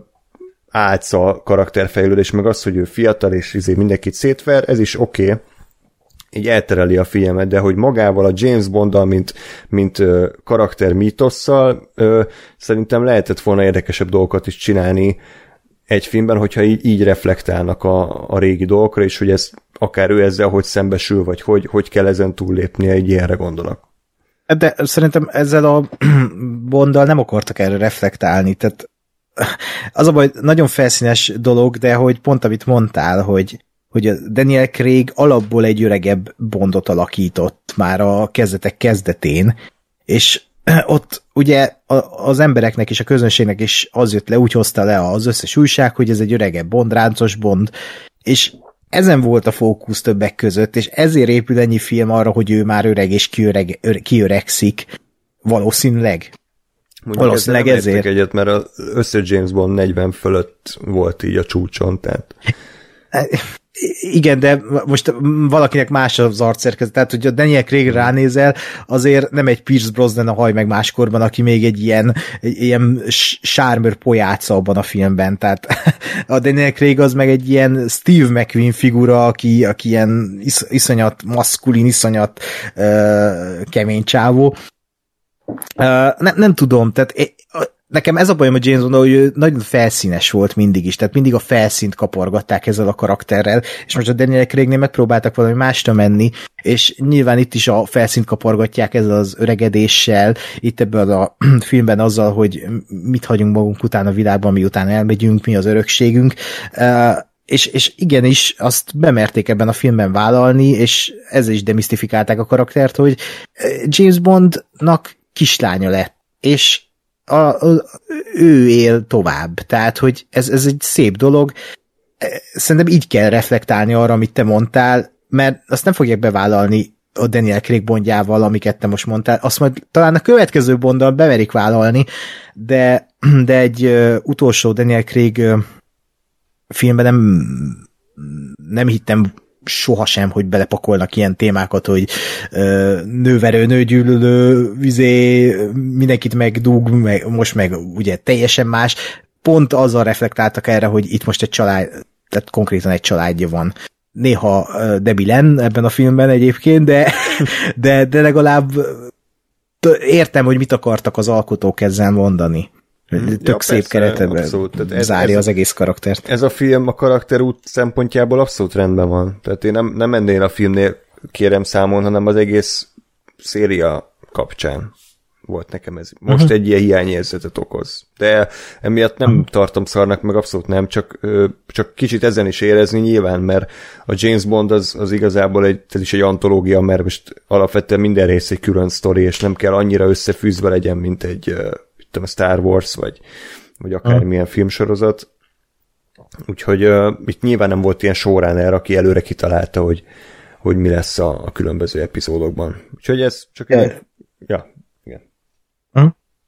álca karakterfejlődés, meg az, hogy ő fiatal, és izé mindenkit szétver, ez is oké, okay. Így eltereli a figyelmet, de hogy magával a James Bonddal, mint, mint ö, karakter mítosszal, ö, szerintem lehetett volna érdekesebb dolgokat is csinálni egy filmben, hogyha így, így reflektálnak a, a régi dolgokra, és hogy ez akár ő ezzel hogy szembesül, vagy hogy, hogy kell ezen túllépnie, egy ilyenre gondolok. De szerintem ezzel a Bonddal nem akartak erre reflektálni, tehát az a baj, nagyon felszínes dolog, de hogy pont amit mondtál, hogy, hogy a Daniel Craig alapból egy öregebb Bondot alakított már a kezdetek kezdetén, és ott ugye az embereknek és a közönségnek is az jött le, úgy hozta le az összes újság, hogy ez egy öregebb Bond, ráncos Bond, és ezen volt a fókusz többek között, és ezért épül ennyi film arra, hogy ő már öreg és kiöreg, kiöregszik, valószínűleg. Mondjuk valószínűleg ezzel ezért. Egyet, mert az összes James Bond negyven fölött volt így a csúcson, tehát... Igen, de most valakinek más az arcszerkezet, tehát hogy a Daniel Craig ránézel, azért nem egy Pierce Brosnan a haj meg máskorban, aki még egy ilyen, egy ilyen sármőr pojáca abban a filmben, tehát a Daniel Craig az meg egy ilyen Steve McQueen figura, aki, aki ilyen is, iszonyat maszkulin, iszonyat uh, kemény csávó. Uh, nem, nem tudom, tehát nekem ez a bajom a James Bond, hogy ő nagyon felszínes volt mindig is, tehát mindig a felszínt kapargatták ezzel a karakterrel, és most a Daniel Craignél megpróbáltak valami másra menni, és nyilván itt is a felszínt kapargatják ezzel az öregedéssel, itt ebben a filmben azzal, hogy mit hagyunk magunk után a világban, miután elmegyünk, mi az örökségünk, uh, és, és igenis azt bemerték ebben a filmben vállalni, és ezzel is demisztifikálták a karaktert, hogy James Bondnak kislánya lett, és A, a, ő él tovább. Tehát, hogy ez, ez egy szép dolog. Szerintem így kell reflektálni arra, amit te mondtál, mert azt nem fogják bevállalni a Daniel Craig Bondjával, amiket te most mondtál. Azt majd talán a következő Bonddal beverik vállalni, de, de egy uh, utolsó Daniel Craig uh, filmben nem, nem hittem sohasem, hogy belepakolnak ilyen témákat, hogy ö, nőverő, nőgyűlölő, vizé, mindenkit megdug, meg, most meg ugye teljesen más. Pont azzal reflektáltak erre, hogy itt most egy család, tehát konkrétan egy családja van. Néha uh, Debbie Len ebben a filmben egyébként, de, de, de legalább értem, hogy mit akartak az alkotók ezzel mondani. Tök ja, szép keretben zárja ez, az egész karaktert. Ez a film a karakterút szempontjából abszolút rendben van. Tehát én nem, nem ennél a filmnél kérem számon, hanem az egész széria kapcsán volt nekem ez. Most uh-huh. egy ilyen hiányérzetet okoz. De emiatt nem uh-huh. tartom szarnak, meg abszolút nem, csak, csak kicsit ezen is érezni nyilván, mert a James Bond az, az igazából egy, ez is egy antológia, mert most alapvetően minden rész egy külön sztori, és nem kell annyira összefűzve legyen, mint egy a Star Wars, vagy, vagy akármilyen uh. filmsorozat. Úgyhogy uh, itt nyilván nem volt ilyen showrunner, aki előre kitalálta, hogy, hogy mi lesz a, a különböző epizódokban. Úgyhogy ez csak egy... Ja, igen. Hm?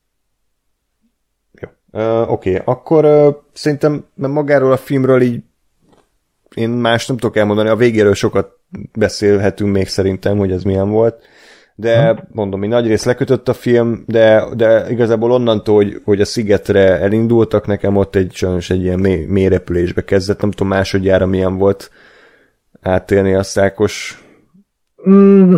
Jó. Uh, Oké, okay. Akkor uh, szerintem magáról a filmről így én más nem tudok elmondani, a végéről sokat beszélhetünk még szerintem, hogy ez milyen volt, de hm. mondom, hogy nagy rész lekötött a film, de, de igazából onnantól, hogy, hogy a szigetre elindultak, nekem ott egy sajnos egy ilyen mély, mély repülésbe kezdett, nem tudom másodjára milyen volt átélni a Szákos. Mm,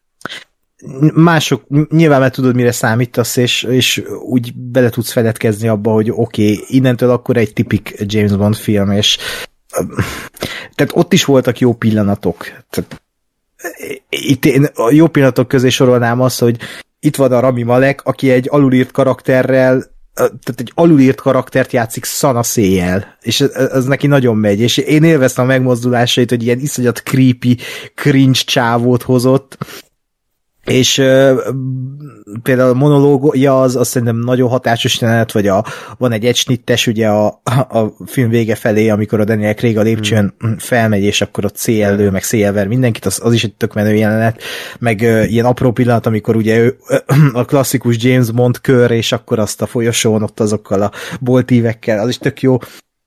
mások, nyilván már tudod, mire számítasz, és, és úgy bele tudsz feledkezni abba, hogy oké, okay, innentől akkor egy tipik James Bond film, és tehát ott is voltak jó pillanatok. Tehát, itt én a jó pillanatok közé sorolnám azt, hogy itt van a Rami Malek, aki egy alulírt karakterrel, tehát egy alulírt karaktert játszik szanaszéjjel, és ez, ez neki nagyon megy, és én élveztem a megmozdulásait, hogy ilyen iszonyat creepy, cringe csávót hozott, és uh, például a monológia az, az szerintem nagyon hatásos jelenet, vagy a, van egy egysnittes ugye a, a film vége felé, amikor a Daniel Craig a lépcsőn hmm. felmegy, és akkor ott széjjellő, meg széjjelver mindenkit, az, az is egy tök menő jelenet, meg uh, ilyen apró pillanat, amikor ugye ő, a klasszikus James Bond kör, és akkor azt a folyosón ott azokkal a boltívekkel, az is tök jó.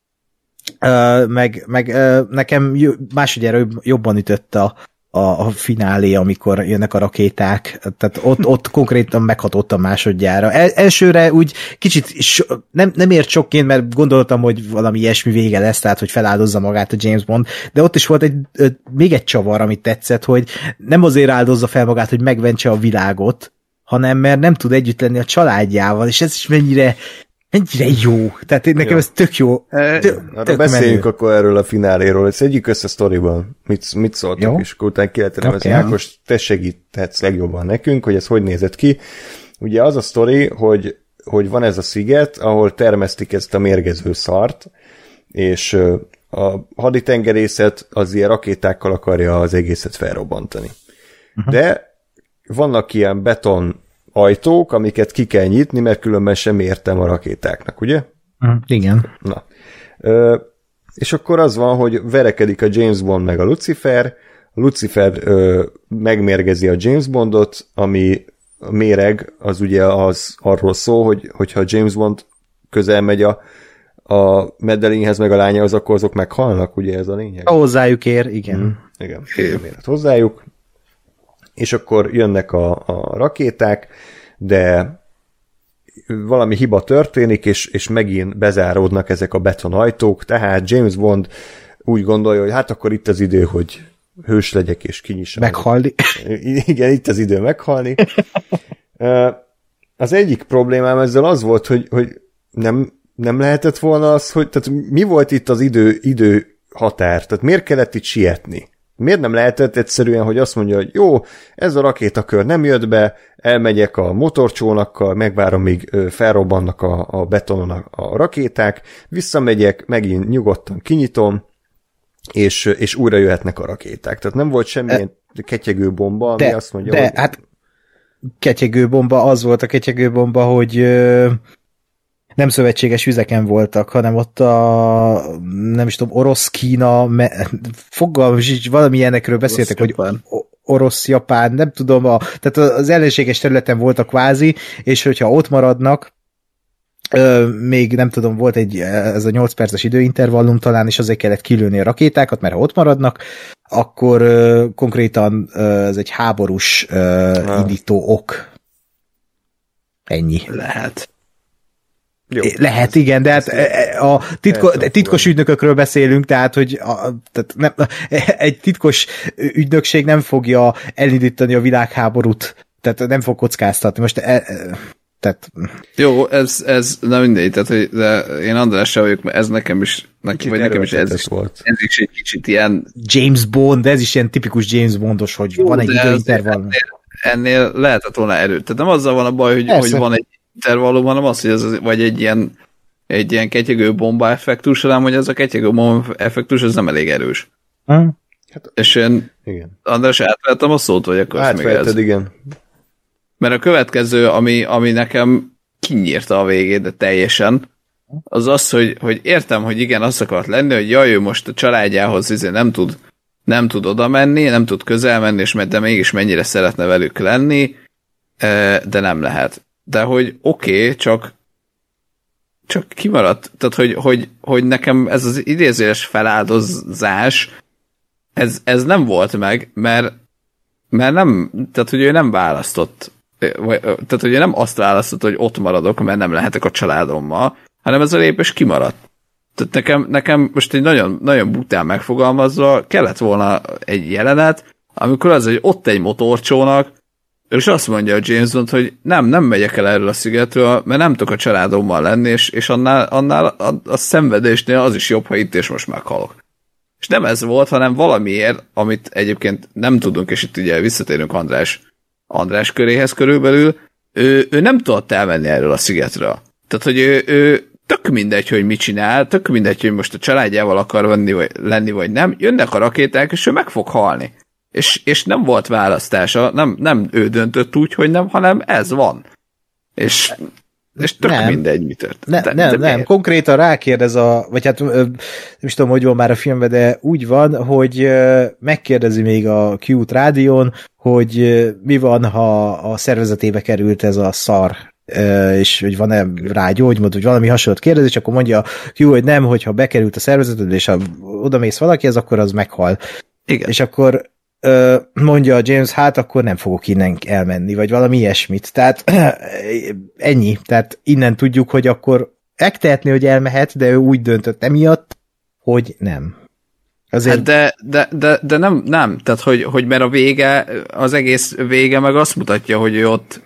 Uh, meg meg uh, nekem másodjára jobban ütött a A, a finálé, amikor jönnek a rakéták, tehát ott, ott konkrétan meghatottam másodjára. El, elsőre úgy kicsit so, nem, nem ért sokként, mert gondoltam, hogy valami ilyesmi vége lesz, tehát hogy feláldozza magát a James Bond, de ott is volt egy, még egy csavar, amit tetszett, hogy nem azért áldozza fel magát, hogy megmentse a világot, hanem mert nem tud együtt lenni a családjával, és ez is mennyire Mennyire jó. Tehát nekem jó. Ez tök jó. Tök, tök beszéljünk menő. Akkor erről a fináléról. Ez egyik össze sztoriban. Mit, mit szóltak, jó? És akkor utána ki lehet nevezni. Okay. Ákos, te segíthetsz legjobban nekünk, hogy ez hogy nézett ki. Ugye az a sztori, hogy, hogy van ez a sziget, ahol termesztik ezt a mérgező szart, és a haditengerészet az ilyen rakétákkal akarja az egészet felrobbantani. Uh-huh. De vannak ilyen beton ajtók, amiket ki kell nyitni, mert különben sem értem a rakétáknak, ugye? Mm, igen. Na. Ö, és akkor az van, hogy verekedik a James Bond meg a Lucifer, a Lucifer ö, megmérgezi a James Bondot, ami a méreg az ugye az arról szól, hogy hogyha James Bond közel megy a, a Madeleinehez meg a lányához, akkor azok meghalnak, ugye ez a lényeg? A hozzájuk ér, igen. Mm, igen, ér hozzájuk. És akkor jönnek a, a rakéták, de valami hiba történik, és, és megint bezáródnak ezek a betonajtók, tehát James Bond úgy gondolja, hogy hát akkor itt az idő, hogy hős legyek, és kinyissam. Meghalni. Igen, itt az idő meghalni. Az egyik problémám ezzel az volt, hogy, hogy nem, nem lehetett volna az, hogy tehát mi volt itt az idő, idő határ, tehát miért kellett itt sietni? Miért nem lehetett egyszerűen, hogy azt mondja, hogy jó, ez a rakétakör nem jött be, elmegyek a motorcsónakkal, megvárom, míg felrobbannak a, a betonon a, a rakéták, visszamegyek, megint nyugodtan kinyitom, és, és újra jöhetnek a rakéták. Tehát nem volt semmilyen e, ketyegő bomba, ami de, azt mondja, de, hogy... hát ketyegő bomba, az volt a ketyegő bomba, hogy ö, nem szövetséges vizeken voltak, hanem ott a nem is tudom, orosz-Kína, me, fogalmam is, valami ilyenekről beszéltek, hogy orosz-Japán, nem tudom, a, tehát az ellenséges területen voltak kvázi, és hogyha ott maradnak, ö, még nem tudom, volt egy, ez a nyolc perces időintervallum talán, és azért kellett kilőni a rakétákat, mert ha ott maradnak, akkor ö, konkrétan ö, ez egy háborús ö, indító ok. Ennyi. Lehet. Jó, Lehet, igen, de hát a titko, titkos ügynökökről beszélünk, tehát, hogy a, tehát nem, egy titkos ügynökség nem fogja elindítani a világháborút, tehát nem fog kockáztatni. Most e, tehát... Jó, ez, ez nem mindegy, tehát, hogy de én Andrással vagyok, mert ez nekem is, nekem, vagy nekem is ez is, volt. Ez is egy kicsit ilyen... James Bond, ez is ilyen tipikus James Bondos, hogy jó, van egy időintervallum. Ennél, ennél lehetett volna erőt. Tehát nem azzal van a baj, hogy, hogy van egy intervallum, hanem az, hogy ez vagy egy ilyen, egy ilyen ketyegő bomba effektus, hanem hogy ez a ketyegő bomba effektus, ez nem elég erős. Hmm. Hát, és én, igen. András, átvettem a szót, vagy akkor átvetted, igen. Mert a következő, ami, ami nekem kinyírta a végét, de teljesen, az az, hogy, hogy értem, hogy igen, azt akart lenni, hogy jaj, ő most a családjához izé nem tud, nem tud oda menni, nem tud közel menni, és de mégis mennyire szeretne velük lenni, de nem lehet. De hogy oké, okay, csak csak kimaradt, tehát hogy, hogy, hogy nekem ez az idézőjeles feláldozás ez, ez nem volt meg, mert, mert nem, tehát hogy ő nem választott, vagy, tehát hogy ő nem azt választott, hogy ott maradok, mert nem lehetek a családommal, hanem ez a lépés kimaradt. Tehát nekem, nekem most egy nagyon, nagyon bután megfogalmazva kellett volna egy jelenet, amikor az, hogy ott egy motorcsónak, és azt mondja a James Bond, hogy nem, nem megyek el erről a szigetről, mert nem tudok a családommal lenni, és, és annál, annál a, a szenvedésnél az is jobb, ha itt és most meghalok. És nem ez volt, hanem valamiért, amit egyébként nem tudunk, és itt ugye visszatérünk András, András köréhez körülbelül, ő, ő nem tudott elmenni erről a szigetről. Tehát, hogy ő, ő tök mindegy, hogy mit csinál, tök mindegy, hogy most a családjával akar venni, vagy, lenni, vagy nem, jönnek a rakéták, és ő meg fog halni. És, és nem volt választása, nem, nem ő döntött úgy, hogy nem, hanem ez van. És, és tök nem. mindegy, mi tört. Ne, de, nem, de nem, konkrétan rákérdez a, vagy hát nem is tudom, hogy van már a filmben, de úgy van, hogy megkérdezi még a Q-t rádión, hogy mi van, ha a szervezetébe került ez a szar, és hogy van-e rá gyógymód, vagy valami hasonlót kérdez, és akkor mondja a Q, hogy nem, hogyha bekerült a szervezetedbe, és ha odamész valaki, az akkor az meghal. Igen. És akkor mondja a James, hát akkor nem fogok innen elmenni, vagy valami ilyesmit. Tehát ennyi. Tehát innen tudjuk, hogy akkor megtehetné, hogy elmehet, de ő úgy döntött emiatt, hogy nem. Azért... Hát de, de, de, de nem, nem. Tehát, hogy, hogy mert a vége, az egész vége meg azt mutatja, hogy ő ott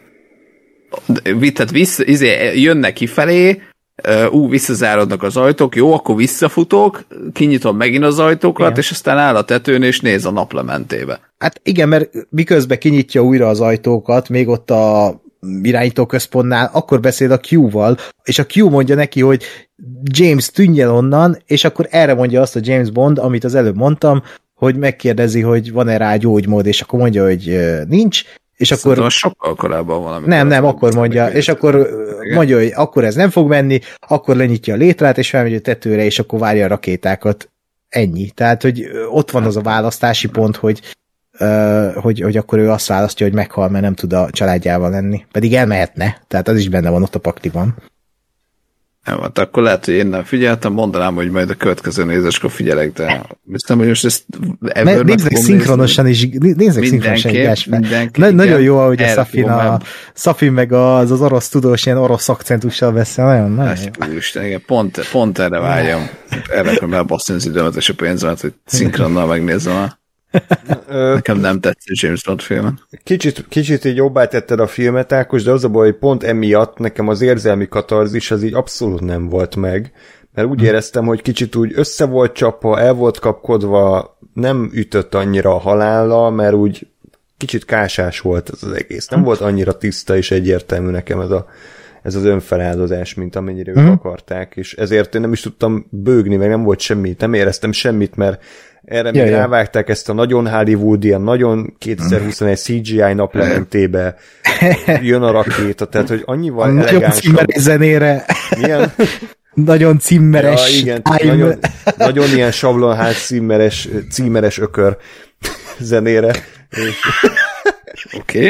tehát vissza, izé, jönnek kifelé, ú, visszazárodnak az ajtók, jó, akkor visszafutok, kinyitom megint az ajtókat, igen. És aztán áll a tetőn, és néz a naplementébe. Hát igen, mert miközben kinyitja újra az ajtókat, még ott a irányítóközpontnál, akkor beszél a Q-val, és a Q mondja neki, hogy James, tűnj el onnan, és akkor erre mondja azt a James Bond, amit az előbb mondtam, hogy megkérdezi, hogy van-e rá gyógymód, és akkor mondja, hogy nincs, és Szerintem akkor... sokkal korábban valami. Nem, nem, akkor mondja, és akkor igen. mondja, hogy akkor ez nem fog menni, akkor lenyitja a létrát, és felmegy a tetőre, és akkor várja a rakétákat. Ennyi. Tehát, hogy ott van az a választási pont, hogy, uh, hogy, hogy akkor ő azt választja, hogy meghal, mert nem tud a családjával lenni. Pedig elmehetne, tehát az is benne van ott a pakliban. Nem, hát akkor lehet, hogy én nem figyeltem, mondanám, hogy majd a következő nézéskor figyelek, de biztos, hogy most ezt ebből nézzek szinkronosan is, nézzek szinkronosan is. Na, nagyon jó, ahogy a Szafin, a, Szafin meg az, az orosz tudós ilyen orosz akcentussal beszél, nagyon, nagyon jó. Úristen, igen, pont, pont erre vágyom. Erre akarom elbasszani az időmet és a pénzemet, hogy szinkronnal megnézzem a nekem nem tetszett James Bond filmen. Kicsit, kicsit így jobbá tetted a filmet, Ákos, de az a baj, hogy pont emiatt nekem az érzelmi katarzis az így abszolút nem volt meg, mert úgy éreztem, hogy kicsit úgy össze volt csapva, el volt kapkodva, nem ütött annyira a halállal, mert úgy kicsit kásás volt ez az egész. Nem volt annyira tiszta és egyértelmű nekem ez, a, ez az önfeláldozás, mint amennyire ők akarták, és ezért én nem is tudtam bőgni, meg nem volt semmit, nem éreztem semmit, mert erre még ja, rávágták ezt a nagyon Hollywood, ilyen nagyon kétezer-huszonegy cé gé í naplementébe jön a rakéta, tehát hogy annyival a elegánsabb. Nagyon cimmeres zenére. Milyen? Nagyon cimmeres. Ja, igen, nagyon, nagyon ilyen sablonház címeres, címeres ökör zenére. Oké.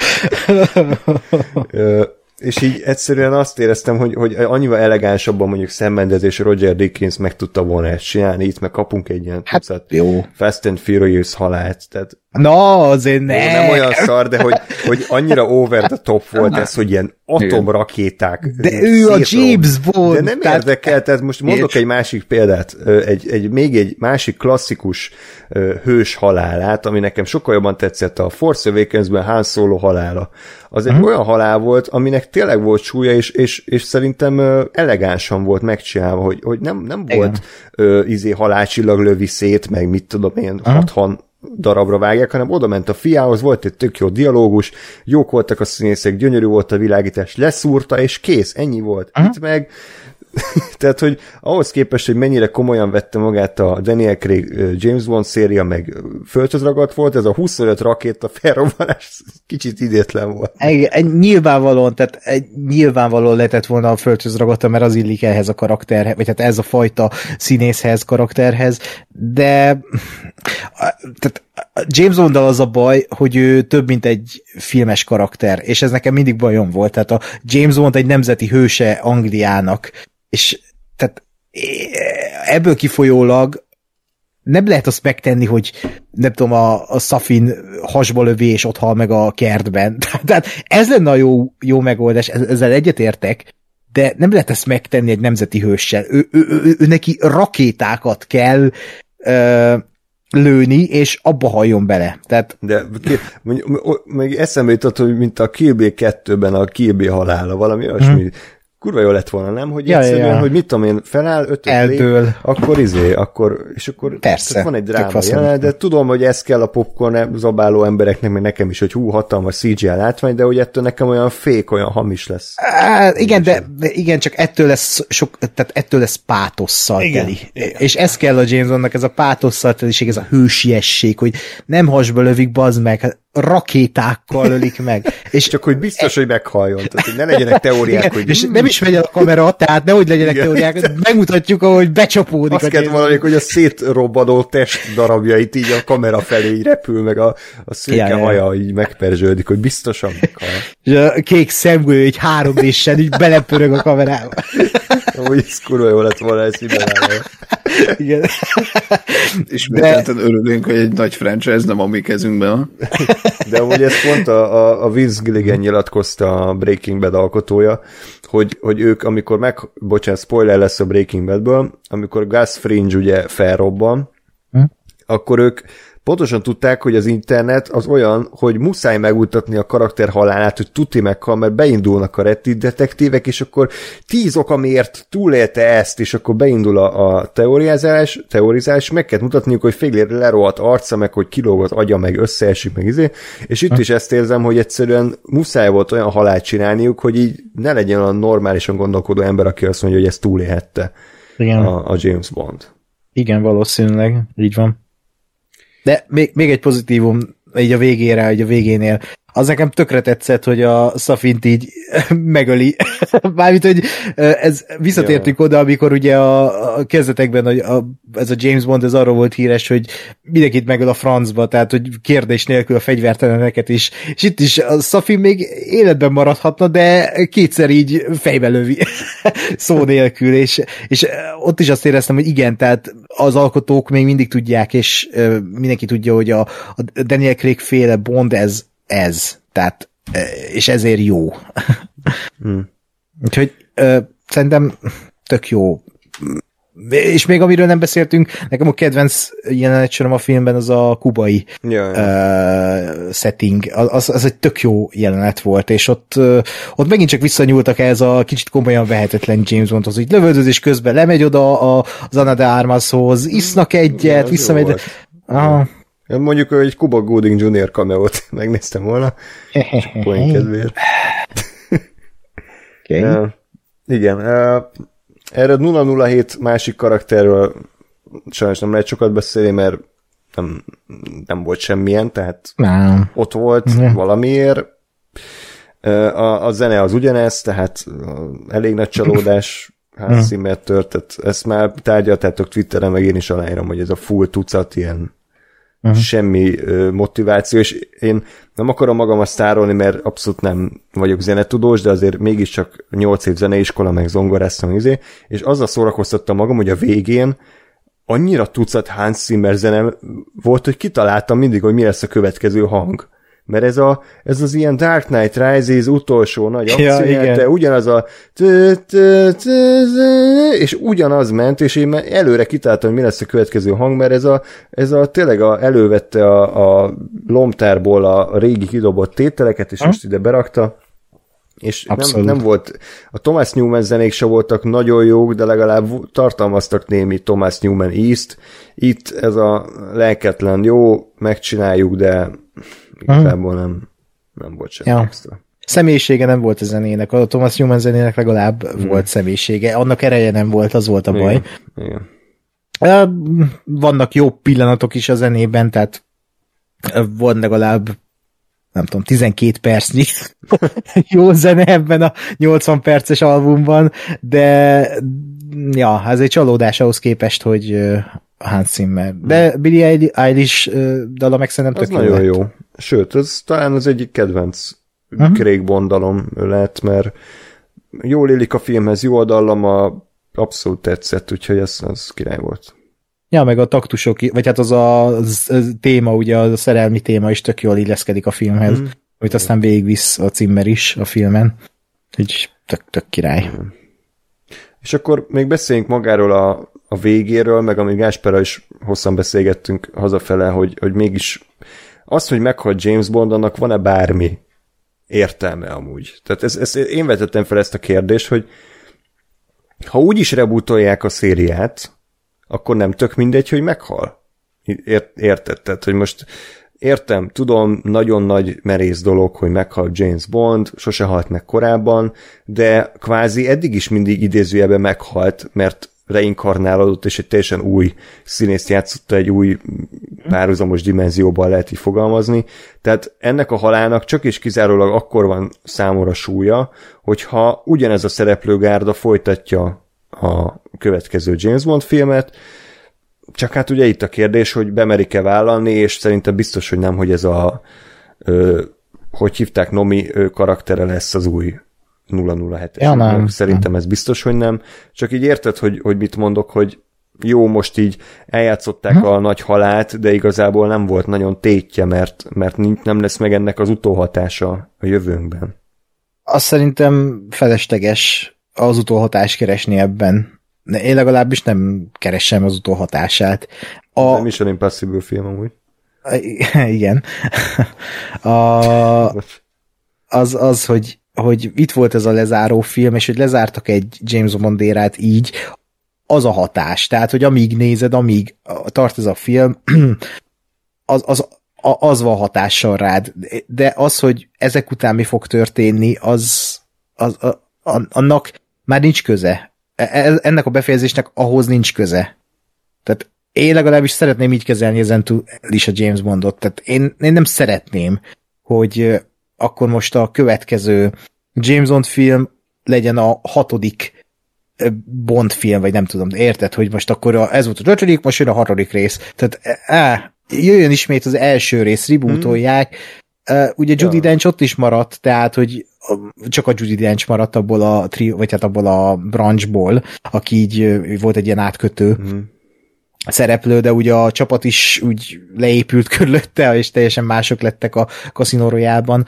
Okay. És így egyszerűen azt éreztem, hogy, hogy annyival elegánsabban mondjuk Sam Mendes és Roger Deakins meg tudta volna ezt csinálni, itt meg kapunk egy ilyen hát, jó. Fast and Furious halált. Tehát, no, azért ne. Nem olyan szar, de hogy, hogy annyira over the top volt ez, hogy ilyen atomrakéták. De ő a James Bond. De nem tehát... érdekel, tehát most mondok és... egy másik példát, egy, egy, még egy másik klasszikus hős halálát, ami nekem sokkal jobban tetszett, a Force Awakens-ben Han Solo halála. Az egy uh-huh. olyan halál volt, aminek tényleg volt súlya, és, és, és szerintem elegánsan volt megcsinálva, hogy, hogy nem, nem volt uh, izé halálcsillag lövi szét, meg mit tudom én, uh-huh. hatvan darabra vágják, hanem oda ment a fiához, volt egy tök jó dialógus, jók voltak a színészek, gyönyörű volt a világítás, leszúrta, és kész, ennyi volt. Uh-huh. Itt meg Tehát, hogy ahhoz képest, hogy mennyire komolyan vette magát a Daniel Craig James Bond széria, meg földhöz ragadt volt, ez a huszonöt rakéta felrobbanás kicsit idétlen volt. Egy, nyilvánvalóan, tehát egy, nyilvánvalóan lehetett volna a földhöz ragadta, mert az illik ehhez a karakterhez, vagy hát ez a fajta színészhez, karakterhez, de tehát James Bonddal az a baj, hogy ő több, mint egy filmes karakter, és ez nekem mindig bajom volt. Tehát a James Bond egy nemzeti hőse Angliának, és tehát ebből kifolyólag nem lehet azt megtenni, hogy nem tudom, a, a Safin hasba lövi, és ott hal meg a kertben. Tehát ez lenne a jó, jó megoldás, ezzel egyetértek, de nem lehet ezt megtenni egy nemzeti hőssel. Ő, ő, ő, ő, ő neki rakétákat kell ö, lőni, és abba halljon bele. Tehát... De meg eszembe jutott, hogy mint a Kill Bill kettőben a Kill Bill halála, valami olyasmi. Hmm. Kurva jó lett volna, nem? Hogy ja, egyszerűen, ja. hogy mit tudom én, feláll, ötöt lép, akkor izé, akkor, és akkor persze, van egy dráma jelenet, de tudom, hogy ez kell a popcorn zabáló embereknek, meg nekem is, hogy hú, hatalmas cé gé í látvány, de hogy ettől nekem olyan fék, olyan hamis lesz. Á, igen, de, de igen, csak ettől lesz sok, tehát ettől lesz pátosszal teli. És ez kell a James Bondnak, ez a pátosszal teliség, ez a hősiesség, hogy nem hasba lövik, bazd meg, rakétákkal ölik meg. És csak hogy biztos, e... hogy meghalljon. Tehát, hogy ne legyenek teóriák, igen, hogy... És nem is megy el a kamera, tehát nehogy legyenek igen. teóriák, megmutatjuk, ahogy becsapódik. Azt kellett valami, hogy a szétrobbanó test darabjait így a kamera felé így repül, meg a, a szőke ja, haja így megperzsődik, hogy biztosan meghal. És a kék szemgő így három dé-sen így belepörög a kamerába. Amúgy ez kurva jó lett volna, ezt így belállja. Igen. Ismételten de... örülünk, hogy egy nagy franchise nem a mi kezünkben van. De amúgy ezt pont a, a Vince Gilligan nyilatkozta a Breaking Bad alkotója, hogy, hogy ők, amikor meg, bocsánat, spoiler lesz a Breaking Badből, amikor Gus Fring ugye felrobban, hm? akkor ők pontosan tudták, hogy az internet az olyan, hogy muszáj megmutatni a karakter halálát, hogy tuti meghal, mert beindulnak a Reddit detektívek, és akkor tíz ok, amiért túlélte ezt, és akkor beindul a, a teóriázás, teórizás, meg kell mutatniuk, hogy félig lerohadt arca, meg hogy kilóg az agya, meg összeesik, meg izé, és itt is ezt érzem, hogy egyszerűen muszáj volt olyan halált csinálniuk, hogy így ne legyen olyan normálisan gondolkodó ember, aki azt mondja, hogy ezt túlélhette a, a James Bond. Igen, valószínűleg, így van. De még, még egy pozitívum így a végére, így a végénél. Az nekem tökre tetszett, hogy a Safint így megöli. Mármint, hogy ez visszatértünk ja. oda, amikor ugye a, a kezdetekben a, a, ez a James Bond, ez arról volt híres, hogy mindenkit megöl a francba, tehát hogy kérdés nélkül a fegyverteleneket is. És itt is a Safin még életben maradhatna, de kétszer így fejbe lövi. Szó nélkül. És, és ott is azt éreztem, hogy igen, tehát az alkotók még mindig tudják, és mindenki tudja, hogy a, a Daniel Craig féle Bond ez ez, tehát, és ezért jó. Hmm. Úgyhogy ö, szerintem tök jó. És még amiről nem beszéltünk, nekem a kedvenc jelenetsorom a filmben az a kubai ja, ja. Uh, setting. Az, az egy tök jó jelenet volt, és ott, uh, ott megint csak visszanyúltak ez a kicsit komolyan vehetetlen James Bondhoz, hogy lövöldözés közben lemegy oda a, az Ana de Armashoz, isznak egyet, ja, visszamegy. Ah. Mondjuk, hogy egy Cuba Gooding junior cameót megnéztem volna. Poén kedvéért. Okay. Uh, igen. Uh, erre nulla nulla hét másik karakterről sajnos nem lehet sokat beszélni, mert nem, nem volt semmilyen, tehát nem. Ott volt nem. valamiért. Uh, a, a zene az ugyanez, tehát uh, elég nagy csalódás Hans Zimmer tört, tehát ezt már tárgyaltátok Twitteren, meg én is aláírom, hogy ez a full tucat ilyen Uh-huh. semmi uh, motiváció, és én nem akarom magamat sztárolni, mert abszolút nem vagyok zenetudós, de azért mégiscsak nyolc év zeneiskola, meg zongoráztam, izé, és azzal szórakoztattam magam, hogy a végén annyira tucat Hans Zimmer zene volt, hogy kitaláltam mindig, hogy mi lesz a következő hang. Mert ez, a, ez az ilyen Dark Knight Rises utolsó nagy akcióját, ja, ugyanaz a és ugyanaz ment, és én előre kitáltam, hogy mi lesz a következő hang, mert ez a, ez a tényleg a, elővette a, a lomtárból a régi kidobott tételeket, és ha? most ide berakta, és nem, nem volt, a Thomas Newman zenék se voltak nagyon jók, de legalább tartalmaztak némi Thomas Newman ízt. Itt ez a lelketlen jó, megcsináljuk, de igazából nem, nem volt semmi ja. extra. Személyisége nem volt a zenének, a Thomas Newman zenének legalább hmm. volt személyisége, annak ereje nem volt, az volt a baj. Igen. Igen. Vannak jó pillanatok is a zenében, tehát volt legalább nem tudom, tizenkét percnyi jó zene ebben a nyolcvan perces albumban, de ja, ez egy csalódás ahhoz képest, hogy Hans Zimmer. De Billie Eilish dala meg szerintem tök nagyon jó. jó. Sőt, ez talán az egyik kedvenc uh-huh. Craig Bond dalom lett, mert jól élik a filmhez, jó a dallama, abszolút tetszett, úgyhogy ez az király volt. Ja, meg a taktusok, vagy hát az a, az, az téma, ugye a szerelmi téma is tök jól illeszkedik a filmhez, mm. amit aztán végigvisz a Zimmer is a filmen. Így tök, tök király. Mm. És akkor még beszéljünk magáról a, a végéről, meg amíg Gáspárral is hosszan beszélgettünk hazafele, hogy, hogy mégis az, hogy meghalt James Bond, annak van-e bármi értelme amúgy? Tehát ez, ez, én vetettem fel ezt a kérdést, hogy ha úgy is rebootolják a szériát, akkor nem tök mindegy, hogy meghal. Ért, érted? Tehát, hogy most értem, tudom, nagyon nagy merész dolog, hogy meghalt James Bond, sose halt meg korábban, de kvázi eddig is mindig idézőjelben meghalt, mert reinkarnálódott, és egy teljesen új színészt játszotta, egy új párhuzamos dimenzióban lehet így fogalmazni. Tehát ennek a halálnak csak és kizárólag akkor van számomra súlya, hogyha ugyanez a szereplőgárda folytatja a következő James Bond filmet, csak hát ugye itt a kérdés, hogy bemerik-e vállalni, és szerintem biztos, hogy nem, hogy ez a ö, hogy hívták, Nomi ö, karaktere lesz az új nulla nulla hetes. Ja, nem. Szerintem ez biztos, hogy nem. Csak így érted, hogy, hogy mit mondok, hogy jó, most így eljátszották hm. a nagy halált, de igazából nem volt nagyon tétje, mert, mert nem lesz meg ennek az utóhatása a jövőnkben. Azt szerintem felesleges az utóhatás keresni ebben. Én legalábbis nem keresem az utóhatását. A... Ez a Mission Impossible film amúgy. Igen. A... Az, az hogy, hogy itt volt ez a lezáró film, és hogy lezártak egy James Bond érát így, az a hatás. Tehát, hogy amíg nézed, amíg tart ez a film, az, az, az van hatással rád. De az, hogy ezek után mi fog történni, az, az, az annak már nincs köze. Ennek a befejezésnek ahhoz nincs köze. Tehát én legalábbis szeretném így kezelni ezentúl is a James Bondot. Tehát én, én nem szeretném, hogy akkor most a következő James Bond film legyen a hatodik Bond film, vagy nem tudom, érted, hogy most akkor a, ez volt az ötödik, most jön a hatodik rész. Tehát á, jöjjön ismét az első rész, rebootolják. Uh, ugye Judi ja. Dench ott is maradt, tehát, hogy csak a Judi Dench maradt abból a tri, vagy hát abból a branchból, aki így volt egy ilyen átkötő mm. szereplő, de ugye a csapat is úgy leépült körülötte, és teljesen mások lettek a Casino Royale-ban.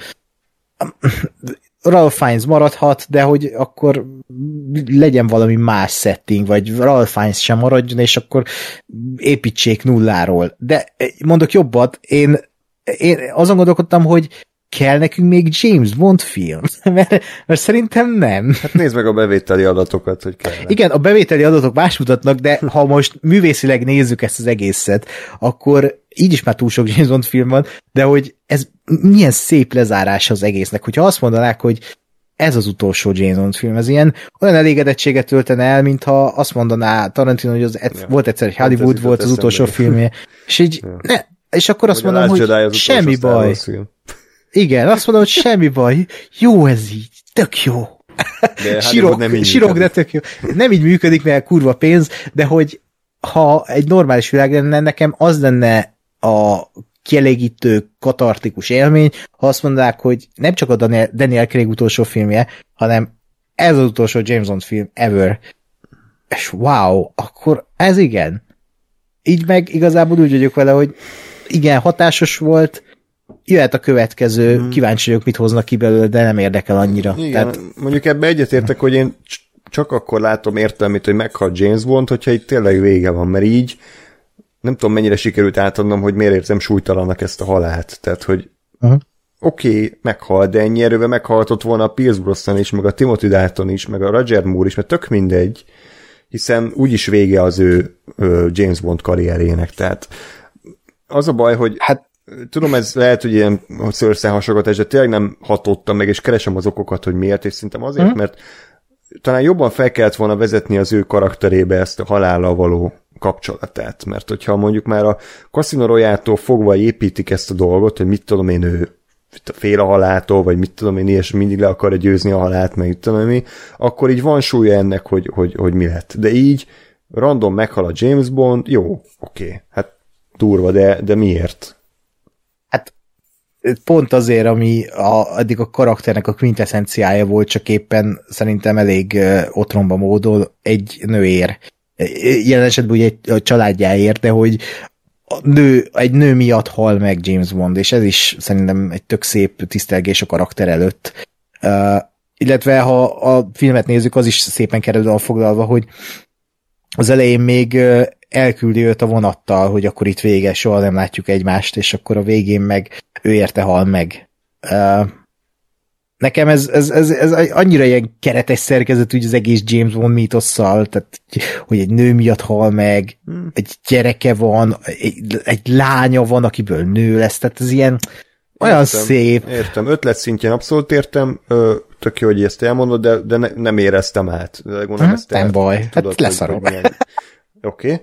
Ralph Fiennes maradhat, de hogy akkor legyen valami más setting, vagy Ralph Fiennes sem maradjon, és akkor építsék nulláról. De mondok jobbat, én Én azon gondolkodtam, hogy kell nekünk még James Bond film? mert, mert szerintem nem. Hát nézd meg a bevételi adatokat, hogy kell. Igen, a bevételi adatok más mutatnak, de ha most művészileg nézzük ezt az egészet, akkor így is már túl sok James Bond film van, de hogy ez milyen szép lezárás az egésznek. Hogyha azt mondanák, hogy ez az utolsó James Bond film, ez ilyen olyan elégedettséget töltene el, mintha azt mondaná Tarantino, hogy az ja. volt egyszer egy Hollywood, volt az utolsó filmje, és így ja. ne, és akkor azt mondom, hogy semmi baj. Igen, azt mondom, hogy semmi baj. Jó ez így, tök jó. De sirok, nem így sirok de tök jó. Nem így működik, mert kurva pénz, de hogy ha egy normális világ lenne, nekem az lenne a kielégítő, katartikus élmény, ha azt mondanák, hogy nem csak a Daniel, Daniel Craig utolsó filmje, hanem ez az utolsó James Bond film ever. És wow, akkor ez igen. Így meg igazából úgy vagyok vele, hogy igen, hatásos volt, jöhet a következő, hmm. kíváncsi vagyok, mit hoznak ki belőle, de nem érdekel annyira. Igen, Tehát... mondjuk ebbe egyetértek, hogy én csak akkor látom értelmét, hogy meghalt James Bond, hogyha itt tényleg vége van, mert így nem tudom, mennyire sikerült átadnom, hogy miért érzem súlytalannak ezt a halált. Tehát, hogy uh-huh. oké, okay, meghalt, de ennyi erővel meghaltott volna a Pierce Brosnan is, meg a Timothy Dalton is, meg a Roger Moore is, mert tök mindegy, hiszen úgyis vége az ő, ő James Bond karrierjének, tehát az a baj, hogy hát tudom, ez lehet, hogy ilyen szőrszálhasogatás, de tényleg nem hatottam meg, és keresem az okokat, hogy miért, és szerintem azért, hmm. mert talán jobban fel kellett volna vezetni az ő karakterébe ezt a halállal való kapcsolatát, mert hogyha mondjuk már a Casino Royale-tól fogva építik ezt a dolgot, hogy mit tudom én, ő fél a haláltól, vagy mit tudom én, és mindig le akarja győzni a halált, meg mit tudom én, akkor így van súlya ennek, hogy, hogy, hogy mi lett. De így random meghal a James Bond, jó, oké, okay, hát durva, de, de miért? Hát pont azért, ami a, eddig a karakternek a quintessenciája volt, csak éppen szerintem elég uh, otromba módon egy nőért. Jelen esetben ugye egy a családjáért, de hogy a nő, egy nő miatt hal meg James Bond, és ez is szerintem egy tök szép tisztelgés a karakter előtt. Uh, illetve ha a filmet nézzük, az is szépen kerül elfoglalva, hogy az elején még uh, elküldi őt a vonattal, hogy akkor itt vége, soha nem látjuk egymást, és akkor a végén meg ő érte hal meg. Uh, nekem ez, ez, ez, ez annyira ilyen keretes szerkezet, úgy az egész James Bond mítosszal, tehát, hogy egy nő miatt hal meg, hmm. egy gyereke van, egy, egy lánya van, akiből nő lesz, tehát ez ilyen olyan értem, szép. Értem, ötlet szintjén abszolút értem, tök jó, hogy ezt elmondod, de, de ne, nem éreztem át. De gondolom, hmm, ezt nem el, baj, tudod, hát leszarom. Oké. Okay.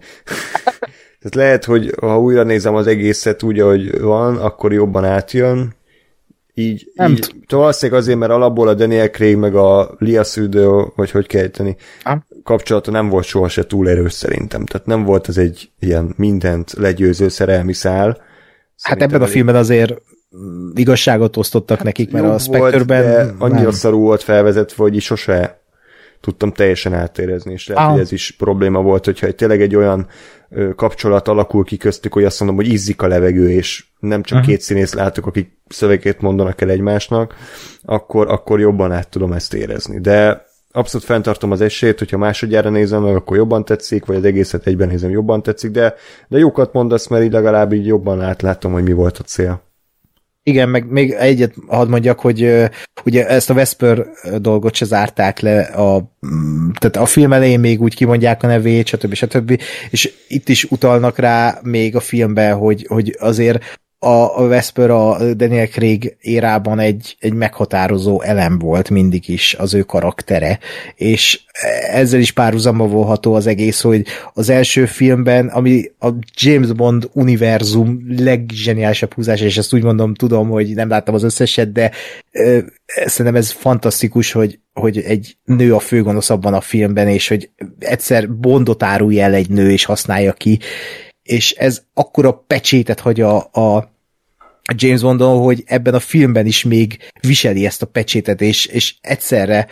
Tehát lehet, hogy ha újra nézem az egészet úgy, ahogy van, akkor jobban átjön. Így, így valószínűleg azért, mert alapból a Daniel Craig meg a Lia Seydoux, vagy hogy kell ejteni, kapcsolata nem volt soha se túl erős szerintem. Tehát nem volt ez egy ilyen mindent legyőző szerelmi szál. Szerintem hát ebben a filmben azért igazságot osztottak hát nekik, mert a Spectre-ben annyira nem. Szarú volt felvezetve, hogy így sose tudtam teljesen átérezni, és lehet, ah. hogy ez is probléma volt, hogyha tényleg egy olyan ö, kapcsolat alakul ki köztük, hogy azt mondom, hogy izzik a levegő, és nem csak uh-huh. két színész látok, akik szövegét mondanak el egymásnak, akkor, akkor jobban át tudom ezt érezni. De abszolút fenntartom az esélyt, hogyha másodjára nézem meg, akkor jobban tetszik, vagy az egészet egyben nézem, jobban tetszik, de, de jókat mondasz, mert így legalább így jobban átlátom, hogy mi volt a cél. Igen, meg még egyet hadd mondjak, hogy uh, ugye ezt a Vesper dolgot se zárták le, a, tehát a film elején még úgy kimondják a nevét, stb. stb. És itt is utalnak rá még a filmben, hogy, hogy azért a, a Vesper a Daniel Craig érában egy, egy meghatározó elem volt mindig is az ő karaktere, és ezzel is párhuzamba volható az egész, hogy az első filmben, ami a James Bond univerzum leggeniálisabb húzás, és ezt úgy mondom, tudom, hogy nem láttam az összeset, de ö, szerintem ez fantasztikus, hogy, hogy egy nő a főgonosz abban a filmben, és hogy egyszer Bondot árulj el egy nő, és használja ki, és ez akkora pecsétet hagy a, a James Bondon, hogy ebben a filmben is még viseli ezt a pecsétet, és, és egyszerre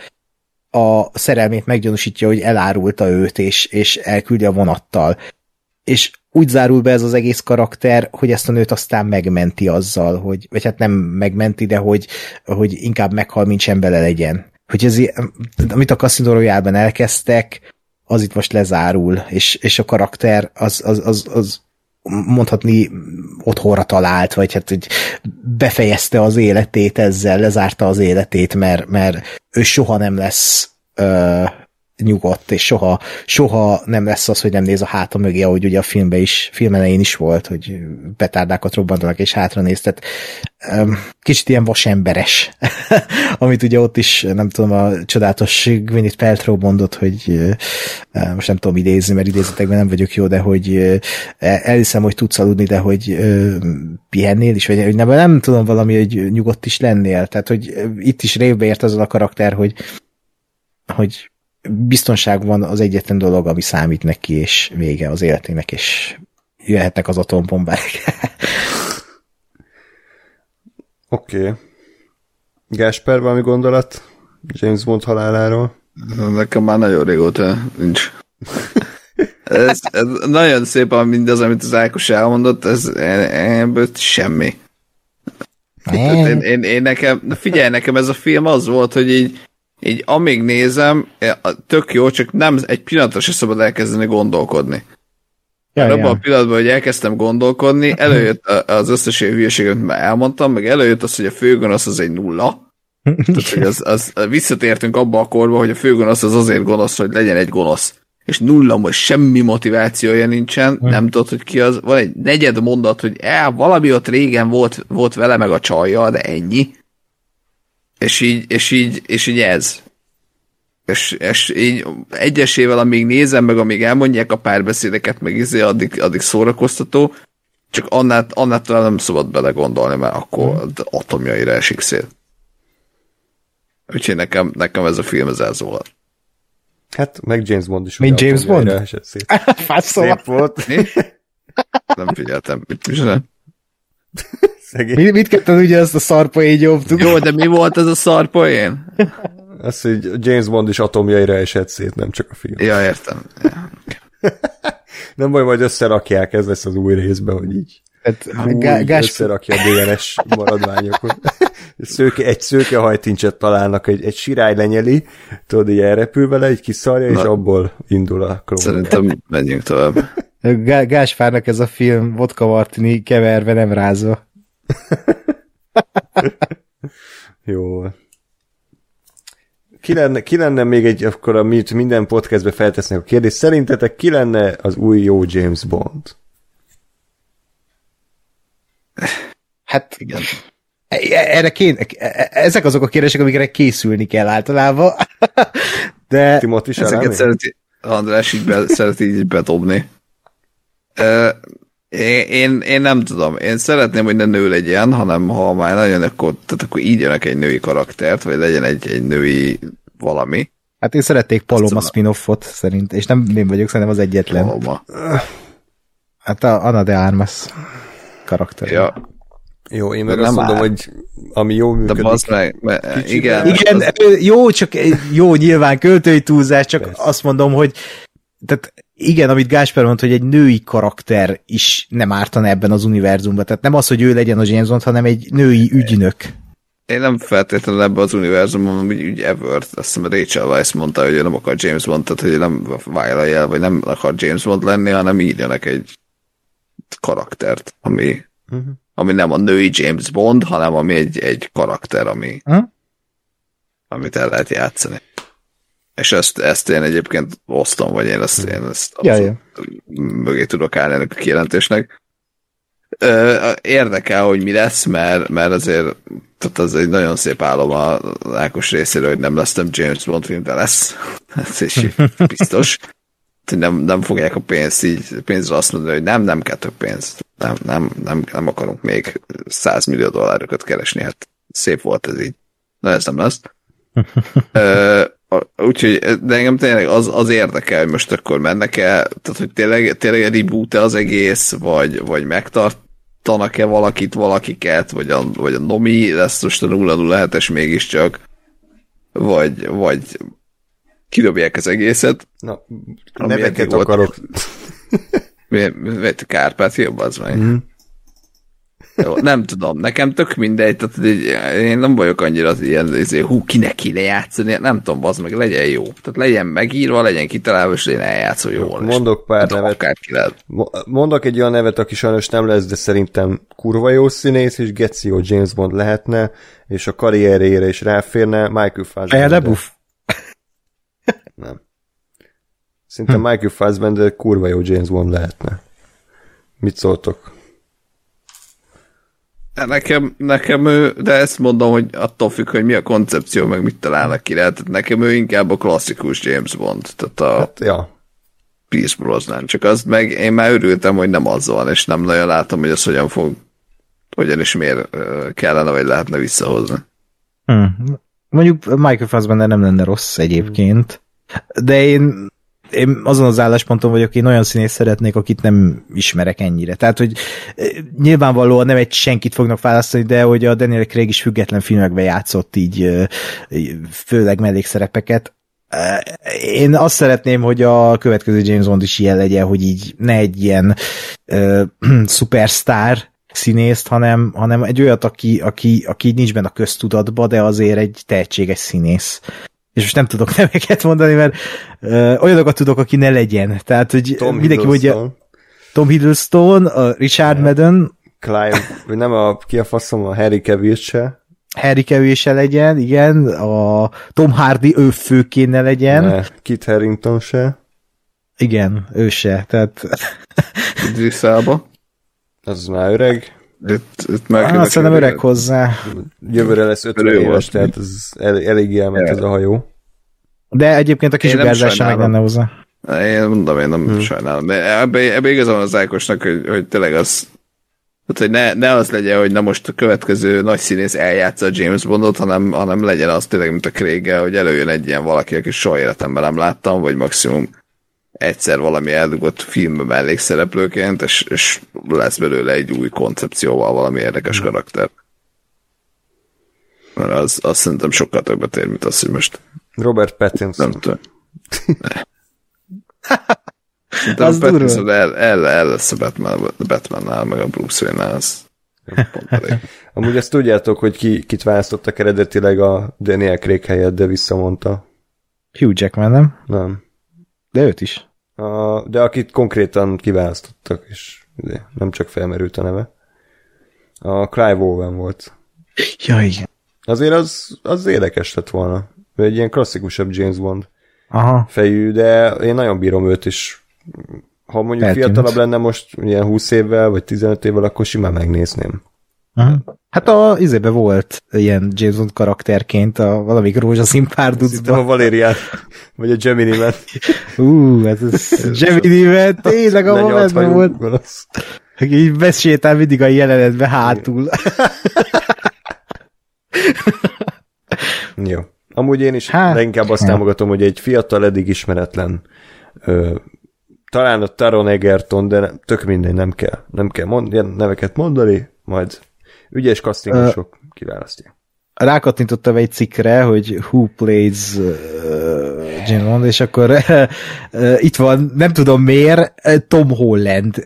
a szerelmét meggyanúsítja, hogy elárulta őt, és, és elküldi a vonattal. És úgy zárul be ez az egész karakter, hogy ezt a nőt aztán megmenti azzal, hogy, vagy hát nem megmenti, de hogy, hogy inkább meghal, mint sem bele legyen. Hogy ez, amit a Casino Royale-ben elkezdtek, az itt most lezárul, és, és a karakter az, az, az, az mondhatni otthonra talált, vagy hát hogy befejezte az életét ezzel, lezárta az életét, mert, mert ő soha nem lesz ö, nyugodt, és soha, soha nem lesz az, hogy nem néz a háta mögé, ahogy ugye a filmben is, film elején is volt, hogy petárdákat robbantanak és hátra néz, tehát ö, kicsit ilyen vasemberes, amit ugye ott is, nem tudom, a csodálatos Gwyneth Paltrow mondott, hogy ö, most nem tudom idézni, mert idézetekben nem vagyok jó, de hogy ö, elhiszem, hogy tudsz aludni, de hogy ö, pihennél is, vagy nem, nem tudom valami, hogy nyugodt is lennél, tehát hogy itt is révbe ért az a karakter, hogy hogy biztonság van az egyetlen dolog, ami számít neki, és vége az életének, és jöhetnek az atombombák. Oké. Okay. Gásper, valami gondolat James Bond haláláról? Nekem már nagyon régóta nincs. ez, ez nagyon szépen mindaz, amit az Ákos elmondott, ez ebből semmi. én, én, én nekem, figyelj, nekem ez a film az volt, hogy így így amíg nézem, tök jó, csak nem egy pillanatra se szabad elkezdeni gondolkodni. Ja, abban ja. a pillanatban, hogy elkezdtem gondolkodni, előjött az összes hülyeség, amit már elmondtam, meg előjött az, hogy a főgonosz az egy nulla. Tehát, hogy az, az, visszatértünk abba a korba, hogy a főgonosz az azért gonosz, hogy legyen egy gonosz. és nulla, vagy semmi motivációja nincsen, hmm. nem tudod, hogy ki az, van egy negyed mondat, hogy el, valami ott régen volt, volt vele meg a csajja, de ennyi. És így, és így, és így ez. És, és így egyesével, amíg nézem, meg amíg elmondják a párbeszédeket, meg izé, addig, addig szórakoztató, csak annál, annál talán nem szabad belegondolni, mert akkor hmm. atomjaira esik szét. Úgyhogy nekem, nekem ez a film ez elzólal. Hát, meg James Bond is. Mint James Bond? Szép. Szép volt. Nem figyeltem. Mit csinál? Mi, mit kettem ugye ezt a szarpoén nyomtuk? Jó, de mi volt ez a szarpoén? Az, hogy James Bond is atomjaira esett szét, nem csak a film. Ja, értem. Ja. Nem baj, majd összerakják, ez lesz az új részben, hogy így. Hát, úgy gás... összerakja a dé en es maradványokat. Szőke, egy szőkehajtincset találnak, egy, egy sirály lenyeli, tudod, így elrepül vele, egy kiszarja, és abból indul a klón. Szerintem menjünk tovább. Gáspárnak ez a film vodka martini keverve, nem rázva. Jó. Ki lenne, ki lenne még egy, akkor amit minden podcastbe feltesznek a kérdést, szerintetek ki lenne az új jó James Bond? Hát igen. Erre kéne, ezek azok a kérdések, amikre készülni kell általában. De Timothy ezeket szereti, András így be, szereti így bedobni. Uh, én, én, én nem tudom. Én szeretném, hogy ne nő legyen, hanem ha már nagyon, akkor, tehát akkor így jönnek egy női karaktert, vagy legyen egy, egy női valami. Hát én szerették Paloma spin-offot szerint, és nem én vagyok, szerintem az egyetlen. Paloma. Hát a Ana de Armas karakter. Ja. Jó, én meg azt mondom, hogy ami jó működik. De az meg, meg igen. Igen, az... jó, csak jó, nyilván költői túlzás, csak persze. Azt mondom, hogy tehát igen, amit Gáspár mondta, hogy egy női karakter is nem ártana ebben az univerzumban. Tehát nem az, hogy ő legyen a James Bond, hanem egy női ügynök. Én nem feltétlenül ebben az univerzumban, úgy, úgy ever, azt hiszem Rachel Weisz mondta, hogy ő nem akar James Bond, tehát hogy nem vállalja el, vagy nem akar James Bond lenni, hanem írjanak egy karaktert, ami, uh-huh. ami nem a női James Bond, hanem ami egy, egy karakter, ami, uh-huh. amit el lehet játszani. És ezt, ezt én egyébként osztom, vagy én ezt, én ezt ja, ja. mögé tudok állni ennek a kijelentésnek. Érdekel, hogy mi lesz, mert, mert azért tehát az egy nagyon szép álom a Ákos részéről, hogy nem lesz nem James Bond film, de lesz. Ez is biztos. Nem, nem fogják a pénzt így, pénzre azt mondani, hogy nem, nem kell több pénzt. Nem, nem, nem, nem akarunk még száz millió dollárokat keresni. Hát szép volt ez így. Na ez nem lesz. Úgyhogy, de engem tényleg az, az érdekel, hogy most akkor mennek-e, tehát hogy tényleg, tényleg reboot-e az egész, vagy, vagy megtartanak-e valakit, valakiket, vagy a, vagy a Nomi lesz most a nulla nulla hetes mégiscsak, vagy, vagy kidobják az egészet. Na, neveket akarok. Miért Kárpát az meg? Mm. Jó, nem tudom, nekem tök mindegy, tehát én nem vagyok annyira az ilyen, ilyen hú, kinek kéne játszani, nem tudom, az meg legyen jó. Tehát legyen megírva, legyen kitalálva, és legyen eljátszó jól. Mondok pár nevet. Mondok egy olyan nevet, aki sajnos nem lesz, de szerintem kurva jó színész, és geci jó James Bond lehetne, és a karrierjére is ráférne, Michael Fassbender. Nem. Szerintem hm. Michael Fassbender kurva jó James Bond lehetne. Mit szóltok? Nekem, nekem ő, de ezt mondom, hogy attól függ, hogy mi a koncepció, meg mit találnak ki rá. Tehát nekem ő inkább a klasszikus James Bond. Tehát a hát, ja. Pierce Brosnan. Csak azt meg én már örültem, hogy nem az van, és nem nagyon látom, hogy ez hogyan fog, hogyan és miért kellene, vagy lehetne visszahozni. Hmm. Mondjuk Michael Fassbender nem lenne rossz egyébként, de én én azon az állásponton vagyok, én olyan színész szeretnék, akit nem ismerek ennyire. Tehát, hogy nyilvánvalóan nem egy senkit fognak választani, de hogy a Daniel Craig is független filmekben játszott így főleg mellékszerepeket. Én azt szeretném, hogy a következő James Bond is ilyen legyen, hogy így ne egy ilyen uh, szupersztár színészt, hanem, hanem egy olyat, aki, aki, aki nincs benne a köztudatba, de azért egy tehetséges színész. És most nem tudok neveket mondani, mert ö, olyanokat tudok, aki ne legyen. Tehát, hogy Tom mindenki mondja Tom Hiddleston, a Richard yeah. Madden, Clive, vagy nem a, ki a faszom, a Harry Cavill se. Harry Cavill se legyen, igen, a Tom Hardy ő főként ne legyen. Ne, Kit Harington se. Igen, ő se, tehát... Idris Elba. Az már öreg. Itt, itt meg Ah, szerintem öreg hozzá. Jövőre lesz ötven éves, tehát ez el, elég elment ez a hajó. De egyébként a kisugárzása meg lenne hozzá. Én mondom, én nem hmm. sajnálom. De ebbe, ebbe igazán az Ákosnak, hogy, hogy tényleg az, hogy ne, ne az legyen, hogy na most a következő nagy színész eljátsza a James Bondot, hanem, hanem legyen az tényleg, mint a Craig-gel, hogy előjön egy ilyen valaki, aki soha életemben nem láttam, vagy maximum egyszer valami eldugott filmben mellékszereplőként, és, és lesz belőle egy új koncepcióval valami érdekes hmm. karakter. Mert az, az szerintem sokkal többet ér, mint az, hogy most Robert Pattinson. Nem tudom. Az Pattinson el, el, el lesz a Batman, Batmannál, meg a Bruce Wayne-nál. Amúgy ezt tudjátok, hogy ki, kit választottak eredetileg a Daniel Craig helyett, de visszamondta. Hugh Jackman, nem? Nem. De őt is. A, de akit konkrétan kiválasztottak, és nem csak felmerült a neve. A Clive Owen volt. Ja, igen. Azért az, az érdekes lett volna. Egy ilyen klasszikusabb James Bond Aha. fejű, de én nagyon bírom őt is. Ha mondjuk Eltűnt. Fiatalabb lenne most ilyen húsz évvel, vagy tizenöt évvel, akkor simán megnézném. Aha. Hát a izébe volt ilyen James Bond karakterként a valamik rózsaszín párducban. A Valérián, vagy a Gemini-ben. Ú, ez az Gemini-ben tényleg a momentben volt. Gonosz. Így besétál mindig a jelenetbe hátul. Jó. Amúgy én is hát, inkább azt támogatom, hogy egy fiatal, eddig ismeretlen ö, talán a Taron Egerton, de nem, tök mindegy, nem kell, nem kell mond, ilyen neveket mondani, majd ügyes castingosok uh, kiválasztják. Rákattintottam egy cikkre, hogy Who Plays uh, James Bond, és akkor uh, uh, itt van, nem tudom miért, uh, Tom Holland.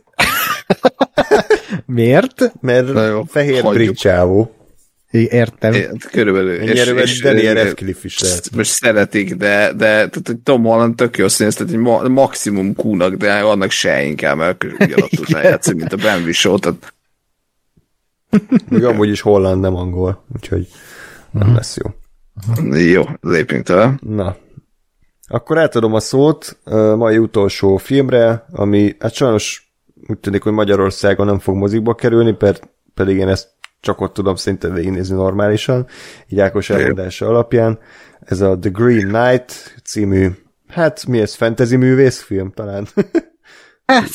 Miért? Mert jó, fehér brit csávó. Értem. É, körülbelül. És, és Daniel Radcliffe is lehet. Most szeretik, de, de tehát, Tom Holland tök jó színész, tehát egy ma, maximum kúnak, de annak se inkább, mert ugyanott tudná játszani, mint a Ben Whishaw, tehát... Még amúgy is holland, nem angol, úgyhogy nem lesz jó. Jó, lépjünk tovább. Na. Akkor átadom a szót a mai utolsó filmre, ami hát sajnos úgy tűnik, hogy Magyarországon nem fog mozikba kerülni, mert pedig én ezt csak ott tudom szinte végignézni normálisan, így Ákos elmondása alapján. Ez a The Green Knight című, hát mi ez, fantasy művészfilm talán? Hát,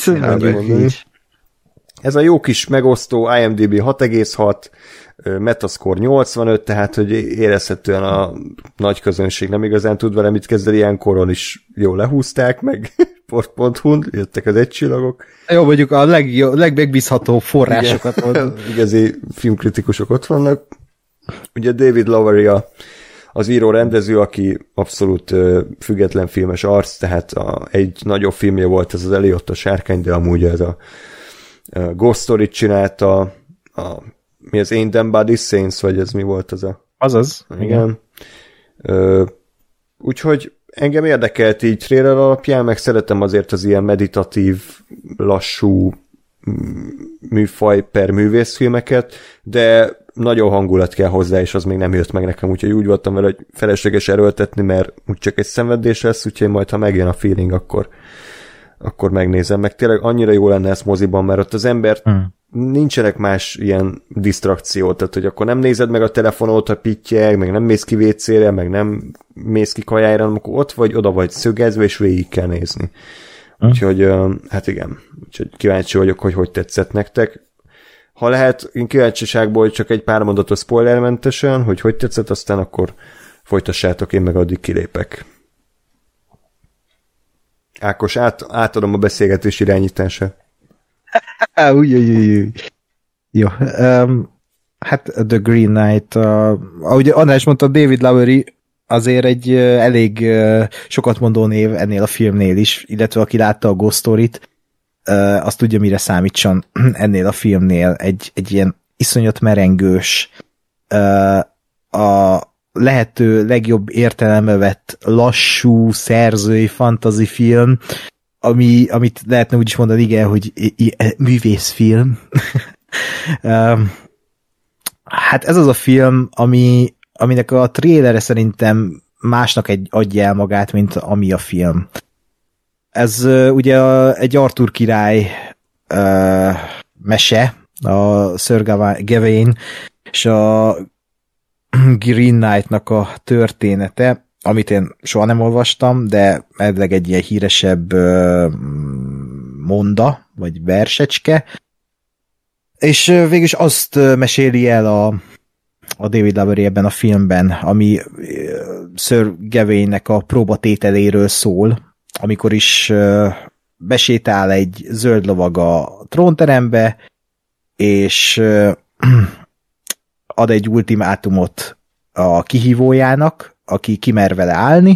ez a jó kis megosztó I M D B hat egész hat, Metascore nyolcvanöt, tehát hogy érezhetően a nagy közönség nem igazán tud vele mit kezdeni, ilyenkoron is jól lehúzták, meg port pont hu-n, jöttek az egycsillagok. Jó, mondjuk a legjobb, legmegbízható forrásokat ott. Igazi filmkritikusok ott vannak. Ugye David Lowery a, az író rendező, aki abszolút uh, független filmes arc, tehát a, egy nagyobb filmje volt ez az Eliott a sárkány, de amúgy ez a, a Ghost Story-t csinálta, a, mi az Ain't Them Body Saints, vagy ez mi volt az a... Azaz. Igen. igen. Uh, úgyhogy engem érdekelt így trailer alapján, meg szeretem azért az ilyen meditatív, lassú műfaj per művészfilmeket, de nagyon hangulat kell hozzá, és az még nem jött meg nekem, úgyhogy úgy voltam vele, hogy felesleges erőltetni, mert úgy csak egy szenvedés lesz, úgyhogy majd, ha megjön a feeling, akkor, akkor megnézem. Meg tényleg annyira jó lenne ezt moziban, mert ott az ember hmm. nincsenek más ilyen disztrakció, tehát hogy akkor nem nézed meg a telefonot, a pittyeg, meg nem mész ki vécére, meg nem mész ki kajára, hanem akkor ott vagy, oda vagy szögezve, és végig kell nézni. Hmm. Úgyhogy, hát igen, úgyhogy kíváncsi vagyok, hogy hogy tetszett nektek. Ha lehet, én kíváncsiságból csak egy pár mondatot spoilermentesen, hogy hogy tetszett, aztán akkor folytassátok, én meg addig kilépek. Ákos, át, átadom a beszélgetés irányítását. Új, új, új. Jó. Um, hát The Green Knight, uh, ahogy András mondta, David Lowery azért egy uh, elég uh, sokat mondó név ennél a filmnél is, illetve aki látta a Ghost Story-t, uh, azt tudja, mire számítson ennél a filmnél. Egy, egy ilyen iszonyat merengős, uh, a lehető legjobb értelembe vett lassú, szerzői fantasy film, ami, amit lehetne úgy is mondani, igen, hogy i- i- művészfilm. um, hát ez az a film, ami, aminek a trélere szerintem másnak egy adja el magát, mint ami a film. ez uh, ugye a, egy Arthur király uh, mese, a Sir Gawain és a Green Knight-nak a története, amit én soha nem olvastam, de eddig egy ilyen híresebb uh, monda, vagy versecske, és uh, végülis azt uh, meséli el a, a David Lowery ebben a filmben, ami uh, Sir Gawainnek a próbatételéről szól, amikor is uh, besétál egy zöld lovag a trónterembe, és uh, ad egy ultimátumot a kihívójának, aki kimer vele állni,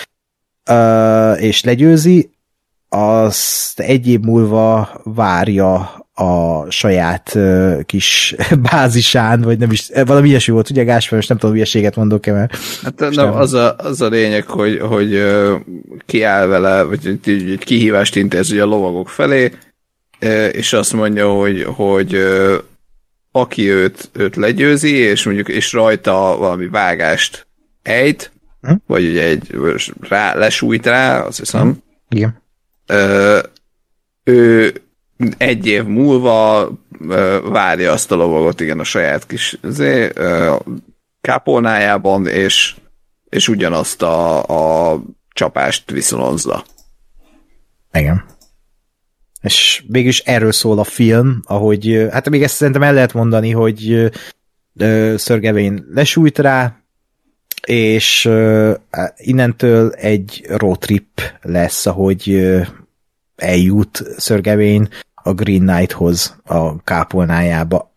uh, és legyőzi, azt egy év múlva várja a saját uh, kis bázisán, vagy nem is, valami ilyesmi volt, ugye Gáspár, most nem tudom, hülyeséget mondok-e, mert... Hát nem, nem, az, a, az a lényeg, hogy, hogy uh, kiáll vele, vagy egy, egy kihívást intéz ugye a lovagok felé, uh, és azt mondja, hogy, hogy uh, aki őt, őt legyőzi, és mondjuk és rajta valami vágást ejt, hm? vagy ugye egy rá, lesújt rá, azt hiszem. Hm? Igen. Ö, ő egy év múlva ö, várja azt a lovagot, igen, a saját kis zé, ö, kápolnájában, és, és ugyanazt a, a csapást viszonozza. Igen. És végülis erről szól a film, ahogy, hát még ezt szerintem el lehet mondani, hogy uh, Sir Gawain lesújt rá, és uh, innentől egy road trip lesz, ahogy uh, eljut Sir Gawain a Green Knighthoz, a kápolnájába.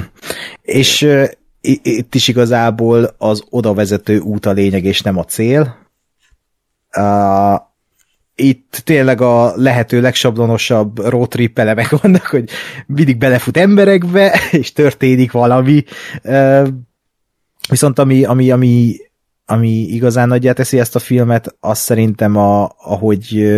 És uh, itt is igazából az odavezető út a lényeg, és nem a cél. Uh, Itt tényleg a lehető legsablonosabb road trip elemek vannak, hogy mindig belefut emberekbe, és történik valami. Viszont ami, ami, ami, ami igazán nagyjá teszi ezt a filmet, az szerintem a, ahogy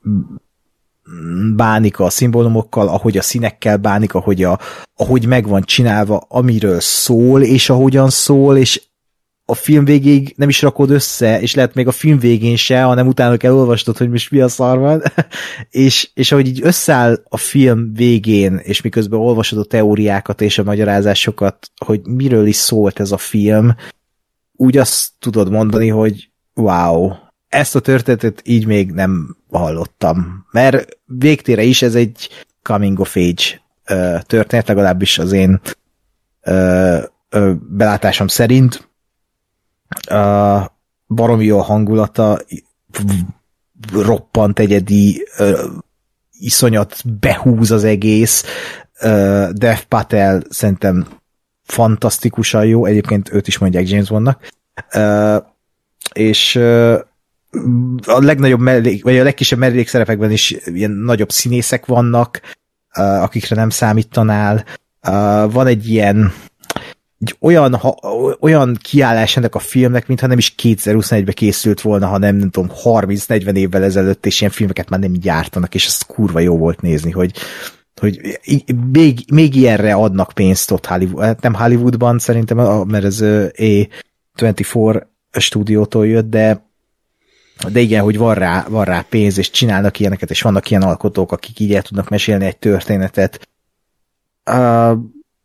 bánik a szimbólumokkal, ahogy a színekkel bánik, ahogy, a, ahogy meg van csinálva, amiről szól, és ahogyan szól, és a film végéig nem is rakod össze, és lehet még a film végén se, hanem utána kell olvastad, hogy most mi a szar van, és, és ahogy így összeáll a film végén, és miközben olvasod a teóriákat és a magyarázásokat, hogy miről is szólt ez a film, úgy azt tudod mondani, hogy wow, ezt a történetet így még nem hallottam. Mert végtére is ez egy coming of age uh, történet, legalábbis az én uh, uh, belátásom szerint. Uh, baromi jó a hangulata, roppant egyedi, uh, iszonyat behúz az egész. Uh, Dev Patel szerintem fantasztikusan jó, egyébként őt is mondják James Bondnak. Uh, és uh, a legnagyobb mellék, vagy a legkisebb mellékszerepekben is ilyen nagyobb színészek vannak, uh, akikre nem számítanál. Uh, van egy ilyen egy olyan, ha, olyan kiállás ennek a filmnek, mintha nem is kétezer-huszonegyben készült volna, hanem nem tudom, harminc-negyven évvel ezelőtt, és ilyen filmeket már nem gyártanak, és ez kurva jó volt nézni, hogy, hogy még, még ilyenre adnak pénzt ott Hollywood, hát nem Hollywoodban szerintem, mert ez á huszonnégy stúdiótól jött, de de igen, hogy van rá, van rá pénz, és csinálnak ilyeneket, és vannak ilyen alkotók, akik így el tudnak mesélni egy történetet. Uh,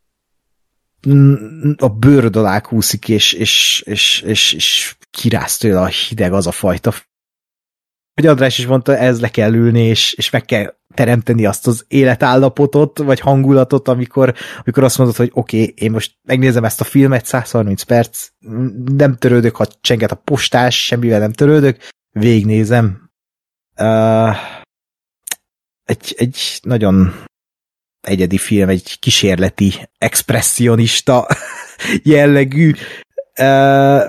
a bőröd alá kúszik, és, és, és, és, és kiráz tőle a hideg, az a fajta. Hogy András is mondta, ez le kell ülni, és, és meg kell teremteni azt az életállapotot, vagy hangulatot, amikor, amikor azt mondod, hogy oké, okay, én most megnézem ezt a filmet, száz harminc perc, nem törődök, ha csenget a postás, semmivel nem törődök, végignézem. Uh, egy, egy nagyon egyedi film, egy kísérleti, expresszionista jellegű. Uh,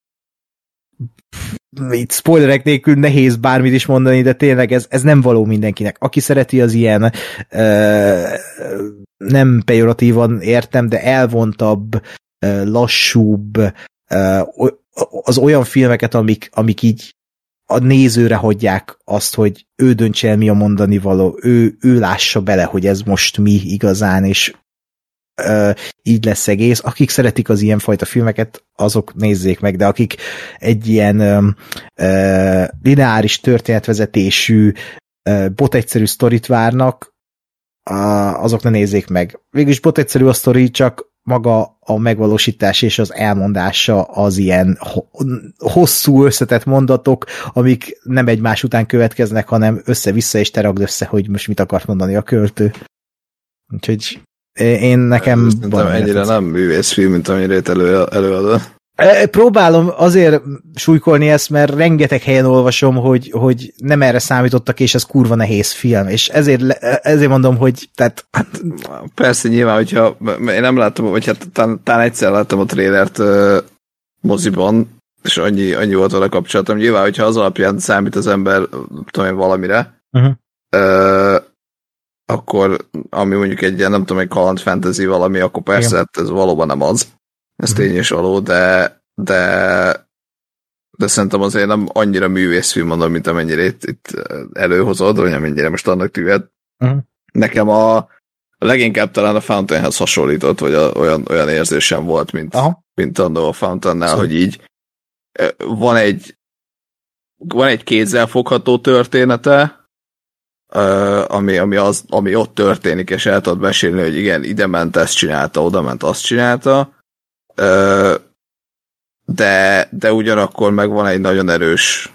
itt spoilerek nélkül nehéz bármit is mondani, de tényleg ez, ez nem való mindenkinek. Aki szereti az ilyen uh, nem pejoratívan értem, de elvontabb, uh, lassúbb, uh, az olyan filmeket, amik, amik így a nézőre hagyják azt, hogy ő döntse el, mi a mondani való, ő, ő lássa bele, hogy ez most mi igazán, és ö, így lesz egész. Akik szeretik az ilyenfajta filmeket, azok nézzék meg, de akik egy ilyen ö, ö, lineáris történetvezetésű, bot egyszerű sztorit várnak, azok ne nézzék meg. Végülis bot egyszerű a sztori, csak maga a megvalósítás és az elmondása az ilyen hosszú összetett mondatok, amik nem egymás után következnek, hanem össze-vissza, és te ragd össze, hogy most mit akart mondani a költő. Úgyhogy én nekem... Szerintem ennyire nem művészfilm, mint amire elő, előadod. Próbálom azért súlykolni ezt, mert rengeteg helyen olvasom, hogy, hogy nem erre számítottak, és ez kurva nehéz film, és ezért, ezért mondom, hogy tehát... Persze, nyilván, hogyha én nem láttam, vagy hát talán, talán egyszer láttam a trélert uh, moziban, és annyi, annyi volt vele kapcsolatom. Nyilván, hogyha az alapján számít az ember, tudom én, valamire, uh-huh. uh, akkor, ami mondjuk egy ilyen, nem tudom, egy kaland fantasy valami, akkor persze, hát ez valóban nem az. Ez tény és való, de, de, de szerintem azért nem annyira művészfilm mondom, mint amennyire itt, itt előhozod, vagy amennyire most annak tűhet. Uh-huh. Nekem a, a leginkább talán a Fountainhez hasonlított, vagy a, olyan, olyan érzésem volt, mint, mint annó a Fountain-nál, szóval. Hogy így van egy van egy kézzelfogható története, ami, ami, az, ami ott történik, és el tudod mesélni, hogy igen, ide ment, ezt csinálta, oda ment, azt csinálta, de, de ugyanakkor meg van egy nagyon erős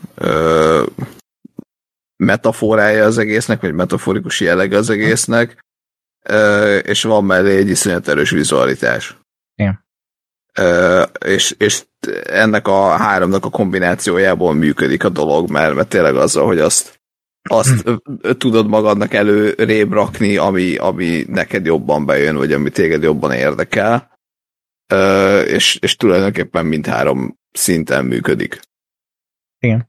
metaforája az egésznek, vagy metaforikus jellege az egésznek, és van mellé egy iszonyat erős vizualitás. Igen. És, és ennek a háromnak a kombinációjából működik a dolog, mert, mert tényleg azzal, hogy azt, azt tudod magadnak előrébb rakni, ami, ami neked jobban bejön, vagy ami téged jobban érdekel. Uh, és, és tulajdonképpen mindhárom szinten működik. Igen.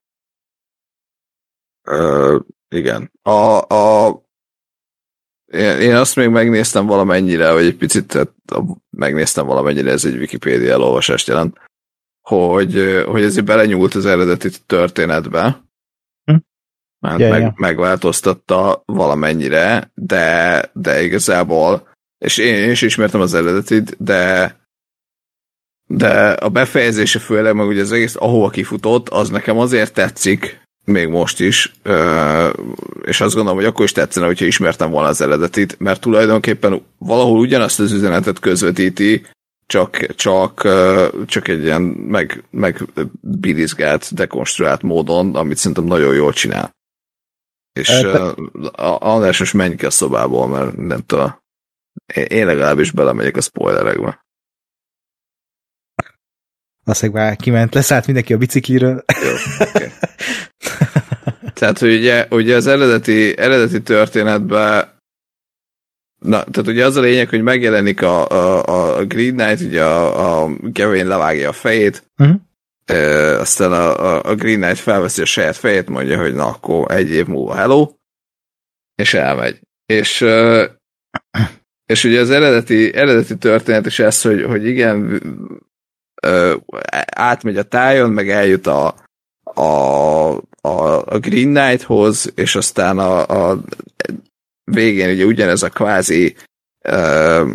Uh, igen. A, a, én, én azt még megnéztem valamennyire, vagy egy picit tehát, megnéztem valamennyire, ez egy Wikipédia elolvasást jelent, hogy, hogy ezért belenyúlt az eredeti történetbe, hm? mert ja, meg, ja. megváltoztatta valamennyire, de, de igazából, és én, én is ismertem az eredetit, de de a befejezése főleg, meg ugye az egész, ahova kifutott, az nekem azért tetszik, még most is, és azt gondolom, hogy akkor is tetszene, hogyha ismertem volna az eredetit, mert tulajdonképpen valahol ugyanazt az üzenetet közvetíti, csak, csak, csak egy ilyen meg, meg bilizgált, dekonstruált módon, amit szerintem nagyon jól csinál. És András, most menj ki a szobából, mert nem tudom, én legalábbis belemegyek a spoilerekbe. Valószínűleg már kiment, leszállt mindenki a bicikliről. Jó, okay. Tehát, hogy ugye, ugye az eredeti, eredeti történetben na, tehát ugye az a lényeg, hogy megjelenik a, a, a Green Knight, ugye a, a Gawain levágja a fejét, uh-huh. e, aztán a, a Green Knight felveszi a saját fejét, mondja, hogy na, akkor egy év múlva hello, és elmegy. És, és ugye az eredeti, eredeti történet is ez, hogy, hogy igen, átmegy a tájon, meg eljut a, a, a, a Green Knighthoz, és aztán a, a végén ugye ugyanez a kvázi uh,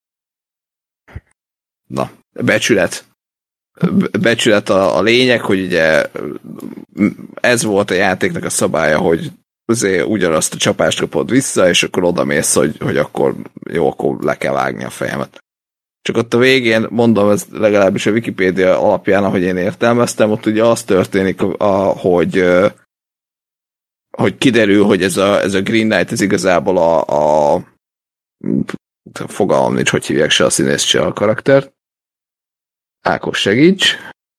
na, becsület becsület a, a lényeg, hogy ugye ez volt a játéknak a szabálya, hogy azért ugyanazt a csapást kapod vissza, és akkor odamész, hogy, hogy akkor jó, akkor le kell vágni a fejemet. Csak ott a végén, mondom, ez legalábbis a Wikipédia alapján, ahogy én értelmeztem, ott ugye az történik, a, hogy, hogy kiderül, hogy ez a, ez a Green Knight, ez igazából a, a fogalmam nincs, hogy hívják se a színész, se a karaktert. Ákos, segíts!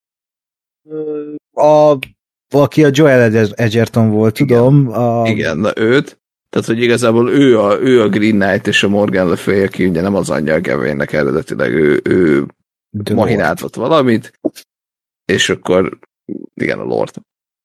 A, aki a Joel Edgerton volt, tudom. Igen, a... Igen na őt. Tehát, hogy igazából ő a, ő a Green Knight és a Morgan Le Fay, aki ugye nem az anyja a Gawainnek eredetileg, ő, ő mahináltott valamit, és akkor igen, a Lord.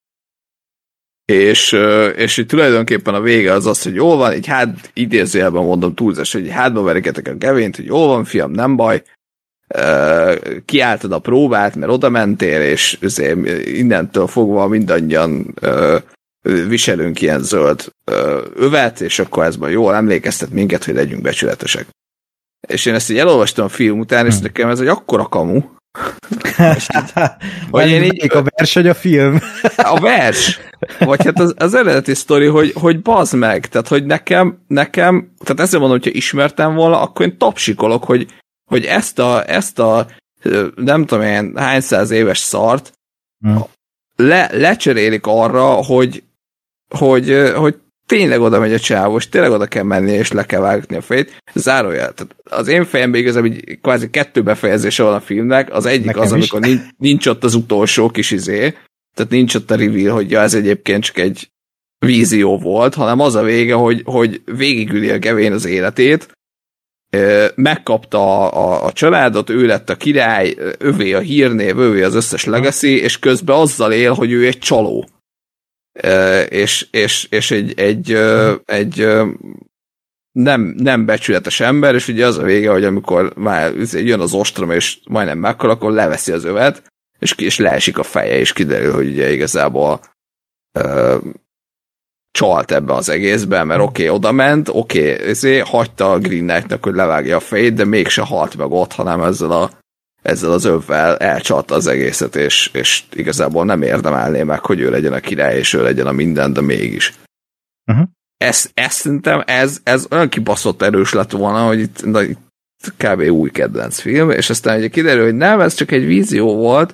És, és így tulajdonképpen a vége az az, hogy jól van, így hát idézőjelben mondom túlzás, hogy hátba veriketek a Gawaint, hogy jól van, fiam, nem baj, kiálltad a próbát, mert oda mentél, és innentől fogva mindannyian viselünk ilyen zöld övet, és akkor ez majd jól emlékeztet minket, hogy legyünk becsületesek. És én ezt így elolvastam a film után, és nekem ez egy akkora kamu, Vagy én így... A vers, vagy a film? A vers. Vagy hát az, az eredeti sztori, hogy, hogy bazd meg. Tehát, hogy nekem, nekem, tehát ezzel mondom, hogyha ismertem volna, akkor én tapsikolok, hogy, hogy ezt a, ezt a nem tudom én hány száz éves szart hmm. le, lecserélik arra, hogy, hogy, hogy tényleg oda megy a csávó, és tényleg oda kell menni, és le kell vágni a fejét. Zárójel. Tehát az én fejemben igazából így kvázi kettő befejezése van a filmnek. Az egyik nekem az, amikor nincs, nincs ott az utolsó kis izé, tehát nincs ott a reveal, hogy ja, ez egyébként csak egy vízió volt, hanem az a vége, hogy, hogy végigüli a Gavin az életét, megkapta a, a, a családot, ő lett a király, övé a hírnév, övé az összes legacy, és közben azzal él, hogy ő egy csaló. És, és, és egy, egy, egy nem, nem becsületes ember, és ugye az a vége, hogy amikor már jön az ostrom, és majdnem meghal, akkor leveszi az övet, és, és leesik a feje, és kiderül, hogy ugye igazából uh, csalt ebbe az egészben, mert oké, okay, oda ment, oké, okay, ezért hagyta a Green Knight-nak, hogy levágja a fejét, de mégse halt meg ott, hanem ezzel, a, ezzel az övvel elcsalta az egészet, és, és igazából nem érdemelné meg, hogy ő legyen a király, és ő legyen a minden, de mégis. Uh-huh. Ez, ez szerintem, ez, ez olyan kibaszott erős lett volna, hogy itt, na, itt kb. Új kedvenc film, és aztán ugye kiderül, hogy nem, ez csak egy vízió volt,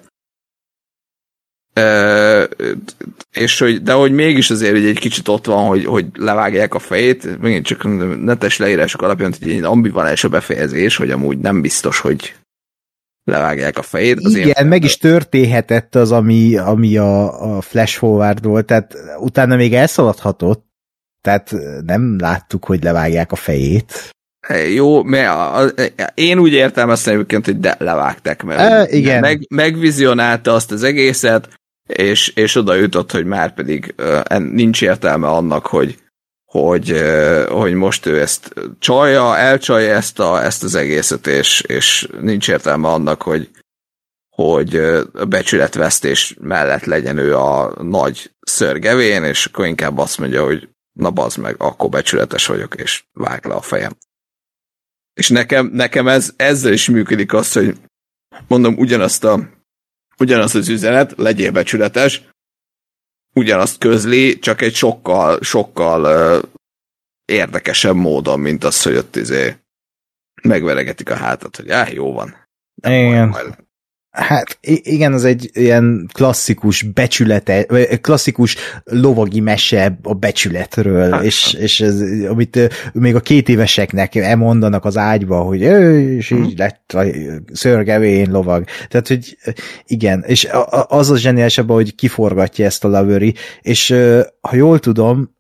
Uh, és hogy, de hogy mégis azért egy kicsit ott van, hogy, hogy levágják a fejét, megint csak netes leírások alapján, hogy egy ambivalens a befejezés, hogy amúgy nem biztos, hogy levágják a fejét. Az igen, meg fel... is történhetett az, ami, ami a, a flash forward volt, tehát utána még elszaladhatott, tehát nem láttuk, hogy levágják a fejét. Jó, mert én úgy értelmeztem egyébként, hogy de levágták, mert e, igen. Meg, megvizionálta azt az egészet, és, és oda jutott, hogy már pedig uh, nincs értelme annak, hogy, hogy, uh, hogy most ő ezt csalja, elcsalja ezt, a, ezt az egészet, és, és nincs értelme annak, hogy, hogy a becsületvesztés mellett legyen ő a nagy Sir Gawain, és akkor inkább azt mondja, hogy na bazd meg, akkor becsületes vagyok, és vág le a fejem. És nekem, nekem ez, ezzel is működik az, hogy mondom, ugyanazt, a, ugyanazt az üzenet, legyél becsületes, ugyanazt közli, csak egy sokkal, sokkal uh, érdekesebb módon, mint az, hogy ott izé megveregetik a hátat, hogy áh, jó van. Igen. Majd... Hát igen, az egy ilyen klasszikus becsülete, klasszikus lovagi mese a becsületről, hát, és, és ez, amit még a két éveseknek elmondanak az ágyba, hogy és így lett a Sir Gawain lovag. Tehát, hogy igen, és az a zseniálisabb, hogy kiforgatja ezt a Lavery, és ha jól tudom,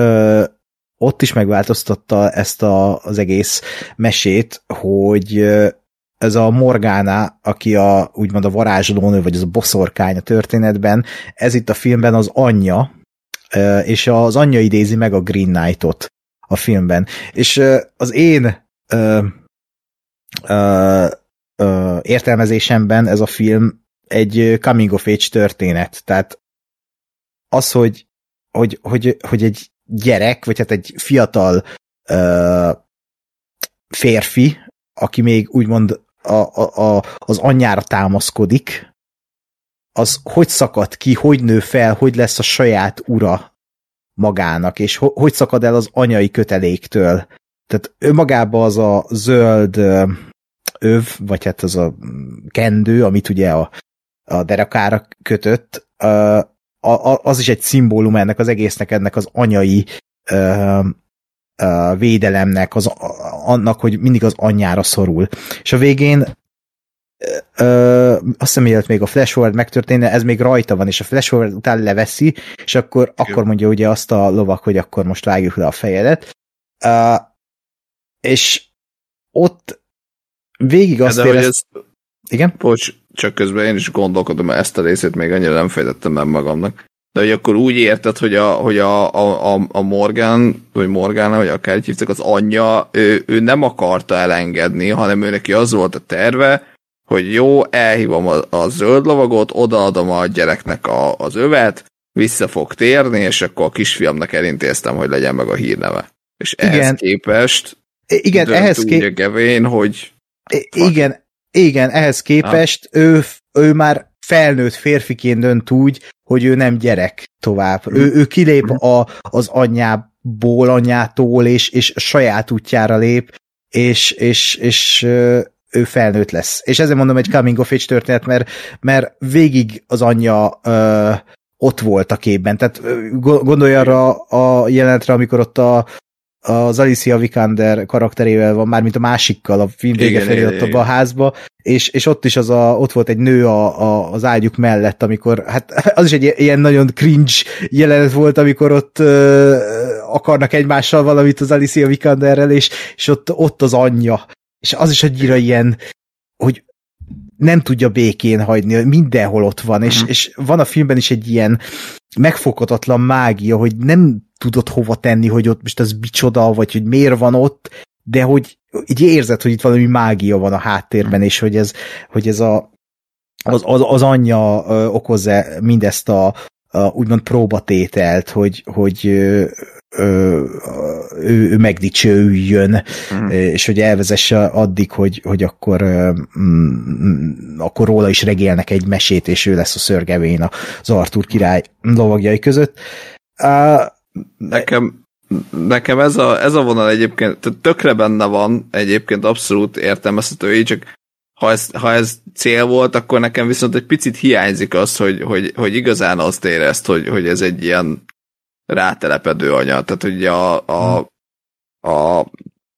ott is megváltoztatta ezt a, az egész mesét, hogy ez a Morgana, aki a, úgymond a varázslónő, vagy az a boszorkány a történetben, ez itt a filmben az anyja, és az anyja idézi meg a Green Knight-ot a filmben. És az én ö, ö, ö, értelmezésemben ez a film egy coming of age történet. Tehát az, hogy, hogy, hogy, hogy egy gyerek, vagy hát egy fiatal ö, férfi, aki még úgymond a, a, a, az anyjára támaszkodik, az hogy szakad ki, hogy nő fel, hogy lesz a saját ura magának, és ho, hogy szakad el az anyai köteléktől. Tehát önmagában az a zöld öv, vagy hát az a kendő, amit ugye a, a derekára kötött, az is egy szimbólum ennek az egésznek, ennek az anyai Uh, védelemnek, az, annak, hogy mindig az anyjára szorul. És a végén uh, azt hiszem, mielőtt még a flash forward megtörténne, ez még rajta van, és a flash forward után leveszi, és akkor, akkor mondja ugye azt a lovak, hogy akkor most vágjuk le a fejedet. Uh, és ott végig azt érez... ez... Igen? Bocs, csak közben én is gondolkodom, mert ezt a részét még annyira nem fejtettem el magamnak. De hogy akkor úgy érted, hogy a, hogy a, a, a Morgan, vagy Morgana, vagy akár így hívtak, az anyja, ő, ő nem akarta elengedni, hanem ő neki az volt a terve, hogy jó, elhívom a, a zöld lovagot, odaadom a gyereknek a, az övet, vissza fog térni, és akkor a kisfiamnak elintéztem, hogy legyen meg a hírneve. És ehhez igen. képest igen, ehhez kép... Gawain, hogy... Igen, Igen, ehhez képest ő, ő már felnőtt férfiként dönt úgy, hogy ő nem gyerek tovább. Mm. Ő, ő kilép mm. a, az anyjából, anyjától, és, és saját útjára lép, és, és, és ő felnőtt lesz. És ezért mondom egy coming of age történet, mert, mert végig az anyja ö, ott volt a képben. Tehát gondolj arra a jelenetre, amikor ott a az Alicia Vikander karakterével van, mármint a másikkal a film vége felé ott abba a házba, és, és ott is az a, ott volt egy nő a, a, az ágyuk mellett, amikor, hát az is egy ilyen nagyon cringe jelenet volt, amikor ott ö, akarnak egymással valamit az Alicia Vikanderrel, és, és ott, ott az anyja. És az is annyira ilyen, hogy nem tudja békén hagyni, mindenhol ott van, és, uh-huh. és van a filmben is egy ilyen megfoghatatlan mágia, hogy nem tudod hova tenni, hogy ott most az micsoda, vagy hogy miért van ott, de hogy így érzed, hogy itt valami mágia van a háttérben, és hogy ez, hogy ez a, az, az, az anyja okozza mindezt a, a úgymond próbatételt, hogy, hogy ő, ő, ő megdicsőüljön, mm. és hogy elvezesse addig, hogy, hogy akkor, mm, akkor róla is regélnek egy mesét, és ő lesz a Sir Gawain az Arthur király lovagjai között. Uh, Nekem, nekem ez, a, ez a vonal egyébként tökre benne van, egyébként abszolút értelmezhető, így csak ha ez, ha ez cél volt, akkor nekem viszont egy picit hiányzik az, hogy, hogy, hogy igazán azt érezt, hogy, hogy ez egy ilyen rátelepedő anya. Tehát ugye a, a, a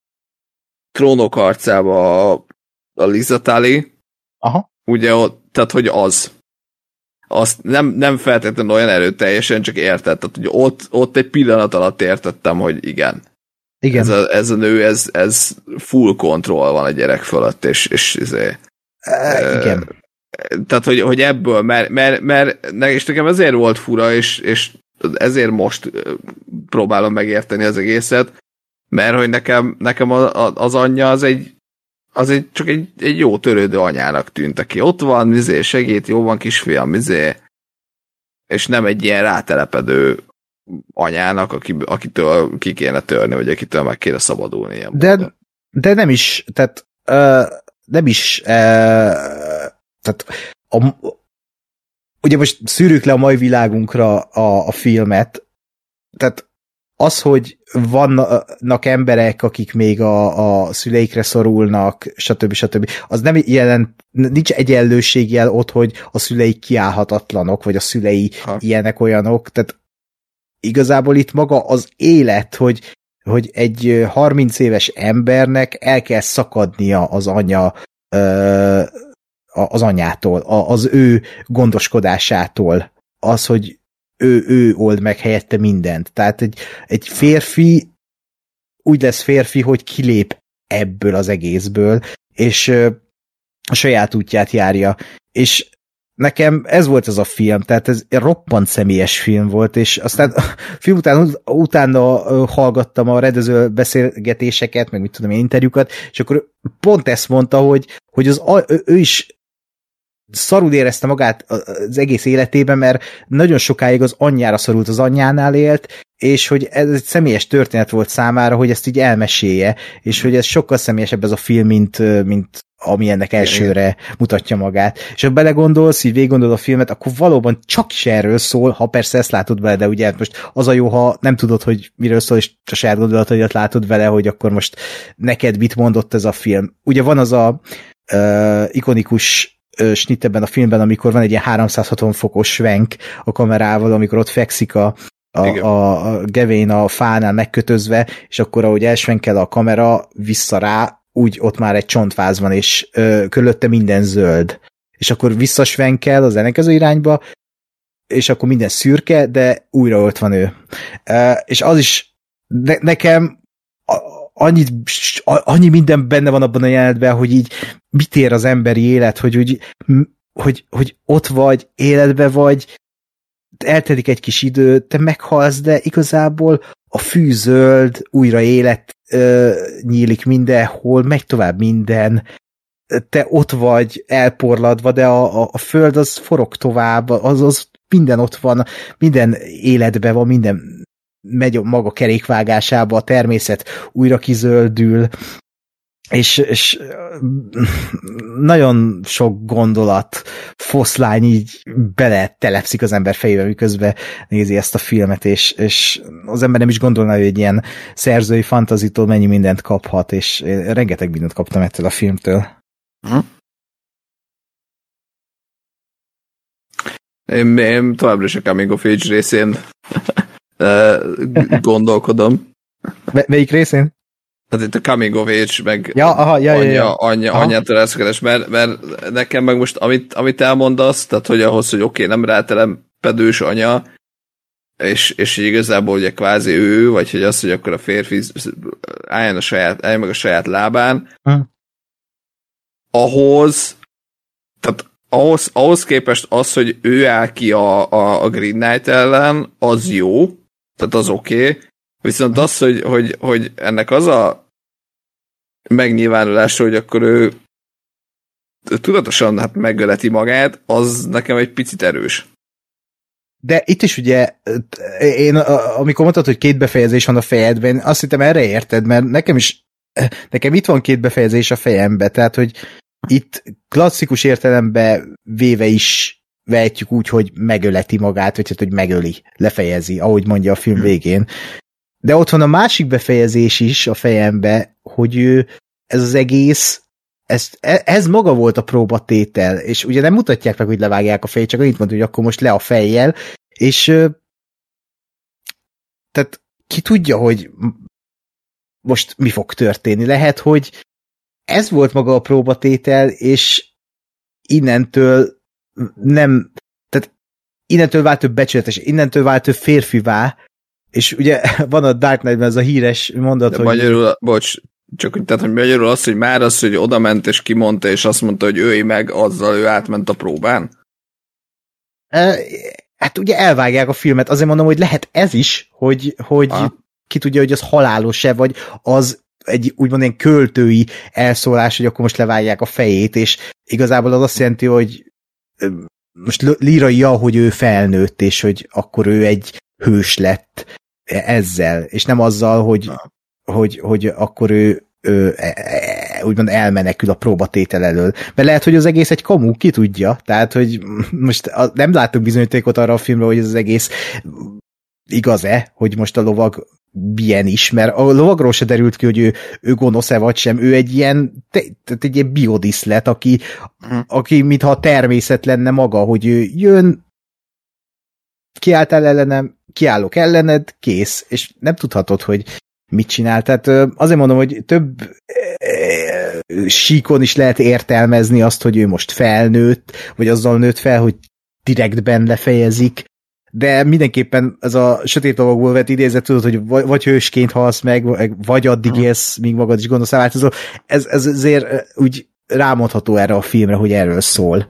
Trónok harcába a, a Liza Tully, aha. ugye ott, tehát hogy az. Azt nem, nem feltétlenül olyan erőteljesen, csak érted. Tehát, hogy ott, ott egy pillanat alatt értettem, hogy igen. Igen. Ez a, ez a nő, ez, ez full control van a gyerek fölött, és, és izé, e, igen. E, tehát, hogy, hogy ebből, mert, mert, mert és nekem ezért volt fura, és, és ezért most próbálom megérteni az egészet, mert hogy nekem, nekem az anyja az egy az egy, csak egy, egy jó törődő anyának tűnt, aki ott van, mizé, segít, jó van kisfiam, mizé, és nem egy ilyen rátelepedő anyának, aki, akitől ki kéne törni, vagy akitől meg kéne szabadulni. De, de nem is, tehát uh, nem is uh, tehát a, ugye most szűrjük le a mai világunkra a, a filmet, tehát az, hogy vannak emberek, akik még a, a szüleikre szorulnak, stb. stb. Az nem jelent, nincs egyenlőségjel ott, hogy a szüleik kiállhatatlanok, vagy a szülei ha. ilyenek olyanok, tehát igazából itt maga az élet, hogy, hogy egy harminc éves embernek el kell szakadnia az anya az anyától, az ő gondoskodásától, az, hogy ő, ő old meg helyette mindent. Tehát egy, egy férfi úgy lesz férfi, hogy kilép ebből az egészből, és a saját útját járja. És nekem ez volt ez a film, tehát ez roppant személyes film volt, és aztán a film után utána hallgattam a redező beszélgetéseket, meg mit tudom én, interjúkat, és akkor pont ezt mondta, hogy, hogy az, ő is szarul érezte magát az egész életében, mert nagyon sokáig az anyjára szorult, az anyjánál élt, és hogy ez egy személyes történet volt számára, hogy ezt így elmesélje, és hogy ez sokkal személyesebb ez a film, mint, mint ami ennek elsőre mutatja magát. És ha belegondolsz, így végiggondolod a filmet, akkor valóban csak is erről szól, ha persze ezt látod vele, de ugye most az a jó, ha nem tudod, hogy miről szól, és a saját gondolataidat látod vele, hogy akkor most neked mit mondott ez a film. Ugye van az a uh, ikonikus snitt ebben a filmben, amikor van egy ilyen háromszázhatvan fokos svenk a kamerával, amikor ott fekszik a, a, a, a Gawain a fánál megkötözve, és akkor ahogy elsvenkel a kamera vissza rá, úgy ott már egy csontváz van, és ö, körülötte minden zöld. És akkor visszasvenkel az ellenkező irányba, és akkor minden szürke, de újra ott van ő. Uh, és az is ne, nekem annyi, annyi minden benne van abban a jelenetben, hogy így mit ér az emberi élet, hogy, hogy, hogy, hogy ott vagy, életbe vagy, eltelik egy kis idő, te meghalsz, de igazából a fű zöld, újra élet ö, nyílik mindenhol, megy tovább minden, te ott vagy elporladva, de a, a, a föld az forog tovább, az, az minden ott van, minden életben van, minden megy maga kerékvágásába, a természet újra kizöldül, és, és nagyon sok gondolat, foszlány így bele telepszik az ember fejébe, miközben nézi ezt a filmet, és, és az ember nem is gondolná, hogy egy ilyen szerzői fantazitól mennyi mindent kaphat, és rengeteg mindent kaptam ettől a filmtől. Hm? Én, én továbbra is a Coming of Age részén gondolkodom. M- melyik részén? Tehát itt a Coming of Age, meg ja, aha, ja, anya, ja, ja. anya, anyától elszakadás, mert, mert nekem meg most, amit, amit elmondasz, tehát hogy ahhoz, hogy oké, okay, nem rátelepedős anya, és, és igazából ugye kvázi ő, vagy hogy az, hogy akkor a férfi álljon, a saját, álljon meg a saját lábán, hm. ahhoz, tehát ahhoz, ahhoz képest az, hogy ő áll ki a, a, a Green Knight ellen, az jó, tehát az oké, okay. Viszont az, hogy, hogy, hogy ennek az a megnyilvánulása, hogy akkor ő tudatosan hát megöleti magát, az nekem egy picit erős. De itt is ugye, én amikor mondtad, hogy két befejezés van a fejedben, azt hittem erre érted, mert nekem is, nekem itt van két befejezés a fejembe, tehát hogy itt klasszikus értelemben véve is vehetjük úgy, hogy megöleti magát, vagy hát, hogy megöli, lefejezi, ahogy mondja a film végén. De ott van a másik befejezés is a fejembe, hogy ő, ez az egész, ez, ez maga volt a próbatétel, és ugye nem mutatják meg, hogy levágják a fejét, csak annyit mondja, hogy akkor most le a fejjel, és tehát ki tudja, hogy most mi fog történni. Lehet, hogy ez volt maga a próbatétel, és innentől nem, tehát innentől vált több becsületes, innentől vált több férfivá, és ugye van a Dark Knight-ben ez a híres mondat, de hogy... Magyarul, bocs, csak tehát, hogy magyarul az, hogy már az, hogy oda ment és kimondta, és azt mondta, hogy ői meg, azzal ő átment a próbán? E, hát ugye elvágják a filmet, azért mondom, hogy lehet ez is, hogy, hogy ki tudja, hogy az halálos-e, vagy az egy úgymond ilyen költői elszólás, hogy akkor most levágják a fejét, és igazából az azt jelenti, hogy most líraia, hogy ő felnőtt, és hogy akkor ő egy hős lett ezzel, és nem azzal, hogy, hogy, hogy akkor ő, ő úgymond elmenekül a próbatétel elől. Mert lehet, hogy az egész egy kamu, ki tudja, tehát, hogy most nem látunk bizonyítékot arra a filmre, hogy ez az egész igaz-e, hogy most a lovag milyen is, mert a lovagról se derült ki, hogy ő, ő gonosz-e vagy sem, ő egy ilyen, tehát egy ilyen biodiszlet, aki, aki mintha a természet lenne maga, hogy ő jön, kiálltál ellenem, kiállok ellened, kész, és nem tudhatod, hogy mit csinál. Tehát azért mondom, hogy több síkon is lehet értelmezni azt, hogy ő most felnőtt, vagy azzal nőtt fel, hogy direktben lefejezik, de mindenképpen ez a sötét lovagból vett idézet, tudod, hogy vagy hősként halsz meg, vagy addig élsz, míg magad is gonoszá változol. Ez, ez azért úgy rámondható erre a filmre, hogy erről szól.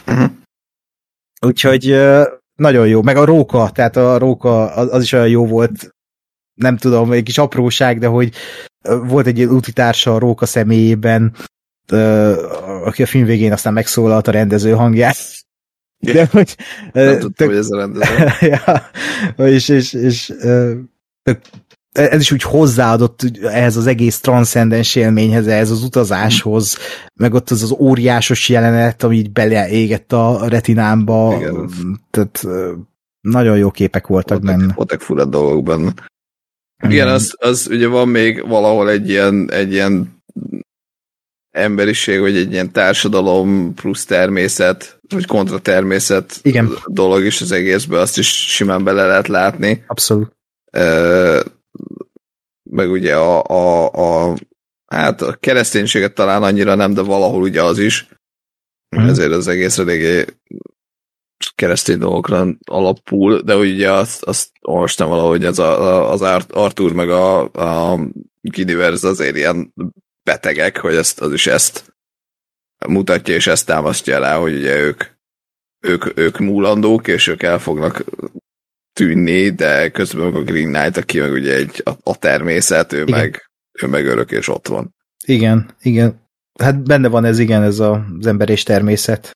Úgyhogy nagyon jó. Meg a róka, tehát a róka az, az is olyan jó volt, nem tudom, egy kis apróság, de hogy volt egy ilyen útitársa a róka személyében, aki a film végén aztán megszólalt a rendező hangját. De hogy... Nem tudtam, hogy ez a rendező. Ja, és, és, és ez is úgy hozzáadott ehhez az egész transzcendens élményhez, ehhez az utazáshoz, meg ott az az óriásos jelenet, ami így beleégett a retinámba. Igen. Tehát nagyon jó képek voltak voltak, benne. Voltak fura dolgok benne. Igen, az, az ugye van még valahol egy ilyen, egy ilyen emberiség, vagy egy ilyen társadalom plusz természet, vagy kontra természet Igen. dolog is az egészben, azt is simán bele lehet látni. Abszolút. E, meg ugye a, a, a hát a kereszténységet talán annyira nem, de valahol ugye az is. Mm. Ezért az egész eléggé keresztény dolgokra alapul, de ugye azt, azt olvastam valahogy ez a, az Arthur meg a, a Gidiverz azért ilyen betegek, hogy ezt, az is ezt mutatja, és ezt támasztja rá, hogy ugye ők, ők, ők múlandók, és ők el fognak tűnni, de közben a Green Knight, aki meg ugye egy, a, a természet, ő meg, ő meg örök, és ott van. Igen, igen. Hát benne van ez, igen, ez a, az ember és természet.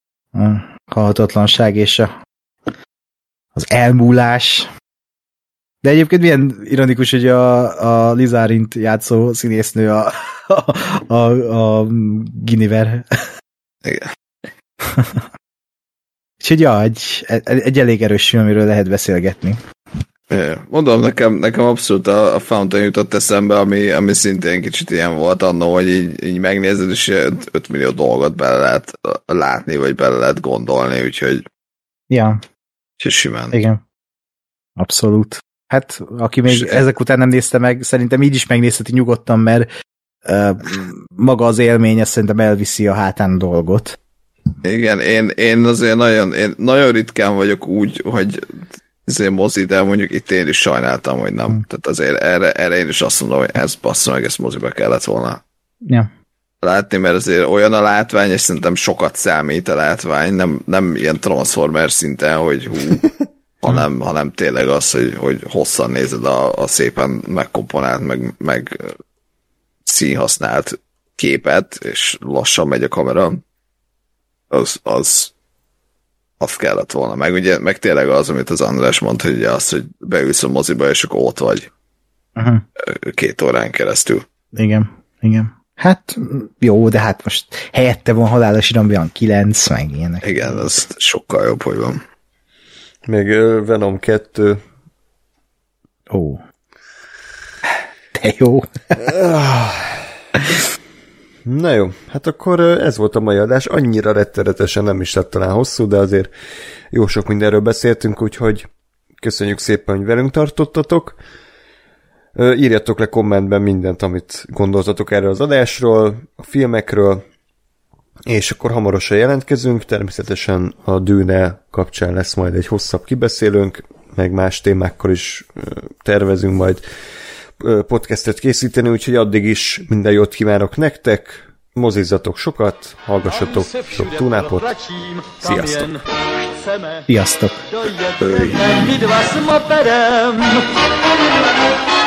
A halhatatlanság és a, az elmúlás. De egyébként milyen ironikus, hogy a, a Lizarint játszó színésznő a, a, a, a Guinevere. Igen. Úgyhogy ja, egy, egy elég erős film, amiről lehet beszélgetni. Mondom, nekem, nekem abszolút a, a Fountain jutott eszembe, ami, ami szintén kicsit ilyen volt annó, hogy így, így megnézed, és öt millió dolgot bele lehet látni, vagy bele lehet gondolni, úgyhogy ja. Úgyhogy simán. Igen. Abszolút. Hát, aki még és ezek után nem nézte meg, szerintem így is megnézheti nyugodtan, mert uh, maga az élmény, ezt szerintem elviszi a hátán a dolgot. Igen, én, én azért nagyon, én nagyon ritkán vagyok úgy, hogy azért mozi, de mondjuk itt én is sajnáltam, hogy nem. Hmm. Tehát azért erre, erre én is azt mondom, hogy ez bassza meg, ezt moziba kellett volna ja. látni, mert azért olyan a látvány, és szerintem sokat számít a látvány, nem, nem ilyen Transformers szinten, hogy hú, hanem, hanem tényleg az, hogy, hogy hosszan nézed a, a szépen megkomponált, meg, meg színhasznált képet, és lassan megy a kamera, az, az azt kellett volna. Meg ugye, meg tényleg az, amit az András mondta, hogy ugye az, hogy beülsz a moziba, és akkor ott vagy uh-huh. két órán keresztül. Igen, igen. Hát jó, de hát most helyette van Halálos Iramban kilenc, meg ilyenek. Igen, az sokkal jobb, hogy van. Még Venom kettő. Ó. De jó. Na jó, hát akkor ez volt a mai adás. Annyira rettenetesen nem is lett talán hosszú, de azért jó sok mindenről beszéltünk, úgyhogy köszönjük szépen, hogy velünk tartottatok. Írjatok le kommentben mindent, amit gondoltatok erről az adásról, a filmekről, és akkor hamarosan jelentkezünk. Természetesen a Dűne kapcsán lesz majd egy hosszabb kibeszélőnk, meg más témákkal is tervezünk majd podcastet készíteni, úgyhogy addig is minden jót kívánok nektek, mozizzatok sokat, hallgassatok sok túnápot, sziasztok! Sziasztok! Jöjjetek, mit vasz ma perem?